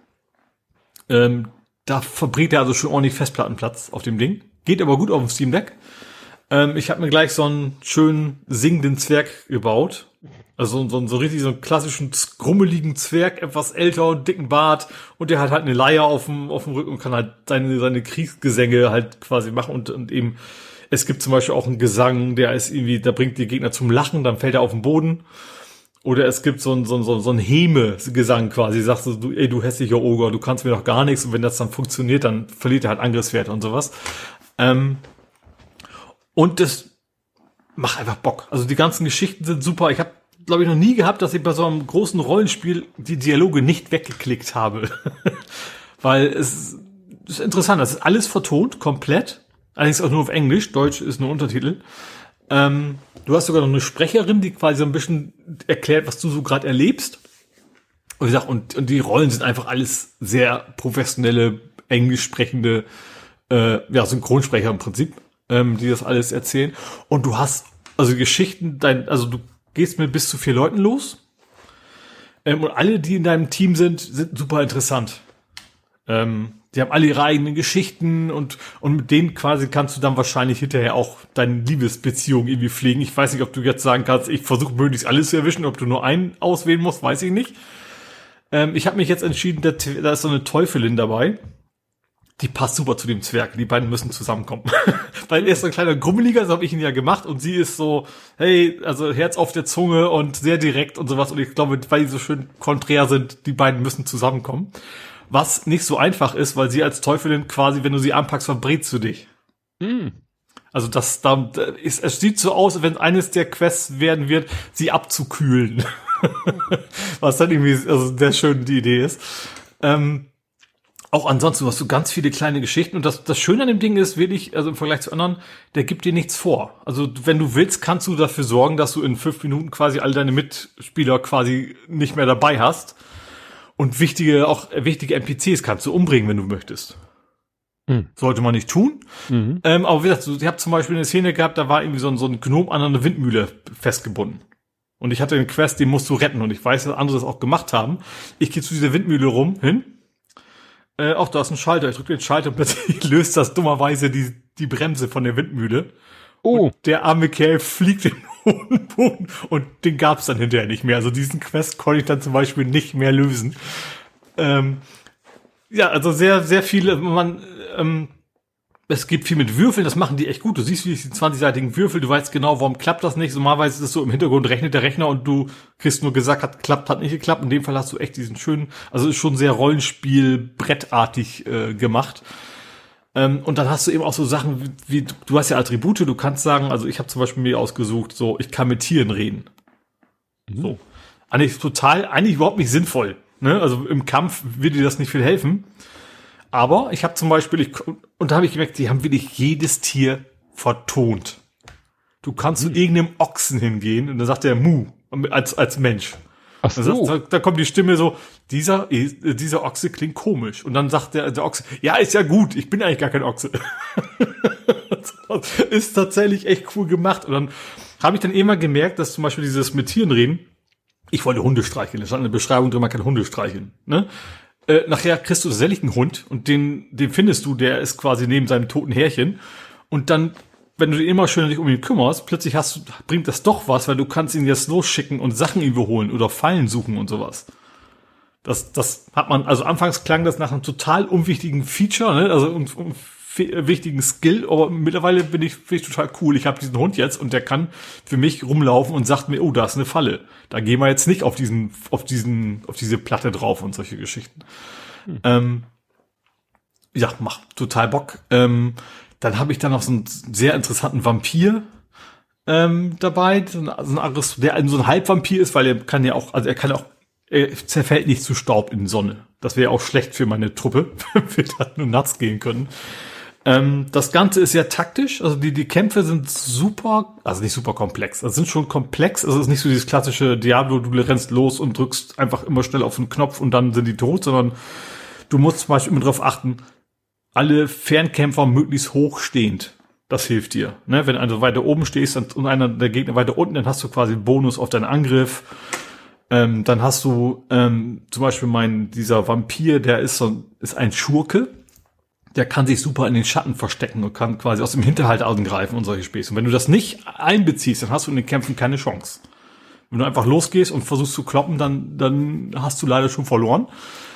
Da verbringt er also schon ordentlich Festplattenplatz auf dem Ding. Geht aber gut auf dem Steam Deck. Ich habe mir gleich so einen schönen singenden Zwerg gebaut. Also so einen klassischen, grummeligen Zwerg, etwas älter und dicken Bart. Und der hat halt eine Leier auf dem Rücken und kann halt seine Kriegsgesänge halt quasi machen. Und eben, es gibt zum Beispiel auch einen Gesang, der bringt die Gegner zum Lachen, dann fällt er auf den Boden. Oder es gibt so ein Häme-Gesang quasi. Sagst du hässlicher Oger, du kannst mir doch gar nichts. Und wenn das dann funktioniert, dann verliert er halt Angriffswerte und sowas. Und das macht einfach Bock. Also die ganzen Geschichten sind super. Ich habe, glaube ich, noch nie gehabt, dass ich bei so einem großen Rollenspiel die Dialoge nicht weggeklickt habe. Weil es ist interessant. Das ist alles vertont, komplett. Allerdings auch nur auf Englisch. Deutsch ist nur Untertitel. Du hast sogar noch eine Sprecherin, die quasi so ein bisschen erklärt, was du so gerade erlebst. Und wie gesagt, und die Rollen sind einfach alles sehr professionelle, englisch sprechende Synchronsprecher im Prinzip, die das alles erzählen. Und du hast also Geschichten, du gehst mit bis zu 4 Leuten los. Und alle, die in deinem Team sind super interessant. Die haben alle ihre eigenen Geschichten und mit denen quasi kannst du dann wahrscheinlich hinterher auch deine Liebesbeziehung irgendwie pflegen. Ich weiß nicht, ob du jetzt sagen kannst, ich versuche möglichst alles zu erwischen, ob du nur einen auswählen musst, weiß ich nicht. Ich habe mich jetzt entschieden, da ist so eine Teufelin dabei. Die passt super zu dem Zwerg. Die beiden müssen zusammenkommen. Weil er ist so ein kleiner Grummeliger, so habe ich ihn ja gemacht. Und sie ist so, hey, also Herz auf der Zunge und sehr direkt und sowas. Und ich glaube, weil die so schön konträr sind, die beiden müssen zusammenkommen. Was nicht so einfach ist, weil sie als Teufelin quasi, wenn du sie anpackst, verbrätst du dich. Also es sieht so aus, wenn eines der Quests werden wird, sie abzukühlen. Was dann irgendwie sehr schön die Idee ist. Auch ansonsten hast du ganz viele kleine Geschichten. Und das Schöne an dem Ding ist wirklich, also im Vergleich zu anderen, der gibt dir nichts vor. Also wenn du willst, kannst du dafür sorgen, dass du in 5 Minuten quasi all deine Mitspieler quasi nicht mehr dabei hast. Und wichtige NPCs kannst du umbringen, wenn du möchtest. Sollte man nicht tun. Aber wie gesagt, ich habe zum Beispiel eine Szene gehabt, da war irgendwie so ein Gnom an einer Windmühle festgebunden. Und ich hatte eine Quest, den musst du retten. Und ich weiß, dass andere das auch gemacht haben. Ich gehe zu dieser Windmühle hin. Auch da ist ein Schalter. Ich drücke den Schalter und plötzlich löst das dummerweise die Bremse von der Windmühle. Oh. Und der arme Kerl fliegt in den Boden und den gab's dann hinterher nicht mehr. Also diesen Quest konnte ich dann zum Beispiel nicht mehr lösen. Also sehr, sehr viele, es gibt viel mit Würfeln, das machen die echt gut. Du siehst, wie die 20-seitigen Würfel, du weißt genau, warum klappt das nicht. Normalerweise ist es so, im Hintergrund rechnet der Rechner und du kriegst nur gesagt, hat nicht geklappt. In dem Fall hast du echt diesen schönen, also ist schon sehr Rollenspiel-brettartig gemacht. Und dann hast du eben auch so Sachen wie, du hast ja Attribute, du kannst sagen, also ich habe zum Beispiel mir ausgesucht, so, ich kann mit Tieren reden. So. Eigentlich überhaupt nicht sinnvoll. Ne? Also im Kampf wird dir das nicht viel helfen. Aber ich habe zum Beispiel, und da habe ich gemerkt, die haben wirklich jedes Tier vertont. Du kannst zu irgendeinem Ochsen hingehen und dann sagt der Mu als Mensch. Ach so. Da kommt die Stimme so, dieser Ochse klingt komisch. Und dann sagt der Ochse, ja, ist ja gut, ich bin eigentlich gar kein Ochse. Ist tatsächlich echt cool gemacht. Und dann habe ich dann immer gemerkt, dass zum Beispiel dieses mit Tieren reden, ich wollte Hunde streicheln, da stand eine Beschreibung drin, man kann Hunde streicheln. Ne? Nachher kriegst du tatsächlich einen Hund und den findest du, der ist quasi neben seinem toten Härchen. Und dann, wenn du dich immer schön dich um ihn kümmerst, plötzlich bringt das doch was, weil du kannst ihn jetzt losschicken und Sachen irgendwo holen oder Fallen suchen und sowas. Das hat man, also anfangs klang das nach einem total unwichtigen Feature, ne? Also wichtigen Skill, aber mittlerweile finde ich total cool. Ich habe diesen Hund jetzt und der kann für mich rumlaufen und sagt mir, oh, da ist eine Falle. Da gehen wir jetzt nicht auf diese Platte drauf und solche Geschichten. Macht total Bock. Dann habe ich dann noch so einen sehr interessanten Vampir dabei, der so ein Halbvampir ist, weil er zerfällt nicht zu Staub in die Sonne. Das wäre auch schlecht für meine Truppe, wenn wir da nur nachts gehen können. Das Ganze ist sehr taktisch, also die Kämpfe sind also nicht super komplex, also sind schon komplex, also es ist nicht so dieses klassische Diablo, du rennst los und drückst einfach immer schnell auf den Knopf und dann sind die tot, sondern du musst zum Beispiel immer darauf achten, alle Fernkämpfer möglichst hoch stehend. Das hilft dir. Ne? Wenn du weiter oben stehst und einer der Gegner weiter unten, dann hast du quasi einen Bonus auf deinen Angriff. Dann hast du zum Beispiel dieser Vampir, der ist ein Schurke. Der kann sich super in den Schatten verstecken und kann quasi aus dem Hinterhalt angreifen und solche Späße. Und wenn du das nicht einbeziehst, dann hast du in den Kämpfen keine Chance. Wenn du einfach losgehst und versuchst zu kloppen, dann hast du leider schon verloren.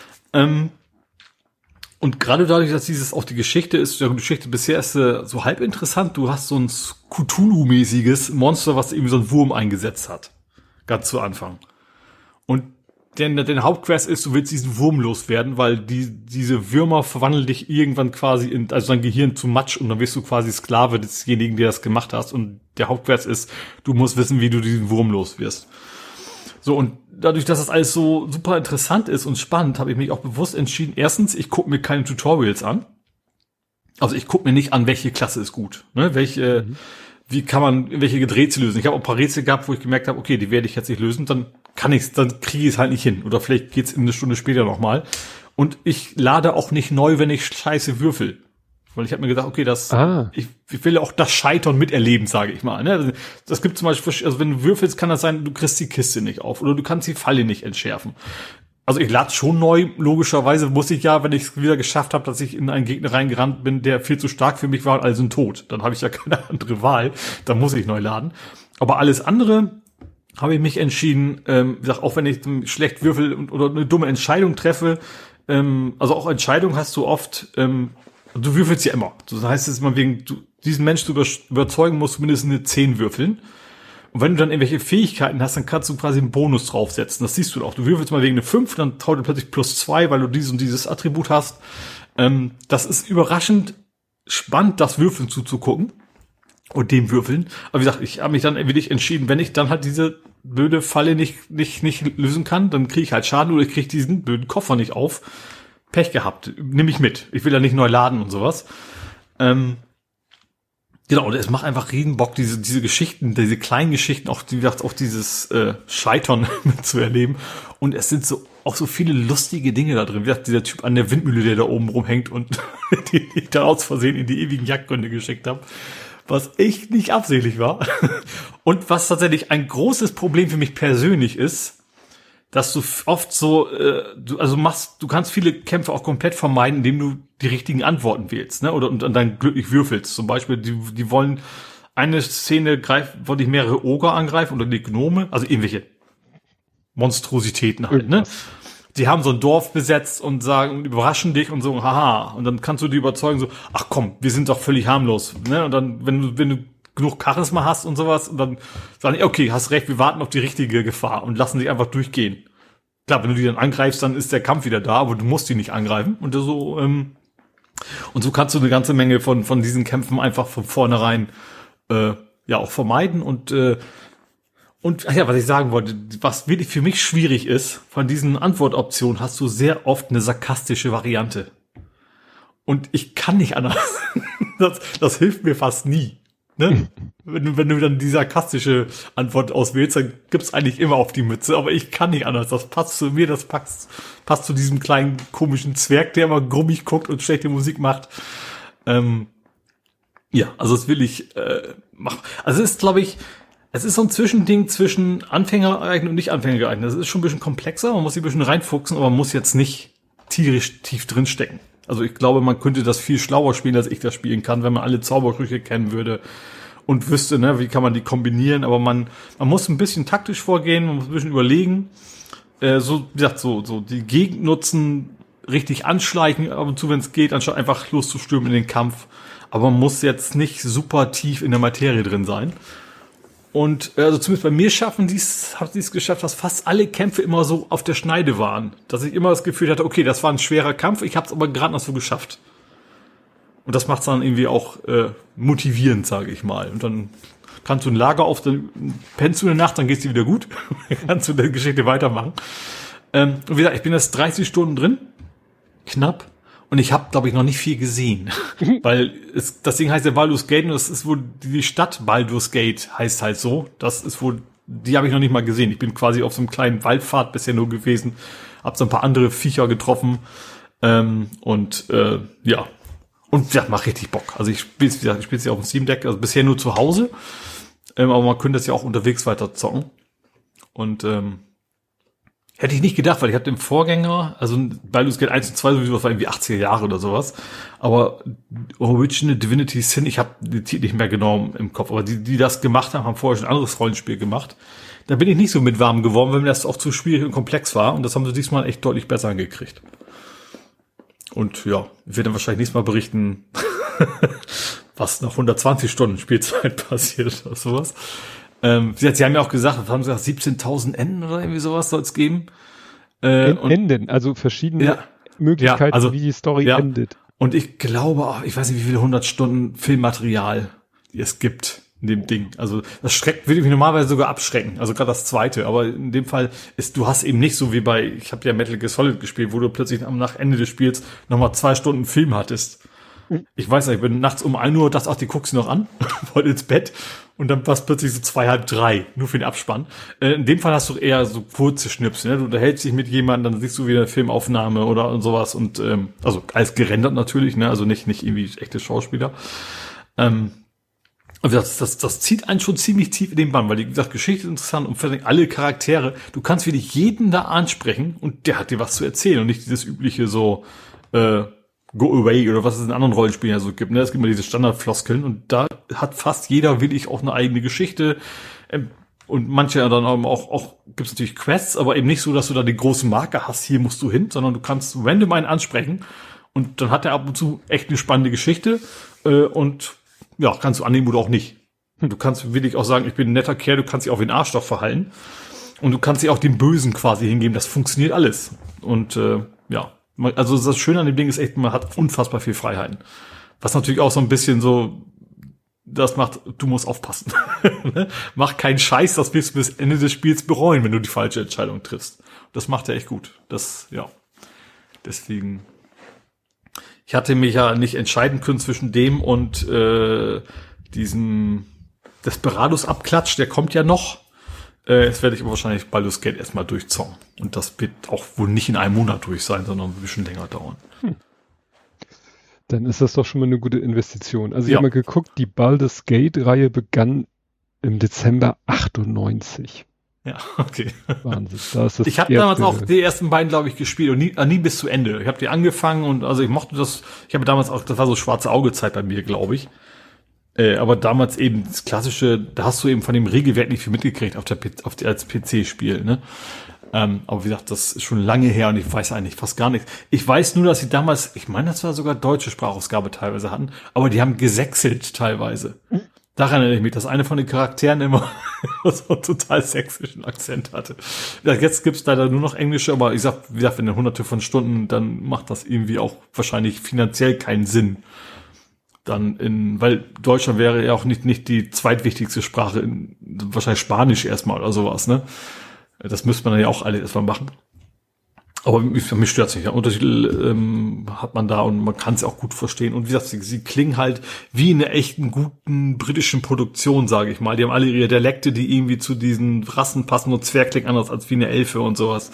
Und gerade dadurch, dass dieses auch die Geschichte ist, die Geschichte bisher ist so halb interessant. Du hast so ein Cthulhu-mäßiges Monster, was irgendwie so einen Wurm eingesetzt hat. Ganz zu Anfang. Und der Hauptquest ist, du willst diesen Wurm loswerden, weil diese Würmer verwandeln dich irgendwann quasi also dein Gehirn zu Matsch und dann wirst du quasi Sklave desjenigen, der das gemacht hast. Und der Hauptquest ist, du musst wissen, wie du diesen Wurm los wirst. So, und dadurch, dass das alles so super interessant ist und spannend, habe ich mich auch bewusst entschieden, erstens, ich gucke mir keine Tutorials an. Also ich gucke mir nicht an, welche Klasse ist gut. Ne? Wie kann man welche Rätsel lösen? Ich habe auch ein paar Rätsel gehabt, wo ich gemerkt habe, okay, die werde ich jetzt nicht lösen, dann kriege ich es halt nicht hin. Oder vielleicht geht's eine Stunde später nochmal. Und ich lade auch nicht neu, wenn ich scheiße würfel. Weil ich habe mir gedacht, okay, ich will auch das Scheitern miterleben, sage ich mal. Ne? Das gibt zum Beispiel, also wenn du würfelst, kann das sein, du kriegst die Kiste nicht auf oder du kannst die Falle nicht entschärfen. Also ich lade schon neu, logischerweise muss ich ja, wenn ich es wieder geschafft habe, dass ich in einen Gegner reingerannt bin, der viel zu stark für mich war, also ein Tod. Dann habe ich ja keine andere Wahl, dann muss ich neu laden. Aber alles andere habe ich mich entschieden, wie gesagt, auch wenn ich schlecht würfel oder eine dumme Entscheidung treffe, also auch Entscheidung hast du oft, du würfelst ja immer. Das heißt, es ist mal diesen Menschen zu überzeugen, musst du mindestens eine 10 würfeln. Und wenn du dann irgendwelche Fähigkeiten hast, dann kannst du quasi einen Bonus draufsetzen. Das siehst du auch. Du würfelst mal wegen eine 5, dann taut dir plötzlich +2, weil du dieses und dieses Attribut hast. Das ist überraschend spannend, das Würfeln zuzugucken. Und dem Würfeln. Aber wie gesagt, ich habe mich dann wirklich entschieden, wenn ich dann halt diese blöde Falle nicht lösen kann, dann kriege ich halt Schaden oder ich kriege diesen blöden Koffer nicht auf. Pech gehabt. Nehme ich mit. Ich will ja nicht neu laden und sowas. Genau, und es macht einfach riesen Bock, diese Geschichten, diese kleinen Geschichten, auch dieses Scheitern zu erleben. Und es sind auch so viele lustige Dinge da drin. Wie gesagt, dieser Typ an der Windmühle, der da oben rumhängt und die ich da aus Versehen in die ewigen Jagdgründe geschickt habe. Was echt nicht absichtlich war. Und was tatsächlich ein großes Problem für mich persönlich ist, dass du oft du kannst viele Kämpfe auch komplett vermeiden, indem du die richtigen Antworten wählst, ne? Oder und dann glücklich würfelst. Zum Beispiel, die wollen eine Szene wollte ich mehrere Oger angreifen oder die Gnome, also irgendwelche Monstrositäten halt, ne? Die haben so ein Dorf besetzt und überraschen dich und so, haha. Und dann kannst du die überzeugen, so, ach komm, wir sind doch völlig harmlos, ne? Und dann, wenn du genug Charisma hast und sowas, und dann sagen die, okay, hast recht, wir warten auf die richtige Gefahr und lassen dich einfach durchgehen. Klar, wenn du die dann angreifst, dann ist der Kampf wieder da, aber du musst die nicht angreifen. Und so kannst du eine ganze Menge von diesen Kämpfen einfach von vornherein auch vermeiden. Und was ich sagen wollte, was wirklich für mich schwierig ist, von diesen Antwortoptionen hast du sehr oft eine sarkastische Variante. Und ich kann nicht anders. Das hilft mir fast nie. Ne? Wenn du dann die sarkastische Antwort auswählst, dann gibt's eigentlich immer auf die Mütze, aber ich kann nicht anders. Das passt zu mir, das passt zu diesem kleinen komischen Zwerg, der immer grummig guckt und schlechte Musik macht. Also es will ich machen. Also es ist, glaube ich, es ist so ein Zwischending zwischen Anfänger geeignet und nicht Anfänger geeignet. Das ist schon ein bisschen komplexer, man muss sich ein bisschen reinfuchsen, aber man muss jetzt nicht tierisch tief drinstecken. Also ich glaube, man könnte das viel schlauer spielen, als ich das spielen kann, wenn man alle Zaubersprüche kennen würde und wüsste, ne, wie kann man die kombinieren. Aber man muss ein bisschen taktisch vorgehen, man muss ein bisschen überlegen. So die Gegend nutzen, richtig anschleichen, ab und zu, wenn es geht, anstatt einfach loszustürmen in den Kampf. Aber man muss jetzt nicht super tief in der Materie drin sein. Und also zumindest bei mir habe ich es geschafft, dass fast alle Kämpfe immer so auf der Schneide waren. Dass ich immer das Gefühl hatte, okay, das war ein schwerer Kampf, ich habe es aber gerade noch so geschafft. Und das macht es dann irgendwie auch motivierend, sage ich mal. Und dann kannst du ein Lager auf, dann pennst du eine Nacht, dann geht's dir wieder gut. Dann kannst du die Geschichte weitermachen. Und wie gesagt, ich bin jetzt 30 Stunden drin, knapp. Und ich habe, glaube ich, noch nicht viel gesehen. Weil das Ding heißt ja Baldur's Gate und das ist wohl die Stadt Baldur's Gate heißt halt so. Das ist wohl, die habe ich noch nicht mal gesehen. Ich bin quasi auf so einem kleinen Waldpfad bisher nur gewesen. Hab so ein paar andere Viecher getroffen. Und macht richtig Bock. Also ich spiele es ja auf dem Steam Deck, also bisher nur zu Hause. Aber man könnte es ja auch unterwegs weiter zocken. Und hätte ich nicht gedacht, weil ich hatte im Vorgänger, also Baldur's Gate 1 und 2 sowieso, das war irgendwie 80er Jahre oder sowas. Aber Original Divinity Sin, ich habe die Titel nicht mehr genau im Kopf, aber die das gemacht haben vorher schon ein anderes Rollenspiel gemacht. Da bin ich nicht so mit warm geworden, weil mir das auch zu schwierig und komplex war. Und das haben sie diesmal echt deutlich besser hingekriegt. Und ja, ich werde dann wahrscheinlich nächstes Mal berichten, was nach 120 Stunden Spielzeit passiert oder sowas. Sie haben ja auch gesagt, was haben sie gesagt, 17.000 Enden oder irgendwie sowas soll es geben. Enden, also verschiedene Möglichkeiten, also, wie die Story endet. Und ich glaube, ich weiß nicht, wie viele 100 Stunden Filmmaterial es gibt in dem Ding. Also das würde mich normalerweise sogar abschrecken. Also gerade das zweite. Aber in dem Fall du hast eben nicht so wie ich habe ja Metal Gear Solid gespielt, wo du plötzlich nach Ende des Spiels nochmal 2 Stunden Film hattest. Ich weiß nicht, ich bin nachts um 1 Uhr, die guckst du noch an, wollte ins Bett und dann war es plötzlich so 2:30, 3, nur für den Abspann. In dem Fall hast du eher so kurze Schnipsel, ne? Du unterhältst dich mit jemandem, dann siehst du wieder eine Filmaufnahme oder sowas und also alles gerendert natürlich, ne? Also nicht irgendwie echte Schauspieler. Das zieht einen schon ziemlich tief in den Bann, weil die Geschichte ist interessant und vor allem alle Charaktere, du kannst wirklich jeden da ansprechen und der hat dir was zu erzählen und nicht dieses übliche so Go Away oder was es in anderen Rollenspielen ja so gibt. Ne? Es gibt immer diese Standardfloskeln und da hat fast jeder wirklich auch eine eigene Geschichte. Und manche dann auch gibt es natürlich Quests, aber eben nicht so, dass du da den großen Marker hast, hier musst du hin, sondern du kannst random einen ansprechen und dann hat er ab und zu echt eine spannende Geschichte und ja, kannst du annehmen oder auch nicht. Du kannst wirklich auch sagen, ich bin ein netter Kerl, du kannst dich auch wie ein Arschloch verhalten und du kannst dich auch dem Bösen quasi hingeben, das funktioniert alles. Und also das Schöne an dem Ding ist echt, man hat unfassbar viel Freiheiten. Was natürlich auch so ein bisschen so, das macht, du musst aufpassen. Mach keinen Scheiß, das wirst du bis Ende des Spiels bereuen, wenn du die falsche Entscheidung triffst. Das macht er echt gut. Deswegen, ich hatte mich ja nicht entscheiden können zwischen dem und diesem Desperados-Abklatsch, der kommt ja noch. Jetzt werde ich aber wahrscheinlich Baldur's Gate erstmal durchzocken. Und das wird auch wohl nicht in einem Monat durch sein, sondern ein bisschen länger dauern. Dann ist das doch schon mal eine gute Investition. Also ich habe mal geguckt, die Baldur's Gate-Reihe begann im Dezember 98. Ja, okay. Wahnsinn. Da ist das ich habe damals auch die ersten beiden, glaube ich, gespielt und nie bis zu Ende. Ich habe die angefangen und also ich mochte das. Ich habe damals auch, das war so schwarze Auge-Zeit bei mir, glaube ich. Aber damals eben das klassische, da hast du eben von dem Regelwerk nicht viel mitgekriegt als PC-Spiel, ne? Aber wie gesagt, das ist schon lange her und ich weiß eigentlich fast gar nichts. Ich weiß nur, dass sie damals, ich meine, das war sogar deutsche Sprachausgabe teilweise hatten, aber die haben gesächselt teilweise. Daran erinnere ich mich, dass eine von den Charakteren immer so einen total sächsischen Akzent hatte. Ja, jetzt gibt's leider nur noch Englische, aber ich sag, wie gesagt, wenn du hunderte von Stunden, dann macht das irgendwie auch wahrscheinlich finanziell keinen Sinn. Weil Deutschland wäre ja auch nicht die zweitwichtigste Sprache, wahrscheinlich Spanisch erstmal oder sowas, ne? Das müsste man dann ja auch alle erstmal machen. Aber mich stört's nicht. Ja. Untertitel hat man da und man kann es auch gut verstehen. Und wie gesagt, sie klingen halt wie in einer echten, guten britischen Produktion, sage ich mal. Die haben alle ihre Dialekte, die irgendwie zu diesen Rassen passen und Zwerg klingt anders als wie eine Elfe und sowas.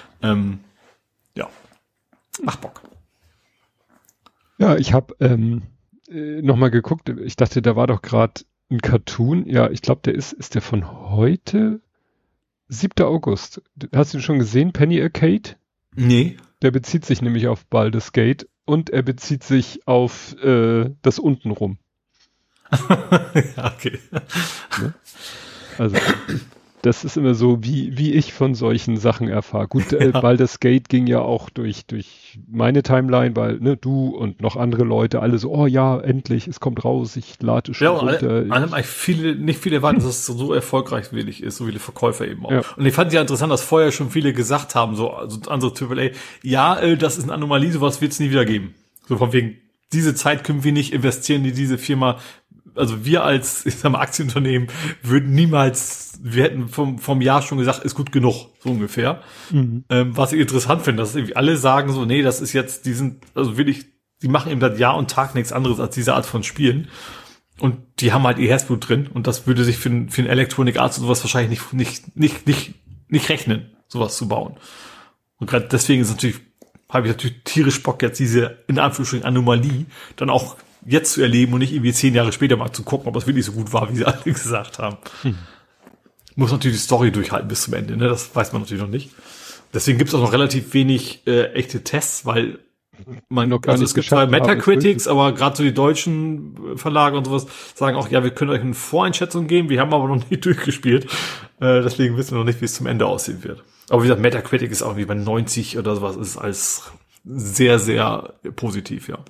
Macht Bock. Ja, ich habe nochmal geguckt, ich dachte, da war doch gerade ein Cartoon. Ja, ich glaube, ist der von heute? 7. August. Hast du ihn schon gesehen? Penny Arcade? Nee. Der bezieht sich nämlich auf Baldur's Gate und er bezieht sich auf das Untenrum. Ja, okay. Ne? Also, das ist immer so, wie ich von solchen Sachen erfahre. Gut, Baldur's Gate ging ja auch durch meine Timeline, weil du und noch andere Leute alle so, oh ja, endlich, es kommt raus, ich lade schon runter. Nicht viele erwarten, dass es so erfolgreich wirklich ist, so viele Verkäufer eben auch. Ja. Und ich fand es ja interessant, dass vorher schon viele gesagt haben, so andere AAA, das ist eine Anomalie, sowas wird es nie wieder geben. So von wegen, diese Zeit können wir nicht investieren, die diese Firma also wir als, ich sag mal, Aktienunternehmen würden niemals, wir hätten vom Jahr schon gesagt, ist gut genug, so ungefähr. Was ich interessant finde, dass irgendwie alle sagen so, nee, das ist jetzt, die machen eben seit Jahr und Tag nichts anderes als diese Art von Spielen. Und die haben halt ihr Herzblut drin. Und das würde sich für einen Electronic Arts und sowas wahrscheinlich nicht rechnen, sowas zu bauen. Und gerade deswegen habe ich natürlich tierisch Bock, jetzt diese, in Anführungsstrichen, Anomalie dann auch jetzt zu erleben und nicht irgendwie 10 Jahre später mal zu gucken, ob das wirklich so gut war, wie sie alle gesagt haben. Muss natürlich die Story durchhalten bis zum Ende, ne? Das weiß man natürlich noch nicht. Deswegen gibt es auch noch relativ wenig echte Tests, weil es gibt zwar Metacritics, aber gerade so die deutschen Verlage und sowas sagen auch, ja, wir können euch eine Voreinschätzung geben, wir haben aber noch nicht durchgespielt. Deswegen wissen wir noch nicht, wie es zum Ende aussehen wird. Aber wie gesagt, Metacritic ist auch wie bei 90 oder sowas, ist als sehr, sehr positiv, ja.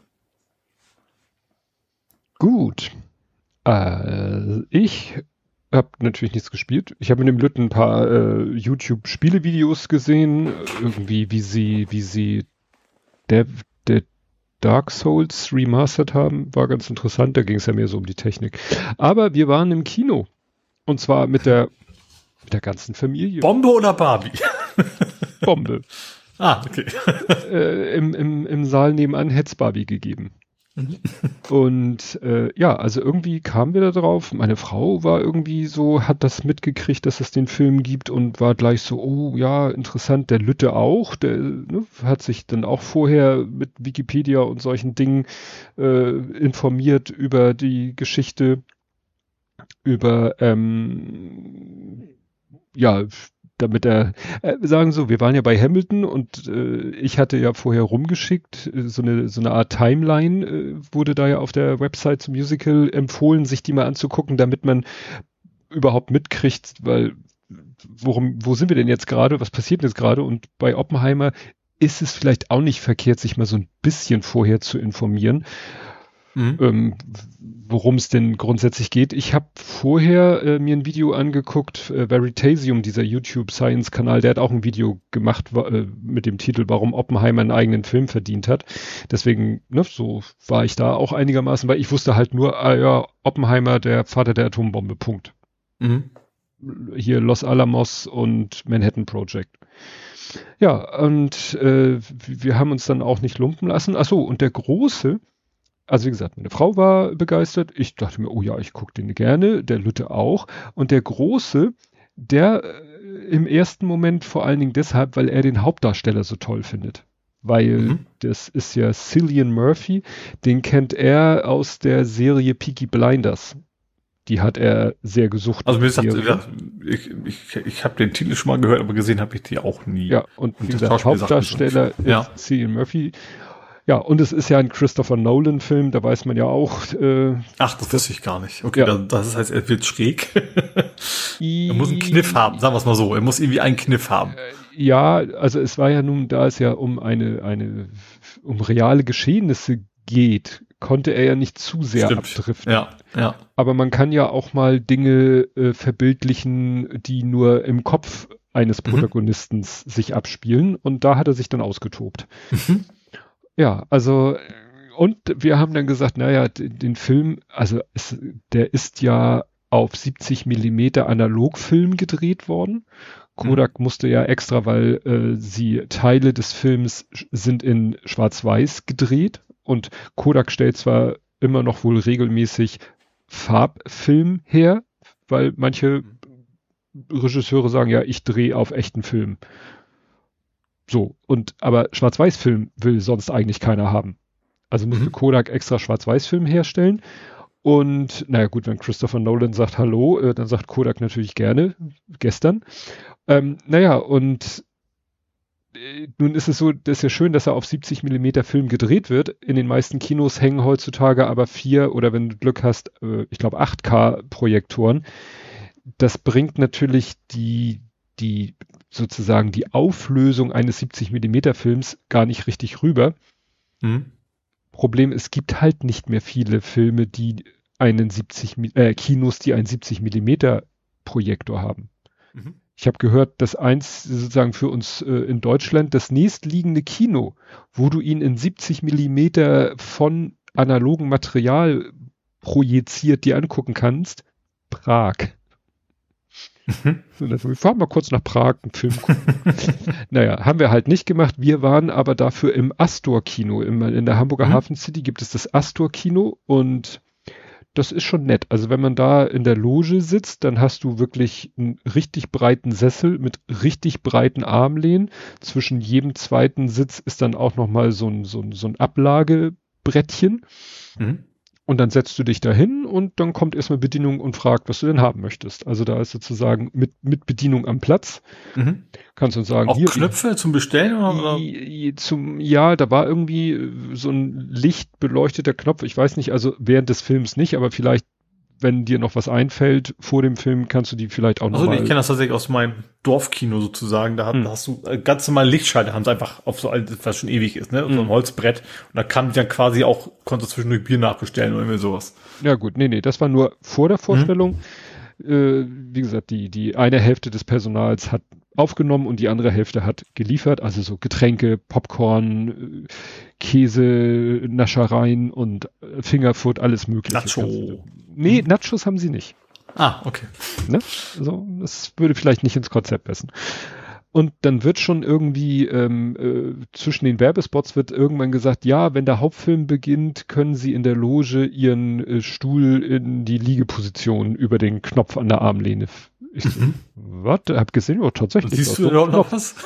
Gut. Ich habe natürlich nichts gespielt. Ich habe mit dem Lütten ein paar YouTube-Spielevideos gesehen, irgendwie wie sie der Dark Souls remastered haben, war ganz interessant, da ging es ja mehr so um die Technik. Aber wir waren im Kino. Und zwar mit der ganzen Familie. Bombe oder Barbie? Bombe. Okay. Im Saal nebenan hätte es Barbie gegeben. Und also irgendwie kamen wir da drauf. Meine Frau war irgendwie so, hat das mitgekriegt, dass es den Film gibt und war gleich so, oh ja, interessant, der Lütte auch, der hat sich dann auch vorher mit Wikipedia und solchen Dingen informiert über die Geschichte, über damit sagen so, wir waren ja bei Hamilton und ich hatte ja vorher rumgeschickt, so eine Art Timeline wurde da ja auf der Website zum Musical empfohlen, sich die mal anzugucken, damit man überhaupt mitkriegt, weil wo sind wir denn jetzt gerade, was passiert denn jetzt gerade? Und bei Oppenheimer ist es vielleicht auch nicht verkehrt, sich mal so ein bisschen vorher zu informieren. Worum es denn grundsätzlich geht. Ich habe vorher mir ein Video angeguckt, Veritasium, dieser YouTube-Science-Kanal, der hat auch ein Video gemacht mit dem Titel, warum Oppenheimer einen eigenen Film verdient hat. Deswegen, so war ich da auch einigermaßen, weil ich wusste halt nur, Oppenheimer, der Vater der Atombombe, Punkt. Hier Los Alamos und Manhattan Project. Ja, und wir haben uns dann auch nicht lumpen lassen. Achso, und der Große, also wie gesagt, meine Frau war begeistert. Ich dachte mir, oh ja, ich gucke den gerne, der Lütte auch. Und der Große, der im ersten Moment vor allen Dingen deshalb, weil er den Hauptdarsteller so toll findet. Weil das ist ja Cillian Murphy, den kennt er aus der Serie Peaky Blinders. Die hat er sehr gesucht. Also mir sagt, ich habe den Titel schon mal gehört, aber gesehen habe ich die auch nie. Ja, und wie gesagt, Hauptdarsteller ist Cillian Murphy. Ja, und es ist ja ein Christopher Nolan-Film, da weiß man ja auch. Ach, das wusste ich gar nicht. Okay, ja. Das heißt, er wird schräg. Er muss einen Kniff haben, sagen wir es mal so. Er muss irgendwie einen Kniff haben. Ja, also es war ja nun, da es ja um um reale Geschehnisse geht, konnte er ja nicht zu sehr abdriften. Ja. Aber man kann ja auch mal Dinge verbildlichen, die nur im Kopf eines Protagonisten sich abspielen. Und da hat er sich dann ausgetobt. Ja, also, und wir haben dann gesagt, naja, den Film, also der ist ja auf 70 Millimeter Analogfilm gedreht worden. Kodak musste ja extra, weil Teile des Films sind in Schwarz-Weiß gedreht und Kodak stellt zwar immer noch wohl regelmäßig Farbfilm her, weil manche Regisseure sagen, ja, ich drehe auf echten Film. So, aber Schwarz-Weiß-Film will sonst eigentlich keiner haben. Also musste Kodak extra Schwarz-Weiß-Film herstellen. Und naja gut, wenn Christopher Nolan sagt Hallo, dann sagt Kodak natürlich gerne, gestern. Und nun ist es so, das ist ja schön, dass er auf 70 Millimeter Film gedreht wird. In den meisten Kinos hängen heutzutage aber 4 oder wenn du Glück hast, ich glaube 8K Projektoren. Das bringt natürlich sozusagen die Auflösung eines 70 Millimeter Films gar nicht richtig rüber. Problem, es gibt halt nicht mehr viele Filme, die Kinos, die einen 70 Millimeter Projektor haben. Ich habe gehört, dass eins sozusagen für uns in Deutschland das nächstliegende Kino, wo du ihn in 70 Millimeter von analogem Material projiziert dir angucken kannst. Prag. Wir fahren mal kurz nach Prag einen Film gucken. Naja, haben wir halt nicht gemacht. Wir waren aber dafür im Astor-Kino. In der Hamburger Hafen City gibt es das Astor-Kino und das ist schon nett. Also wenn man da in der Loge sitzt, dann hast du wirklich einen richtig breiten Sessel mit richtig breiten Armlehnen. Zwischen jedem zweiten Sitz ist dann auch nochmal so ein Ablagebrettchen. Mhm. Und dann setzt du dich da hin und dann kommt erstmal Bedienung und fragt, was du denn haben möchtest. Also da ist sozusagen mit Bedienung am Platz. Mhm. Kannst du sagen, auch hier Knöpfe zum Bestellen oder? Ja, da war irgendwie so ein lichtbeleuchteter Knopf. Ich weiß nicht, also während des Films nicht, aber vielleicht, wenn dir noch was einfällt vor dem Film, kannst du die vielleicht auch noch mal. Ich kenne das tatsächlich aus meinem Dorfkino sozusagen. Da hast du ganz normal Lichtschalter, haben sie einfach auf so alt, was schon ewig ist, ne? So ein Holzbrett. Und da kann dann quasi auch, konntest du zwischendurch Bier nachbestellen oder irgendwie sowas. Ja gut, nee, das war nur vor der Vorstellung. Wie gesagt, die eine Hälfte des Personals hat aufgenommen und die andere Hälfte hat geliefert. Also so Getränke, Popcorn, Käse, Naschereien und Fingerfood, alles mögliche. Nacho. Nee, Nachos haben sie nicht. Ah, okay. Ne? Also, das würde vielleicht nicht ins Konzept passen. Und dann wird schon irgendwie zwischen den Werbespots wird irgendwann gesagt, ja, wenn der Hauptfilm beginnt, können Sie in der Loge Ihren Stuhl in die Liegeposition über den Knopf an der Armlehne. Ich warte, hab gesehen, oh, tatsächlich. Siehst du überhaupt noch was?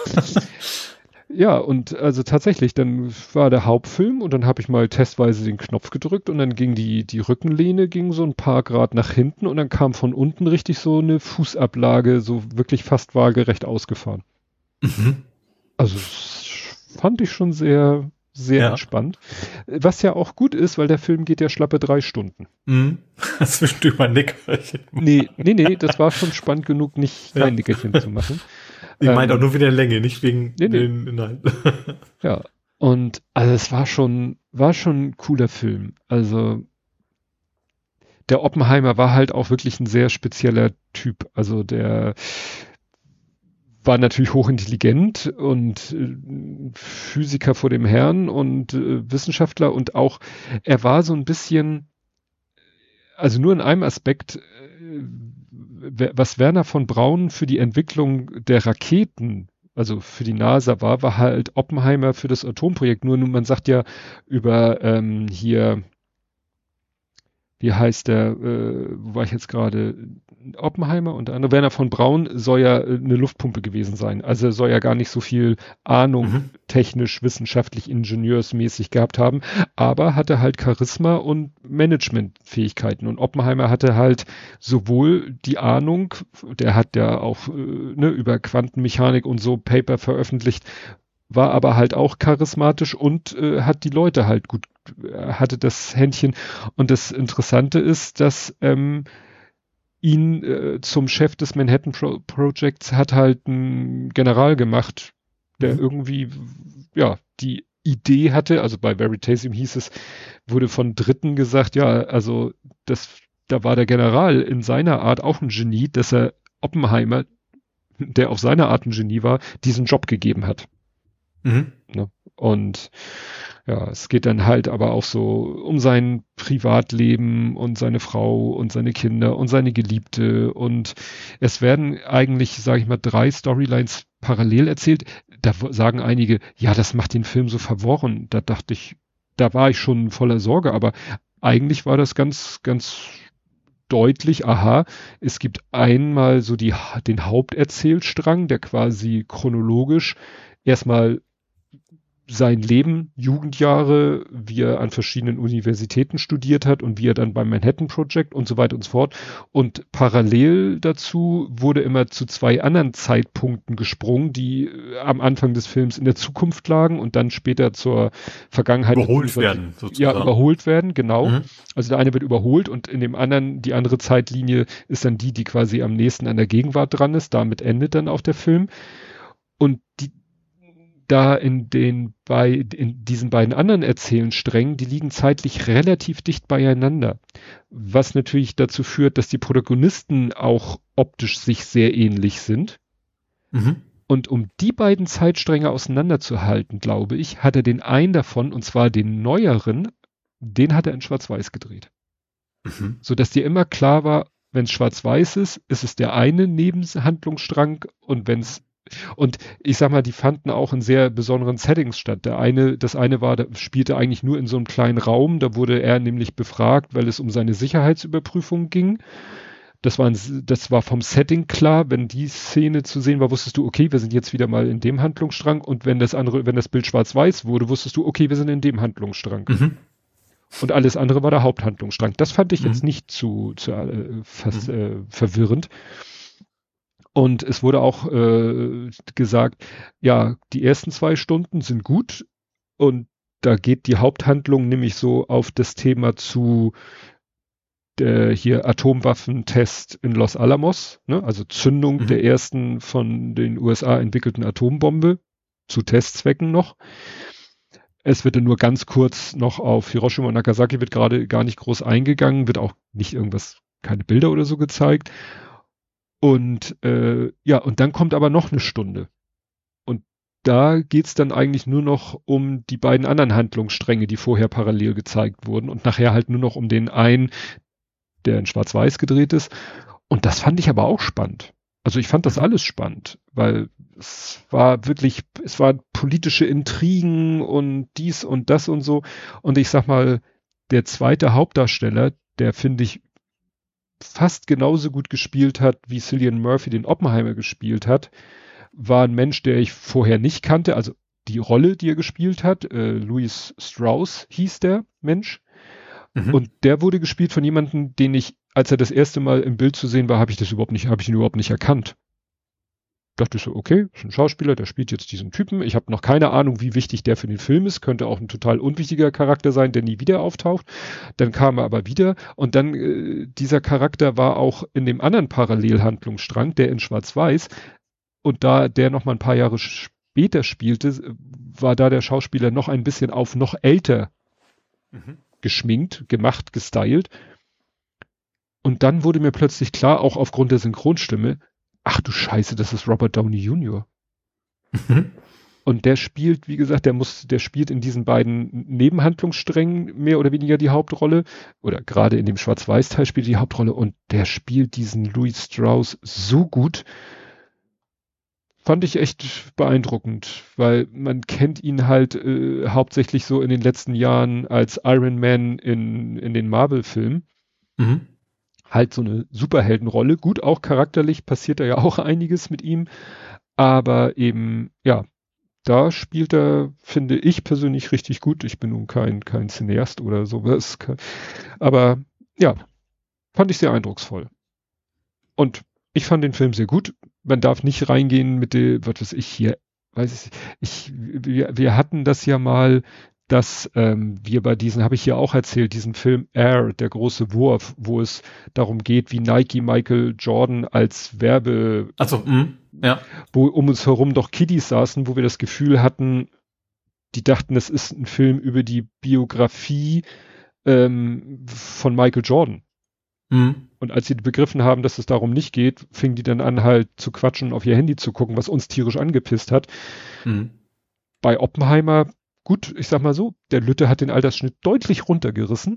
Ja, und also tatsächlich, dann war der Hauptfilm und dann habe ich mal testweise den Knopf gedrückt und dann ging die Rückenlehne ging so ein paar Grad nach hinten und dann kam von unten richtig so eine Fußablage, so wirklich fast waagerecht ausgefahren. Also fand ich schon sehr, sehr entspannt. Was ja auch gut ist, weil der Film geht ja schlappe 3 Stunden. Zwischendurch mal ein Nickerchen. Nee, das war schon spannend genug, nicht kein Nickerchen zu machen. Ich meine auch nur wegen der Länge, nicht wegen den Inhalten. Ja, und also es war schon ein cooler Film. Also der Oppenheimer war halt auch wirklich ein sehr spezieller Typ. Also der war natürlich hochintelligent und Physiker vor dem Herrn und Wissenschaftler und auch, er war so ein bisschen, also nur in einem Aspekt, was Wernher von Braun für die Entwicklung der Raketen, also für die NASA war halt Oppenheimer für das Atomprojekt. Nur man sagt ja über hier, wie heißt der, wo war ich jetzt gerade, Oppenheimer und der andere, Wernher von Braun soll ja eine Luftpumpe gewesen sein. Also er soll ja gar nicht so viel Ahnung technisch, wissenschaftlich, ingenieursmäßig gehabt haben, aber hatte halt Charisma und Managementfähigkeiten. Und Oppenheimer hatte halt sowohl die Ahnung, der hat ja auch über Quantenmechanik und so Paper veröffentlicht, war aber halt auch charismatisch und hat die Leute halt gut, hatte das Händchen. Und das Interessante ist, dass ihn zum Chef des Manhattan Projects hat halt ein General gemacht, der irgendwie, ja, die Idee hatte, also bei Veritasium hieß es, wurde von Dritten gesagt, ja, also da war der General in seiner Art auch ein Genie, dass er Oppenheimer, der auf seine Art ein Genie war, diesen Job gegeben hat. Ne? Und ja, es geht dann halt aber auch so um sein Privatleben und seine Frau und seine Kinder und seine Geliebte und es werden eigentlich, sage ich mal, 3 Storylines parallel erzählt. Da sagen einige, ja, das macht den Film so verworren. Da dachte ich, da war ich schon voller Sorge, aber eigentlich war das ganz, ganz deutlich, aha, es gibt einmal so den Haupterzählstrang, der quasi chronologisch erstmal sein Leben, Jugendjahre, wie er an verschiedenen Universitäten studiert hat und wie er dann beim Manhattan Project und so weiter und so fort. Und parallel dazu wurde immer zu 2 anderen Zeitpunkten gesprungen, die am Anfang des Films in der Zukunft lagen und dann später zur Vergangenheit überholt werden. Sozusagen. Ja, überholt werden, genau. Also der eine wird überholt und in dem anderen, die andere Zeitlinie ist dann die quasi am nächsten an der Gegenwart dran ist. Damit endet dann auch der Film. Und da in diesen beiden anderen Erzählsträngen, die liegen zeitlich relativ dicht beieinander. Was natürlich dazu führt, dass die Protagonisten auch optisch sich sehr ähnlich sind. Und um die beiden Zeitstränge auseinanderzuhalten, glaube ich, hat er den einen davon, und zwar den neueren, den hat er in Schwarz-Weiß gedreht. So dass dir immer klar war, wenn es schwarz-weiß ist es der eine Nebenhandlungsstrang und ich sag mal, die fanden auch in sehr besonderen Settings statt. Das eine war, da spielte eigentlich nur in so einem kleinen Raum, da wurde er nämlich befragt, weil es um seine Sicherheitsüberprüfung ging. Das war vom Setting klar, wenn die Szene zu sehen war, wusstest du, okay, wir sind jetzt wieder mal in dem Handlungsstrang und wenn das Bild schwarz-weiß wurde, wusstest du, okay, wir sind in dem Handlungsstrang. Und alles andere war der Haupthandlungsstrang. Das fand ich jetzt nicht verwirrend. Und es wurde auch gesagt, ja, die ersten 2 Stunden sind gut und da geht die Haupthandlung nämlich so auf das Thema zu hier Atomwaffentest in Los Alamos, ne? Also Zündung der ersten von den USA entwickelten Atombombe zu Testzwecken noch. Es wird dann nur ganz kurz noch auf Hiroshima und Nagasaki wird gerade gar nicht groß eingegangen, wird auch nicht keine Bilder oder so gezeigt. Und und dann kommt aber noch eine Stunde. Und da geht's dann eigentlich nur noch um die beiden anderen Handlungsstränge, die vorher parallel gezeigt wurden und nachher halt nur noch um den einen, der in Schwarz-Weiß gedreht ist. Und das fand ich aber auch spannend. Also ich fand das alles spannend, weil es waren politische Intrigen und dies und das und so. Und ich sag mal, der zweite Hauptdarsteller, der finde ich fast genauso gut gespielt hat, wie Cillian Murphy den Oppenheimer gespielt hat, war ein Mensch, der ich vorher nicht kannte. Also die Rolle, die er gespielt hat, Louis Strauss hieß der Mensch. Und der wurde gespielt von jemandem, den ich, als er das erste Mal im Bild zu sehen war, habe ich ihn überhaupt nicht erkannt. Dachte ich so, okay, ist ein Schauspieler, der spielt jetzt diesen Typen. Ich habe noch keine Ahnung, wie wichtig der für den Film ist. Könnte auch ein total unwichtiger Charakter sein, der nie wieder auftaucht. Dann kam er aber wieder und dann dieser Charakter war auch in dem anderen Parallelhandlungsstrang, der in Schwarz-Weiß und da der noch mal ein paar Jahre später spielte, war da der Schauspieler noch ein bisschen auf noch älter geschminkt, gemacht, gestylt. Und dann wurde mir plötzlich klar, auch aufgrund der Synchronstimme, ach du Scheiße, das ist Robert Downey Jr. Und der spielt, wie gesagt, der spielt in diesen beiden Nebenhandlungssträngen mehr oder weniger die Hauptrolle. Oder gerade in dem Schwarz-Weiß-Teil spielt die Hauptrolle und der spielt diesen Louis Strauss so gut. Fand ich echt beeindruckend, weil man kennt ihn halt hauptsächlich so in den letzten Jahren als Iron Man in den Marvel-Filmen. Halt so eine Superheldenrolle. Gut, auch charakterlich passiert da ja auch einiges mit ihm. Aber eben, ja, da spielt er, finde ich persönlich, richtig gut. Ich bin nun kein Cineast oder sowas. Aber ja, fand ich sehr eindrucksvoll. Und ich fand den Film sehr gut. Man darf nicht reingehen mit dem, was weiß ich hier, wir hatten das ja mal, dass wir bei diesen, habe ich hier auch erzählt, diesen Film Air, der große Wurf, wo es darum geht, wie Nike Michael Jordan als wo um uns herum doch Kiddies saßen, wo wir das Gefühl hatten, die dachten, es ist ein Film über die Biografie von Michael Jordan. Und als sie begriffen haben, dass es darum nicht geht, fingen die dann an halt zu quatschen und auf ihr Handy zu gucken, was uns tierisch angepisst hat. Bei Oppenheimer, gut, ich sag mal so, der Lütte hat den Altersschnitt deutlich runtergerissen.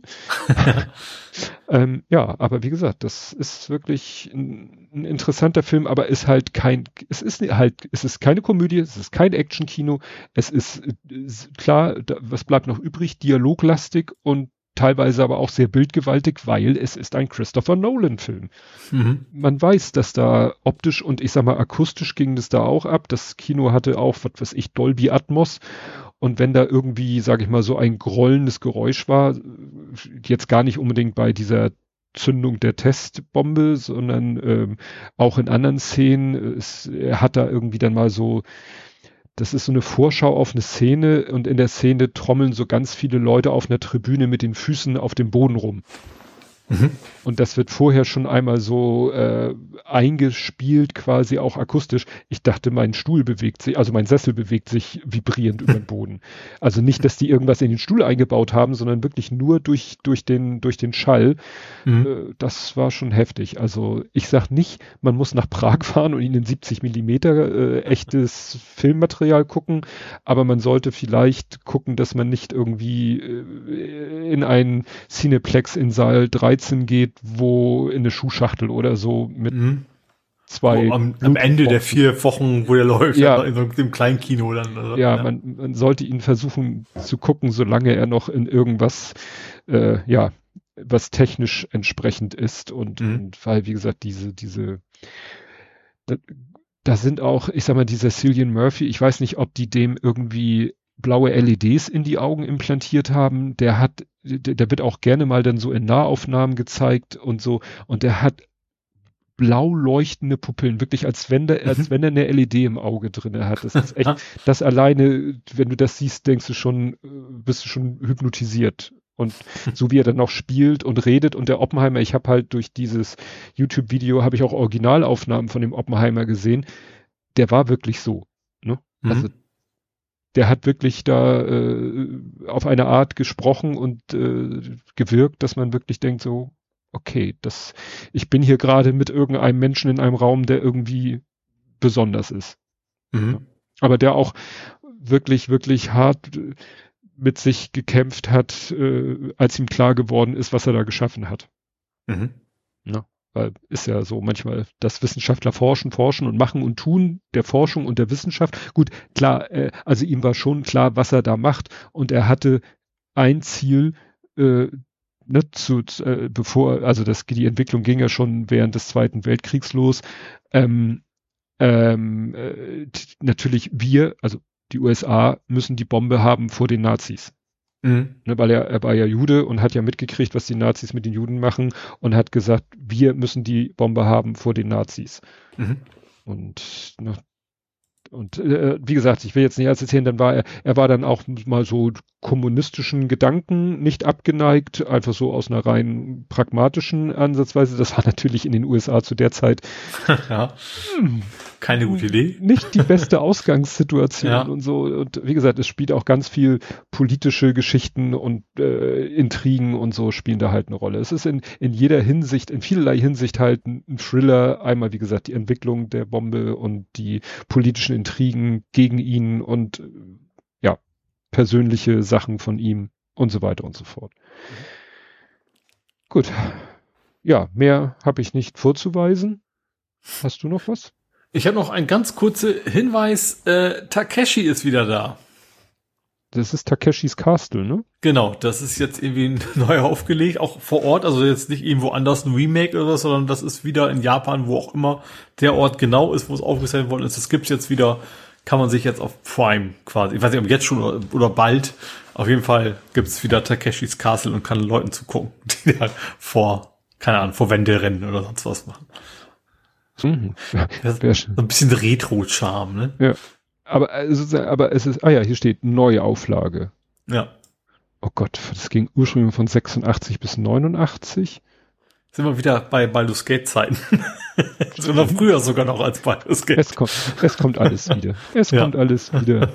Ja, aber wie gesagt, das ist wirklich ein interessanter Film, aber es ist keine Komödie, es ist kein Actionkino, es ist klar, was bleibt noch übrig? Dialoglastig und teilweise aber auch sehr bildgewaltig, weil es ist ein Christopher Nolan-Film. Man weiß, dass da optisch und ich sag mal akustisch ging das da auch ab. Das Kino hatte auch, was weiß ich, Dolby Atmos. Und wenn da irgendwie, sage ich mal, so ein grollendes Geräusch war, jetzt gar nicht unbedingt bei dieser Zündung der Testbombe, sondern auch in anderen Szenen, er hat da irgendwie dann mal so, das ist so eine Vorschau auf eine Szene und in der Szene trommeln so ganz viele Leute auf einer Tribüne mit den Füßen auf dem Boden rum. Und das wird vorher schon einmal so eingespielt, quasi auch akustisch. Ich dachte, mein Stuhl bewegt sich, also mein Sessel bewegt sich vibrierend über den Boden. Also nicht, dass die irgendwas in den Stuhl eingebaut haben, sondern wirklich nur durch den Schall. Das war schon heftig. Also ich sag nicht, man muss nach Prag fahren und in den 70 Millimeter echtes Filmmaterial gucken, aber man sollte vielleicht gucken, dass man nicht irgendwie in einen Cineplex in Saal 3 Weizen geht, wo in eine Schuhschachtel oder so mit zwei. Am Ende der 4 Wochen, wo der läuft, ja, in so einem kleinen Kino dann. Also, ja, man sollte ihn versuchen zu gucken, solange er noch in irgendwas, was technisch entsprechend ist und weil, wie gesagt, da sind auch, ich sag mal, dieser Cillian Murphy, ich weiß nicht, ob die dem irgendwie blaue LEDs in die Augen implantiert haben, der wird auch gerne mal dann so in Nahaufnahmen gezeigt und so, und der hat blau leuchtende Pupillen, wirklich als wenn er eine LED im Auge drinne hat. Das ist echt, das alleine, wenn du das siehst, bist du schon hypnotisiert. Und so wie er dann noch spielt und redet, und der Oppenheimer, ich habe halt durch dieses YouTube-Video, habe ich auch Originalaufnahmen von dem Oppenheimer gesehen, der war wirklich so. Ne? Also der hat wirklich da auf eine Art gesprochen und gewirkt, dass man wirklich denkt so, okay, ich bin hier gerade mit irgendeinem Menschen in einem Raum, der irgendwie besonders ist. Ja. Aber der auch wirklich, wirklich hart mit sich gekämpft hat, als ihm klar geworden ist, was er da geschaffen hat. Ja, weil ist ja so manchmal, dass Wissenschaftler forschen und machen und tun, der Forschung und der Wissenschaft. Gut, klar, also ihm war schon klar, was er da macht, und er hatte ein Ziel, die Entwicklung ging ja schon während des Zweiten Weltkriegs los. Natürlich also die USA müssen die Bombe haben vor den Nazis. Ne, weil er war ja Jude und hat ja mitgekriegt, was die Nazis mit den Juden machen, und hat gesagt, wir müssen die Bombe haben vor den Nazis. Und wie gesagt, ich will jetzt nicht alles erzählen, dann war er war dann auch mal so kommunistischen Gedanken nicht abgeneigt, einfach so aus einer rein pragmatischen Ansatzweise. Das war natürlich in den USA zu der Zeit keine gute Idee. Nicht die beste Ausgangssituation und so. Und wie gesagt, es spielt auch ganz viel politische Geschichten und Intrigen und so spielen da halt eine Rolle. Es ist in jeder Hinsicht, in vielerlei Hinsicht halt ein Thriller. Einmal, wie gesagt, die Entwicklung der Bombe und die politischen Intrigen gegen ihn und persönliche Sachen von ihm und so weiter und so fort. Gut. Ja, mehr habe ich nicht vorzuweisen. Hast du noch was? Ich habe noch einen ganz kurzen Hinweis. Takeshi ist wieder da. Das ist Takeshis Castle, ne? Genau, das ist jetzt irgendwie neu aufgelegt, auch vor Ort, also jetzt nicht irgendwo anders ein Remake oder was, sondern das ist wieder in Japan, wo auch immer der Ort genau ist, wo es aufgezeichnet worden ist. Das gibt's jetzt wieder, kann man sich jetzt auf Prime quasi, ich weiß nicht, ob jetzt schon oder bald, auf jeden Fall gibt's wieder Takeshis Castle und kann Leuten zugucken, die halt vor Wände rennen oder sonst was machen. Das ist so ein bisschen Retro-Charme, ne? Ja. Aber es ist, hier steht Neuauflage. Ja. Oh Gott, das ging ursprünglich von 86 bis 89. Sind wir wieder bei Baldur's Gate Zeiten. Oder früher sogar noch als Baldur's Gate. Es kommt alles wieder. Kommt alles wieder.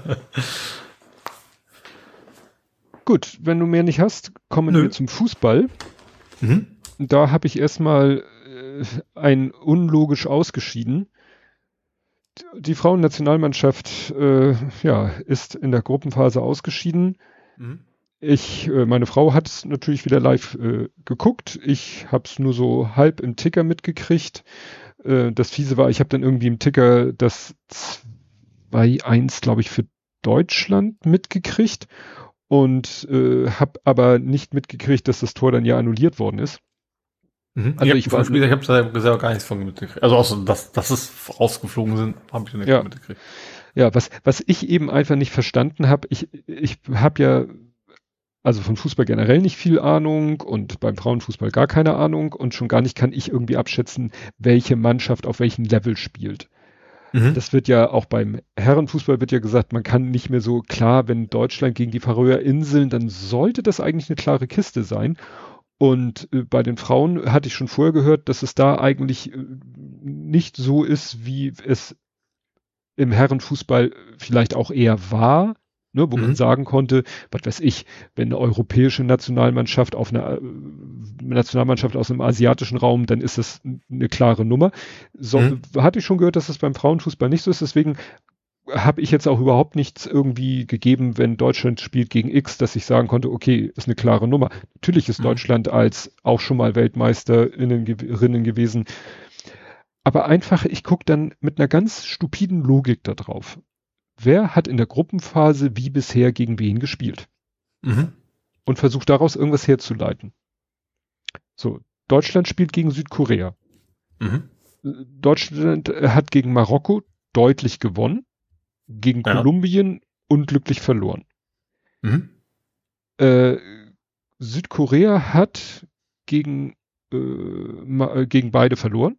Gut, wenn du mehr nicht hast, kommen wir zum Fußball. Da habe ich erstmal ein unlogisch ausgeschieden. Die Frauennationalmannschaft ist in der Gruppenphase ausgeschieden. Meine Frau hat es natürlich wieder live geguckt. Ich habe es nur so halb im Ticker mitgekriegt. Das Fiese war, ich habe dann irgendwie im Ticker das 2-1, glaube ich, für Deutschland mitgekriegt und habe aber nicht mitgekriegt, dass das Tor dann ja annulliert worden ist. Also ich habe da gar nichts von mitgekriegt. Also außer, dass es rausgeflogen sind, habe ich nicht mitgekriegt. Ja, was ich eben einfach nicht verstanden habe, ich habe ja also von Fußball generell nicht viel Ahnung und beim Frauenfußball gar keine Ahnung und schon gar nicht kann ich irgendwie abschätzen, welche Mannschaft auf welchem Level spielt. Das wird ja auch beim Herrenfußball wird ja gesagt, man kann nicht mehr so klar, wenn Deutschland gegen die Färöer Inseln, dann sollte das eigentlich eine klare Kiste sein. Und bei den Frauen hatte ich schon vorher gehört, dass es da eigentlich nicht so ist, wie es im Herrenfußball vielleicht auch eher war, ne, wo man sagen konnte, was weiß ich, wenn eine europäische Nationalmannschaft auf eine Nationalmannschaft aus einem asiatischen Raum, dann ist das eine klare Nummer. So hatte ich schon gehört, dass es beim Frauenfußball nicht so ist, deswegen habe ich jetzt auch überhaupt nichts irgendwie gegeben, wenn Deutschland spielt gegen X, dass ich sagen konnte, okay, ist eine klare Nummer. Natürlich ist Deutschland als auch schon mal Weltmeisterinnen gewesen. Aber einfach, ich gucke dann mit einer ganz stupiden Logik da drauf. Wer hat in der Gruppenphase wie bisher gegen wen gespielt? Mhm. Und versucht daraus irgendwas herzuleiten. So, Deutschland spielt gegen Südkorea. Mhm. Deutschland hat gegen Marokko deutlich gewonnen, gegen Kolumbien unglücklich verloren. Mhm. Südkorea hat gegen beide verloren.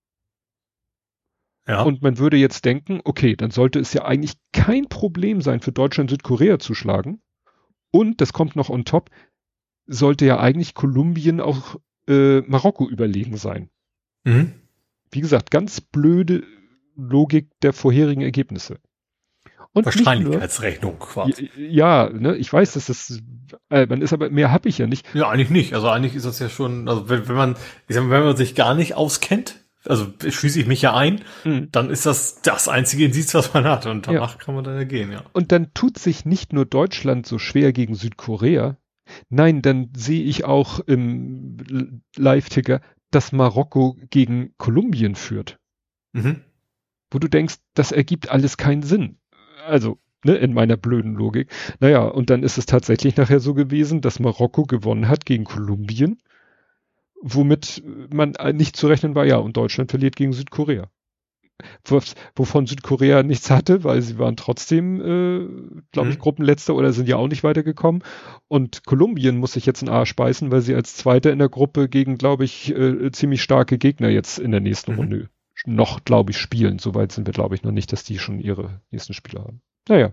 Ja. Und man würde jetzt denken, okay, dann sollte es ja eigentlich kein Problem sein, für Deutschland Südkorea zu schlagen. Und, das kommt noch on top, sollte ja eigentlich Kolumbien auch Marokko überlegen sein. Mhm. Wie gesagt, ganz blöde Logik der vorherigen Ergebnisse. Und Wahrscheinlichkeitsrechnung quasi. Ja, ne, ich weiß, dass das man ist, aber mehr habe ich ja nicht. Ja, eigentlich nicht. Also eigentlich ist das ja schon, also wenn man, ich sag mal, wenn man sich gar nicht auskennt, also schließe ich mich ja ein, dann ist das einzige Indiz, was man hat. Und danach kann man dann ja gehen, ja. Und dann tut sich nicht nur Deutschland so schwer gegen Südkorea. Nein, dann sehe ich auch im Live-Ticker, dass Marokko gegen Kolumbien führt. Mhm. Wo du denkst, das ergibt alles keinen Sinn. Also, ne, in meiner blöden Logik. Naja, und dann ist es tatsächlich nachher so gewesen, dass Marokko gewonnen hat gegen Kolumbien, womit man nicht zu rechnen war, ja, und Deutschland verliert gegen Südkorea. Wovon Südkorea nichts hatte, weil sie waren trotzdem, glaube ich, Gruppenletzter oder sind ja auch nicht weitergekommen. Und Kolumbien muss sich jetzt einen Arsch beißen, weil sie als Zweiter in der Gruppe gegen, glaube ich, ziemlich starke Gegner jetzt in der nächsten Runde noch, glaube ich, spielen. Soweit sind wir, glaube ich, noch nicht, dass die schon ihre nächsten Spiele haben. Naja.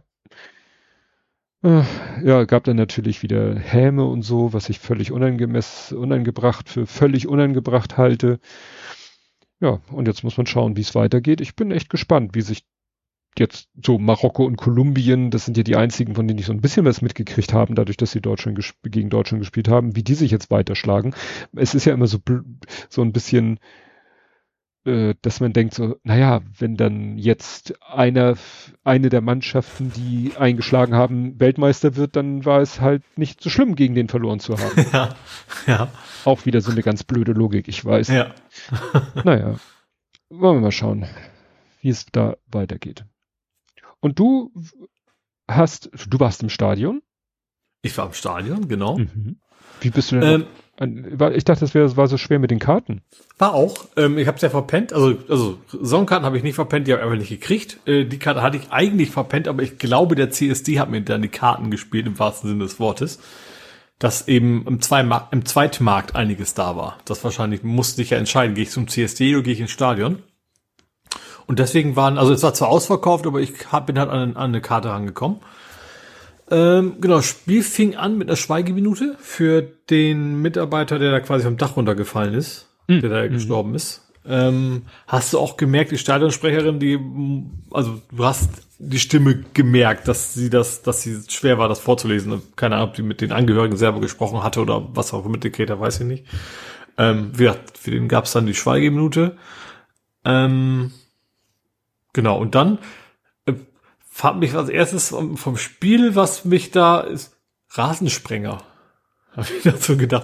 Ja, gab dann natürlich wieder Häme und so, was ich völlig für völlig unangebracht halte. Ja, und jetzt muss man schauen, wie es weitergeht. Ich bin echt gespannt, wie sich jetzt so Marokko und Kolumbien, das sind ja die einzigen, von denen ich so ein bisschen was mitgekriegt habe, dadurch, dass sie gegen Deutschland gespielt haben, wie die sich jetzt weiterschlagen. Es ist ja immer so ein bisschen, dass man denkt so, naja, wenn dann jetzt eine der Mannschaften, die eingeschlagen haben, Weltmeister wird, dann war es halt nicht so schlimm, gegen den verloren zu haben. Ja, ja. Auch wieder so eine ganz blöde Logik, ich weiß. Ja. Naja, wollen wir mal schauen, wie es da weitergeht. Und du warst im Stadion? Ich war im Stadion, genau. Mhm. Wie bist du denn? Ich dachte, das war so schwer mit den Karten. War auch. Ich habe es ja verpennt. Also Saisonkarten habe ich nicht verpennt, die habe ich einfach nicht gekriegt. Die Karte hatte ich eigentlich verpennt, aber ich glaube, der CSD hat mir dann die Karten gespielt, im wahrsten Sinne des Wortes. Dass eben im Zweitmarkt einiges da war. Das wahrscheinlich musste ich ja entscheiden, gehe ich zum CSD oder gehe ich ins Stadion. Und deswegen es war zwar ausverkauft, aber ich bin halt an eine Karte rangekommen. Genau, Spiel fing an mit einer Schweigeminute für den Mitarbeiter, der da quasi vom Dach runtergefallen ist, der da gestorben ist. Hast du auch gemerkt, die Stadionsprecherin, du hast die Stimme gemerkt, dass sie schwer war, das vorzulesen. Keine Ahnung, ob die mit den Angehörigen selber gesprochen hatte oder was auch mit Decatur, weiß ich nicht. Wie gesagt, für den gab es dann die Schweigeminute. Genau, und dann fand mich als erstes vom Spiel, was mich da ist, Rasensprenger. Habe ich dazu gedacht,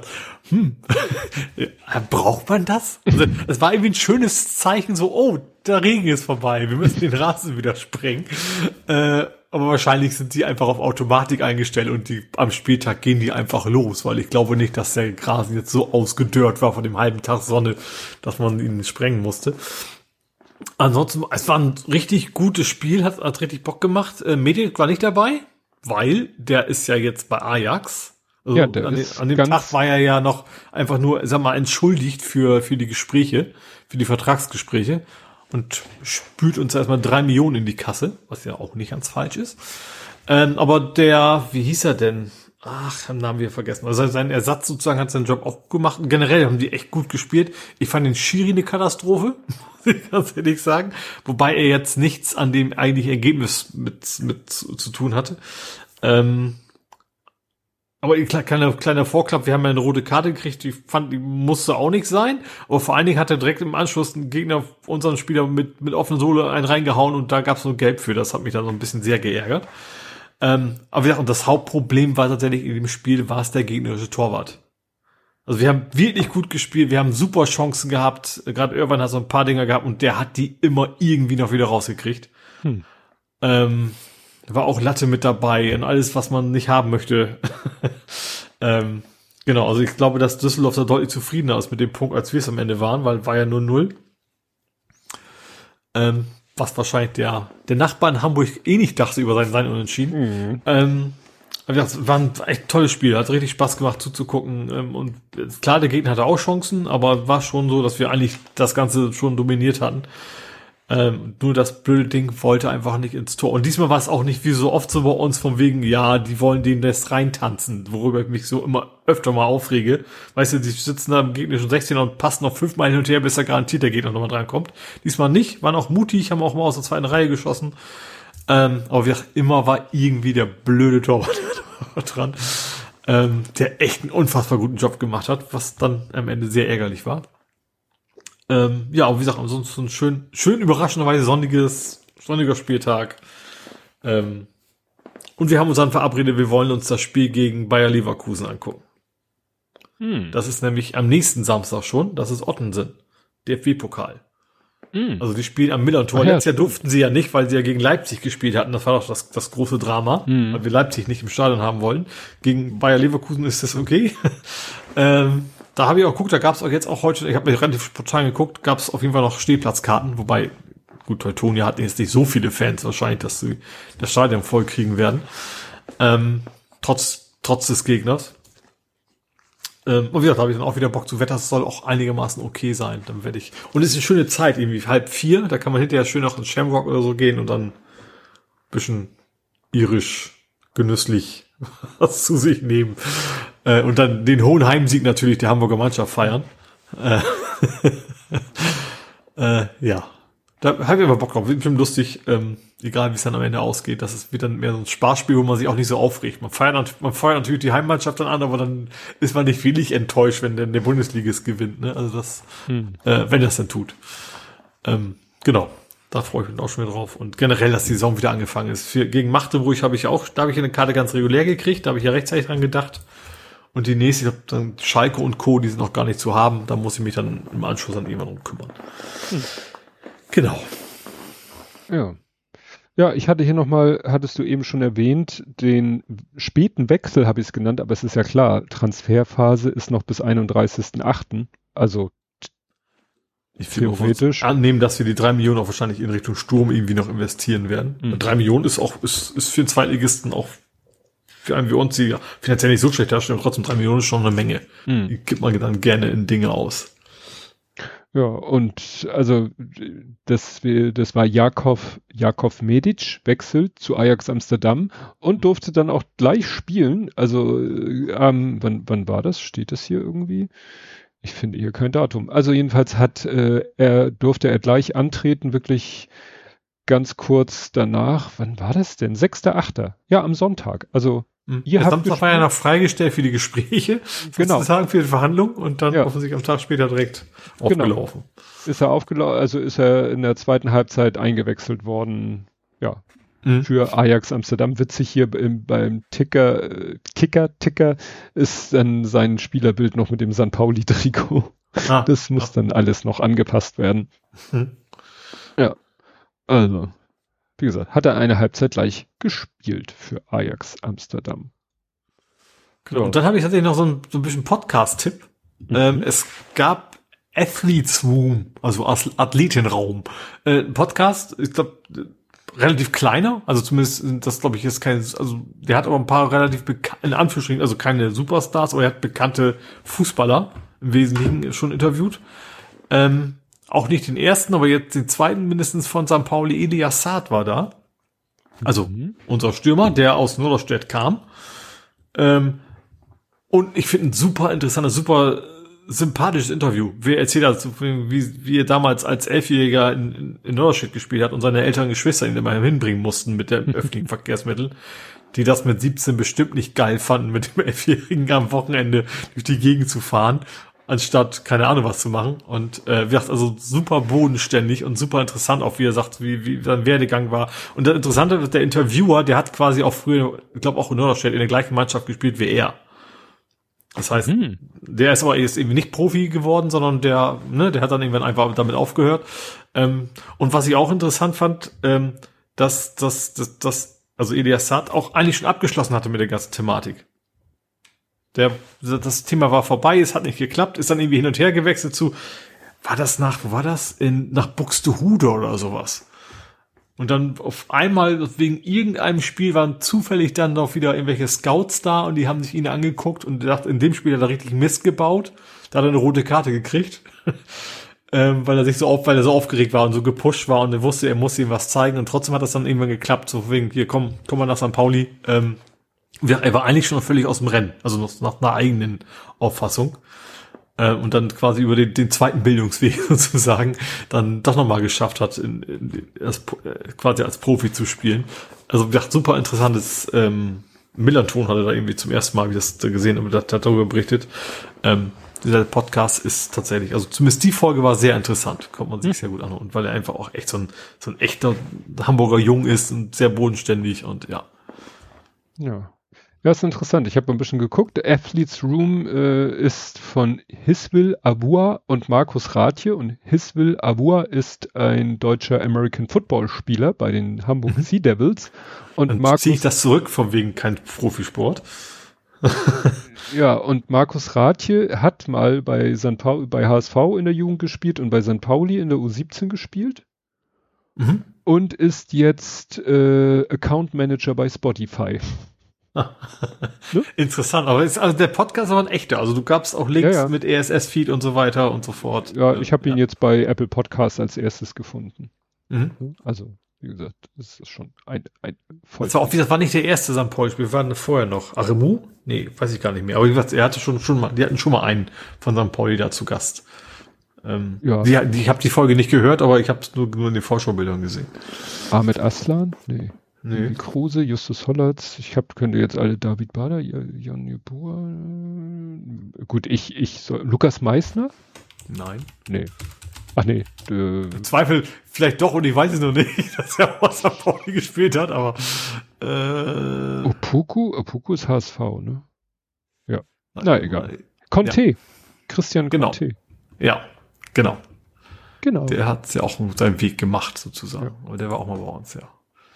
braucht man das? Also, es war irgendwie ein schönes Zeichen, so, oh, der Regen ist vorbei, wir müssen den Rasen wieder sprengen. Aber wahrscheinlich sind die einfach auf Automatik eingestellt und am Spieltag gehen die einfach los, weil ich glaube nicht, dass der Rasen jetzt so ausgedörrt war von dem halben Tag Sonne, dass man ihn sprengen musste. Ansonsten, es war ein richtig gutes Spiel, hat richtig Bock gemacht. Medic war nicht dabei, weil der ist ja jetzt bei Ajax. Also ja, an dem Tag war er ja noch einfach nur, entschuldigt für die Gespräche, für die Vertragsgespräche und spült uns erstmal 3 Millionen in die Kasse, was ja auch nicht ganz falsch ist. Aber wie hieß er denn? Ach, den Namen wir vergessen. Also sein Ersatz sozusagen hat seinen Job auch gut gemacht. Und generell haben die echt gut gespielt. Ich fand den Schiri eine Katastrophe, muss ich ganz ehrlich sagen. Wobei er jetzt nichts an dem eigentlichen Ergebnis mit zu tun hatte. Aber kleiner Vorklapp, wir haben ja eine rote Karte gekriegt, die musste auch nicht sein. Aber vor allen Dingen hat er direkt im Anschluss einen Gegner, unseren Spieler mit offener Sohle einen reingehauen und da gab es nur Gelb für. Das hat mich dann so ein bisschen sehr geärgert. Aber wie gesagt, und das Hauptproblem war tatsächlich in dem Spiel, war es der gegnerische Torwart. Also wir haben wirklich gut gespielt, wir haben super Chancen gehabt. Gerade Irwan hat so ein paar Dinger gehabt und der hat die immer irgendwie noch wieder rausgekriegt. War auch Latte mit dabei und alles, was man nicht haben möchte. Genau, also ich glaube, dass Düsseldorf da deutlich zufriedener ist mit dem Punkt, als wir es am Ende waren, weil war ja nur 0. Was wahrscheinlich der Nachbar in Hamburg eh nicht dachte über sein Unentschieden. Aber das war ein echt tolles Spiel, hat richtig Spaß gemacht zuzugucken. Und klar, der Gegner hatte auch Chancen, aber war schon so, dass wir eigentlich das Ganze schon dominiert hatten. Nur das blöde Ding wollte einfach nicht ins Tor. Und diesmal war es auch nicht wie so oft so bei uns von wegen, ja, die wollen den das reintanzen, worüber ich mich so immer öfter mal aufrege. Weißt du, die sitzen da im gegnerischen 16er und passen noch 5-mal hin und her, bis da garantiert der Gegner nochmal drankommt. Diesmal nicht, waren auch mutig, haben auch mal aus der zweiten Reihe geschossen. Aber wie auch immer war irgendwie der blöde Torwart dran, der echt einen unfassbar guten Job gemacht hat, was dann am Ende sehr ärgerlich war. Ja, aber wie gesagt, ansonsten schön überraschenderweise sonniger Spieltag. Und wir haben uns dann verabredet, wir wollen uns das Spiel gegen Bayer Leverkusen angucken. Das ist nämlich am nächsten Samstag schon, das ist Ottensen, DFB-Pokal. Also die spielen am Millern-Tor. Letztes Jahr durften sie ja nicht, weil sie ja gegen Leipzig gespielt hatten. Das war doch das große Drama, weil wir Leipzig nicht im Stadion haben wollen. Gegen Bayer Leverkusen ist das okay. Da habe ich auch geguckt, da gab es auch jetzt auch heute, ich habe mir relativ spontan geguckt, gab es auf jeden Fall noch Stehplatzkarten, wobei, gut, Teutonia hat jetzt nicht so viele Fans wahrscheinlich, dass sie das Stadion voll kriegen werden. Trotz des Gegners. Und wie gesagt, da habe ich dann auch wieder Bock zu Wetter, es soll auch einigermaßen okay sein. Dann werde ich. Und es ist eine schöne Zeit, irgendwie 3:30, da kann man hinterher schön noch ins Shamrock oder so gehen und dann ein bisschen irisch, genüsslich was zu sich nehmen. Und dann den hohen Heimsieg natürlich der Hamburger Mannschaft feiern. Ja. Da habe ich aber Bock drauf. Wird bestimmt lustig, egal wie es dann am Ende ausgeht. Das wird dann mehr so ein Spaßspiel, wo man sich auch nicht so aufregt. Man feiert natürlich die Heimmannschaft dann an, aber dann ist man nicht wenig enttäuscht, wenn denn der Bundesligist gewinnt. Ne? Also das, wenn das dann tut. Genau. Da freue ich mich auch schon wieder drauf. Und generell, dass die Saison wieder angefangen ist. Gegen Magdeburg da habe ich eine Karte ganz regulär gekriegt. Da habe ich ja rechtzeitig dran gedacht. Und die nächste, ich glaube, dann Schalke und Co., die sind noch gar nicht zu haben. Da muss ich mich dann im Anschluss an irgendwann drum kümmern. Genau. Ja, ich hatte hier nochmal, hattest du eben schon erwähnt, den späten Wechsel habe ich es genannt, aber es ist ja klar, Transferphase ist noch bis 31.8. Also ich theoretisch annehmen, dass wir die 3 Millionen auch wahrscheinlich in Richtung Sturm irgendwie noch investieren werden. 3 Millionen ist für den Zweitligisten auch für einen wie uns, die finanziell nicht so schlecht darstellen, trotzdem 3 Millionen ist schon eine Menge. Die gibt man dann gerne in Dinge aus. Ja, und also das war Jakov Medic, wechselt zu Ajax Amsterdam und durfte dann auch gleich spielen. Also wann war das? Steht das hier irgendwie? Ich finde hier kein Datum. Also jedenfalls durfte er gleich antreten, wirklich ganz kurz danach. Wann war das denn? 6.8. Ja, am Sonntag. Also Samstag war ja noch freigestellt für die Gespräche, genau. Sozusagen für die Verhandlung und dann offensichtlich am Tag später direkt aufgelaufen. Genau. Ist er in der zweiten Halbzeit eingewechselt worden, ja, für Ajax Amsterdam. Witzig hier beim Ticker ist dann sein Spielerbild noch mit dem San Pauli-Trikot. Das muss dann alles noch angepasst werden. Ja, also wie gesagt, hat er eine Halbzeit gleich gespielt für Ajax Amsterdam. Genau. Und dann habe ich tatsächlich noch so ein bisschen Podcast-Tipp. Es gab Athletes Room, also Athletenraum. Podcast, ich glaube, relativ kleiner, also zumindest das glaube ich ist kein, also der hat aber ein paar relativ in Anführungsstrichen, also keine Superstars, aber er hat bekannte Fußballer im Wesentlichen schon interviewt. Auch nicht den ersten, aber jetzt den zweiten mindestens von St. Pauli, Elias Saad war da. Also unser Stürmer, der aus Norderstedt kam. Und ich finde ein super interessantes, super sympathisches Interview. Wer erzählt also, wie er damals als 11-Jähriger in Norderstedt gespielt hat und seine älteren Geschwister ihn immer hinbringen mussten mit dem öffentlichen Verkehrsmittel. die das mit 17 bestimmt nicht geil fanden, mit dem 11-Jährigen am Wochenende durch die Gegend zu fahren, anstatt keine Ahnung was zu machen. Und wie gesagt, also super bodenständig und super interessant, auch wie er sagt, wie sein Werdegang war. Und das Interessante ist, der Interviewer, der hat quasi auch früher, ich glaube auch in Norderstedt, in der gleichen Mannschaft gespielt wie er. Das heißt, der ist aber jetzt irgendwie nicht Profi geworden, sondern der hat dann irgendwann einfach damit aufgehört. Und was ich auch interessant fand, dass also Elias Saad auch eigentlich schon abgeschlossen hatte mit der ganzen Thematik. Das Thema war vorbei, es hat nicht geklappt, ist dann irgendwie hin und her gewechselt zu, wo war das? Nach Buxtehude oder sowas. Und dann auf einmal wegen irgendeinem Spiel waren zufällig dann noch wieder irgendwelche Scouts da und die haben sich ihn angeguckt und dachte, in dem Spiel hat er richtig Mist gebaut. Da hat er eine rote Karte gekriegt, weil er so aufgeregt war und so gepusht war und er wusste, er muss ihm was zeigen und trotzdem hat das dann irgendwann geklappt, so wegen, hier komm mal nach St. Pauli. Er war eigentlich schon völlig aus dem Rennen, also nach einer eigenen Auffassung. Und dann quasi über den zweiten Bildungsweg sozusagen dann doch nochmal geschafft hat, quasi als Profi zu spielen. Also wie gesagt, super interessantes Millanton hatte da irgendwie zum ersten Mal, wie das gesehen und hat darüber berichtet. Dieser Podcast ist tatsächlich, also zumindest die Folge war sehr interessant, kommt man sich sehr gut an. Und weil er einfach auch echt so ein echter Hamburger Jung ist und sehr bodenständig und ja. Ja. Ja, ist interessant. Ich habe ein bisschen geguckt. Athletes Room ist von Hiswil Abua und Markus Rathje. Und Hiswil Abua ist ein deutscher American Football Spieler bei den Hamburg Sea Devils. Und dann Markus, ziehe ich das zurück, von wegen kein Profisport. ja, und Markus Rathje hat mal bei HSV in der Jugend gespielt und bei St. Pauli in der U17 gespielt. Und ist jetzt Account Manager bei Spotify. Ne? Interessant, aber also der Podcast war ein echter, also du gabst auch Links mit RSS-Feed und so weiter und so fort. Ja, ich habe ihn jetzt bei Apple Podcasts als erstes gefunden. Also, wie gesagt, das ist schon ein voll. Das war nicht der erste St. Pauli-Spiel, wir waren vorher noch. Aremu? Nee, weiß ich gar nicht mehr. Aber wie gesagt, die hatten schon mal einen von St. Pauli da zu Gast. Ich habe die Folge nicht gehört, aber ich habe es nur in den Vorschaubildern gesehen. Ahmed Aslan? Nee. Kruse, Justus Hollatz, könnte jetzt alle David Bader, Jan Jeboa, gut, Lukas Meissner? Nein. Nee. Ach nee. Im Zweifel vielleicht doch und ich weiß es noch nicht, dass er aus St. Pauli gespielt hat, aber Opoku ist HSV, ne? Ja. Na, egal. Conte. Ja. Christian Conte. Ja, genau. Genau. Der hat ja auch seinen Weg gemacht, sozusagen. Ja. Aber der war auch mal bei uns, ja.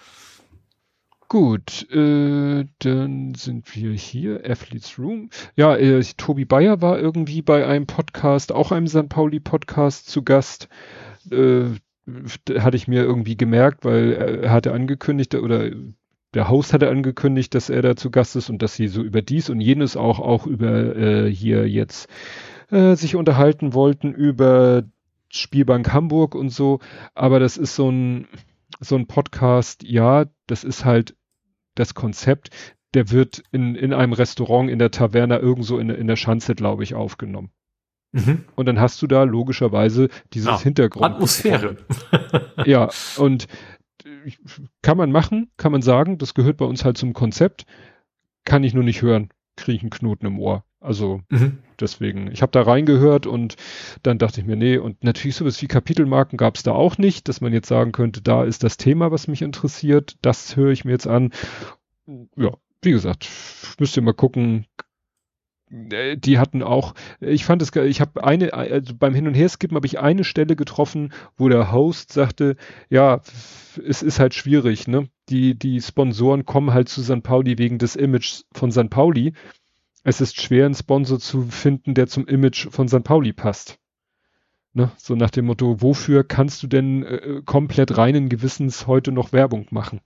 Gut, dann sind wir hier, Athletes Room. Ja, Tobi Bayer war irgendwie bei einem Podcast, auch einem St. Pauli-Podcast zu Gast. Hatte ich mir irgendwie gemerkt, weil er hatte angekündigt, oder der Host hatte angekündigt, dass er da zu Gast ist und dass sie so über dies und jenes auch über hier jetzt sich unterhalten wollten, über Spielbank Hamburg und so. Aber das ist so ein Podcast, ja, das ist halt das Konzept, der wird in einem Restaurant in der Taverna irgendwo in der Schanze, glaube ich, aufgenommen. Und dann hast du da logischerweise dieses Hintergrund. Atmosphäre. Ja, und kann man machen, kann man sagen, das gehört bei uns halt zum Konzept. Kann ich nur nicht hören, kriege ich einen Knoten im Ohr. Also deswegen, ich habe da reingehört und dann dachte ich mir, nee, und natürlich sowas wie Kapitelmarken gab es da auch nicht, dass man jetzt sagen könnte, da ist das Thema, was mich interessiert, das höre ich mir jetzt an. Ja, wie gesagt, müsst ihr mal gucken. Die hatten auch, ich fand es, ich habe also beim Hin- und Herskippen habe ich eine Stelle getroffen, wo der Host sagte, ja, es ist halt schwierig, ne? Die Sponsoren kommen halt zu St. Pauli wegen des Images von St. Pauli. Es ist schwer, einen Sponsor zu finden, der zum Image von St. Pauli passt. Ne? So nach dem Motto, wofür kannst du denn komplett reinen Gewissens heute noch Werbung machen?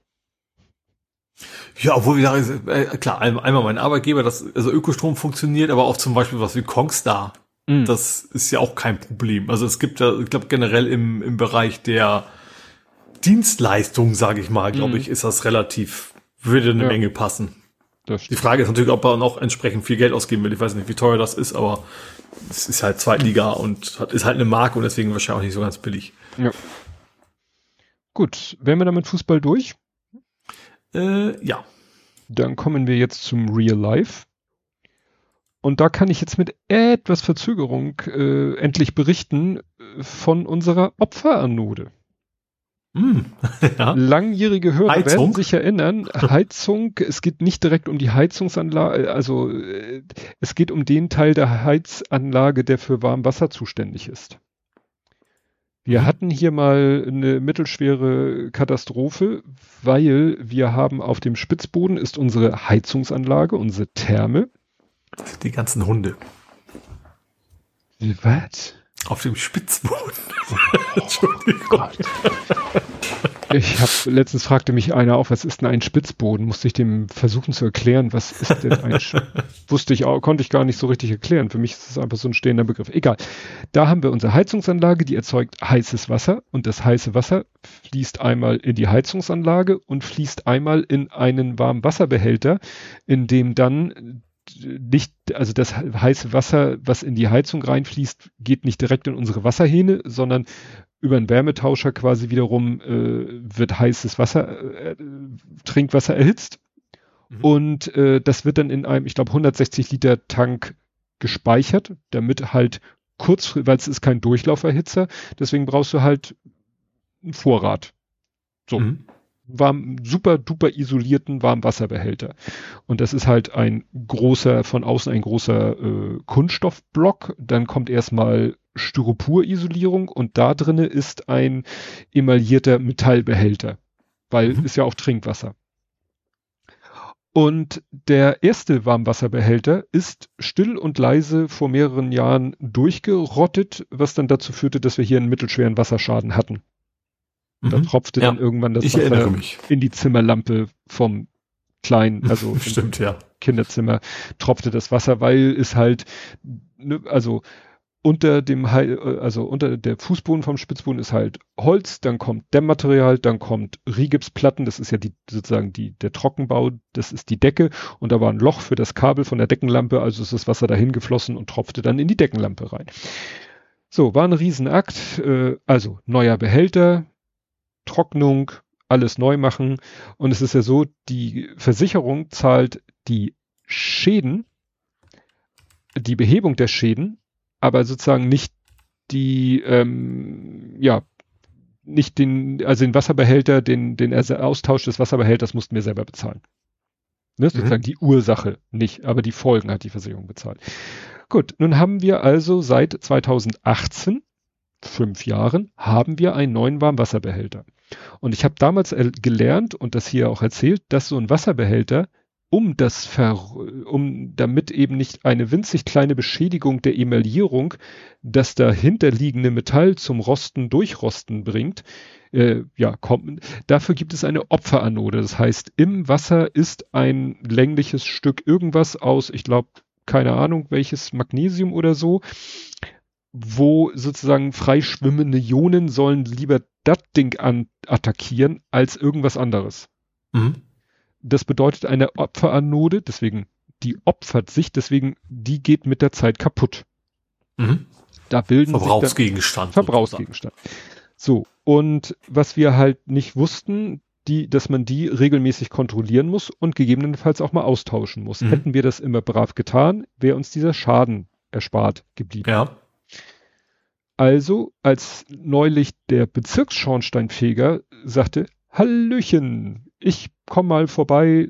Ja, obwohl wir sagen, klar, einmal mein Arbeitgeber, also Ökostrom funktioniert, aber auch zum Beispiel was wie Kongstar. Das ist ja auch kein Problem. Also es gibt ja, ich glaube generell im Bereich der Dienstleistung, sage ich mal, glaube ich, ist das würde eine Menge passen. Die Frage ist natürlich, ob er noch entsprechend viel Geld ausgeben will. Ich weiß nicht, wie teuer das ist, aber es ist halt Zweitliga und ist halt eine Marke und deswegen wahrscheinlich auch nicht so ganz billig. Ja. Gut, wären wir dann mit Fußball durch? Ja. Dann kommen wir jetzt zum Real Life. Und da kann ich jetzt mit etwas Verzögerung endlich berichten von unserer Opferanode. Ja. Langjährige Hörer Heizung? werden sich erinnern, Heizung, es geht nicht direkt um die Heizungsanlage, also es geht um den Teil der Heizanlage, der für Warmwasser zuständig ist. Wir hatten hier mal eine mittelschwere Katastrophe, weil wir haben auf dem Spitzboden ist unsere Heizungsanlage, unsere Therme. Die ganzen Hunde. Was? Auf dem Spitzboden. Entschuldigung. Letztens fragte mich einer auch, was ist denn ein Spitzboden? Musste ich dem versuchen zu erklären, was ist denn ein konnte ich gar nicht so richtig erklären. Für mich ist es einfach so ein stehender Begriff. Egal. Da haben wir unsere Heizungsanlage, die erzeugt heißes Wasser und das heiße Wasser fließt einmal in die Heizungsanlage und fließt einmal in einen Warmwasserbehälter, in dem dann also das heiße Wasser, was in die Heizung reinfließt, geht nicht direkt in unsere Wasserhähne, sondern über einen Wärmetauscher quasi wiederum wird heißes Wasser, Trinkwasser erhitzt. Und das wird dann in einem, ich glaube, 160 Liter Tank gespeichert, damit halt weil es ist kein Durchlauferhitzer, deswegen brauchst du halt einen Vorrat. So. Super duper isolierten Warmwasserbehälter. Und das ist halt von außen ein großer Kunststoffblock. Dann kommt erstmal Styropor-Isolierung und da drinne ist ein emaillierter Metallbehälter, weil ist ja auch Trinkwasser. Und der erste Warmwasserbehälter ist still und leise vor mehreren Jahren durchgerottet, was dann dazu führte, dass wir hier einen mittelschweren Wasserschaden hatten. Da tropfte dann irgendwann das Wasser in die Zimmerlampe vom kleinen, also stimmt, ja. Kinderzimmer, tropfte das Wasser, weil es halt, also unter der Fußboden vom Spitzboden ist halt Holz, dann kommt Dämmmaterial, dann kommt Rigipsplatten, das ist ja sozusagen der Trockenbau, das ist die Decke und da war ein Loch für das Kabel von der Deckenlampe, also ist das Wasser dahin geflossen und tropfte dann in die Deckenlampe rein. So, war ein Riesenakt, also neuer Behälter, Trocknung, alles neu machen. Und es ist ja so, die Versicherung zahlt die Schäden, die Behebung der Schäden, aber sozusagen nicht den Wasserbehälter, den Austausch des Wasserbehälters mussten wir selber bezahlen. Ne? Sozusagen die Ursache nicht, aber die Folgen hat die Versicherung bezahlt. Gut, nun haben wir also seit 2018, 5 Jahren, haben wir einen neuen Warmwasserbehälter. Und ich habe damals gelernt und das hier auch erzählt, dass so ein Wasserbehälter, damit eben nicht eine winzig kleine Beschädigung der Emaillierung das dahinterliegende Metall zum Durchrosten bringt, dafür gibt es eine Opferanode. Das heißt, im Wasser ist ein längliches Stück irgendwas aus, ich glaube, keine Ahnung, welches Magnesium oder so, wo sozusagen freischwimmende Ionen sollen lieber das Ding attackieren als irgendwas anderes. Das bedeutet eine Opferanode, deswegen, die opfert sich, deswegen, die geht mit der Zeit kaputt. Da bilden Verbrauchsgegenstand. So, und was wir halt nicht wussten, dass man die regelmäßig kontrollieren muss und gegebenenfalls auch mal austauschen muss. Hätten wir das immer brav getan, wäre uns dieser Schaden erspart geblieben. Ja. Also, als neulich der Bezirksschornsteinfeger sagte, Hallöchen, ich komme mal vorbei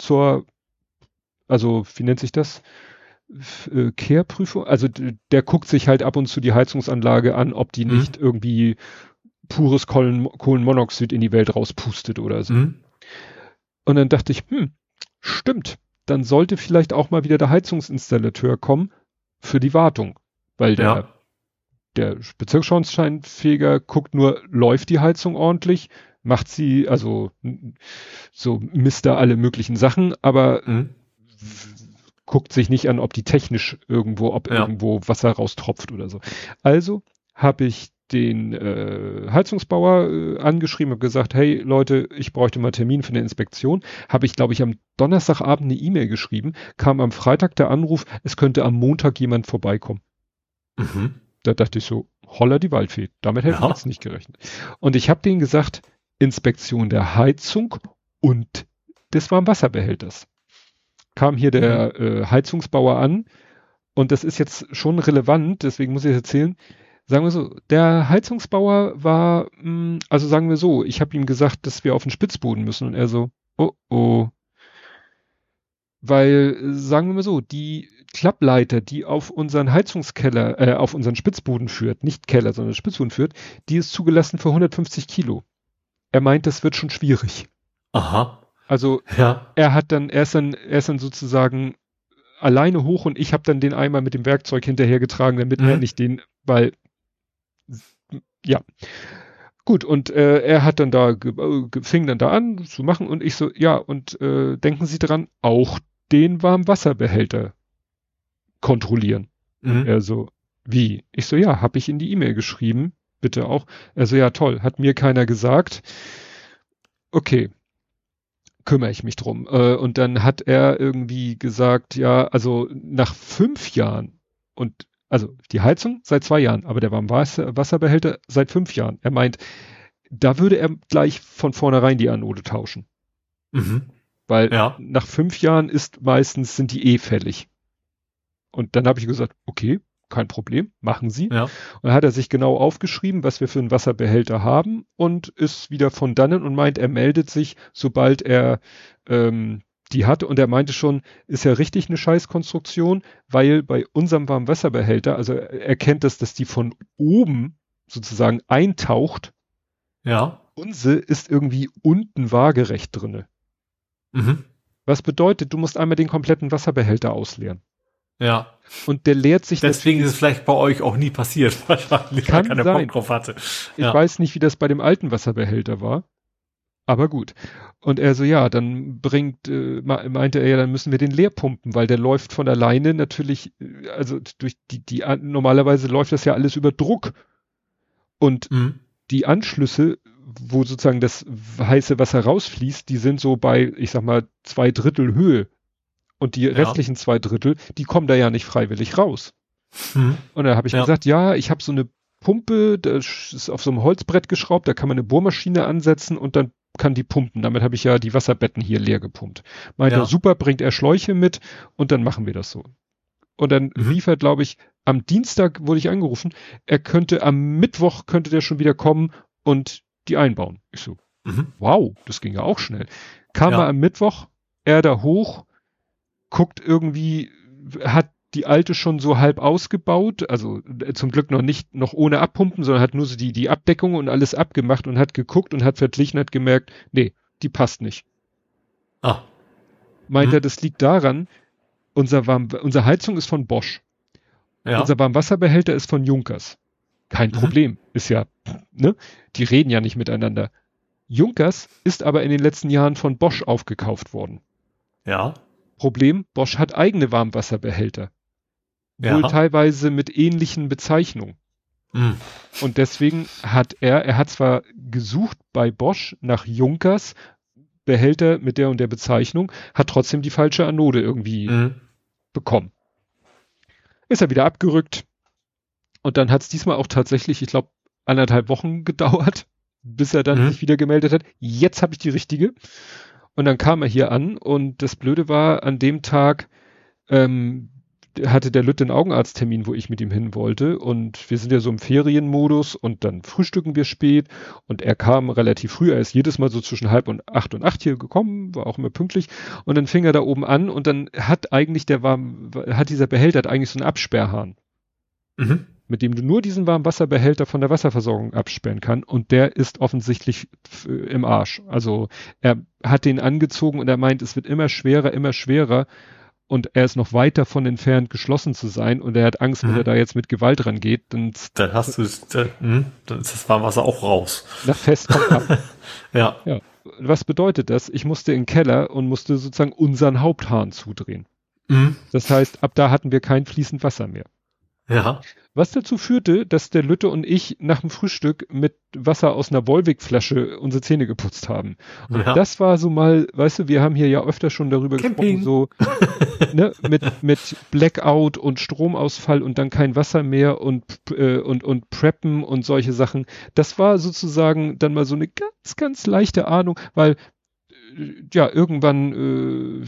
wie nennt sich das? Kehrprüfung? Also der guckt sich halt ab und zu die Heizungsanlage an, ob die nicht irgendwie pures Kohlenmonoxid in die Welt rauspustet oder so. Und dann dachte ich, stimmt, dann sollte vielleicht auch mal wieder der Heizungsinstallateur kommen für die Wartung, weil der Bezirksschornsteinfeger guckt nur, läuft die Heizung ordentlich, macht sie, also so misst da alle möglichen Sachen, aber guckt sich nicht an, ob die technisch irgendwo Wasser raustropft oder so. Also habe ich den Heizungsbauer angeschrieben, habe gesagt, hey Leute, ich bräuchte mal Termin für eine Inspektion. Habe ich, glaube ich, am Donnerstagabend eine E-Mail geschrieben, kam am Freitag der Anruf, es könnte am Montag jemand vorbeikommen. Da dachte ich so, holla die Waldfee, damit hätte ich jetzt nicht gerechnet. Und ich habe denen gesagt, Inspektion der Heizung und des Warmwasserbehälters. Kam hier der Heizungsbauer an und das ist jetzt schon relevant, deswegen muss ich es erzählen. Sagen wir so, der Heizungsbauer war, also sagen wir so, ich habe ihm gesagt, dass wir auf den Spitzboden müssen und er so, oh. Weil, sagen wir mal so, die Klappleiter, die auf unseren Heizungskeller, auf unseren Spitzboden führt, nicht Keller, sondern Spitzboden führt, die ist zugelassen für 150 Kilo. Er meint, das wird schon schwierig. Aha. Also, Ja. er ist dann sozusagen alleine hoch und ich habe dann den Eimer mit dem Werkzeug hinterhergetragen, damit er nicht weil, ja. Gut, und er hat dann fing dann da an zu machen und ich so, ja, und denken Sie dran, auch den Warmwasserbehälter kontrollieren. Und er so, wie? Ich so, ja, habe ich in die E-Mail geschrieben, bitte auch. Er so, ja, toll, hat mir keiner gesagt. Okay, kümmere ich mich drum. Und dann hat er irgendwie gesagt, ja, also nach 5 Jahren und also die Heizung seit 2 Jahren, aber der Warmwasserbehälter seit 5 Jahren. Er meint, da würde er gleich von vornherein die Anode tauschen. Weil nach 5 Jahren sind die fällig. Und dann habe ich gesagt, okay, kein Problem, machen Sie. Ja. Und dann hat er sich genau aufgeschrieben, was wir für einen Wasserbehälter haben und ist wieder von dannen und meint, er meldet sich, sobald er die hat. Und er meinte schon, ist ja richtig eine Scheißkonstruktion, weil bei unserem Warmwasserbehälter, also er kennt das, dass die von oben sozusagen eintaucht. Ja. Unsere ist irgendwie unten waagerecht drinne. Was bedeutet, du musst einmal den kompletten Wasserbehälter ausleeren. Ja. Und der leert sich. Deswegen ist es vielleicht bei euch auch nie passiert, wahrscheinlich, weil keiner Bock drauf hatte. Ich weiß nicht, wie das bei dem alten Wasserbehälter war. Aber gut. Und er so, ja, dann meinte er ja, dann müssen wir den leer pumpen, weil der läuft von alleine natürlich, also durch normalerweise läuft das ja alles über Druck. Und die Anschlüsse, wo sozusagen das heiße Wasser rausfließt, die sind so bei, ich sag mal, 2/3 Höhe. Und die restlichen 2/3, die kommen da ja nicht freiwillig raus. Und da habe ich gesagt, ja, ich habe so eine Pumpe, das ist auf so einem Holzbrett geschraubt, da kann man eine Bohrmaschine ansetzen und dann kann die pumpen. Damit habe ich ja die Wasserbetten hier leer gepumpt. Meinte, super, bringt er Schläuche mit und dann machen wir das so. Und dann liefert, glaube ich, am Dienstag wurde ich angerufen, am Mittwoch könnte der schon wieder kommen und die einbauen. Ich so, wow, das ging ja auch schnell. Kam er am Mittwoch, er da hoch, guckt irgendwie, hat die alte schon so halb ausgebaut, also zum Glück noch ohne Abpumpen, sondern hat nur so die Abdeckung und alles abgemacht und hat geguckt und hat verglichen, hat gemerkt, nee, die passt nicht. Meint er, das liegt daran, unsere Heizung ist von Bosch. Unser Warmwasserbehälter ist von Junkers. Kein Problem. Ist ja, ne? Die reden ja nicht miteinander. Junkers ist aber in den letzten Jahren von Bosch aufgekauft worden. Ja. Problem, Bosch hat eigene Warmwasserbehälter. Wohl teilweise mit ähnlichen Bezeichnungen. Und deswegen hat er hat zwar gesucht bei Bosch nach Junkers Behälter mit der und der Bezeichnung, hat trotzdem die falsche Anode irgendwie bekommen. Ist er wieder abgerückt. Und dann hat es diesmal auch tatsächlich, ich glaube, 1,5 Wochen gedauert, bis er dann sich wieder gemeldet hat. Jetzt habe ich die richtige. Und dann kam er hier an und das Blöde war, an dem Tag hatte der Lütte einen Augenarzttermin, wo ich mit ihm hin wollte und wir sind ja so im Ferienmodus und dann frühstücken wir spät und er kam relativ früh, er ist jedes Mal so zwischen 7:30 und 8 hier gekommen, war auch immer pünktlich und dann fing er da oben an und dann hat dieser Behälter eigentlich so einen Absperrhahn, mit dem du nur diesen Warmwasserbehälter von der Wasserversorgung absperren kann und der ist offensichtlich im Arsch. Also er hat den angezogen und er meint, es wird immer schwerer und er ist noch weit davon entfernt, geschlossen zu sein und er hat Angst, wenn er da jetzt mit Gewalt rangeht. Dann hast du dann ist das Warmwasser auch raus. Nach fest kommt ab. Ja. Was bedeutet das? Ich musste in den Keller und musste sozusagen unseren Haupthahn zudrehen. Das heißt, ab da hatten wir kein fließend Wasser mehr. Ja. Was dazu führte, dass der Lütte und ich nach dem Frühstück mit Wasser aus einer Volvic-Flasche unsere Zähne geputzt haben. Und das war so mal, weißt du, wir haben hier ja öfter schon darüber gesprochen, so ne, mit Blackout und Stromausfall und dann kein Wasser mehr und Preppen und solche Sachen. Das war sozusagen dann mal so eine ganz, ganz leichte Ahnung, weil ja, irgendwann,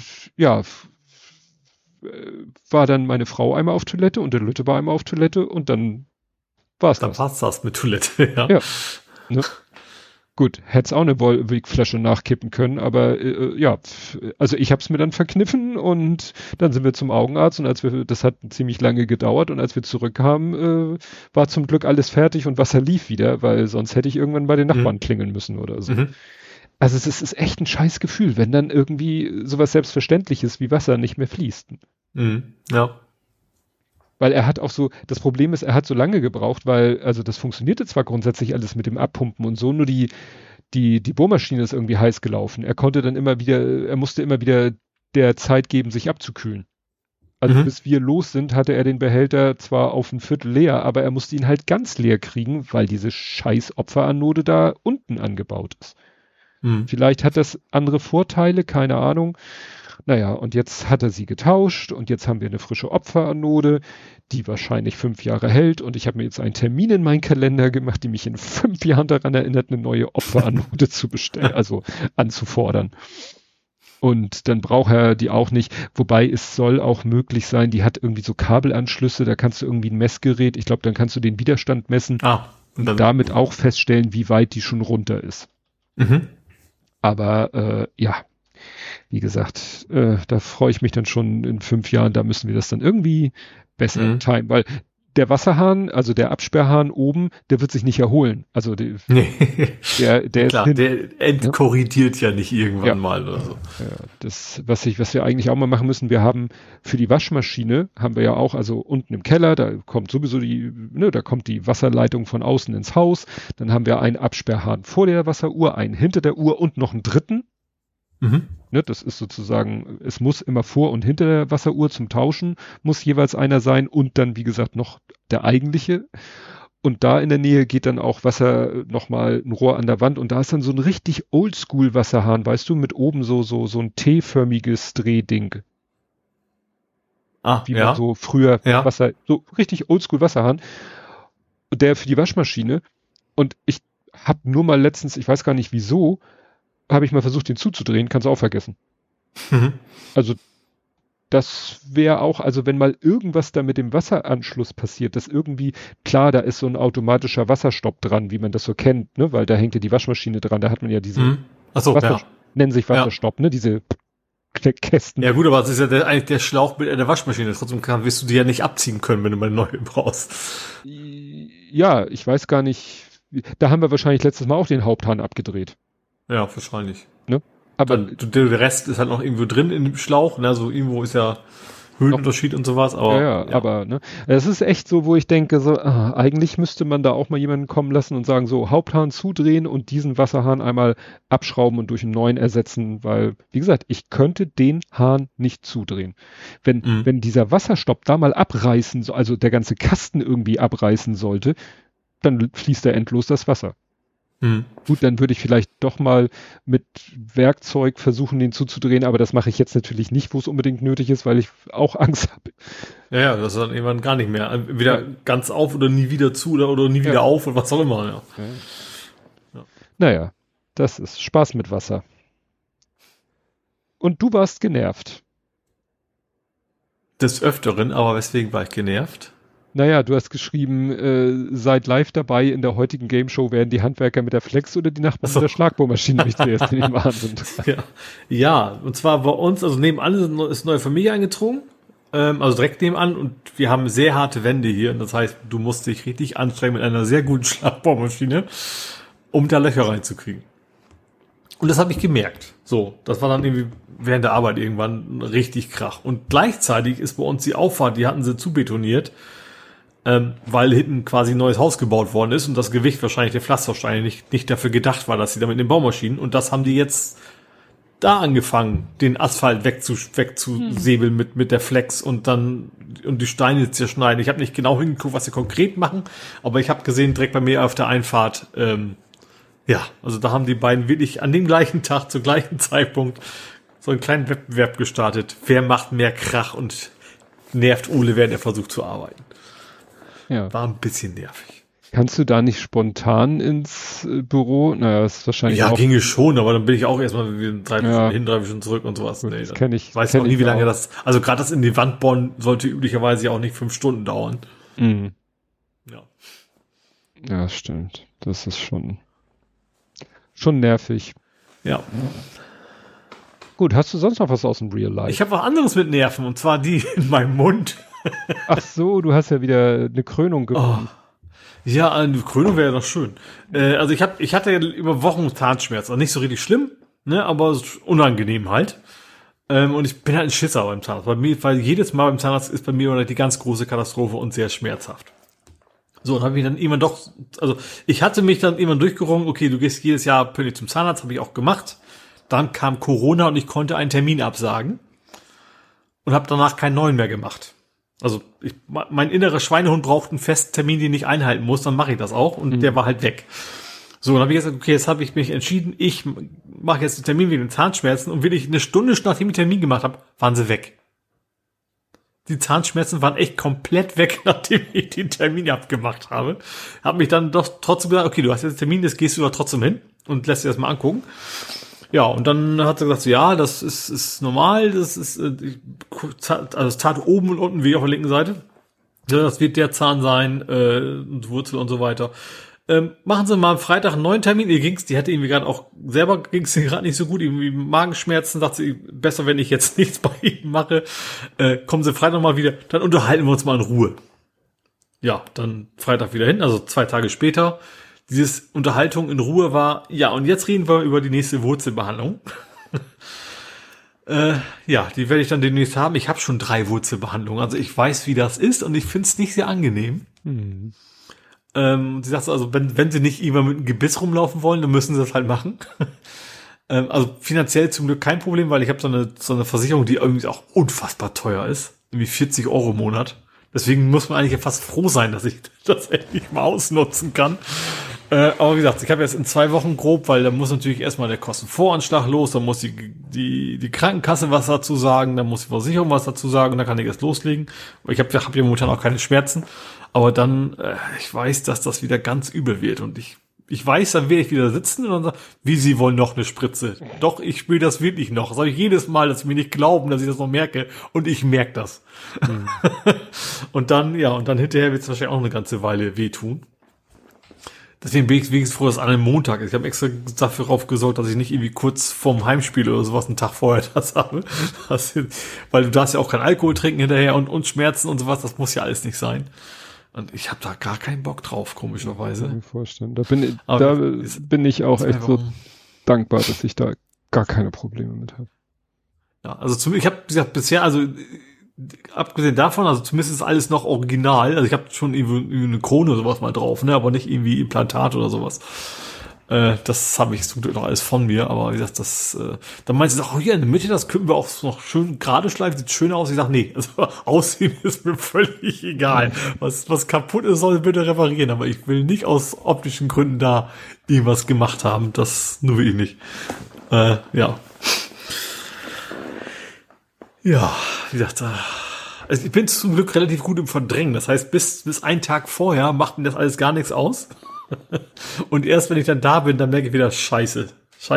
war dann meine Frau einmal auf Toilette und der Lütte war einmal auf Toilette und dann war's das. Dann war's das mit Toilette, ja. Ja. Ne? Gut, hätte es auch eine Wolwig-Flasche nachkippen können, aber also ich habe es mir dann verkniffen und dann sind wir zum Augenarzt und das hat ziemlich lange gedauert und als wir zurückkamen, war zum Glück alles fertig und Wasser lief wieder, weil sonst hätte ich irgendwann bei den Nachbarn klingeln müssen oder so. Mhm. Also es ist echt ein scheiß Gefühl, wenn dann irgendwie sowas Selbstverständliches wie Wasser nicht mehr fließt. Mhm. Ja. Weil er hat auch so, das Problem ist, er hat so lange gebraucht, weil, also das funktionierte zwar grundsätzlich alles mit dem Abpumpen und so, nur die Bohrmaschine ist irgendwie heiß gelaufen. Er musste immer wieder der Zeit geben, sich abzukühlen. Also bis wir los sind, hatte er den Behälter zwar auf ein Viertel leer, aber er musste ihn halt ganz leer kriegen, weil diese scheiß Opferanode da unten angebaut ist. Vielleicht hat das andere Vorteile, keine Ahnung. Naja, und jetzt hat er sie getauscht und jetzt haben wir eine frische Opferanode, die wahrscheinlich 5 Jahre hält und ich habe mir jetzt einen Termin in meinen Kalender gemacht, die mich in 5 Jahren daran erinnert, eine neue Opferanode zu bestellen, also anzufordern. Und dann braucht er die auch nicht, wobei es soll auch möglich sein, die hat irgendwie so Kabelanschlüsse, da kannst du irgendwie ein Messgerät, ich glaube, dann kannst du den Widerstand messen und damit auch feststellen, wie weit die schon runter ist. Aber wie gesagt, da freue ich mich dann schon in 5 Jahren, da müssen wir das dann irgendwie besser timen, weil der Wasserhahn, also der Absperrhahn oben, der wird sich nicht erholen. Also der Klar, der entkorrigiert ja nicht irgendwann mal oder so. Ja, das, was wir eigentlich auch mal machen müssen, wir haben für die Waschmaschine, haben wir ja auch, also unten im Keller, da kommt sowieso da kommt die Wasserleitung von außen ins Haus, dann haben wir einen Absperrhahn vor der Wasseruhr, einen hinter der Uhr und noch einen dritten. Ne, das ist sozusagen, es muss immer vor und hinter der Wasseruhr zum Tauschen, muss jeweils einer sein und dann, wie gesagt, noch der eigentliche. Und da in der Nähe geht dann auch Wasser, nochmal ein Rohr an der Wand und da ist dann so ein richtig oldschool Wasserhahn, weißt du, mit oben so ein T-förmiges Drehding. Wie man so früher Wasser, so richtig oldschool Wasserhahn. Und der für die Waschmaschine. Und ich habe nur mal letztens, ich weiß gar nicht wieso, habe ich mal versucht, den zuzudrehen, kannst du auch vergessen. Also das wäre auch, also wenn mal irgendwas da mit dem Wasseranschluss passiert, dass irgendwie, klar, da ist so ein automatischer Wasserstopp dran, wie man das so kennt, ne, weil da hängt ja die Waschmaschine dran, da hat man ja diese nennen sich Wasserstopp, ne, diese Kästen. Ja gut, aber das ist ja eigentlich der Schlauch mit der Waschmaschine, trotzdem wirst du die ja nicht abziehen können, wenn du mal eine neue brauchst. Ja, ich weiß gar nicht, da haben wir wahrscheinlich letztes Mal auch den Haupthahn abgedreht. Ja, wahrscheinlich. Ne? Aber der Rest ist halt noch irgendwo drin in dem Schlauch, ne? So irgendwo ist ja Höhenunterschied und sowas, aber. Aber, ne? Es ist echt so, wo ich denke, so, eigentlich müsste man da auch mal jemanden kommen lassen und sagen, so, Haupthahn zudrehen und diesen Wasserhahn einmal abschrauben und durch einen neuen ersetzen, weil, wie gesagt, ich könnte den Hahn nicht zudrehen. Wenn dieser Wasserstopp da mal abreißen, also der ganze Kasten irgendwie abreißen sollte, dann fließt da endlos das Wasser. Gut, dann würde ich vielleicht doch mal mit Werkzeug versuchen, den zuzudrehen, aber das mache ich jetzt natürlich nicht, wo es unbedingt nötig ist, weil ich auch Angst habe. Ja, das ist dann irgendwann gar nicht mehr. Entweder ganz auf oder nie wieder zu oder nie wieder auf oder was auch immer. Ja. Naja, das ist Spaß mit Wasser. Und du warst genervt. Des Öfteren, aber weswegen war ich genervt? Naja, du hast geschrieben, seid live dabei, in der heutigen Game Show werden die Handwerker mit der Flex oder die Nachbarn mit der Schlagbohrmaschine mich zuerst in den Wahnsinn. Ja, und zwar bei uns, also nebenan ist eine neue Familie eingezogen, also direkt nebenan und wir haben sehr harte Wände hier und das heißt, du musst dich richtig anstrengen mit einer sehr guten Schlagbohrmaschine, um da Löcher reinzukriegen. Und das habe ich gemerkt. So, das war dann irgendwie während der Arbeit irgendwann richtig Krach. Und gleichzeitig ist bei uns die Auffahrt, die hatten sie zubetoniert, weil hinten quasi ein neues Haus gebaut worden ist und das Gewicht wahrscheinlich der Pflastersteine nicht dafür gedacht war, dass sie damit in den Baumaschinen und das haben die jetzt da angefangen, den Asphalt wegzusäbeln mit der Flex und die Steine zerschneiden. Ich habe nicht genau hingeguckt, was sie konkret machen, aber ich habe gesehen, direkt bei mir auf der Einfahrt, also da haben die beiden wirklich an dem gleichen Tag, zum gleichen Zeitpunkt so einen kleinen Wettbewerb gestartet. Wer macht mehr Krach und nervt Ole, während er versucht zu arbeiten. Ja. War ein bisschen nervig. Kannst du da nicht spontan ins Büro? Naja, das ist wahrscheinlich Ja, auch. ginge schon, aber dann bin ich auch erstmal 3 Ja. Stunden hin, 3 Stunden zurück und sowas. Gut, Nee, das dann kenn ich- weiß kenn noch nie, ich wie lange auch. das, also gerade das in die Wand bohren sollte üblicherweise ja auch nicht 5 Stunden dauern. Mhm. Ja. Ja, stimmt. Das ist schon nervig. Ja. Gut, hast du sonst noch was aus dem Real Life? Ich habe was anderes mit Nerven, und zwar die in meinem Mund. Ach so, du hast ja wieder eine Krönung gewonnen. Ja, eine Krönung wäre ja doch schön. Also ich hatte ja über Wochen Zahnschmerzen. Also nicht so richtig schlimm, ne, aber unangenehm halt. Und ich bin halt ein Schisser beim Zahnarzt. Bei mir, weil jedes Mal beim Zahnarzt ist bei mir immer die ganz große Katastrophe und sehr schmerzhaft. So, und habe ich dann irgendwann doch, also ich hatte mich dann irgendwann durchgerungen, okay, du gehst jedes Jahr pünktlich zum Zahnarzt, habe ich auch gemacht. Dann kam Corona und ich konnte einen Termin absagen und habe danach keinen neuen mehr gemacht. Also mein innerer Schweinehund braucht einen festen Termin, den ich einhalten muss, dann mache ich das auch und der war halt weg. So, dann habe ich gesagt, okay, jetzt habe ich mich entschieden, ich mache jetzt den Termin wegen den Zahnschmerzen und wirklich eine Stunde nachdem ich den Termin gemacht habe, waren sie weg. Die Zahnschmerzen waren echt komplett weg, nachdem ich den Termin abgemacht habe. Habe mich dann doch trotzdem gesagt, okay, du hast jetzt einen Termin, jetzt gehst du da trotzdem hin und lässt dir das mal angucken. Ja, und dann hat sie gesagt, so, ja, das ist normal, das ist, also es tat oben und unten wie auf der linken Seite. Ja, das wird der Zahn sein, und Wurzel und so weiter. Machen Sie mal am Freitag einen neuen Termin. Die hatte irgendwie gerade auch selber ging's gerade nicht so gut, irgendwie Magenschmerzen, sagt sie, besser, wenn ich jetzt nichts bei Ihnen mache. Kommen Sie Freitag mal wieder, dann unterhalten wir uns mal in Ruhe. Ja, dann Freitag wieder hin, also 2 Tage später. Dieses Unterhaltung in Ruhe war, ja, und jetzt reden wir über die nächste Wurzelbehandlung. Ja, die werde ich dann demnächst haben. Ich habe schon 3 Wurzelbehandlungen, also ich weiß, wie das ist und ich finde es nicht sehr angenehm. Mhm. Sie sagt so, also wenn sie nicht immer mit einem Gebiss rumlaufen wollen, dann müssen sie das halt machen. Also finanziell zum Glück kein Problem, weil ich habe so eine Versicherung, die irgendwie auch unfassbar teuer ist. Irgendwie 40 € im Monat. Deswegen muss man eigentlich ja fast froh sein, dass ich das endlich mal ausnutzen kann. Aber wie gesagt, ich habe jetzt in 2 Wochen grob, weil da muss natürlich erstmal der Kostenvoranschlag los, dann muss die Krankenkasse was dazu sagen, dann muss die Versicherung was dazu sagen und dann kann ich erst loslegen. Aber ich hab ja momentan auch keine Schmerzen. Aber dann, ich weiß, dass das wieder ganz übel wird und ich weiß, dann werde ich wieder sitzen und dann sagen, wie, Sie wollen noch eine Spritze? Doch, ich spüre das wirklich noch. Das sage ich jedes Mal, dass Sie mir nicht glauben, dass ich das noch merke. Und ich merke das. Mhm. Und dann hinterher wird es wahrscheinlich auch eine ganze Weile wehtun. Deswegen bin ich wenigstens froh, dass an einem Montag ist. Ich habe extra dafür gesorgt, dass ich nicht irgendwie kurz vorm Heimspiel oder sowas einen Tag vorher das habe. Weil du darfst ja auch keinen Alkohol trinken hinterher und Schmerzen und sowas. Das muss ja alles nicht sein. Und ich habe da gar keinen Bock drauf, komischerweise. Ich kann mir vorstellen. Da bin ich auch echt so dankbar, dass ich da gar keine Probleme mit habe. Ja, also ich habe gesagt, bisher, also abgesehen davon, also zumindest ist alles noch original. Also ich habe schon irgendwie eine Krone oder sowas mal drauf, ne, aber nicht irgendwie Implantat oder sowas. Das habe ich zum Glück noch alles von mir, aber wie gesagt, dann meinst du, oh, hier in der Mitte, das können wir auch noch schön gerade schleifen, sieht schön aus. Ich sag, nee, also aussehen ist mir völlig egal. Was kaputt ist, soll bitte reparieren, aber ich will nicht aus optischen Gründen da irgendwas gemacht haben. Das nur will ich nicht. Ja. Ja, wie gesagt, also ich bin zum Glück relativ gut im Verdrängen. Das heißt, bis einen Tag vorher macht mir das alles gar nichts aus. Und erst wenn ich dann da bin, dann merke ich wieder Scheiße.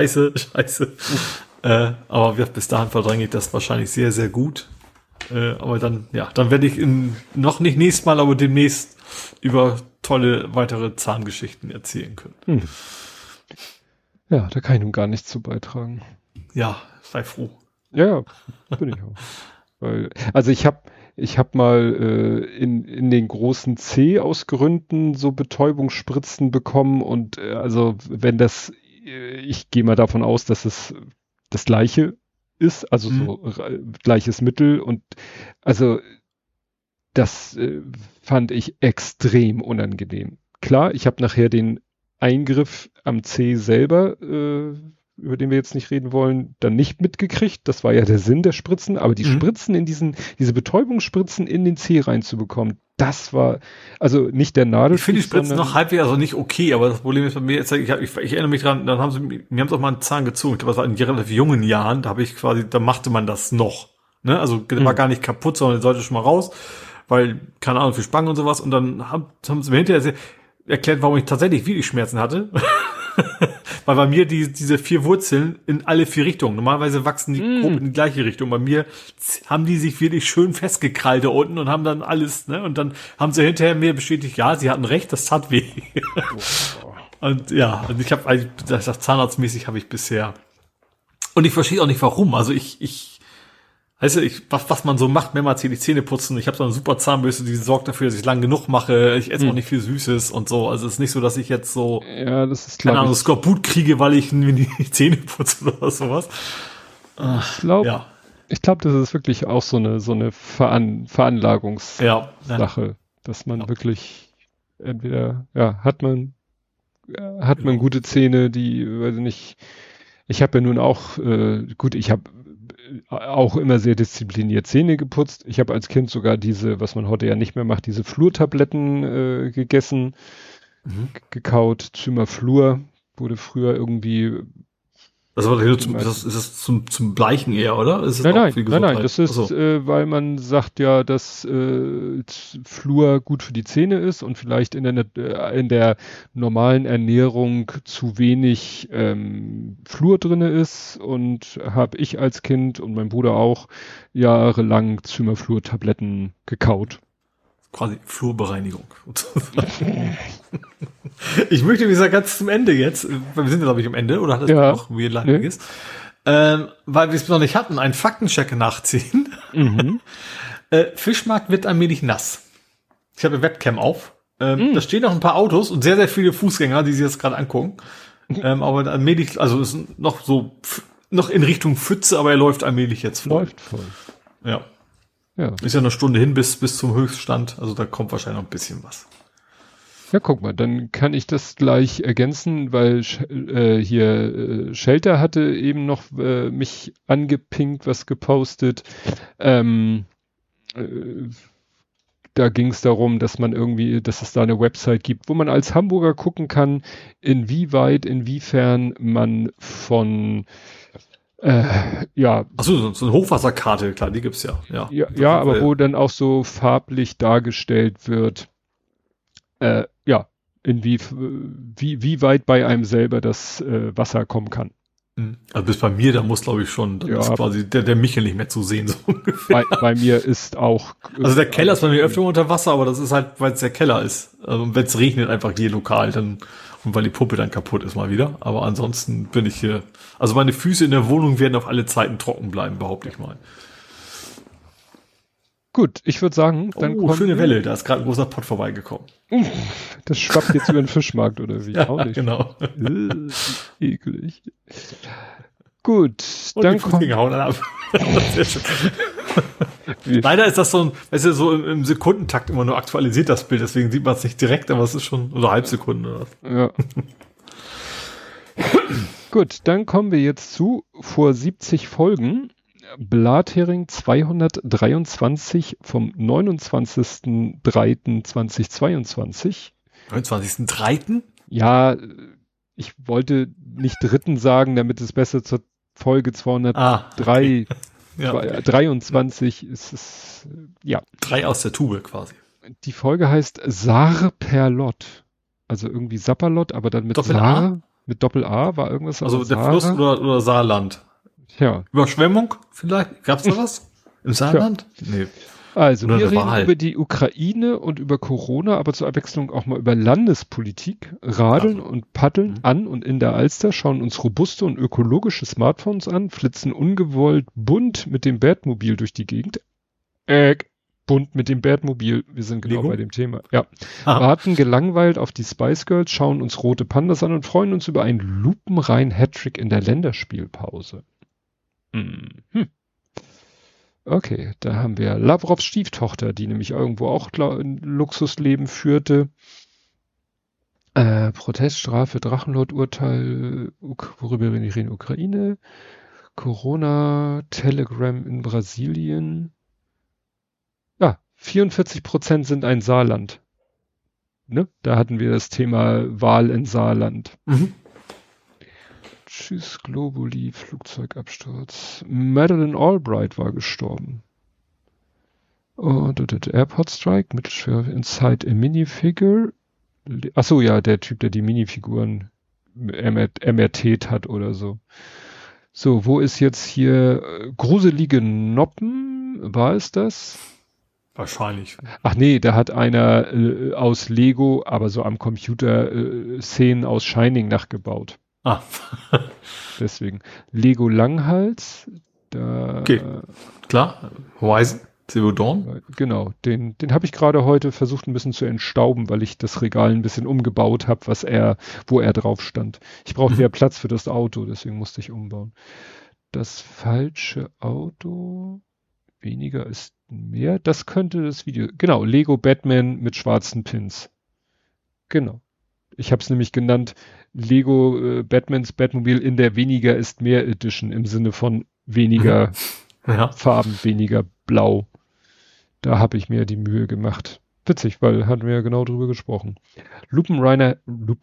Aber bis dahin verdränge ich das wahrscheinlich sehr, sehr gut. Aber dann werde ich noch nicht nächstes Mal, aber demnächst über tolle weitere Zahngeschichten erzählen können. Ja, da kann ich nun gar nichts zu beitragen. Ja, sei froh. Ja, bin ich auch. Also ich hab mal in den großen C aus Gründen so Betäubungsspritzen bekommen und also wenn ich gehe mal davon aus, dass es das Gleiche ist, also so gleiches Mittel und also das fand ich extrem unangenehm. Klar, ich habe nachher den Eingriff am C selber über den wir jetzt nicht reden wollen, dann nicht mitgekriegt. Das war ja der Sinn der Spritzen, aber die Spritzen diese Betäubungsspritzen in den Zeh reinzubekommen, das war, also nicht der Nadel. Ich finde die Spritzen noch halbwegs, also nicht okay, aber das Problem ist bei mir jetzt, ich erinnere mich dran, dann mir haben sie auch mal einen Zahn gezogen, das war in relativ jungen Jahren, da machte man das noch, ne, also der war gar nicht kaputt, sondern der sollte schon mal raus, weil, keine Ahnung, für Spangen und sowas, und dann haben sie mir hinterher erklärt, warum ich tatsächlich wirklich Schmerzen hatte. Weil bei mir diese 4 Wurzeln in alle 4 Richtungen. Normalerweise wachsen die grob in die gleiche Richtung. Bei mir haben die sich wirklich schön festgekrallt da unten und haben dann alles, ne? Und dann haben sie hinterher mir bestätigt, ja, sie hatten recht, das tat weh. Und ja, und ich habe, das zahnarztmäßig habe ich bisher. Und ich verstehe auch nicht warum. Also weißt du, was man so macht, mehrmals hier die Zähne putzen. Ich habe so eine super Zahnbürste, die sorgt dafür, dass ich lang genug mache. Ich esse auch nicht viel Süßes und so. Also es ist nicht so, dass ich jetzt so, ja, das ist keine Ahnung, Skorbut kriege, weil ich mir die Zähne putze oder sowas. Ich glaube, das ist wirklich auch so eine Veranlagungssache, Ja. dass man wirklich entweder, hat man gute Zähne, die, weiß ich nicht, ich habe ja nun auch, ich habe auch immer sehr diszipliniert Zähne geputzt. Ich habe als Kind sogar diese, was man heute ja nicht mehr macht, diese Flurtabletten gegessen, gekaut. Zymaflur wurde früher irgendwie. Das war ist das zum Bleichen eher, oder? Ist das Nein, das ist, weil man sagt ja, dass Flur gut für die Zähne ist und vielleicht in der normalen Ernährung zu wenig Flur drinne ist, und habe ich als Kind und mein Bruder auch jahrelang Zymaflur-Tabletten gekaut. Quasi Flurbereinigung. Ich möchte, wie gesagt, ganz zum Ende jetzt, wir sind ja, glaube ich, am Ende, oder hat es noch wie langes? Weil wir es noch nicht hatten, einen Faktencheck nachziehen. Fischmarkt wird allmählich nass. Ich habe eine Webcam auf. Da stehen noch ein paar Autos und sehr, sehr viele Fußgänger, die sich jetzt gerade angucken. Aber allmählich, also ist noch in Richtung Pfütze, aber er läuft allmählich jetzt voll. Läuft voll. Ja. Ist ja eine Stunde hin bis zum Höchststand, also da kommt wahrscheinlich noch ein bisschen was. Ja, guck mal, dann kann ich das gleich ergänzen, weil Shelter hatte eben noch mich angepinkt, was gepostet. Da ging es darum, dass es da eine Website gibt, wo man als Hamburger gucken kann, inwiefern man von Achso, so eine Hochwasserkarte, klar, die gibt's ja. Ja, aber wo dann auch so farblich dargestellt wird, wie weit bei einem selber das Wasser kommen kann. Also bis bei mir, da muss, glaube ich, schon, dann ist quasi der Michel nicht mehr zu sehen, so ungefähr. Bei mir ist auch... Also der Keller ist bei mir öfter unter Wasser, aber das ist halt, weil es der Keller ist. Also wenn es regnet einfach hier lokal, dann, und weil die Pumpe dann kaputt ist mal wieder. Aber ansonsten bin ich hier, also meine Füße in der Wohnung werden auf alle Zeiten trocken bleiben, behaupte ich mal. Gut, ich würde sagen, dann kommt... schöne Welle, da ist gerade ein großer Pott vorbeigekommen. Das schwappt jetzt über den Fischmarkt, oder wie? Ja, auch nicht. Genau. Ekelig. Gut, und dann kommt... Hauen ab. Leider ist das so ein, weißt du, so im Sekundentakt immer nur aktualisiert das Bild, deswegen sieht man es nicht direkt, aber es ist schon, oder Halbsekunde. Oder was. Ja. Gut, dann kommen wir jetzt zu vor 70 Folgen. Blathering 223 vom 29.03.2022. 29.03.? Ja, ich wollte nicht dritten sagen, damit es besser zur Folge 203, okay. 23 ist es, ja. 3 aus der Tube quasi. Die Folge heißt Saar-Perlott. Also irgendwie Sapperlott, aber dann mit Saar, mit Doppel-A war irgendwas. Also der Fluss oder Saarland. Ja. Überschwemmung vielleicht? Gab's da was? Im Saarland? Ja. Nee. Also wir reden über die Ukraine und über Corona, aber zur Abwechslung auch mal über Landespolitik, radeln und paddeln an und in der Alster, schauen uns robuste und ökologische Smartphones an, flitzen ungewollt bunt mit dem Batmobil durch die Gegend. Bunt mit dem Batmobil, wir sind genau bei dem Thema. Ja. Warten gelangweilt auf die Spice Girls, schauen uns rote Pandas an und freuen uns über einen lupenreinen Hattrick in der Länderspielpause. Okay, da haben wir Lavrovs Stieftochter, die nämlich irgendwo auch ein Luxusleben führte. Proteststrafe, Drachenlord-Urteil, worüber wir reden, Ukraine, Corona, Telegram in Brasilien. Ja, 44% sind ein Saarland. Ne? Da hatten wir das Thema Wahl in Saarland. Tschüss, Globuli, Flugzeugabsturz. Madeleine Albright war gestorben. Und Airport Strike, mittelschwer Inside a Minifigure. Ach so, ja, der Typ, der die Minifiguren MRT hat oder so. So, wo ist jetzt hier gruselige Noppen? War es das? Wahrscheinlich. Ach nee, da hat einer aus Lego, aber so am Computer Szenen aus Shining nachgebaut. Ah. Deswegen. Lego Langhals. Da, okay, klar. Horizon Zero Dawn. Genau, den habe ich gerade heute versucht ein bisschen zu entstauben, weil ich das Regal ein bisschen umgebaut habe, wo er drauf stand. Ich brauche mehr Platz für das Auto, deswegen musste ich umbauen. Das falsche Auto, weniger ist mehr, das könnte das Video, genau, Lego Batman mit schwarzen Pins. Genau. Ich habe es nämlich genannt, Lego Batmans Batmobil in der Weniger ist mehr Edition im Sinne von weniger Farben, weniger Blau. Da habe ich mir die Mühe gemacht. Witzig, weil hatten wir ja genau drüber gesprochen. Lupenreiner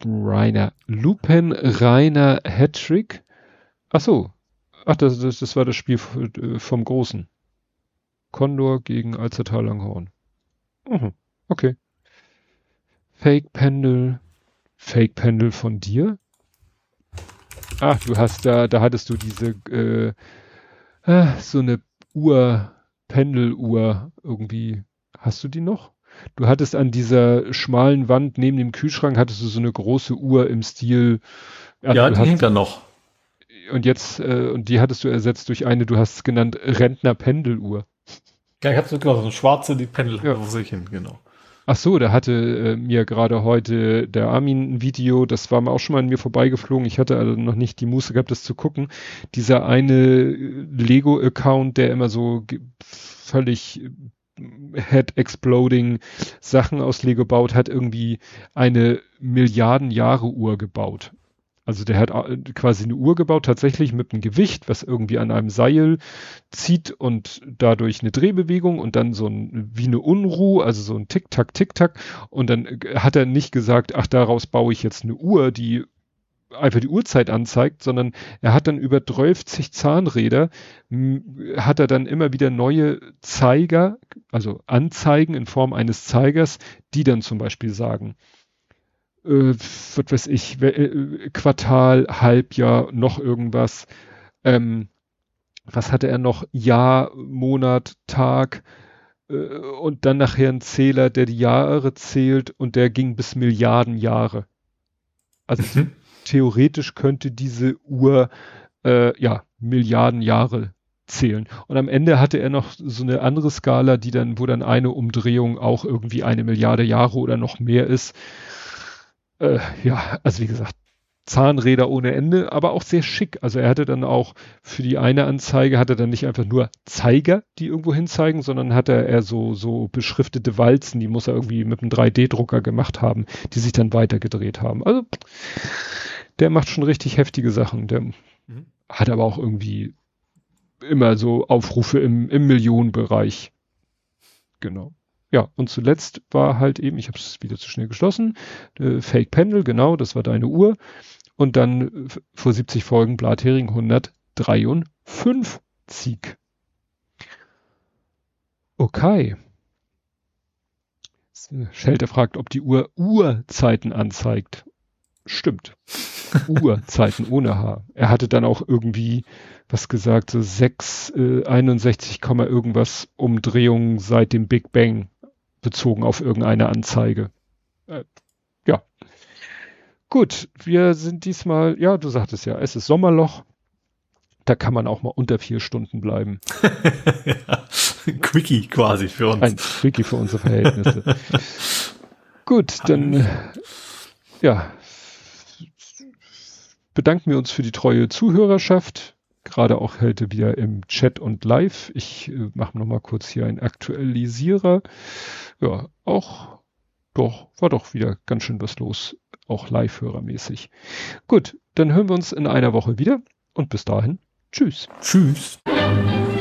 Hattrick. Ach so. Ach, das war das Spiel vom Großen. Condor gegen Alzertal Langhorn. Okay. Fake Pendel von dir? Ach, du hast da hattest du diese so eine Pendeluhr irgendwie. Hast du die noch? Du hattest an dieser schmalen Wand neben dem Kühlschrank hattest du so eine große Uhr im Stil. Ja, die hängt da noch. Und jetzt, und die hattest du ersetzt durch eine, du hast es genannt, Rentner-Pendeluhr. Ja, ich habe so eine schwarze, die pendelt vor sich hin, genau. Ach so, da hatte mir gerade heute der Armin ein Video, das war mir auch schon mal an mir vorbeigeflogen. Ich hatte also noch nicht die Muße gehabt, das zu gucken. Dieser eine Lego-Account, der immer so völlig head-exploding Sachen aus Lego baut, hat irgendwie eine Milliarden-Jahre-Uhr gebaut. Also der hat quasi eine Uhr gebaut, tatsächlich mit einem Gewicht, was irgendwie an einem Seil zieht und dadurch eine Drehbewegung und dann so wie eine Unruhe, also so ein Tick-Tack, Tick-Tack. Und dann hat er nicht gesagt, ach, daraus baue ich jetzt eine Uhr, die einfach die Uhrzeit anzeigt, sondern er hat dann über 30 Zahnräder, hat er dann immer wieder neue Zeiger, also Anzeigen in Form eines Zeigers, die dann zum Beispiel sagen, was weiß ich, Quartal, Halbjahr, noch irgendwas. Was hatte er noch? Jahr, Monat, Tag und dann nachher ein Zähler, der die Jahre zählt und der ging bis Milliarden Jahre. Also theoretisch könnte diese Uhr Milliarden Jahre zählen. Und am Ende hatte er noch so eine andere Skala, wo dann eine Umdrehung auch irgendwie 1 Milliarde Jahre oder noch mehr ist. Also wie gesagt, Zahnräder ohne Ende, aber auch sehr schick. Also er hatte dann auch für die eine Anzeige hatte dann nicht einfach nur Zeiger, die irgendwo hinzeigen, sondern hatte er so beschriftete Walzen, die muss er irgendwie mit einem 3D-Drucker gemacht haben, die sich dann weitergedreht haben. Also der macht schon richtig heftige Sachen. Der hat aber auch irgendwie immer so Aufrufe im Millionenbereich. Genau. Ja, und zuletzt war halt eben, ich habe es wieder zu schnell geschlossen, Fake Pendel, genau, das war deine Uhr. Und dann vor 70 Folgen Blathering 153. Okay. Schelter fragt, ob die Uhr Uhrzeiten anzeigt. Stimmt. Uhrzeiten ohne H. Er hatte dann auch irgendwie was gesagt, so 61, irgendwas Umdrehungen seit dem Big Bang bezogen auf irgendeine Anzeige. Ja. Gut, wir sind diesmal, ja, du sagtest ja, es ist Sommerloch. Da kann man auch mal unter 4 Stunden bleiben. Ja, Quickie quasi für uns. Ein Quickie für unsere Verhältnisse. Gut, dann bedanken wir uns für die treue Zuhörerschaft. Gerade auch heute wieder im Chat und live. Ich mache noch mal kurz hier einen Aktualisierer. Ja, war doch wieder ganz schön was los. Auch live-hörermäßig. Gut, dann hören wir uns in einer Woche wieder. Und bis dahin, tschüss. Tschüss.